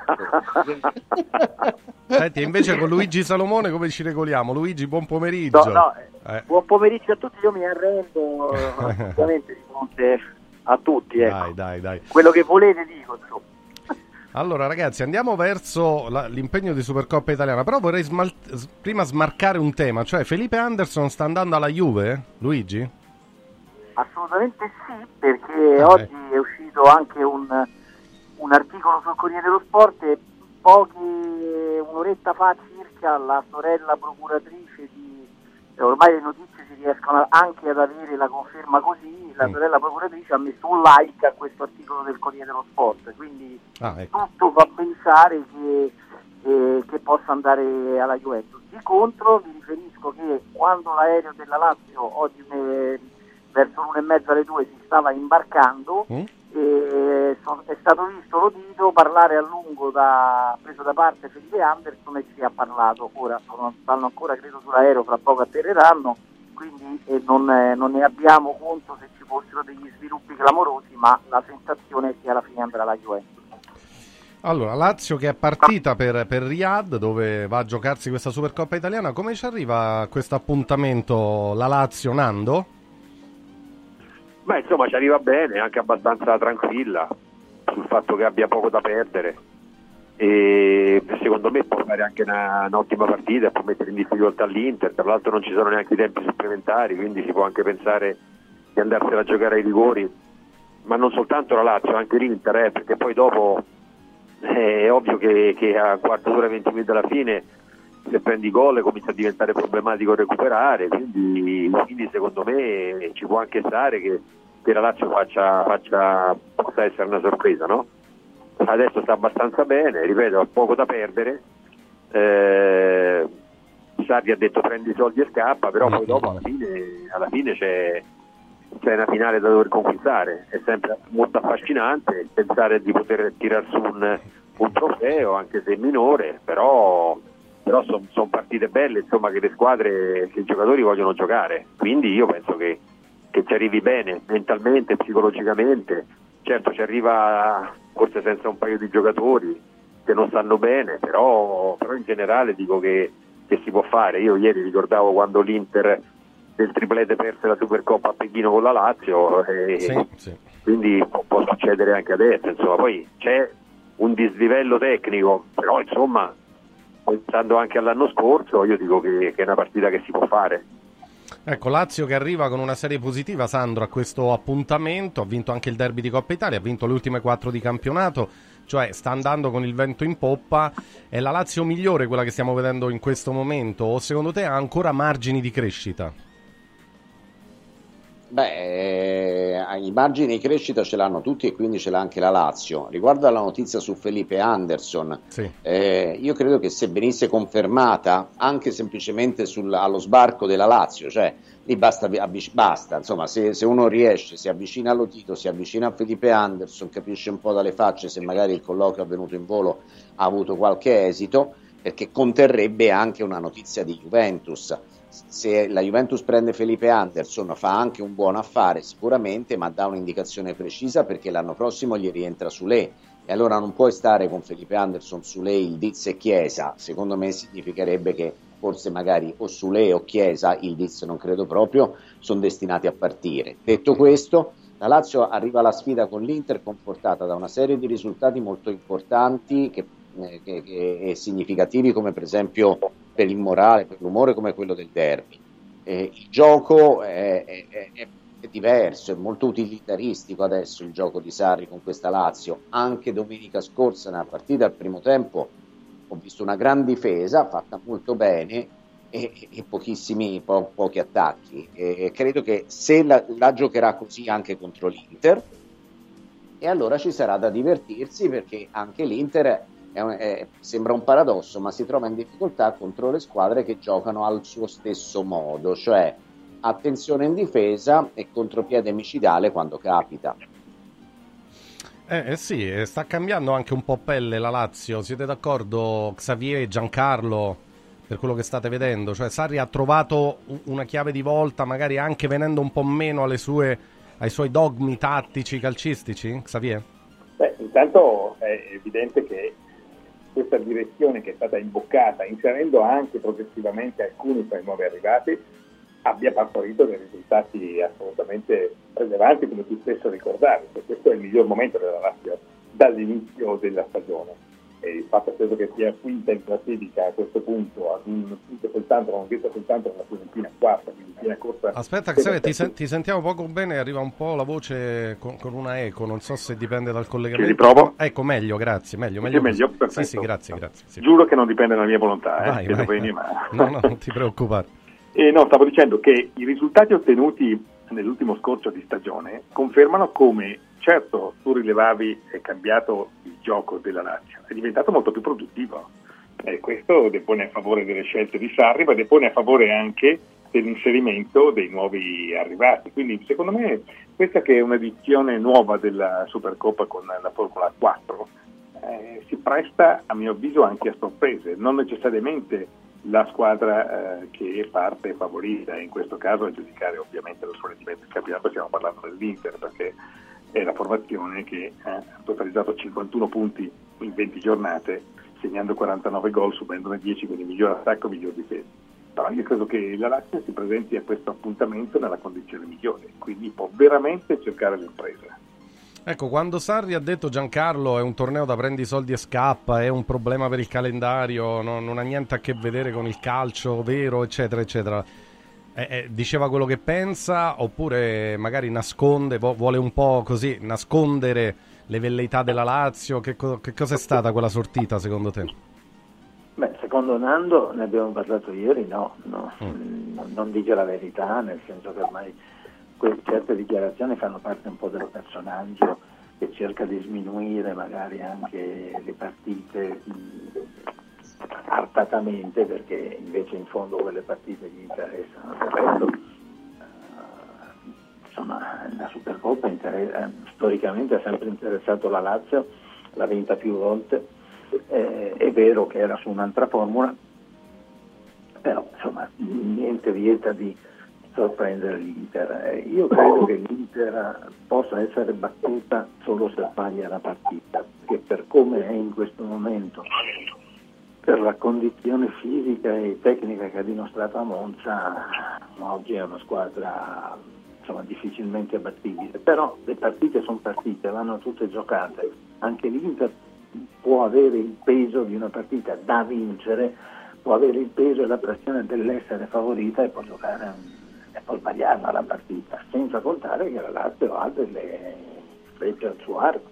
Senti, invece con Luigi Salomone come ci regoliamo? Luigi, buon pomeriggio. No, no, eh. Buon pomeriggio a tutti, io mi arrendo ovviamente di fronte a tutti. Ecco. Dai, dai, dai. Quello che volete dico, insomma. Allora ragazzi, andiamo verso la, l'impegno di Supercoppa italiana, però vorrei smal- prima smarcare un tema, cioè Felipe Anderson sta andando alla Juve, Luigi? Assolutamente sì, perché ah, oggi eh. è uscito anche un, un articolo sul Corriere dello Sport e pochi, un'oretta fa circa la sorella procuratrice di, ormai le notizie si riescono anche ad avere la conferma così, la sorella procuratrice ha messo un like a questo articolo del Corriere dello Sport, quindi ah, ecco. tutto fa pensare che, eh, che possa andare alla Juventus. Di contro vi riferisco che quando l'aereo della Lazio oggi me, verso l'una e mezza alle due si stava imbarcando mm. e so, è stato visto Lodito parlare a lungo, da, preso da parte Felipe Anderson e si è parlato. Ora sono, stanno ancora credo sull'aereo, fra poco atterreranno, quindi eh, non, eh, non ne abbiamo conto se ci fossero degli sviluppi clamorosi, ma la sensazione è che alla fine andrà la Juventus. Allora, Lazio che è partita per, per Riyadh, dove va a giocarsi questa Supercoppa italiana. Come ci arriva a questo appuntamento la Lazio, Nando? Ma insomma ci arriva bene, anche abbastanza tranquilla sul fatto che abbia poco da perdere, e secondo me può fare anche una, un'ottima partita, può mettere in difficoltà l'Inter. Tra l'altro non ci sono neanche i tempi supplementari, quindi si può anche pensare di andarsela a giocare ai rigori, ma non soltanto la Lazio, anche l'Inter, eh, perché poi dopo è ovvio che, che a quarto d'ora, venti minuti alla fine, se prendi gol comincia a diventare problematico recuperare, quindi, quindi secondo me ci può anche stare che, che la Lazio faccia, faccia possa essere una sorpresa, no? Adesso sta abbastanza bene, ripeto, ha poco da perdere, eh, Sarri ha detto prendi i soldi e scappa, però poi dopo alla fine, alla fine c'è, c'è una finale da dover conquistare, è sempre molto affascinante pensare di poter tirar su un, un trofeo, anche se minore, però, però sono son partite belle, insomma, che le squadre, che i giocatori vogliono giocare, quindi io penso che, che ci arrivi bene mentalmente, psicologicamente. Certo ci arriva forse senza un paio di giocatori che non stanno bene, però, però in generale dico che, che si può fare. Io ieri ricordavo quando l'Inter del triplete perse la Supercoppa a Pechino con la Lazio, e Sì, sì. quindi può, può succedere anche adesso, insomma. Poi c'è un dislivello tecnico, però insomma pensando anche all'anno scorso io dico che, che è una partita che si può fare. Ecco, Lazio che arriva con una serie positiva, Sandro, a questo appuntamento, ha vinto anche il derby di Coppa Italia, ha vinto le ultime quattro di campionato, cioè sta andando con il vento in poppa. È la Lazio migliore quella che stiamo vedendo in questo momento, o secondo te ha ancora margini di crescita? Beh, eh, i margini di crescita ce l'hanno tutti e quindi ce l'ha anche la Lazio. Riguardo alla notizia su Felipe Anderson, sì. eh, io credo che se venisse confermata anche semplicemente sul, allo sbarco della Lazio, cioè lì basta, avvic- basta insomma, se, se uno riesce, si avvicina allo Tito, si avvicina a Felipe Anderson, capisce un po' dalle facce se magari il colloquio avvenuto in volo ha avuto qualche esito, perché conterrebbe anche una notizia di Juventus. Se la Juventus prende Felipe Anderson fa anche un buon affare sicuramente, ma dà un'indicazione precisa perché l'anno prossimo gli rientra Soulé, e allora non puoi stare con Felipe Anderson, Soulé, il Diz e Chiesa. Secondo me significherebbe che forse magari o Soulé o Chiesa, il Diz non credo proprio, sono destinati a partire. Detto questo, la Lazio arriva alla sfida con l'Inter confortata da una serie di risultati molto importanti che, eh, che, che, e significativi, come per esempio per il morale, per l'umore, come quello del derby. Eh, il gioco è, è, è, è diverso, è molto utilitaristico adesso il gioco di Sarri con questa Lazio. Anche domenica scorsa nella partita al primo tempo ho visto una gran difesa fatta molto bene e, e pochissimi po- pochi attacchi, e credo che se la, la giocherà così anche contro l'Inter, e allora ci sarà da divertirsi, perché anche l'Inter È un, è, sembra un paradosso, ma si trova in difficoltà contro le squadre che giocano al suo stesso modo, cioè attenzione in difesa e contropiede micidiale quando capita. Eh, eh sì, sta cambiando anche un po' pelle la Lazio, siete d'accordo Xavier e Giancarlo per quello che state vedendo? Cioè Sarri ha trovato una chiave di volta, magari anche venendo un po' meno alle sue, ai suoi dogmi tattici, calcistici, Xavier? Beh, intanto è evidente che questa direzione che è stata imboccata, inserendo anche progressivamente alcuni tra i nuovi arrivati, abbia partorito dei risultati assolutamente rilevanti, come tu stesso ricordavi. Questo è il miglior momento della Lazio dall'inizio della stagione. E il fatto credo che sia quinta in classifica a questo punto, ad un punto soltanto, non vinto soltanto una Fiorentina quarta, quindi piena corsa. Aspetta, Xavier, ti, sen- ti sentiamo poco bene, arriva un po' la voce con, con una eco, non so se dipende dal collegamento. Ci riprovo? Ecco, meglio, grazie, meglio, meglio. meglio? Perfetto. Sì, sì, grazie, grazie. Sì. Giuro che non dipende dalla mia volontà, eh, vai, che vai, vai. vai. No, no, non ti preoccupare. E no, stavo dicendo che i risultati ottenuti nell'ultimo scorcio di stagione confermano come, certo, tu rilevavi, è cambiato il gioco della Lazio, è diventato molto più produttivo. E questo depone a favore delle scelte di Sarri, ma depone a favore anche dell'inserimento dei nuovi arrivati. Quindi secondo me questa, che è un'edizione nuova della Supercoppa con la Formula quattro, eh, si presta a mio avviso anche a sorprese, non necessariamente la squadra eh, che parte favorita, in questo caso a giudicare ovviamente lo suo rendimento del campionato stiamo parlando dell'Inter, perché è la formazione che ha totalizzato cinquantuno punti in venti giornate, segnando quarantanove gol, subendone dieci, quindi miglior attacco, miglior difesa. Però io credo che la Lazio si presenti a questo appuntamento nella condizione migliore, quindi può veramente cercare l'impresa. Ecco, quando Sarri ha detto Giancarlo è un torneo da prendi i soldi e scappa, è un problema per il calendario, no, non ha niente a che vedere con il calcio vero, eccetera, eccetera, eh, eh, diceva quello che pensa oppure magari nasconde, vuole un po' così nascondere le velleità della Lazio? Che, co- che cosa è stata quella sortita secondo te? Beh, secondo Nando, ne abbiamo parlato ieri, no, no mm. non dice la verità, nel senso che ormai certe dichiarazioni fanno parte un po' del personaggio che cerca di sminuire magari anche le partite mh, artatamente, perché invece in fondo quelle partite gli interessano. Del resto, uh, insomma, la Supercoppa inter- storicamente ha sempre interessato la Lazio, l'ha vinta più volte, eh, è vero che era su un'altra formula, però insomma niente vieta di sorprendere l'Inter. Io credo che l'Inter possa essere battuta solo se sbaglia la partita, perché per come è in questo momento, per la condizione fisica e tecnica che ha dimostrato a Monza, oggi è una squadra insomma difficilmente battibile, però le partite sono partite, vanno tutte giocate, anche l'Inter può avere il peso di una partita da vincere, può avere il peso e la pressione dell'essere favorita e può giocare e poi sbagliarla la partita, senza contare che la Lazio ha delle frecce al suo arco.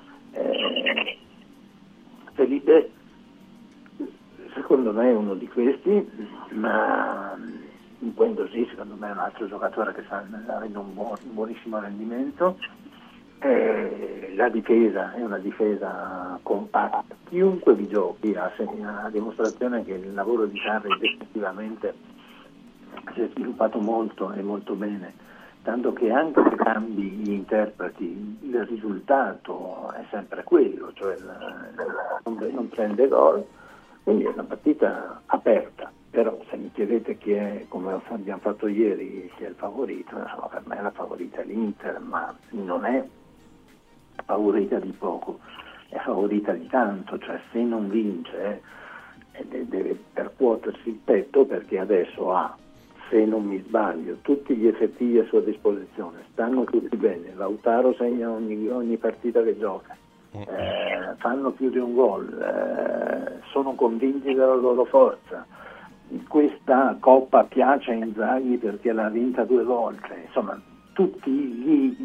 Eh, Felipe secondo me è uno di questi, ma Guendouzi secondo me è un altro giocatore che sta avendo un, buon, un buonissimo rendimento. Eh, la difesa è una difesa compatta, chiunque vi giochi ha una dimostrazione che il lavoro di Sarri effettivamente si è sviluppato molto e molto bene, tanto che anche se cambi gli interpreti il risultato è sempre quello, cioè il, non prende gol, quindi è una partita aperta. Però se mi chiedete chi è, come abbiamo fatto ieri, chi è il favorito, insomma, per me la favorita è l'Inter, ma non è favorita di poco, è favorita di tanto, cioè se non vince eh, deve percuotersi il petto, perché adesso ha, se non mi sbaglio, tutti gli effettivi a sua disposizione, stanno tutti bene, Lautaro segna ogni, ogni partita che gioca, eh, fanno più di un gol, eh, sono convinti della loro forza, questa Coppa piace a Inzaghi perché l'ha vinta due volte, insomma tutti gli,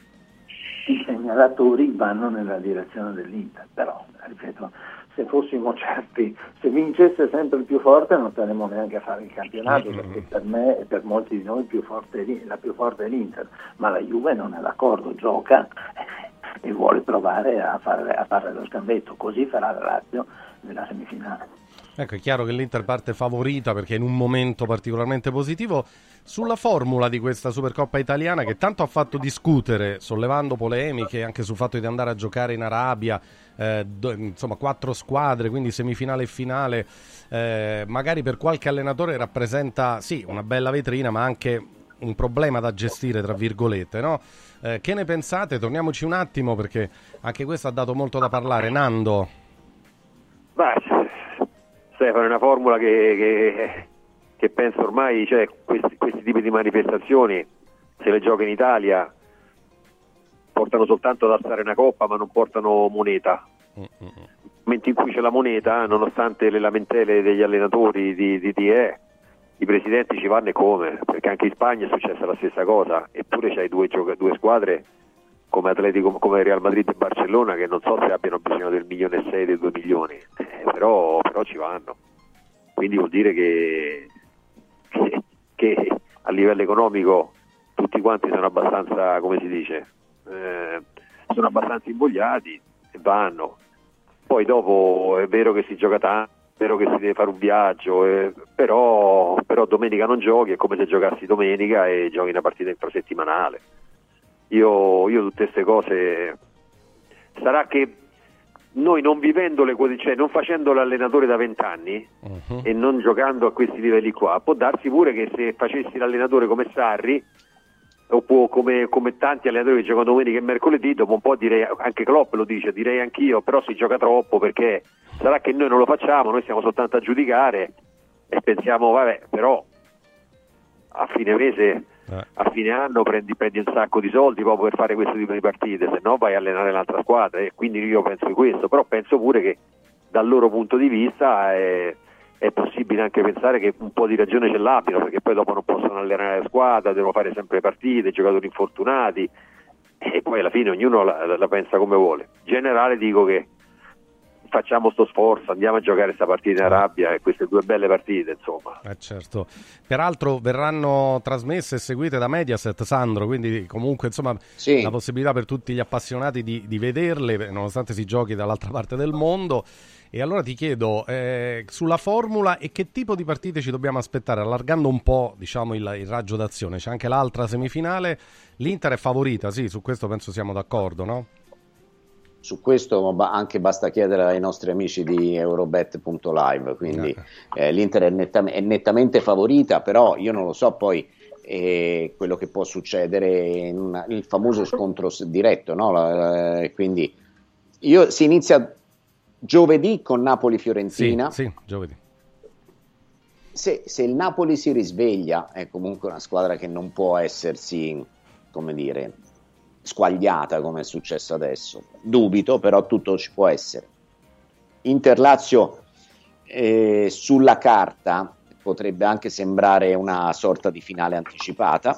i segnalatori vanno nella direzione dell'Inter, però ripeto, se fossimo certi, se vincesse sempre il più forte non staremmo neanche a fare il campionato, perché per me e per molti di noi più forte è, la più forte è l'Inter, ma la Juve non è d'accordo, gioca e vuole provare a fare, a fare lo scambetto, così farà la Lazio nella semifinale. Ecco, è chiaro che l'Inter parte favorita perché è in un momento particolarmente positivo. Sulla formula di questa Supercoppa italiana che tanto ha fatto discutere, sollevando polemiche anche sul fatto di andare a giocare in Arabia, eh, do, insomma quattro squadre, quindi semifinale e finale, eh, magari per qualche allenatore rappresenta sì una bella vetrina ma anche un problema da gestire tra virgolette, no? Eh, che ne pensate? Torniamoci un attimo perché anche questo ha dato molto da parlare. Nando? Beh, Stefano, è una formula che, che, che penso ormai, cioè questi, questi tipi di manifestazioni, se le gioca in Italia, portano soltanto ad alzare una coppa ma non portano moneta. Nel momento in cui c'è la moneta, nonostante le lamentele degli allenatori di, di, di eh, i presidenti ci vanno e come, perché anche in Spagna è successa la stessa cosa, eppure c'hai due, gioca- due squadre come Atletico, come Real Madrid e Barcellona, che non so se abbiano bisogno del milione e sei, dei due milioni, eh, però, però ci vanno. Quindi vuol dire che, che, che a livello economico tutti quanti sono abbastanza, come si dice, eh, sono abbastanza invogliati e vanno. Poi dopo è vero che si gioca tanto, è vero che si deve fare un viaggio, eh, però, però domenica non giochi, è come se giocassi domenica e giochi una partita infrasettimanale. Io, io tutte queste cose, sarà che noi non vivendole, cioè non facendo l'allenatore da vent'anni uh-huh. e non giocando a questi livelli qua, può darsi pure che se facessi l'allenatore come Sarri o come, come tanti allenatori che giocano domenica e mercoledì, dopo un po' direi, anche Klopp lo dice, direi anch'io, però si gioca troppo, perché sarà che noi non lo facciamo, noi stiamo soltanto a giudicare e pensiamo vabbè, però a fine mese, eh. a fine anno prendi, prendi un sacco di soldi proprio per fare questo tipo di partite, se no vai a allenare l'altra squadra, e quindi io penso di questo, però penso pure che dal loro punto di vista è, è possibile anche pensare che un po' di ragione ce l'abbiano, perché poi dopo non possono allenare la squadra, devono fare sempre partite, giocatori infortunati, e poi alla fine ognuno la, la pensa come vuole. In generale dico che facciamo sto sforzo, andiamo a giocare questa partita in Arabia e queste due belle partite, insomma. Eh certo. Peraltro verranno trasmesse e seguite da Mediaset, Sandro, quindi comunque insomma sì. La possibilità per tutti gli appassionati di, di vederle, nonostante si giochi dall'altra parte del mondo. E allora ti chiedo eh, sulla formula e che tipo di partite ci dobbiamo aspettare, allargando un po', diciamo, il, il raggio d'azione. C'è anche l'altra semifinale, l'Inter è favorita, sì, su questo penso siamo d'accordo, no? Su questo anche basta chiedere ai nostri amici di Eurobet punto live, quindi eh, l'Inter è, netta, è nettamente favorita, però io non lo so poi eh, quello che può succedere in una, il famoso scontro diretto, no? Eh, quindi io si inizia giovedì con Napoli-Fiorentina. Sì, sì, giovedì. Se, se il Napoli si risveglia, è comunque una squadra che non può essersi, come dire, squagliata come è successo adesso. Dubito, però tutto ci può essere. Inter-Lazio eh, sulla carta potrebbe anche sembrare una sorta di finale anticipata.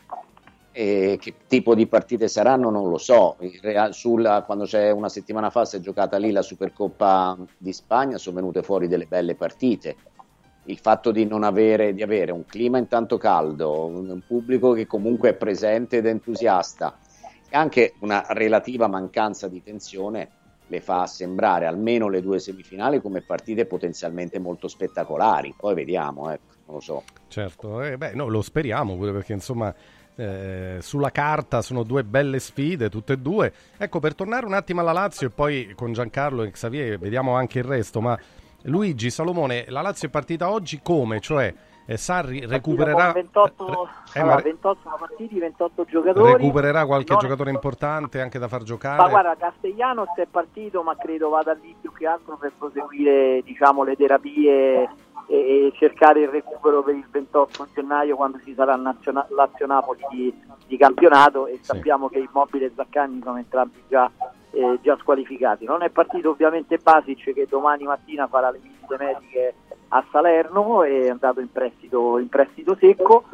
E che tipo di partite saranno non lo so. Il Real, sulla, quando c'è una settimana fa si è giocata lì la Supercoppa di Spagna, sono venute fuori delle belle partite. Il fatto di non avere, di avere un clima intanto caldo, un pubblico che comunque è presente ed entusiasta, e anche una relativa mancanza di tensione le fa sembrare almeno le due semifinali come partite potenzialmente molto spettacolari. Poi vediamo, ecco, non lo so. Certo, eh, beh, no, lo speriamo pure, perché insomma eh, sulla carta sono due belle sfide, tutte e due. Ecco, per tornare un attimo alla Lazio e poi con Giancarlo e Xavier vediamo anche il resto, ma Luigi, Salomone, la Lazio è partita oggi come? Cioè eh, Sarri recupererà ventotto, eh, allora, ma... ventotto partiti, ventotto giocatori. Recupererà qualche non... giocatore importante anche da far giocare? Ma guarda, Castellanos è partito, ma credo vada lì più che altro per proseguire, diciamo, le terapie e, e cercare il recupero per il ventotto gennaio, quando ci sarà Naziona- Lazio-Napoli di, di campionato, e sì. Sappiamo che Immobile e Zaccagni sono entrambi già Eh, già squalificati. Non è partito ovviamente Basic, che domani mattina farà le visite mediche a Salerno, è andato in prestito, in prestito secco,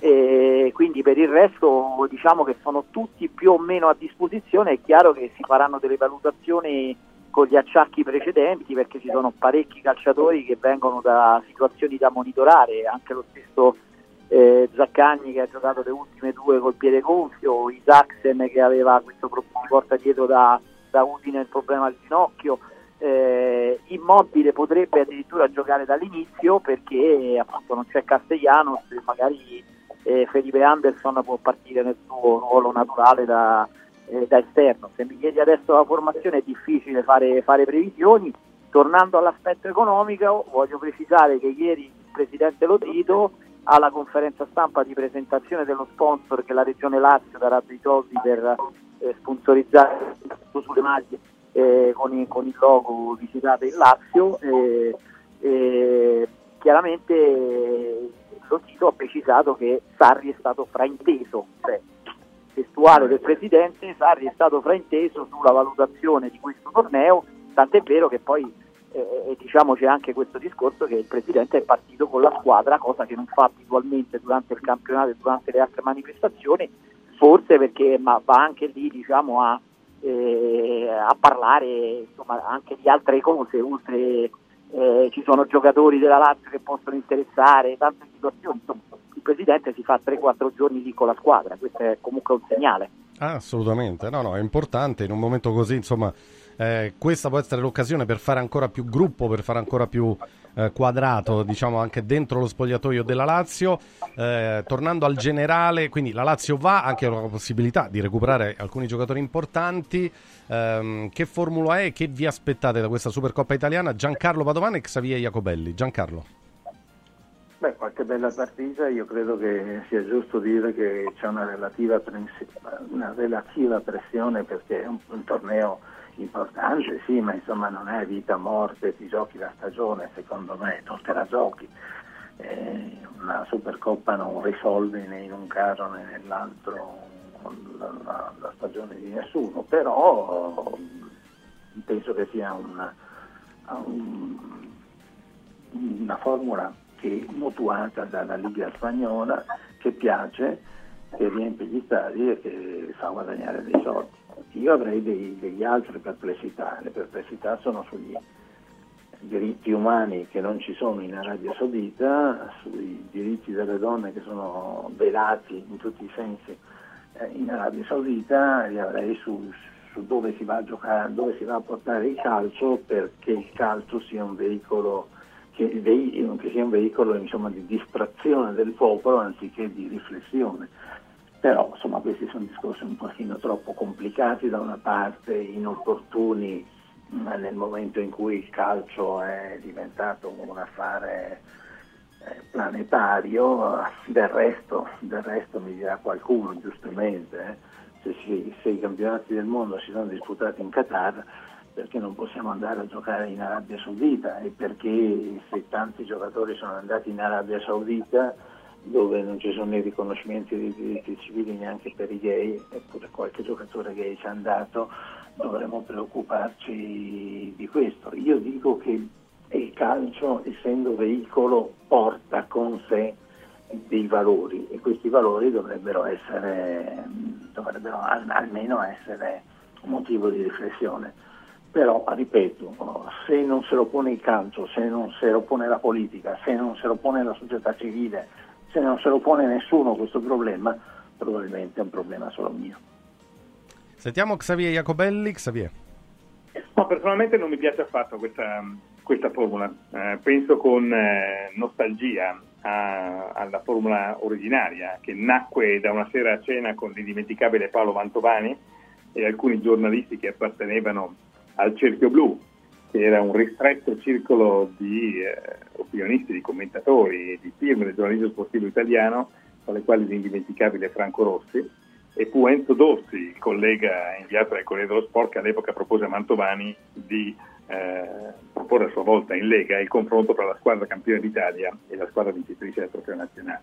e quindi per il resto diciamo che sono tutti più o meno a disposizione. È chiaro che si faranno delle valutazioni con gli acciacchi precedenti, perché ci sono parecchi calciatori che vengono da situazioni da monitorare, anche lo stesso Eh, Zaccagni, che ha giocato le ultime due col piede gonfio, Isaacsen che aveva questo problema di porta dietro da, da Udine, il problema al ginocchio, eh, Immobile potrebbe addirittura giocare dall'inizio, perché appunto non c'è Castellanos, magari eh, Felipe Anderson può partire nel suo ruolo naturale da, eh, da esterno. Se mi chiedi adesso la formazione è difficile fare, fare previsioni. Tornando all'aspetto economico, voglio precisare che ieri il presidente Lotito, alla conferenza stampa di presentazione dello sponsor che la Regione Lazio darà dei soldi per eh, sponsorizzare sulle maglie eh, con, il, con il logo Visitate il Lazio, eh, eh, chiaramente eh, Lotito ha precisato che Sarri è stato frainteso, cioè testuale del presidente, Sarri è stato frainteso sulla valutazione di questo torneo, tant'è vero che poi e diciamo c'è anche questo discorso che il presidente è partito con la squadra, cosa che non fa abitualmente durante il campionato e durante le altre manifestazioni, forse perché ma va anche lì, diciamo, a, eh, a parlare, insomma, anche di altre cose, oltre eh, ci sono giocatori della Lazio che possono interessare, tante situazioni, insomma, il presidente si fa tre quattro giorni lì con la squadra, questo è comunque un segnale. Ah, assolutamente, no no, è importante in un momento così, insomma. Eh, questa può essere l'occasione per fare ancora più gruppo, per fare ancora più eh, quadrato, diciamo, anche dentro lo spogliatoio della Lazio. Eh, tornando al generale, quindi la Lazio va anche con la possibilità di recuperare alcuni giocatori importanti. Eh, che formula è? Che vi aspettate da questa Supercoppa italiana? Giancarlo Padovani e Xavier Jacobelli. Giancarlo. Beh, qualche bella partita. Io credo che sia giusto dire che c'è una relativa, prens- una relativa pressione, perché è un, un torneo importante, sì, ma insomma non è vita o morte, ti giochi la stagione, secondo me, non te la giochi. eh, una Supercoppa non risolve né in un caso né nell'altro la, la, la stagione di nessuno, però penso che sia una, un, una formula che è mutuata dalla Liga spagnola, che piace, che riempie gli stadi e che fa guadagnare dei soldi. Io avrei dei, degli altre perplessità, le perplessità sono sugli diritti umani che non ci sono in Arabia Saudita, sui diritti delle donne che sono velati in tutti i sensi eh, in Arabia Saudita, li avrei su, su dove si va a giocare, dove si va a portare il calcio, perché il calcio sia un veicolo che, che sia un veicolo insomma, di distrazione del popolo anziché di riflessione. Però insomma questi sono discorsi un pochino troppo complicati, da una parte inopportuni nel momento in cui il calcio è diventato un affare eh, planetario, del resto, del resto mi dirà qualcuno giustamente, eh, se, si, se i campionati del mondo si sono disputati in Qatar, perché non possiamo andare a giocare in Arabia Saudita, e perché se tanti giocatori sono andati in Arabia Saudita dove non ci sono i riconoscimenti dei diritti civili neanche per i gay, eppure qualche giocatore gay ci è andato, dovremmo preoccuparci di questo. Io dico che il calcio, essendo veicolo, porta con sé dei valori, e questi valori dovrebbero essere, dovrebbero almeno essere un motivo di riflessione. Però, ripeto, se non se lo pone il calcio, se non se lo pone la politica, se non se lo pone la società civile, se non se lo pone nessuno questo problema, probabilmente è un problema solo mio. Sentiamo Xavier Jacobelli. Xavier. No, personalmente non mi piace affatto questa, questa formula. Eh, penso con eh, nostalgia a, alla formula originaria, che nacque da una sera a cena con l'indimenticabile Paolo Mantovani e alcuni giornalisti che appartenevano al Cerchio Blu, che era un ristretto circolo di eh, opinionisti, di commentatori e di firme del giornalismo sportivo italiano, tra le quali l'indimenticabile Franco Rossi, e fu Enzo Dossi, il collega inviato dal Corriere dello Sport, che all'epoca propose a Mantovani di eh, proporre a sua volta in Lega il confronto tra la squadra campione d'Italia e la squadra vincitrice del trofeo nazionale.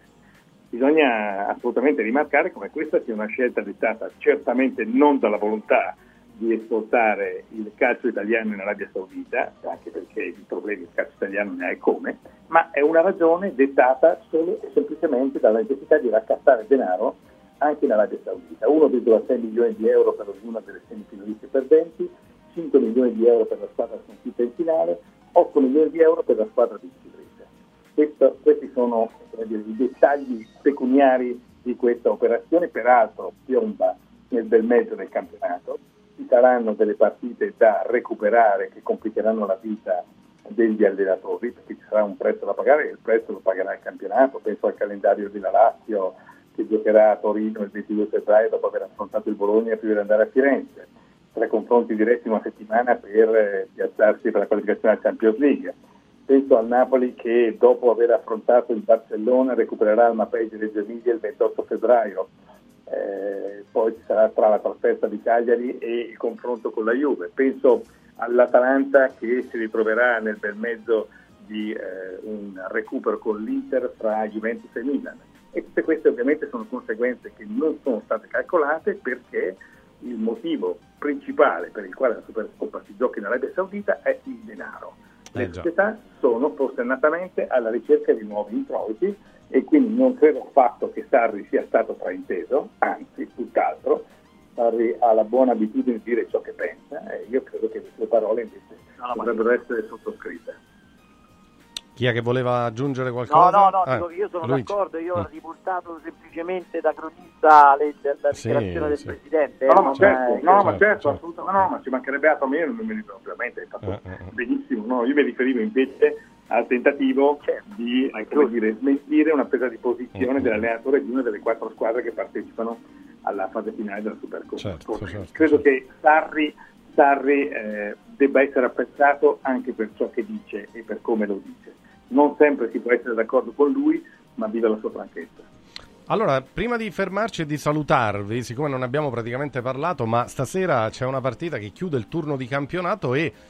Bisogna assolutamente rimarcare come questa sia una scelta dettata certamente non dalla volontà di esportare il calcio italiano in Arabia Saudita, anche perché i problemi del calcio italiano ne ha e come, ma è una ragione dettata solo e semplicemente dalla necessità di raccattare denaro anche in Arabia Saudita. uno virgola sei milioni di euro per ognuna delle semifinaliste perdenti, cinque milioni di euro per la squadra sconfitta in finale, otto milioni di euro per la squadra vincitrice. Questo, questi sono dire, i dettagli pecuniari di questa operazione, peraltro piomba nel bel mezzo del campionato. Ci saranno delle partite da recuperare che complicheranno la vita degli allenatori, perché ci sarà un prezzo da pagare e il prezzo lo pagherà il campionato. Penso al calendario della Lazio, che giocherà a Torino il ventidue febbraio dopo aver affrontato il Bologna prima di andare a Firenze, tre confronti diretti una settimana per eh, piazzarsi per la qualificazione alla Champions League. Penso al Napoli, che dopo aver affrontato il Barcellona recupererà il Mapei di Reggio Emilia il ventotto febbraio. Eh, poi ci sarà tra la trasferta di Cagliari e il confronto con la Juve. Penso all'Atalanta, che si ritroverà nel bel mezzo di eh, un recupero con l'Inter fra Juventus e Milan, e tutte queste ovviamente sono conseguenze che non sono state calcolate, perché il motivo principale per il quale la Supercoppa si gioca in Arabia Saudita è il denaro. Le eh società sono forsennatamente alla ricerca di nuovi introiti, e quindi non credo affatto che Sarri sia stato frainteso, anzi, tutt'altro. Sarri ha la buona abitudine di dire ciò che pensa, e io credo che le sue parole invece no, dovrebbero essere sottoscritte. Chi è che voleva aggiungere qualcosa? No, no, no, ah, dico che io sono Luigi. d'accordo, io Mm. ho riportato semplicemente da cronista le, la dichiarazione Sì, del sì. Presidente. No, no, ma non certo, è- no, certo, ma certo, certo. assolutamente, no, ma ci mancherebbe altro, a me non mi ricordo, ovviamente hai fatto Eh, eh, eh. benissimo, no, io mi riferivo invece al tentativo di eh, come dire, smentire una presa di posizione Mm. dell'allenatore di una delle quattro squadre che partecipano alla fase finale della Supercoppa. Certo, certo, Credo che Sarri, Sarri eh, debba essere apprezzato anche per ciò che dice e per come lo dice. Non sempre si può essere d'accordo con lui, ma viva la sua franchezza. Allora, prima di fermarci e di salutarvi, siccome non abbiamo praticamente parlato, ma stasera c'è una partita che chiude il turno di campionato e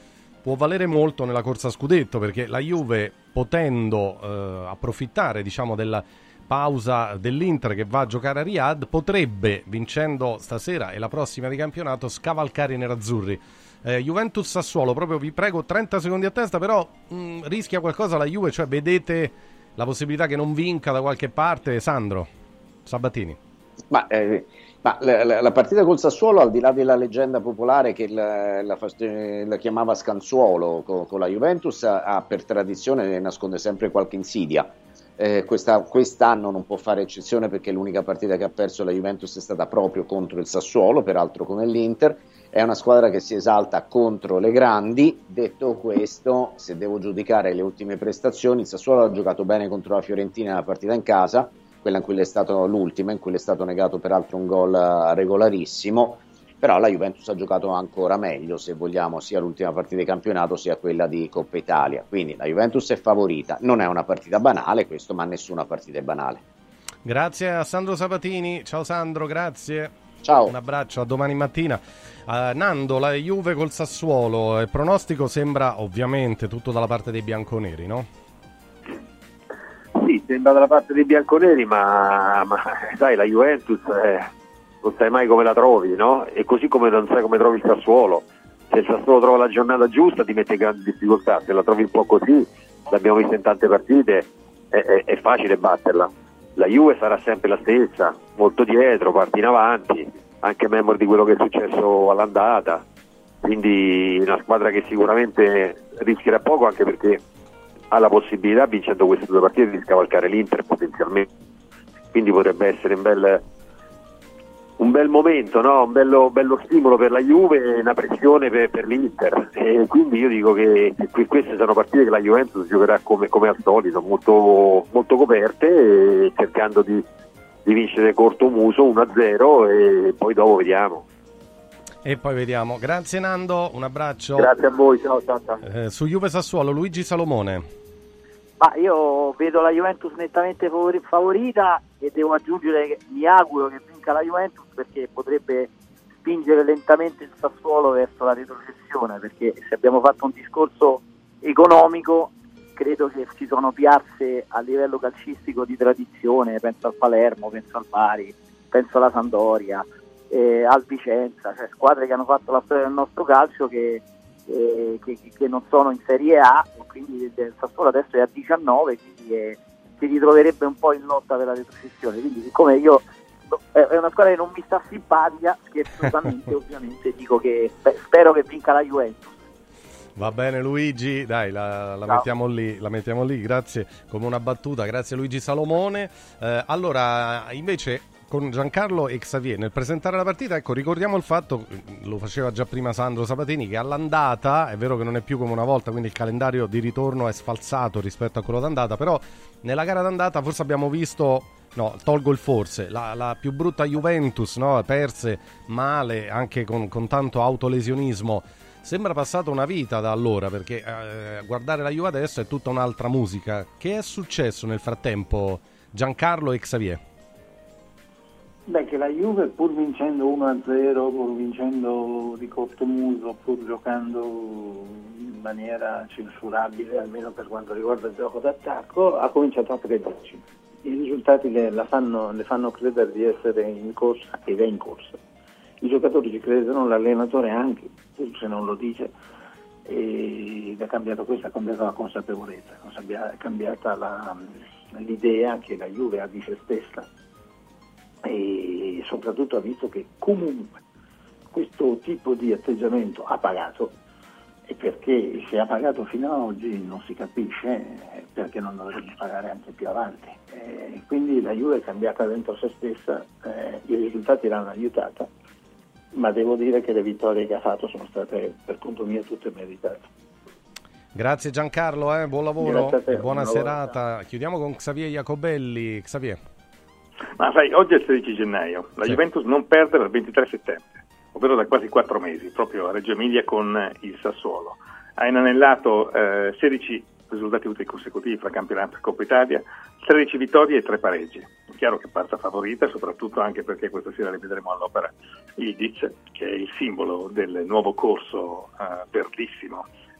può valere molto nella corsa a scudetto, perché la Juve, potendo eh, approfittare, diciamo, della pausa dell'Inter che va a giocare a Riyadh, potrebbe, vincendo stasera e la prossima di campionato, scavalcare i nerazzurri. eh, Juventus Sassuolo, proprio vi prego, trenta secondi a testa, però mh, rischia qualcosa la Juve, cioè vedete la possibilità che non vinca da qualche parte? Sandro Sabatini. Ma, eh, ma la, la partita col Sassuolo, al di là della leggenda popolare che la, la, la chiamava scanzuolo con, con la Juventus, ha per tradizione, nasconde sempre qualche insidia. Eh, questa, quest'anno non può fare eccezione, perché l'unica partita che ha perso la Juventus è stata proprio contro il Sassuolo, peraltro come l'Inter. È una squadra che si esalta contro le grandi. Detto questo, se devo giudicare le ultime prestazioni, il Sassuolo ha giocato bene contro la Fiorentina nella partita in casa, quella in cui è stato l'ultima, in cui le è stato negato peraltro un gol regolarissimo, però la Juventus ha giocato ancora meglio, se vogliamo, sia l'ultima partita di campionato sia quella di Coppa Italia. Quindi la Juventus è favorita, non è una partita banale questo, ma nessuna partita è banale. Grazie a Sandro Sabatini. Ciao Sandro, grazie. Ciao. Un abbraccio, a domani mattina. Uh, Nando, la Juve col Sassuolo, il pronostico sembra ovviamente tutto dalla parte dei bianconeri, no? Sì, sembra dalla parte dei bianconeri, ma, ma sai, la Juventus eh, non sai mai come la trovi, no? E così come non sai come trovi il Sassuolo. Se il Sassuolo trova la giornata giusta ti mette in grandi difficoltà, se la trovi un po' così, l'abbiamo vista in tante partite, è, è, è facile batterla. La Juve sarà sempre la stessa, molto dietro, parte in avanti, anche memore di quello che è successo all'andata, quindi una squadra che sicuramente rischierà poco, anche perché ha la possibilità, vincendo queste due partite, di scavalcare l'Inter potenzialmente, quindi potrebbe essere un bel, un bel momento, no? Un bello, bello stimolo per la Juve e una pressione per, per l'Inter, e quindi io dico che, che queste sono partite che la Juventus giocherà come, come al solito, molto, molto coperte, e cercando di, di vincere corto muso uno a zero, e poi dopo vediamo. E poi vediamo. Grazie Nando, un abbraccio. Grazie a voi, ciao ciao, ciao. Eh, su Juve Sassuolo, Luigi Salomone. Ma io vedo la Juventus nettamente favori- favorita e devo aggiungere che mi auguro che vinca la Juventus, perché potrebbe spingere lentamente il Sassuolo verso la retrocessione, perché se abbiamo fatto un discorso economico, credo che ci sono piazze a livello calcistico di tradizione, penso al Palermo, penso al Bari, penso alla Sampdoria, eh, al Vicenza, cioè squadre che hanno fatto la storia del nostro calcio che, eh, che, che non sono in Serie A, e quindi il Sassuolo adesso è a diciannove, quindi è, si ritroverebbe un po' in lotta per la retrocessione. Quindi siccome io è una squadra che non mi sta simpatica, scherzosamente ovviamente dico che beh, spero che vinca la Juventus. Va bene Luigi, dai, la, la mettiamo lì, la mettiamo lì, grazie, come una battuta, grazie Luigi Salomone. Eh, allora, invece, con Giancarlo e Xavier, nel presentare la partita, ecco, ricordiamo il fatto, lo faceva già prima Sandro Sabatini, che all'andata, è vero che non è più come una volta, quindi il calendario di ritorno è sfalsato rispetto a quello d'andata, però nella gara d'andata forse abbiamo visto, no, tolgo il forse, la, la più brutta Juventus, no? Perse male, anche con, con tanto autolesionismo. Sembra passata una vita da allora, perché eh, guardare la Juve adesso è tutta un'altra musica. Che è successo nel frattempo, Giancarlo e Xavier? Beh, che la Juve, pur vincendo uno a zero, pur vincendo di cortomuso, pur giocando in maniera censurabile, almeno per quanto riguarda il gioco d'attacco, ha cominciato a crederci. I risultati le, la fanno, le fanno credere di essere in corsa, ed è in corsa. I giocatori ci credono, l'allenatore anche, pur se non lo dice, ed è cambiato questo, è cambiata la consapevolezza, è cambiata la, l'idea che la Juve ha di se stessa, e soprattutto ha visto che comunque questo tipo di atteggiamento ha pagato, e perché se ha pagato fino ad oggi non si capisce perché non dovrebbe pagare anche più avanti. E quindi la Juve è cambiata dentro se stessa, eh, i risultati l'hanno aiutata, ma devo dire che le vittorie che ha fatto sono state, per conto mio, tutte meritate. Grazie Giancarlo, eh, buon lavoro, te, buona buon serata. lavoro. Chiudiamo con Xavier Jacobelli. Xavier. Ma sai, oggi è il sedici gennaio, la sì. Juventus non perde dal ventitré settembre, ovvero da quasi quattro mesi, proprio a Reggio Emilia con il Sassuolo. Ha inanellato eh, sedici risultati utili consecutivi fra campionato e Coppa Italia, tredici vittorie e tre pareggi. È chiaro che parta favorita, soprattutto anche perché questa sera rivedremo all'opera Ildiz, che è il simbolo del nuovo corso eh, verdissimo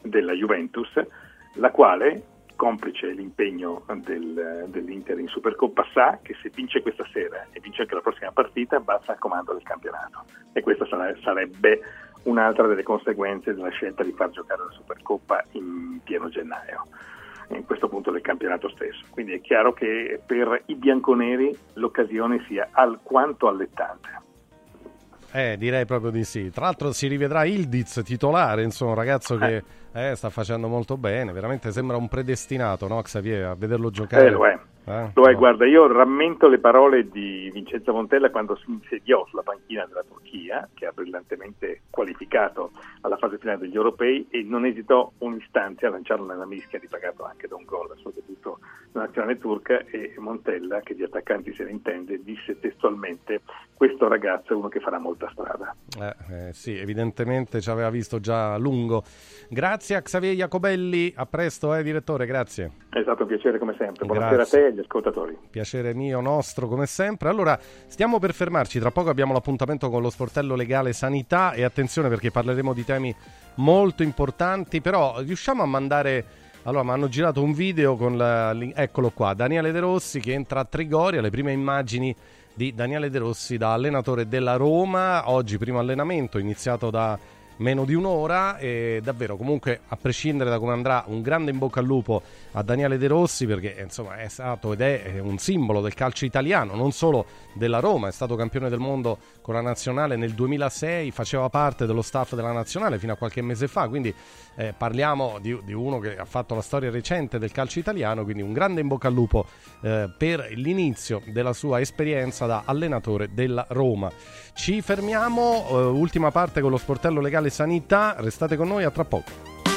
della Juventus, la quale, complice l'impegno del, dell'Inter in Supercoppa, sa che se vince questa sera e vince anche la prossima partita passa al comando del campionato, e questa sarà, sarebbe un'altra delle conseguenze della scelta di far giocare la Supercoppa in pieno gennaio, in questo punto del campionato stesso. Quindi è chiaro che per i bianconeri l'occasione sia alquanto allettante. Eh, direi proprio di sì. Tra l'altro si rivedrà Ildiz titolare, insomma, un ragazzo che eh, sta facendo molto bene, veramente sembra un predestinato, no, Xavier, a vederlo giocare. Eh, lo è. Eh? Lo è, guarda, io rammento le parole di Vincenzo Montella quando si insediò sulla panchina della Turchia, che ha brillantemente qualificato alla fase finale degli europei, e non esitò un istante a lanciarlo nella mischia, ripagato anche da un gol al suo debutto nella nazionale turca, e Montella, che di attaccanti se ne intende, disse testualmente: questo ragazzo è uno che farà molta strada. Eh, eh, sì, evidentemente ci aveva visto già a lungo. Grazie a Xavier Jacobelli, a presto, eh, direttore, grazie. È stato un piacere come sempre, buonasera Grazie. a te e agli ascoltatori. Piacere mio, nostro, come sempre. Allora, stiamo per fermarci, tra poco abbiamo l'appuntamento con lo sportello legale sanità, e attenzione perché parleremo di temi molto importanti, però riusciamo a mandare... Allora, mi hanno girato un video con la... eccolo qua, Daniele De Rossi che entra a Trigoria, le prime immagini di Daniele De Rossi da allenatore della Roma. Oggi primo allenamento iniziato da meno di un'ora, e davvero, comunque, a prescindere da come andrà, un grande in bocca al lupo a Daniele De Rossi, perché insomma è stato ed è un simbolo del calcio italiano, non solo della Roma. È stato campione del mondo con la nazionale nel duemilasei, faceva parte dello staff della nazionale fino a qualche mese fa, quindi eh, parliamo di, di uno che ha fatto la storia recente del calcio italiano, quindi un grande in bocca al lupo eh, per l'inizio della sua esperienza da allenatore della Roma. Ci fermiamo, eh, ultima parte con lo sportello legale sanità, restate con noi, a tra poco.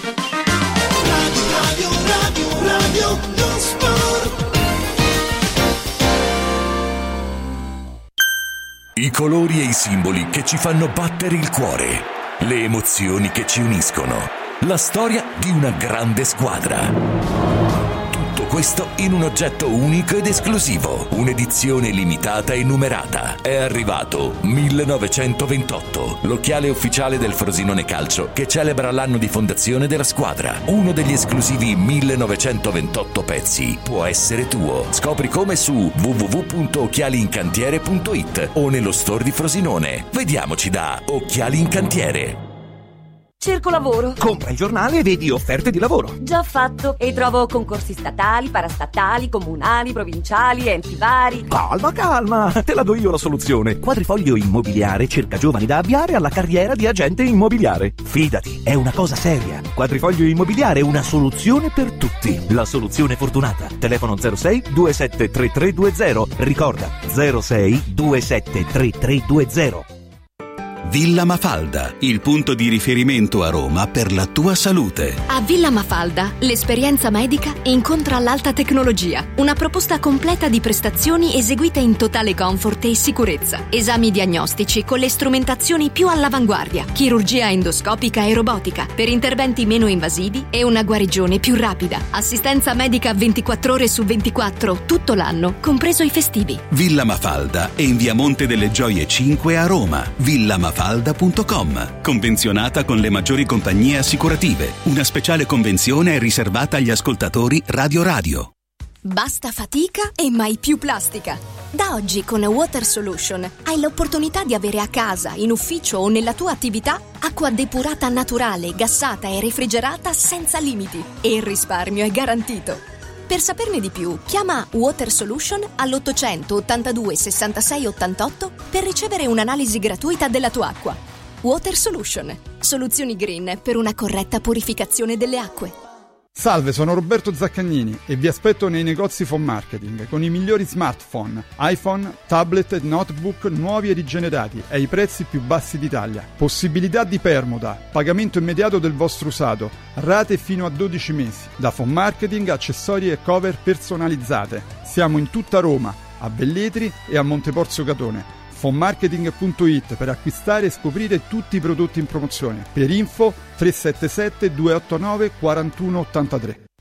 Radio, radio, radio, lo sport. I colori e i simboli che ci fanno battere il cuore, le emozioni che ci uniscono, la storia di una grande squadra. Tutto questo in un oggetto unico ed esclusivo, un'edizione limitata e numerata. È arrivato millenovecentoventotto, l'occhiale ufficiale del Frosinone Calcio che celebra l'anno di fondazione della squadra. Uno degli esclusivi millenovecentoventotto pezzi può essere tuo. Scopri come su w w w punto occhialiincantiere punto i t o nello store di Frosinone. Vediamoci da Occhiali in Cantiere. Cerco lavoro. Compra il giornale e vedi offerte di lavoro. Già fatto. E trovo concorsi statali, parastatali, comunali, provinciali, enti vari. Calma, calma. Te la do io la soluzione. Quadrifoglio Immobiliare cerca giovani da avviare alla carriera di agente immobiliare. Fidati, è una cosa seria. Quadrifoglio Immobiliare è una soluzione per tutti. La soluzione fortunata. Telefono zero sei due sette tre tre due zero. Ricorda, zero sei due sette tre tre due zero. Villa Mafalda, il punto di riferimento a Roma per la tua salute. A Villa Mafalda l'esperienza medica incontra l'alta tecnologia. Una proposta completa di prestazioni eseguite in totale comfort e sicurezza. Esami diagnostici con le strumentazioni più all'avanguardia. Chirurgia endoscopica e robotica per interventi meno invasivi e una guarigione più rapida. Assistenza medica ventiquattro ore su ventiquattro tutto l'anno, compreso i festivi. Villa Mafalda è in via Monte delle Gioie cinque a Roma. Villa Mafalda punto com. Convenzionata con le maggiori compagnie assicurative. Una speciale convenzione è riservata agli ascoltatori Radio Radio. Basta fatica e mai più plastica. Da oggi con Water Solution hai l'opportunità di avere a casa, in ufficio o nella tua attività acqua depurata naturale, gassata e refrigerata senza limiti. E il risparmio è garantito. Per saperne di più, chiama Water Solution all'ottocento ottantadue sessantasei ottantotto per ricevere un'analisi gratuita della tua acqua. Water Solution, soluzioni green per una corretta purificazione delle acque. Salve, sono Roberto Zaccagnini e vi aspetto nei negozi Phone Marketing con i migliori smartphone, iPhone, tablet e notebook nuovi e rigenerati ai prezzi più bassi d'Italia. Possibilità di permuta, pagamento immediato del vostro usato, rate fino a dodici mesi. Da Phone Marketing, accessori e cover personalizzate. Siamo in tutta Roma, a Velletri e a Monteporzio Catone. phone marketing punto i t per acquistare e scoprire tutti i prodotti in promozione. Per info tre sette sette due otto nove quattro uno otto tre.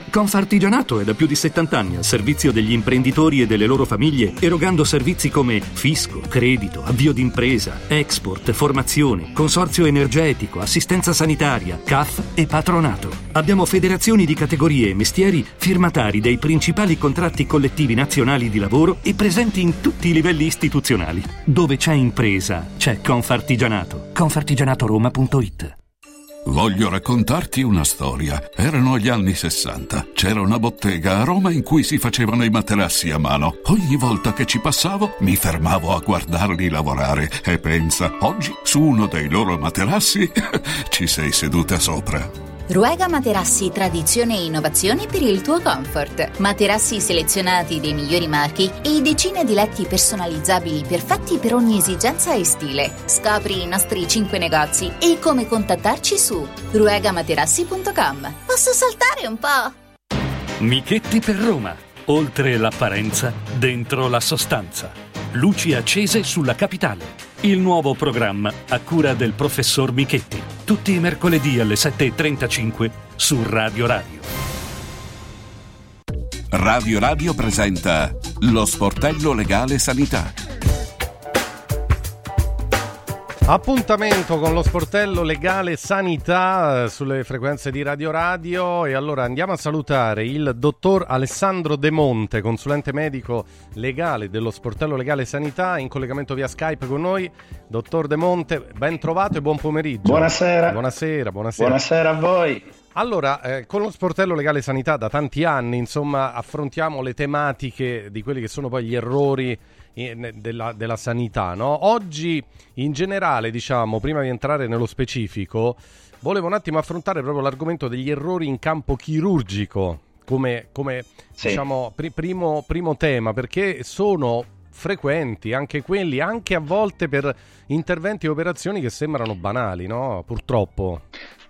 Confartigianato è da più di settanta anni al servizio degli imprenditori e delle loro famiglie, erogando servizi come fisco, credito, avvio d'impresa, export, formazione, consorzio energetico, assistenza sanitaria, C A F e patronato. Abbiamo federazioni di categorie e mestieri firmatari dei principali contratti collettivi nazionali di lavoro e presenti in tutti i livelli istituzionali. Dove c'è impresa, c'è Confartigianato. Confartigianatoroma punto it. Voglio raccontarti una storia. Erano gli anni sessanta. C'era una bottega a Roma in cui si facevano i materassi a mano. Ogni volta che ci passavo mi fermavo a guardarli lavorare e pensa, oggi su uno dei loro materassi ci sei seduta sopra. Ruega Materassi, tradizione e innovazione per il tuo comfort. Materassi selezionati dei migliori marchi e decine di letti personalizzabili perfetti per ogni esigenza e stile. Scopri i nostri cinque negozi e come contattarci su ruega materassi punto com. Posso saltare un po'? Michetti per Roma. Oltre l'apparenza, dentro la sostanza. Luci accese sulla capitale. Il nuovo programma a cura del professor Michetti. Tutti i mercoledì alle sette e trentacinque su Radio Radio. Radio Radio presenta Lo Sportello Legale Sanità. Appuntamento con lo sportello legale sanità sulle frequenze di Radio Radio, e allora andiamo a salutare il dottor Alessandro De Monte, consulente medico legale dello sportello legale sanità, in collegamento via Skype con noi. Dottor De Monte, ben trovato e buon pomeriggio. Buonasera. Buonasera, buonasera. Buonasera a voi. Allora, eh, con lo sportello legale sanità da tanti anni, insomma, affrontiamo le tematiche di quelli che sono poi gli errori Della, della sanità, no? Oggi in generale, diciamo, prima di entrare nello specifico, volevo un attimo affrontare proprio l'argomento degli errori in campo chirurgico come, come sì. diciamo pr- primo, primo tema, perché sono frequenti anche quelli, anche a volte per interventi e operazioni che sembrano banali, no? Purtroppo.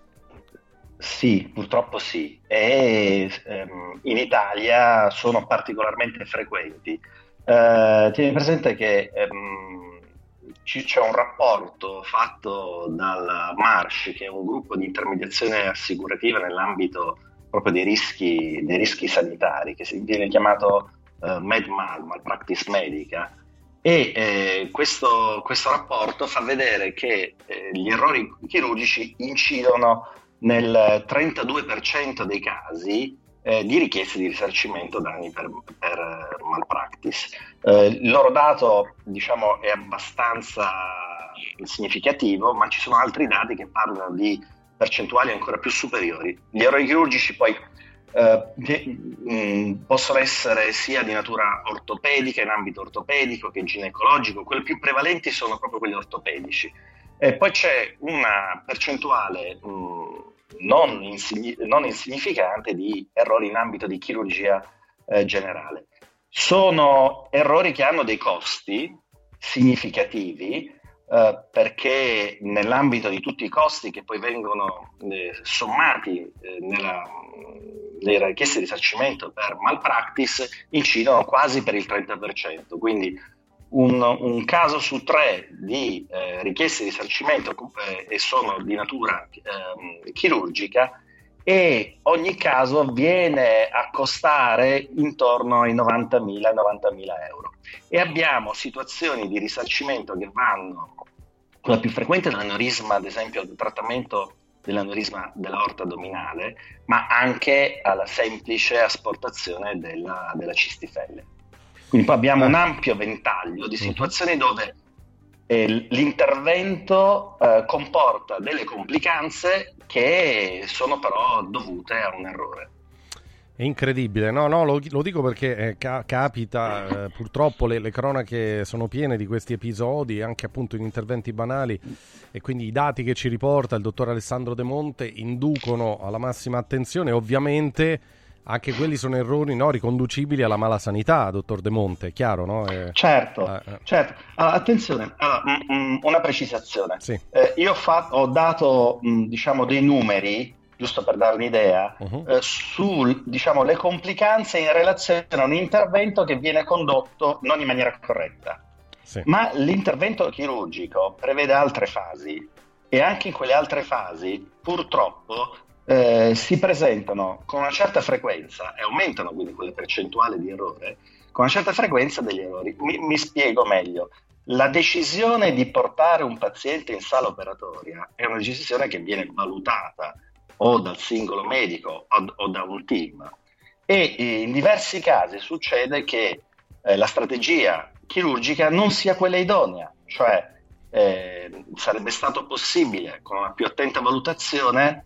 Sì, purtroppo sì, e ehm, in Italia sono particolarmente frequenti. Uh, tieni presente che um, c- c'è un rapporto fatto dal Marsh, che è un gruppo di intermediazione assicurativa nell'ambito proprio dei rischi, dei rischi sanitari, che si viene chiamato uh, MedMal, Malpractice Medica, e eh, questo, questo rapporto fa vedere che eh, gli errori chirurgici incidono nel trentadue per cento dei casi Eh, di richieste di risarcimento danni per, per uh, malpractice. Eh, il loro dato, diciamo, è abbastanza significativo, ma ci sono altri dati che parlano di percentuali ancora più superiori. Gli errori chirurgici poi eh, che, mh, possono essere sia di natura ortopedica, in ambito ortopedico, che ginecologico. Quelli più prevalenti sono proprio quelli ortopedici. E poi c'è una percentuale mh, Non, insigni- non insignificante di errori in ambito di chirurgia eh, generale. Sono errori che hanno dei costi significativi eh, perché nell'ambito di tutti i costi che poi vengono eh, sommati eh, nella, nelle richieste di risarcimento per malpractice incidono quasi per il trenta per cento, quindi Un, un caso su tre di eh, richieste di risarcimento eh, e sono di natura eh, chirurgica, e ogni caso viene a costare intorno ai novantamila euro. E abbiamo situazioni di risarcimento che vanno, la più frequente è l'aneurisma, ad esempio il trattamento dell'aneurisma dell'aorta addominale, ma anche alla semplice asportazione della, della cistifelle. Quindi poi abbiamo un ampio ventaglio di situazioni dove eh, l'intervento eh, comporta delle complicanze che sono però dovute a un errore. È incredibile, no, no, lo, lo dico perché eh, ca- capita, eh, purtroppo le, le cronache sono piene di questi episodi, anche appunto in interventi banali, e quindi i dati che ci riporta il dottor Alessandro De Monte inducono alla massima attenzione. Ovviamente anche quelli sono errori, no, riconducibili alla mala sanità, dottor De Monte, è chiaro, no? È... Certo, eh, eh. certo. Allora, attenzione, allora, m- m- una precisazione. Sì. Eh, io ho, fatto, ho dato, mh, diciamo, dei numeri, giusto per dare un'idea, uh-huh. eh, su, diciamo, le complicanze in relazione a un intervento che viene condotto non in maniera corretta. Sì. Ma l'intervento chirurgico prevede altre fasi, e anche in quelle altre fasi, purtroppo, eh, si presentano con una certa frequenza e aumentano quindi quelle percentuali di errore, con una certa frequenza degli errori. Mi, mi spiego meglio. La decisione di portare un paziente in sala operatoria è una decisione che viene valutata o dal singolo medico o, o da un team, e eh, in diversi casi succede che eh, la strategia chirurgica non sia quella idonea, cioè eh, sarebbe stato possibile con una più attenta valutazione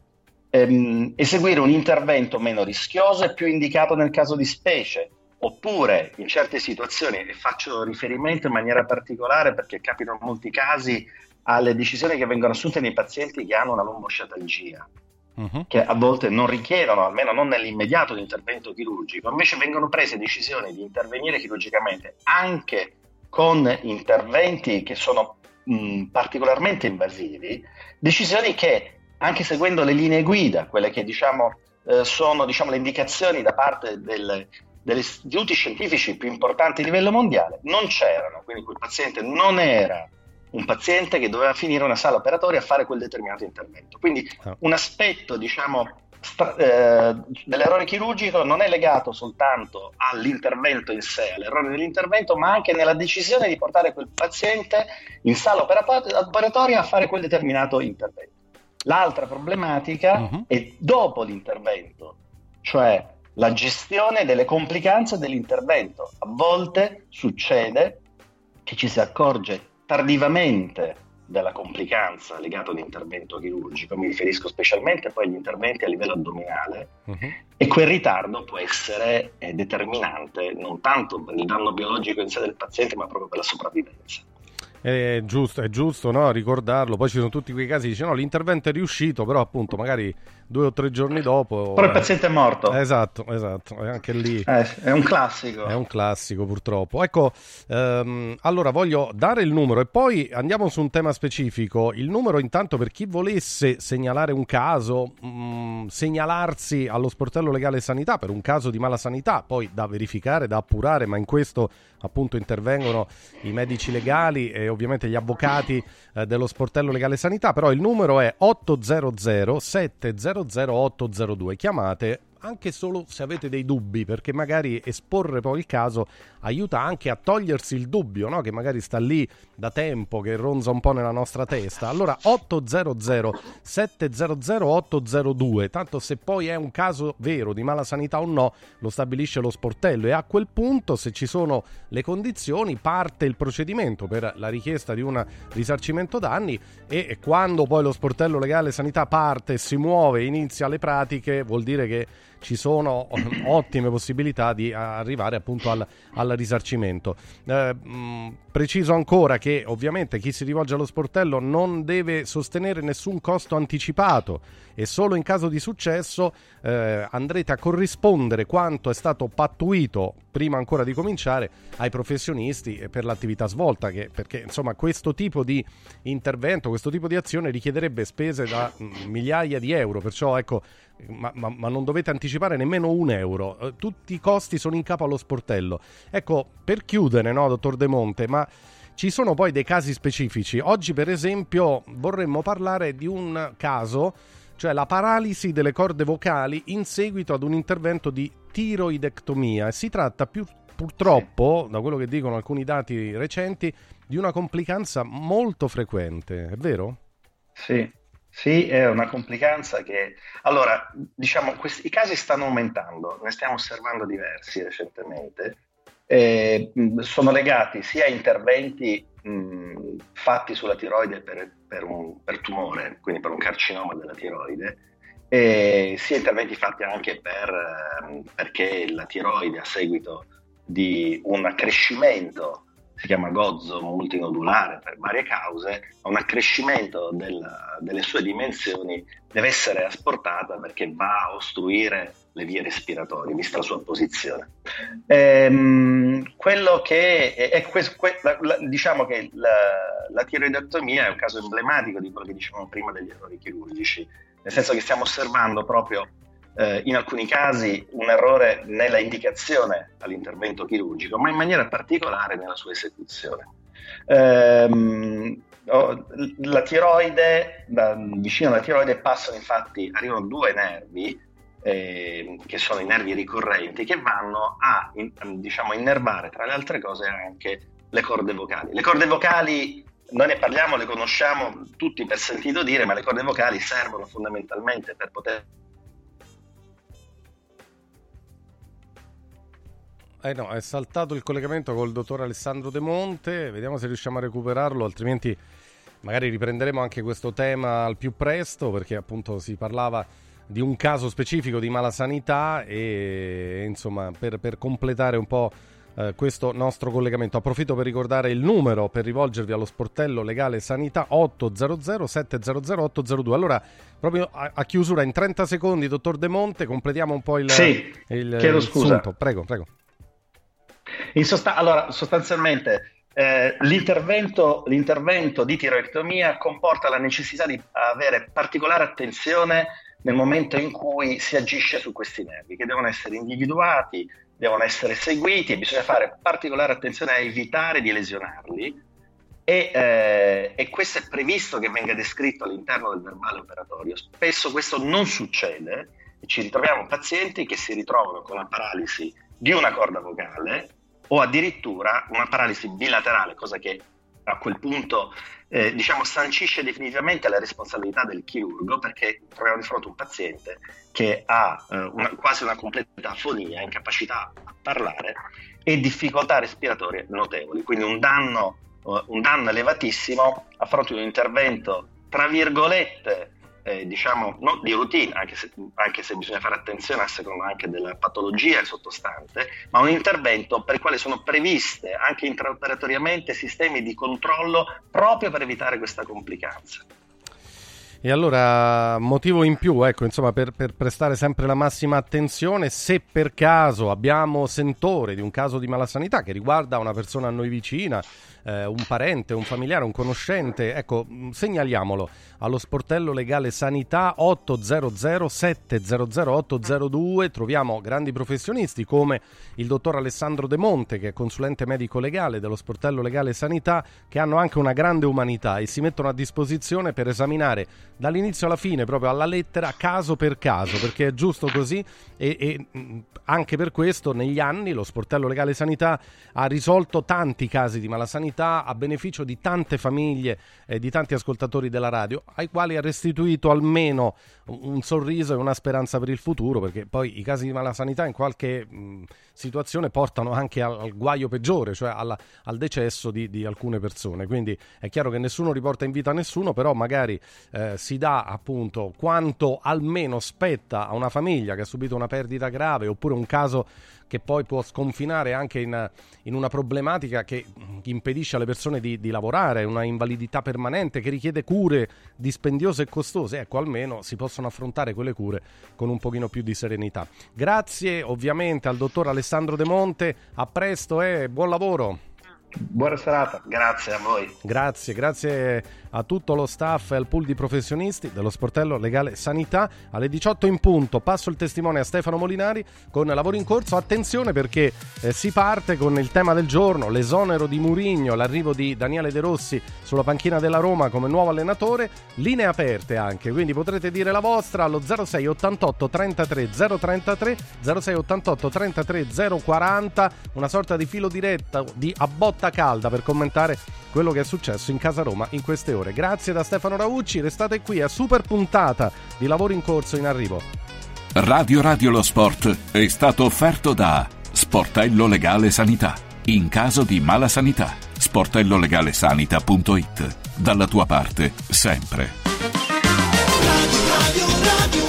ehm, eseguire un intervento meno rischioso e più indicato nel caso di specie, oppure in certe situazioni, e faccio riferimento in maniera particolare perché capitano molti casi alle decisioni che vengono assunte nei pazienti che hanno una lombosciatalgia, uh-huh. che a volte non richiedono, almeno non nell'immediato, l'intervento chirurgico, invece vengono prese decisioni di intervenire chirurgicamente anche con interventi che sono mh, particolarmente invasivi, decisioni che, anche seguendo le linee guida, quelle che diciamo eh, sono diciamo le indicazioni da parte del degli istituti scientifici più importanti a livello mondiale, non c'erano, quindi quel paziente non era un paziente che doveva finire una sala operatoria a fare quel determinato intervento. Quindi un aspetto, diciamo, stra- eh, dell'errore chirurgico non è legato soltanto all'intervento in sé, all'errore dell'intervento, ma anche nella decisione di portare quel paziente in sala operator- operatoria a fare quel determinato intervento. L'altra problematica uh-huh. è dopo l'intervento, cioè la gestione delle complicanze dell'intervento. A volte succede che ci si accorge tardivamente della complicanza legata all'intervento chirurgico, mi riferisco specialmente poi agli interventi a livello addominale, uh-huh. e quel ritardo può essere eh, determinante non tanto per il danno biologico in sé del paziente, ma proprio per la sopravvivenza. È giusto, è giusto, no, ricordarlo. Poi ci sono tutti quei casi, dice no, l'intervento è riuscito, però appunto magari due o tre giorni dopo però il paziente è morto. Esatto, esatto, e anche lì eh, è un classico. È un classico purtroppo. Ecco, ehm, allora voglio dare il numero e poi andiamo su un tema specifico. Il numero intanto per chi volesse segnalare un caso, mh, segnalarsi allo sportello legale sanità per un caso di malasanità, poi da verificare, da appurare, ma in questo appunto intervengono i medici legali e ovviamente gli avvocati eh, dello sportello legale sanità, però il numero è otto zero zero sette zero zero otto zero due. Chiamate anche solo se avete dei dubbi, perché magari esporre poi il caso aiuta anche a togliersi il dubbio, no? Che magari sta lì da tempo, che ronza un po' nella nostra testa. Allora otto zero zero sette zero zero otto zero due, tanto se poi è un caso vero di malasanità o no lo stabilisce lo sportello, e a quel punto, se ci sono le condizioni, parte il procedimento per la richiesta di un risarcimento danni, e quando poi lo sportello legale sanità parte, si muove, inizia le pratiche, vuol dire che ci sono ottime possibilità di arrivare appunto al, al risarcimento. Eh, mh, preciso ancora che ovviamente chi si rivolge allo sportello non deve sostenere nessun costo anticipato, e solo in caso di successo eh, andrete a corrispondere quanto è stato pattuito prima ancora di cominciare ai professionisti per l'attività svolta, che, perché insomma questo tipo di intervento, questo tipo di azione richiederebbe spese da mh, migliaia di euro, perciò ecco, ma, ma, ma non dovete anticipare nemmeno un euro, eh, tutti i costi sono in capo allo sportello. Ecco, per chiudere, no, dottor De Monte, ma ci sono poi dei casi specifici. Oggi per esempio vorremmo parlare di un caso, cioè la paralisi delle corde vocali in seguito ad un intervento di tiroidectomia, e si tratta più purtroppo, da quello che dicono alcuni dati recenti, di una complicanza molto frequente, è vero? Sì, sì, è una complicanza che, allora, diciamo, questi, i casi stanno aumentando, ne stiamo osservando diversi recentemente, eh, sono legati sia a interventi mh, fatti sulla tiroide per, per, un, per tumore, quindi per un carcinoma della tiroide, e sia interventi fatti anche per, perché la tiroide, a seguito di un accrescimento, si chiama gozzo multinodulare per varie cause, un accrescimento della, delle sue dimensioni, deve essere asportata perché va a ostruire le vie respiratorie, vista la sua posizione. Ehm, quello che è, è questo, que, la, la, diciamo che la, la tiroidectomia è un caso emblematico di quello che dicevamo prima degli errori chirurgici, nel senso che stiamo osservando proprio eh, in alcuni casi un errore nella indicazione all'intervento chirurgico, ma in maniera particolare nella sua esecuzione. Ehm, oh, la tiroide, da, vicino alla tiroide passano infatti, arrivano due nervi, eh, che sono i nervi ricorrenti, che vanno a in, diciamo innervare tra le altre cose anche le corde vocali. Le corde vocali, noi ne parliamo, le conosciamo tutti per sentito dire, ma le corde vocali servono fondamentalmente per poter... Eh no, è saltato il collegamento col dottor Alessandro De Monte, vediamo se riusciamo a recuperarlo, altrimenti magari riprenderemo anche questo tema al più presto, perché appunto si parlava di un caso specifico di malasanità e insomma per, per completare un po' eh, questo nostro collegamento approfitto per ricordare il numero per rivolgervi allo sportello legale sanità otto zero zero sette zero zero otto zero due. Allora proprio a, a chiusura in trenta secondi, dottor De Monte, completiamo un po' il, sì, il, chiedo il scusa. sunto. Prego, prego. In sosta- allora, sostanzialmente eh, l'intervento, l'intervento di tiroidectomia comporta la necessità di avere particolare attenzione nel momento in cui si agisce su questi nervi, che devono essere individuati, devono essere seguiti e bisogna fare particolare attenzione a evitare di lesionarli e, eh, e questo è previsto che venga descritto all'interno del verbale operatorio. Spesso questo non succede e ci ritroviamo pazienti che si ritrovano con la paralisi di una corda vocale o addirittura una paralisi bilaterale, cosa che a quel punto eh, diciamo sancisce definitivamente la responsabilità del chirurgo, perché troviamo di fronte un paziente che ha eh, una, quasi una completa afonia, incapacità a parlare e difficoltà respiratorie notevoli, quindi un danno, uh, un danno elevatissimo a fronte di un intervento tra virgolette Eh, diciamo non di routine, anche se, anche se bisogna fare attenzione a seconda anche della patologia sottostante, ma un intervento per il quale sono previste anche intraoperatoriamente sistemi di controllo proprio per evitare questa complicanza. E allora, motivo in più, ecco, insomma, per, per prestare sempre la massima attenzione, se per caso abbiamo sentore di un caso di malasanità che riguarda una persona a noi vicina, eh, un parente, un familiare, un conoscente, ecco, segnaliamolo allo sportello legale sanità otto zero zero sette zero zero otto zero due. Troviamo grandi professionisti come il dottor Alessandro De Monte, che è consulente medico legale dello sportello legale sanità, che hanno anche una grande umanità e si mettono a disposizione per esaminare dall'inizio alla fine, proprio alla lettera, caso per caso, perché è giusto così e, e anche per questo negli anni lo sportello legale sanità ha risolto tanti casi di malasanità a beneficio di tante famiglie e di tanti ascoltatori della radio, ai quali ha restituito almeno un sorriso e una speranza per il futuro, perché poi i casi di malasanità in qualche mh, situazione portano anche al, al guaio peggiore, cioè alla, al decesso di, di alcune persone. Quindi è chiaro che nessuno riporta in vita nessuno, però magari eh, si dà appunto quanto almeno spetta a una famiglia che ha subito una perdita grave, oppure un caso che poi può sconfinare anche in, in una problematica che impedisce alle persone di, di lavorare, una invalidità permanente che richiede cure dispendiose e costose. Ecco, almeno si possono affrontare quelle cure con un pochino più di serenità. Grazie ovviamente al dottor Alessandro De Monte, a presto e buon lavoro. Buona serata, grazie a voi. Grazie, grazie a tutto lo staff e al pool di professionisti dello sportello legale sanità. Alle diciotto in punto passo il testimone a Stefano Molinari con lavori in corso. Attenzione perché eh, si parte con il tema del giorno, l'esonero di Mourinho, l'arrivo di Daniele De Rossi sulla panchina della Roma come nuovo allenatore, linee aperte anche, quindi potrete dire la vostra allo zero sei ottantotto trentatré zero trentatré, zero sei ottantotto trentatré zero quaranta, una sorta di filo diretto di a botta calda per commentare quello che è successo in casa Roma in queste ore. Grazie da Stefano Raucci, restate qui a super puntata di lavori in corso in arrivo. Radio Radio Lo Sport è stato offerto da Sportello Legale Sanità. In caso di malasanità, sportello legale sanità punto it. Dalla tua parte, sempre. Radio, radio, radio.